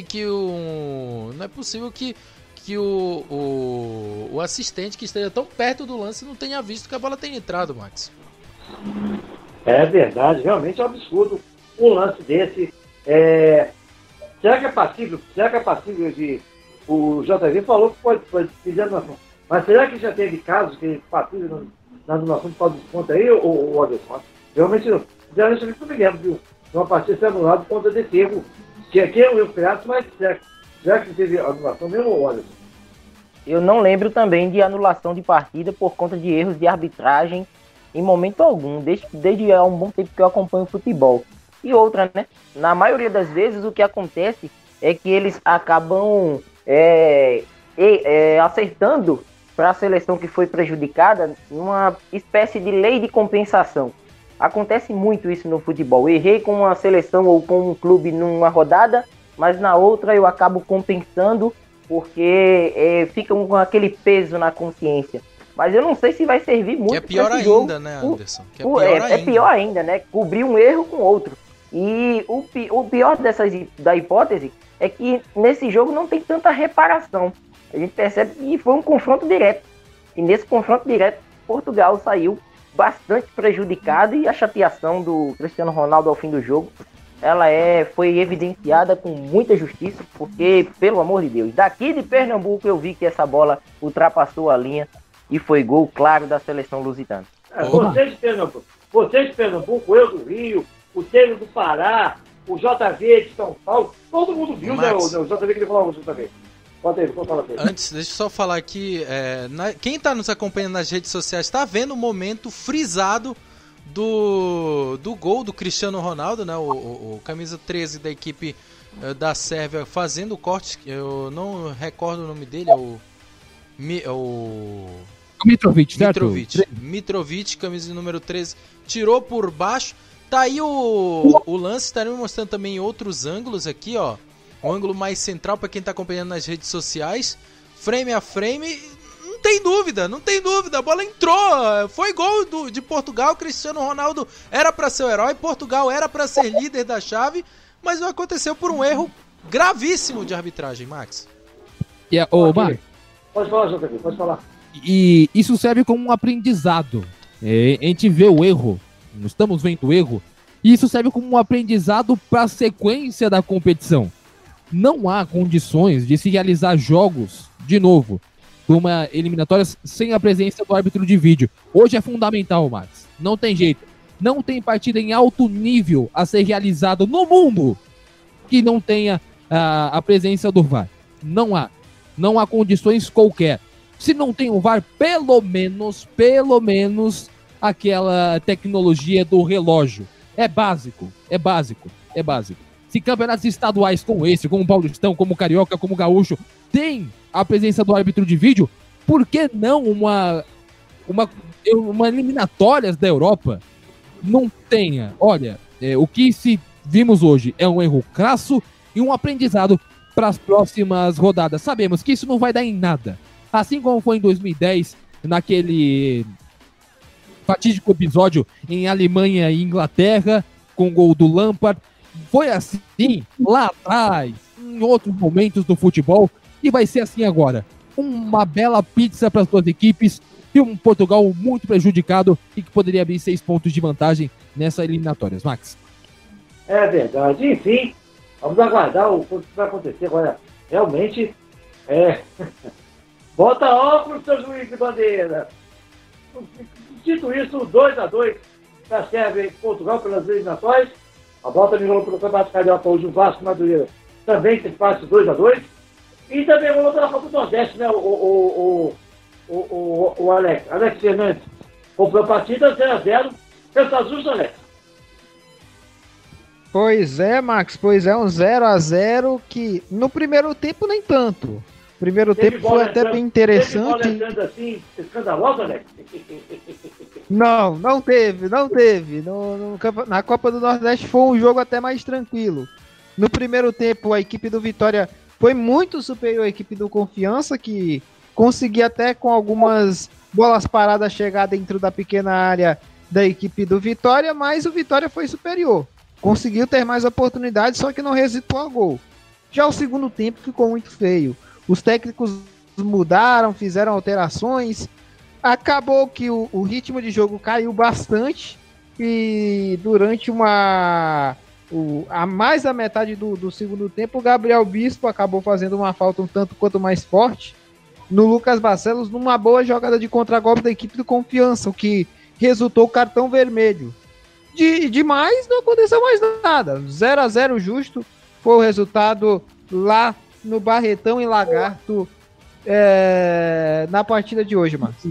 o assistente que esteja tão perto do lance não tenha visto que a bola tenha entrado, Max. É verdade, realmente é um absurdo um lance desse. Será que é passível? De. O JV falou que pode pedir anulação. Mas será que já teve casos que é passível na anulação de falta de ponta aí, ou Anderson? Realmente não. Sinceramente, eu não me lembro de uma partida ser anulada por conta desse erro. Que aqui é um erro criado, mas será que teve anulação mesmo, ou Anderson? Eu não lembro também de anulação de partida por conta de erros de arbitragem em momento algum, desde há um bom tempo que eu acompanho o futebol. E outra, né? Na maioria das vezes o que acontece é que eles acabam acertando para a seleção que foi prejudicada uma espécie de lei de compensação. Acontece muito isso no futebol. Errei com uma seleção ou com um clube numa rodada, mas na outra eu acabo compensando porque fica com aquele peso na consciência. Mas eu não sei se vai servir muito. Que é pior ainda, jogo, né, Anderson? É pior ainda, né? Cobrir um erro com outro. E o pior da hipótese é que nesse jogo não tem tanta reparação. A gente percebe que foi um confronto direto. E nesse confronto direto, Portugal saiu bastante prejudicado e a chateação do Cristiano Ronaldo ao fim do jogo, ela foi evidenciada com muita justiça, porque, pelo amor de Deus, daqui de Pernambuco eu vi que essa bola ultrapassou a linha e foi gol claro da seleção lusitana. Vocês de Pernambuco, eu do Rio, o Teiro do Pará, o JV de São Paulo, todo mundo viu, Max, né? O JV que ele falou, o JV. Pode falar dele. Antes, deixa eu só falar aqui, quem está nos acompanhando nas redes sociais está vendo o momento frisado do gol do Cristiano Ronaldo, né? O camisa 13 da equipe da Sérvia fazendo o corte, eu não recordo o nome dele, é o Mitrovic, certo? Mitrovic, camisa número 13, tirou por baixo. Tá aí o lance, estaremos mostrando também em outros ângulos aqui, ó. Um ângulo mais central para quem tá acompanhando nas redes sociais. Frame a frame, não tem dúvida, a bola entrou. Foi gol de Portugal, Cristiano Ronaldo era para ser o herói, Portugal era para ser líder da chave, mas não aconteceu por um erro gravíssimo de arbitragem, Max. Max, pode falar, JV, pode falar. E isso serve como um aprendizado. A gente vê o erro, estamos vendo o erro, e isso serve como um aprendizado para a sequência da competição. Não há condições de se realizar jogos, de novo, uma eliminatória sem a presença do árbitro de vídeo. Hoje é fundamental, Max. Não tem jeito. Não tem partida em alto nível a ser realizada no mundo que não tenha a presença do VAR. Não há. Não há condições qualquer. Se não tem o VAR, pelo menos aquela tecnologia do relógio. É básico. Se campeonatos estaduais como esse, como o Paulistão, como o Carioca, como o Gaúcho, tem a presença do árbitro de vídeo, por que não uma eliminatórias da Europa não tenha? Olha, o que vimos hoje é um erro crasso e um aprendizado para as próximas rodadas. Sabemos que isso não vai dar em nada. Assim como foi em 2010, naquele fatídico episódio em Alemanha e Inglaterra, com o gol do Lampard. Foi assim lá atrás, em outros momentos do futebol, e vai ser assim agora. Uma bela pizza para as duas equipes e um Portugal muito prejudicado e que poderia abrir 6 pontos de vantagem nessas eliminatórias. Max? É verdade. Enfim, vamos aguardar o que vai acontecer agora. Realmente, bota óculos, seu juiz de bandeira. Dito isso, 2-2 para a Sérvia e Portugal pelas eliminatórias. A bola também rolou pelo Campeonato Carioca, hoje o Vasco Madureira também tem fácil 2-2. E também rolou pela Copa do Nordeste, né? O Alex Fernandes comprou a partida 0-0. Pensa justo, Alex? Pois é, Max, um 0-0 que no primeiro tempo nem tanto. O primeiro tempo foi até bem interessante. Teve bola assim, escandalosa, Alex? Não teve. Na Copa do Nordeste foi um jogo até mais tranquilo. No primeiro tempo, a equipe do Vitória foi muito superior à equipe do Confiança, que conseguia até com algumas bolas paradas chegar dentro da pequena área da equipe do Vitória, mas o Vitória foi superior. Conseguiu ter mais oportunidades, só que não resultou a gol. Já o segundo tempo ficou muito feio. Os técnicos mudaram, fizeram alterações. Acabou que o ritmo de jogo caiu bastante e durante mais da metade do segundo tempo, o Gabriel Bispo acabou fazendo uma falta um tanto quanto mais forte no Lucas Barcelos, numa boa jogada de contragolpe da equipe do Confiança, o que resultou cartão vermelho. Demais não aconteceu mais nada. 0-0 justo foi o resultado lá no Barretão, em Lagarto, na partida de hoje, Marcos.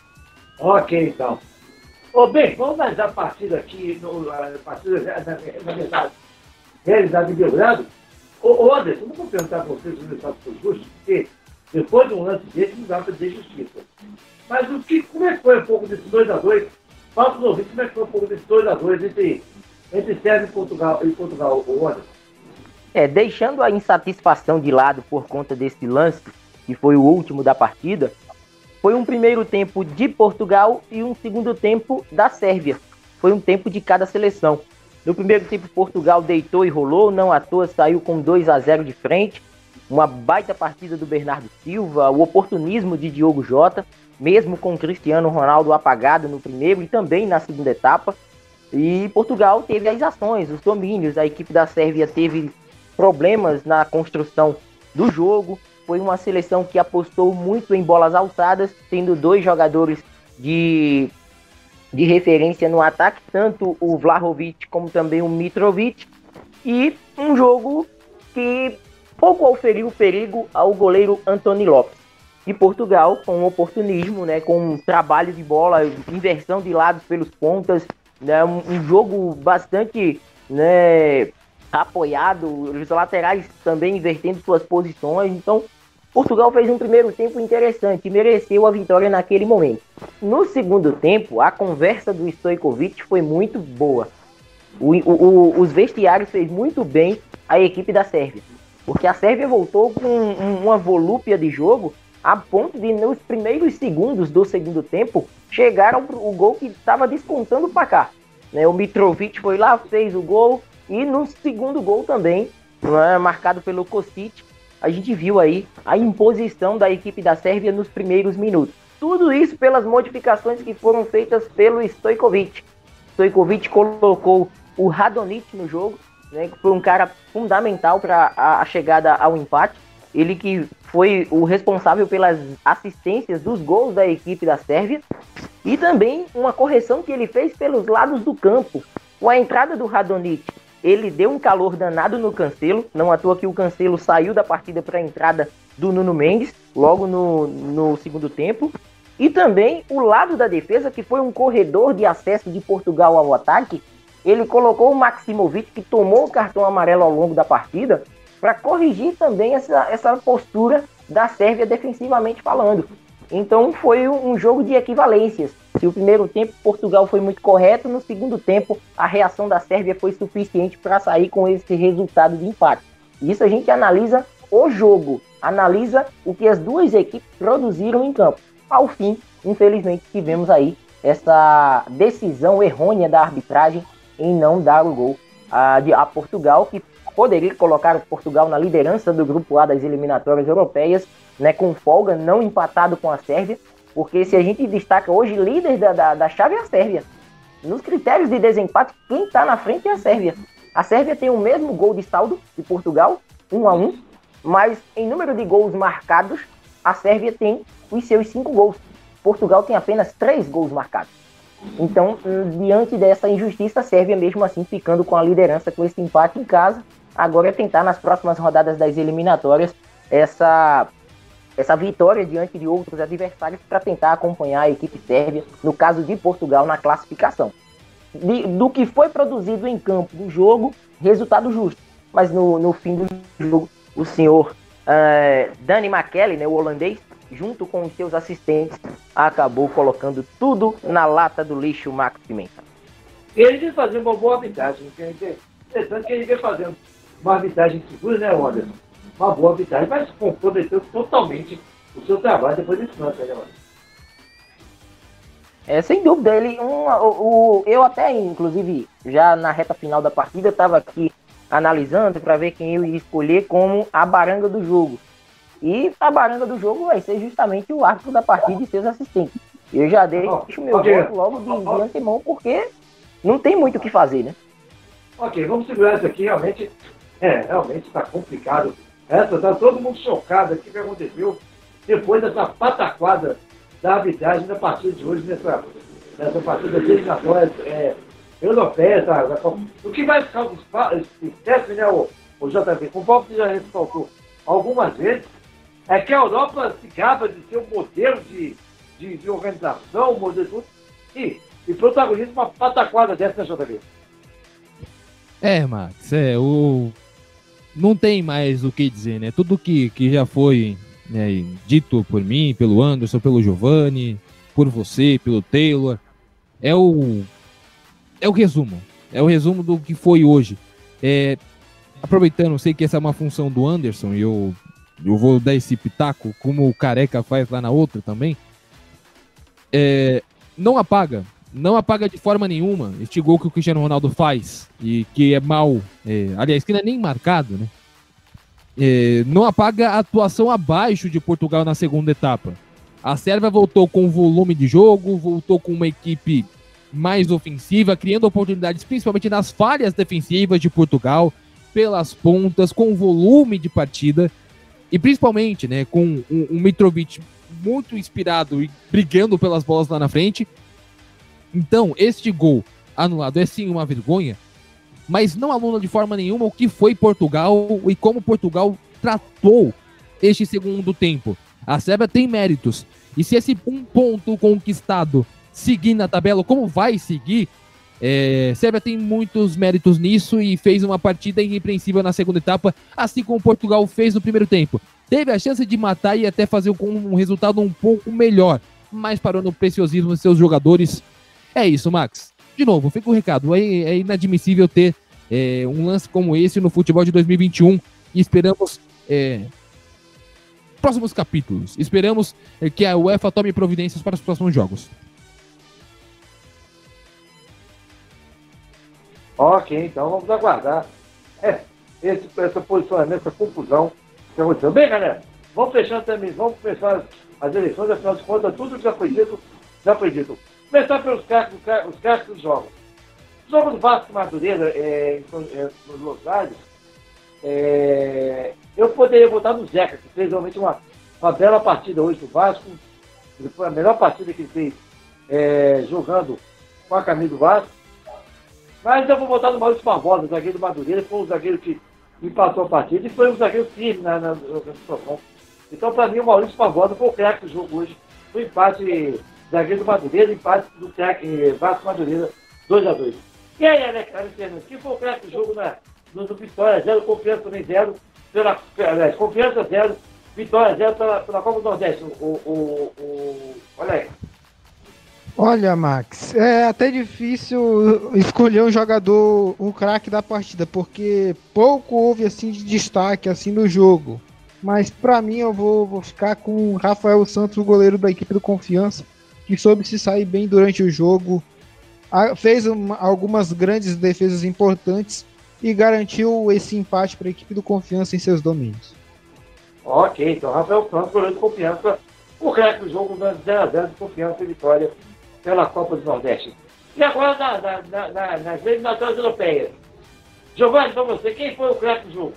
Ok, então. Bem, vamos analisar a partida aqui, a partida, na verdade, realizada em Belgrado. Anderson, não vou perguntar para vocês se o resultado foi justo, porque depois de um lance desse não dá para dizer justiça. Mas como é que foi um pouco desse 2-2? Fala para os ouvintes como é que foi um pouco desse 2-2 entre Sérvia e Portugal, o Anderson. Deixando a insatisfação de lado por conta desse lance, que foi o último da partida, foi um primeiro tempo de Portugal e um segundo tempo da Sérvia. Foi um tempo de cada seleção. No primeiro tempo, Portugal deitou e rolou, não à toa saiu com 2-0 de frente. Uma baita partida do Bernardo Silva, o oportunismo de Diogo Jota, mesmo com o Cristiano Ronaldo apagado no primeiro e também na segunda etapa. E Portugal teve as ações, os domínios. A equipe da Sérvia teve problemas na construção do jogo. Foi uma seleção que apostou muito em bolas alçadas, tendo 2 jogadores de referência no ataque, tanto o Vlahovic como também o Mitrovic. E um jogo que pouco oferiu perigo ao goleiro Anthony Lopes. E Portugal, com oportunismo, né, com um trabalho de bola, inversão de lados pelos pontas, né, um jogo bastante, né, apoiado, os laterais também invertendo suas posições. Então, Portugal fez um primeiro tempo interessante e mereceu a vitória naquele momento. No segundo tempo, a conversa do Stojkovic foi muito boa. Os vestiários fez muito bem a equipe da Sérvia, porque a Sérvia voltou com uma volúpia de jogo a ponto de, nos primeiros segundos do segundo tempo, chegar ao gol que estava descontando o placar. O Mitrovic foi lá, fez o gol, e no segundo gol também, marcado pelo Kostic, a gente viu aí a imposição da equipe da Sérvia nos primeiros minutos. Tudo isso pelas modificações que foram feitas pelo Stojkovic. Stojkovic colocou o Radonjic no jogo, né, que foi um cara fundamental para a chegada ao empate. Ele que foi o responsável pelas assistências dos gols da equipe da Sérvia. E também uma correção que ele fez pelos lados do campo. Com a entrada do Radonjic, ele deu um calor danado no Cancelo, não à toa que o Cancelo saiu da partida para a entrada do Nuno Mendes, logo no segundo tempo. E também o lado da defesa, que foi um corredor de acesso de Portugal ao ataque, ele colocou o Maksimovic, que tomou o cartão amarelo ao longo da partida, para corrigir também essa postura da Sérvia defensivamente falando. Então foi um jogo de equivalências. Se o primeiro tempo Portugal foi muito correto, no segundo tempo a reação da Sérvia foi suficiente para sair com esse resultado de empate. Isso a gente analisa o jogo, analisa o que as duas equipes produziram em campo. Ao fim, infelizmente, tivemos aí essa decisão errônea da arbitragem em não dar o gol a Portugal, que poderia colocar Portugal na liderança do grupo A das eliminatórias europeias, né, com folga, não empatado com a Sérvia, porque se a gente destaca hoje, líder da chave é a Sérvia. Nos critérios de desempate, quem está na frente é a Sérvia. A Sérvia tem o mesmo gol de saldo de Portugal, 1-1, mas em número de gols marcados, a Sérvia tem os seus 5 gols. Portugal tem apenas 3 gols marcados. Então, diante dessa injustiça, a Sérvia mesmo assim ficando com a liderança com esse empate em casa. Agora é tentar nas próximas rodadas das eliminatórias essa vitória diante de outros adversários para tentar acompanhar a equipe sérvia, no caso de Portugal, na classificação. Do que foi produzido em campo no jogo, resultado justo. Mas no fim do jogo, o senhor Danny McKelly, né, o holandês, junto com os seus assistentes, acabou colocando tudo na lata do lixo Max Pimenta. Ele vem fazendo uma boa arbitragem, interessante que ele vem fazendo uma arbitragem segura, né, Anderson? Uma boa arbitragem, mas comprometeu totalmente o seu trabalho depois desse lance, né, Anderson? Sem dúvida, eu até, inclusive, já na reta final da partida, estava aqui analisando para ver quem eu ia escolher como a baranga do jogo. E a baranga do jogo vai ser justamente o árbitro da partida e seus assistentes. Eu já deixo meu voto logo de antemão, porque não tem muito o que fazer, né? Ok, vamos segurar isso aqui, realmente está complicado. Tá todo mundo chocado aqui o que aconteceu depois dessa pataquada da arbitragem da partida de hoje, nessa partida de eliminatórias europeias. O que vai ficar certo, né, o JV, conforme você já ressaltou algumas vezes, é que a Europa se gaba de ser um modelo de organização, um modelo de tudo, e protagoniza uma pataquada dessa, né, JV? Max, não tem mais o que dizer, né? Tudo que já foi, né, dito por mim, pelo Anderson, pelo Giovanni, por você, pelo Taylor, é o resumo. É o resumo do que foi hoje. Aproveitando, sei que essa é uma função do Anderson, e eu vou dar esse pitaco, como o Careca faz lá na outra também. Não apaga de forma nenhuma este gol que o Cristiano Ronaldo faz, e que é mal, aliás, que não é nem marcado, né? Não apaga a atuação abaixo de Portugal na segunda etapa. A Sérvia voltou com volume de jogo, voltou com uma equipe mais ofensiva, criando oportunidades principalmente nas falhas defensivas de Portugal, pelas pontas, com volume de partida, e principalmente, né, com um Mitrovic muito inspirado e brigando pelas bolas lá na frente. Então, este gol anulado é sim uma vergonha, mas não anula de forma nenhuma o que foi Portugal e como Portugal tratou este segundo tempo. A Sérvia tem méritos, e se esse um ponto conquistado seguir na tabela, como vai seguir, Sérvia tem muitos méritos nisso e fez uma partida irrepreensível na segunda etapa, assim como Portugal fez no primeiro tempo. Teve a chance de matar e até fazer com um resultado um pouco melhor, mas parou no preciosismo de seus jogadores. É isso, Max. De novo, fica o recado. É inadmissível ter um lance como esse no futebol de 2021 e esperamos próximos capítulos. Esperamos que a UEFA tome providências para os próximos jogos. Ok, então vamos aguardar esse posicionamento, essa confusão que aconteceu. Bem, galera, vamos fechando também, vamos começar as eleições, afinal de contas, tudo que já foi dito. Começar pelos craques dos jogos. O jogo do Vasco Madureira nos Rosários, eu poderia votar no Zeca, que fez realmente uma bela partida hoje do Vasco. Ele foi a melhor partida que ele fez jogando com a camisa do Vasco. Mas eu vou votar no Maurício Barbosa, zagueiro do Madureira, foi o zagueiro que empatou a partida e foi um zagueiro firme na situação. Então, para mim, o Maurício Barbosa foi o craque do jogo hoje. O empate zagueiro do Madureira, empate do craque Vasco Madureira, 2-2. E aí, Alex Fernandes, que foi o craque do jogo no Vitória 0, Confiança também 0, Confiança 0, Vitória 0 pela Copa do Nordeste, Alex. Olha, Max, é até difícil escolher um jogador, um craque da partida, porque pouco houve assim de destaque assim no jogo. Mas para mim eu vou ficar com o Rafael Santos, o goleiro da equipe do Confiança, que soube se sair bem durante o jogo, fez algumas grandes defesas importantes e garantiu esse empate para a equipe do Confiança em seus domínios. Ok, então Rafael Santos, goleiro do Confiança, o craque do jogo, 0-0 de Confiança e vitória pela Copa do Nordeste. E agora nas eliminatórias europeias. Giovanni, para você, quem foi o craque do jogo?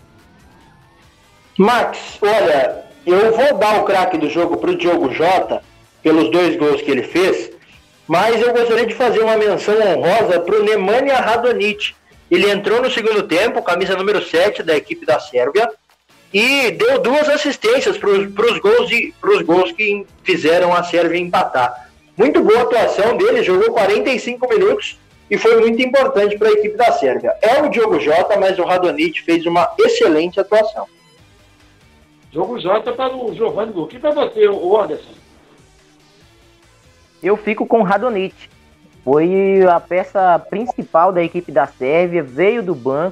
Max, olha, eu vou dar o craque do jogo para o Diogo Jota, pelos 2 gols que ele fez, mas eu gostaria de fazer uma menção honrosa para o Nemanja Radonjic. Ele entrou no segundo tempo, camisa número 7 da equipe da Sérvia, e deu 2 assistências para os gols que fizeram a Sérvia empatar. Muito boa atuação dele, jogou 45 minutos e foi muito importante para a equipe da Sérvia. É o Diogo Jota, mas o Radonjic fez uma excelente atuação. Diogo Jota para o Giovanni Luque. E para você, o Anderson? Eu fico com o Radonjic. Foi a peça principal da equipe da Sérvia, veio do banco,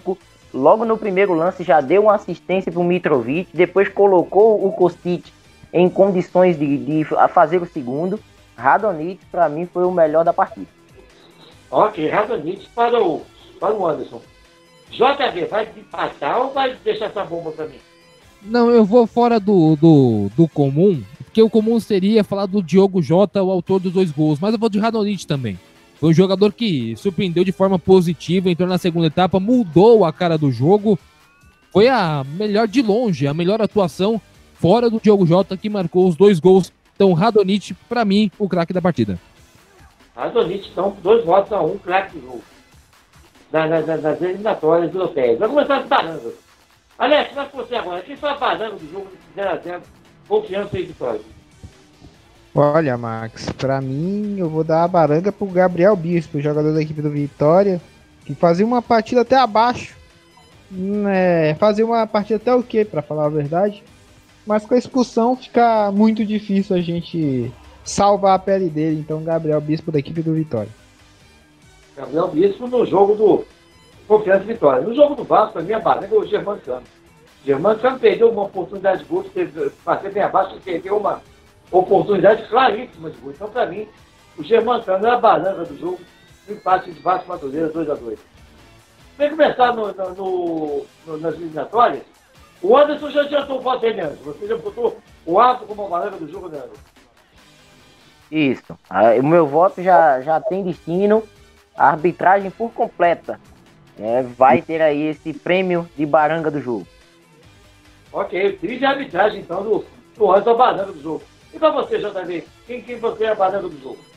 Logo no primeiro lance já deu uma assistência para o Mitrovic, depois colocou o Kostic em condições de fazer o segundo. Radonjic, para mim, foi o melhor da partida. Ok, Radonjic para o Anderson. JV, vai empatar ou vai deixar essa bomba para mim? Não, eu vou fora do comum, porque o comum seria falar do Diogo Jota, o autor dos 2 gols, mas eu vou de Radonjic também. Foi um jogador que surpreendeu de forma positiva, entrou na segunda etapa, mudou a cara do jogo. Foi a melhor de longe, a melhor atuação fora do Diogo Jota, que marcou os 2 gols. Então, Radonjic, pra mim, o craque da partida. Radonjic, então, 2 votos a 1, craque do jogo. Das eliminatórias europeias. Vai começar as barangas. Alex, mas você agora, quem foi a baranga do jogo de 0x0, confiança e vitória? Olha, Max, pra mim eu vou dar a baranga pro Gabriel Bispo, jogador da equipe do Vitória, que fazia uma partida até abaixo. Fazia uma partida até ok, pra falar a verdade. Mas com a expulsão fica muito difícil a gente salvar a pele dele. Então, Gabriel Bispo da equipe do Vitória. Gabriel Bispo no jogo do Confiança e Vitória. No jogo do Vasco, pra mim, a baranga é o Germancano. Germancano perdeu uma oportunidade de gol, passei bem abaixo, e perdeu uma oportunidade claríssima de gol. Então, para mim, o Germancano é a baranga do jogo, no empate de Vasco Madureira 2x2. Vem começar nas eliminatórias, o Anderson já adiantou o voto dele antes. Você já botou o Arthur como a baranga do jogo, Anderson? Isso. O meu voto já tem destino. A arbitragem por completa. Vai ter aí esse prêmio de baranga do jogo. Ok, triste arbitragem, então, do Anderson, a baranga do jogo. E pra você, JV, quem você é a baranga do jogo?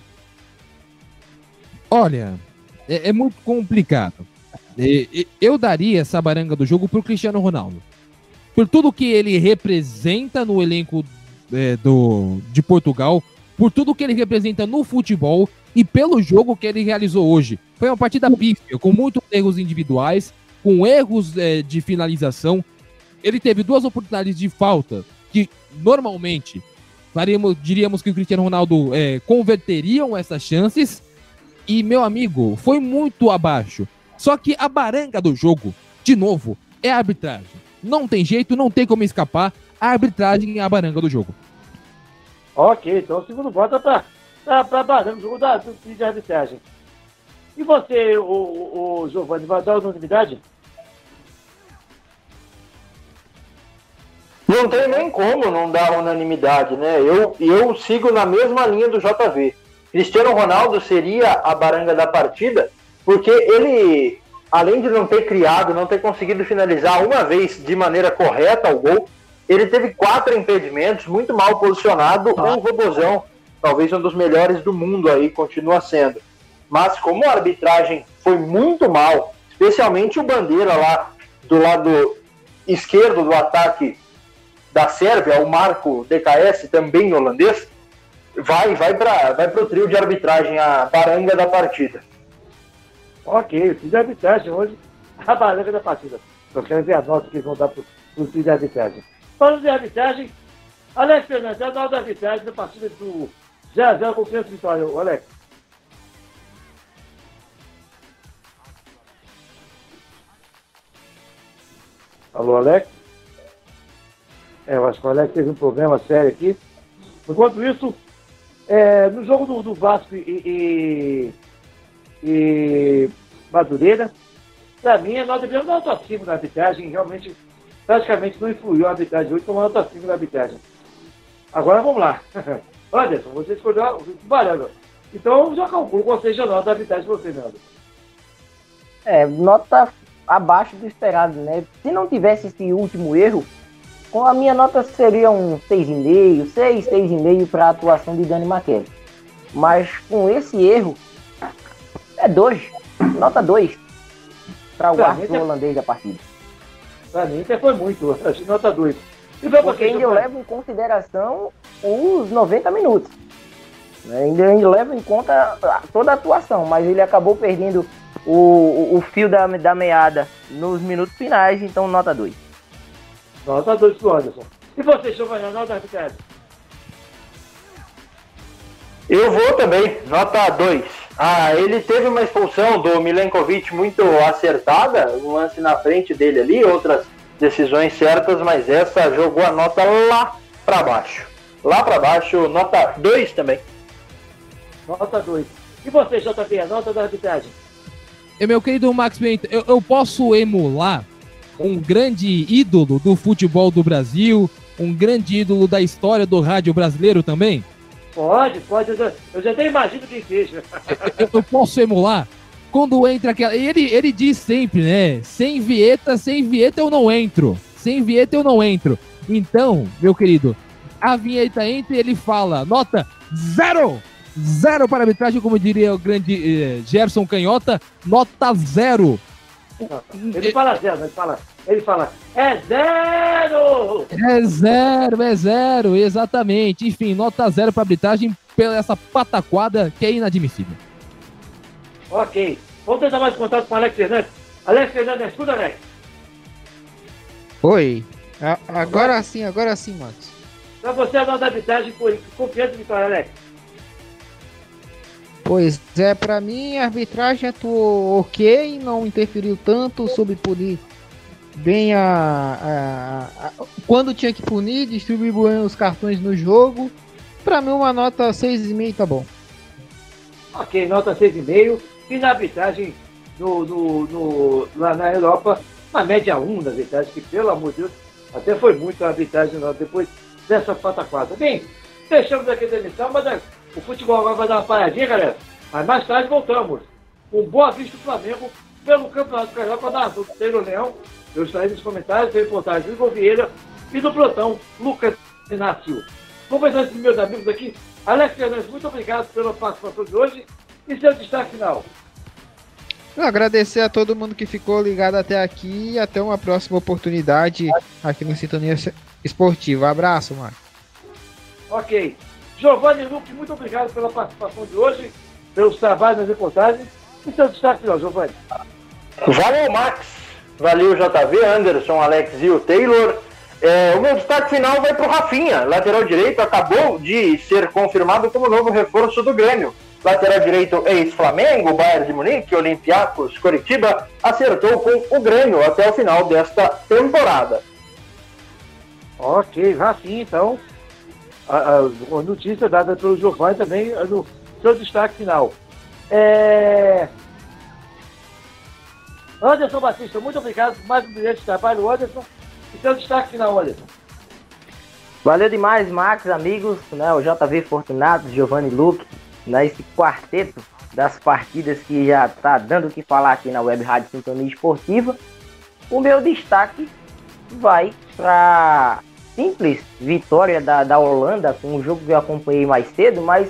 Olha, é muito complicado. Eu daria essa baranga do jogo pro Cristiano Ronaldo. Por tudo que ele representa no elenco de Portugal, por tudo que ele representa no futebol e pelo jogo que ele realizou hoje. Foi uma partida pífia, com muitos erros individuais, com erros de finalização. Ele teve 2 oportunidades de falta que normalmente diríamos que o Cristiano Ronaldo converteriam essas chances. E, meu amigo, foi muito abaixo. Só que a baranga do jogo, de novo, é a arbitragem. Não tem jeito, não tem como escapar. A arbitragem é a baranga do jogo. Ok, então o segundo voto é pra baranga do jogo do de arbitragem. E você, o Giovanni, vai dar unanimidade? Não tem nem como não dar unanimidade, né? Eu sigo na mesma linha do JV. Cristiano Ronaldo seria a baranga da partida, porque ele, além de não ter criado, não ter conseguido finalizar uma vez de maneira correta o gol, ele teve 4 impedimentos, muito mal posicionado, um robozão, talvez um dos melhores do mundo aí, continua sendo. Mas como a arbitragem foi muito mal, especialmente o Bandeira lá do lado esquerdo do ataque da Sérvia, o Marco DKS, também holandês, vai para o trio de arbitragem, a baranga da partida. Ok, o trio de arbitragem hoje, a baranga da partida. Eu quero ver a nota que eles vão dar para o trio de arbitragem. Falando de arbitragem, Alex Fernandes, a nota da arbitragem da partida do 0x0 Confiança e Vitória. Alex. Alô, Alex? Eu acho que o Alex teve um problema sério aqui. Enquanto isso, no jogo do Vasco e Madureira, para mim, a nota deu uma nota acima da arbitragem. Realmente, praticamente não influiu a arbitragem hoje, foi uma nota acima da arbitragem. Agora vamos lá. Anderson, você escolheu o baranga. Então, já calculo qual seja a nota da arbitragem de você, Nando. Nota abaixo do esperado, né? Se não tivesse esse último erro, com a minha nota seria um 6,5 para a atuação de Dani Maquelli. Mas com esse erro, 2, nota 2 para o árbitro holandês da partida. Para mim até foi muito, nota 2. Porque ainda eu levo em consideração os 90 minutos. Ainda levo em conta toda a atuação, mas ele acabou perdendo o fio da meada nos minutos finais, então nota 2. Nota 2 pro Anderson. E você, Giovanni, nota da arbitragem? Eu vou também, nota 2. Ele teve uma expulsão do Milenkovic muito acertada, um lance na frente dele ali, outras decisões certas, mas essa jogou a nota lá para baixo. Lá para baixo, nota 2 também. Nota 2. E você, JP, a nota da arbitragem? Meu querido Max Pimenta, eu posso emular um grande ídolo do futebol do Brasil, um grande ídolo da história do rádio brasileiro também? Pode, eu já até imagino quem seja. Eu posso emular? Quando entra aquela... Ele diz sempre, né? Sem vinheta eu não entro. Sem vinheta eu não entro. Então, meu querido, a vinheta entra e ele fala, nota 0! 0 para a arbitragem, como diria o grande Gerson Canhota, nota 0. Ele fala 0, ele fala, é 0! É 0, exatamente. Enfim, nota 0 para a arbitragem pela essa pataquada que é inadmissível. Ok, vamos tentar mais contato com o Alex Fernandes. Alex Fernandes, escuta, Alex. Oi, agora sim, Max. Pra você, a nota da arbitragem foi confiança de vitória, Alex. Pois é, pra mim a arbitragem atuou ok, não interferiu tanto, soube punir bem quando tinha que punir, distribuindo os cartões no jogo. Pra mim uma nota 6,5 tá bom. Ok, nota 6,5. E na arbitragem lá na Europa, uma média 1 da arbitragem, que pelo amor de Deus, até foi muito a arbitragem depois dessa pataquada. Bem, fechamos aqui a transmissão, mas o futebol agora vai dar uma paradinha, galera. Mas mais tarde voltamos. Com Boa Vista do Flamengo pelo Campeonato Carioca da Azul do Teiro Leão. Eu estarei nos comentários, tem reportagem do Igor Vieira e do plantão Lucas Inácio. Vamos ver esses meus amigos aqui. Alex Fernandes, muito obrigado pela participação de hoje e seu destaque final. Agradecer a todo mundo que ficou ligado até aqui e até uma próxima oportunidade aqui no Sintonia Esportiva. Abraço, Marcos. Ok. Giovanni Luque, muito obrigado pela participação de hoje, pelos trabalhos nas reportagens. E seu destaque final, Giovanni? Valeu, Max. Valeu, JV, Anderson, Alex e o Taylor. O meu destaque final vai para o Rafinha, lateral direito, acabou de ser confirmado como novo reforço do Grêmio. Lateral direito ex-Flamengo, Bayern de Munique, Olympiacos, Coritiba, acertou com o Grêmio até o final desta temporada. Ok, Rafinha, então. A notícia dada pelo Giovanni também no seu destaque final. Anderson Batista, muito obrigado por mais um brilhante trabalho, Anderson. E seu destaque final, Anderson. Valeu demais, Max, amigos, né, o JV Fortunato, Giovanni Luque, né, esse quarteto das partidas que já está dando o que falar aqui na Web Rádio Sintonia Esportiva. O meu destaque vai para simples vitória da Holanda, com um jogo que eu acompanhei mais cedo, mas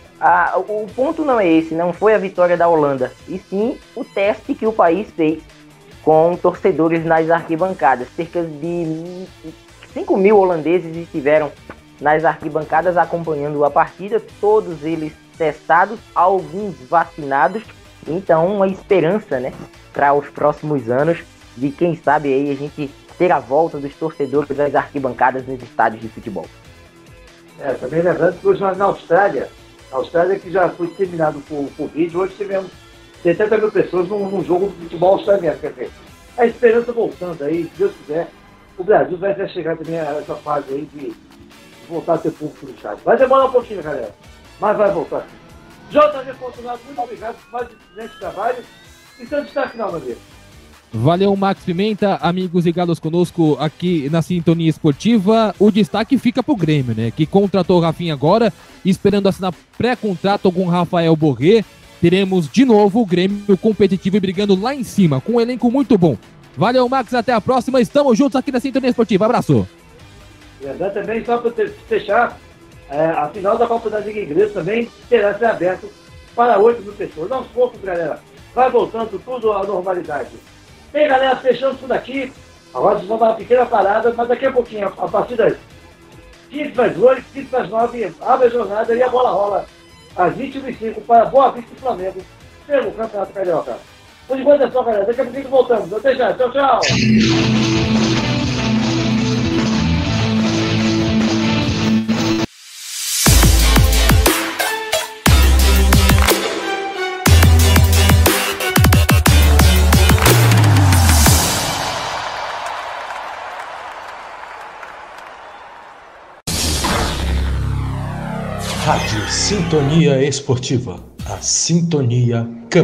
o ponto não é esse, não foi a vitória da Holanda, e sim o teste que o país fez com torcedores nas arquibancadas. Cerca de 5 mil holandeses estiveram nas arquibancadas acompanhando a partida, todos eles testados, alguns vacinados, então uma esperança, né, para os próximos anos, de quem sabe aí a gente ter a volta dos torcedores das arquibancadas nos estádios de futebol. Também lembrando que hoje na Austrália que já foi terminado por Covid, hoje tivemos 70 mil pessoas num jogo de futebol australiano. Quer dizer, a esperança voltando aí, se Deus quiser, o Brasil vai chegar também a essa fase aí de voltar a ter público no estádio. Vai demorar um pouquinho, galera, mas vai voltar. JV Fortunato, muito obrigado por mais um excelente trabalho. E seu destaque final, meu amigo. Valeu, Max Pimenta, amigos ligados conosco aqui na Sintonia Esportiva. O destaque fica pro Grêmio, né? Que contratou o Rafinha agora, esperando assinar pré-contrato com o Rafael Borré. Teremos de novo o Grêmio competitivo e brigando lá em cima, com um elenco muito bom. Valeu, Max, até a próxima. Estamos juntos aqui na Sintonia Esportiva. Abraço. Verdade, também, só para fechar, a final da Copa da Liga Inglesa também terá ser aberto para 8 mil pessoas. Aos poucos, galera, vai voltando tudo à normalidade. Bem, galera, fechamos tudo aqui. Agora vamos dar uma pequena parada, mas daqui a pouquinho, a partir das 15 para 8, 15 para 9, abre a jornada e a bola rola às 20h05 para Boa Vista do Flamengo pelo Campeonato Carioca. Por enquanto é só, galera. Daqui a pouquinho voltamos. Até já. Tchau, tchau. Rádio Sintonia Esportiva. A sintonia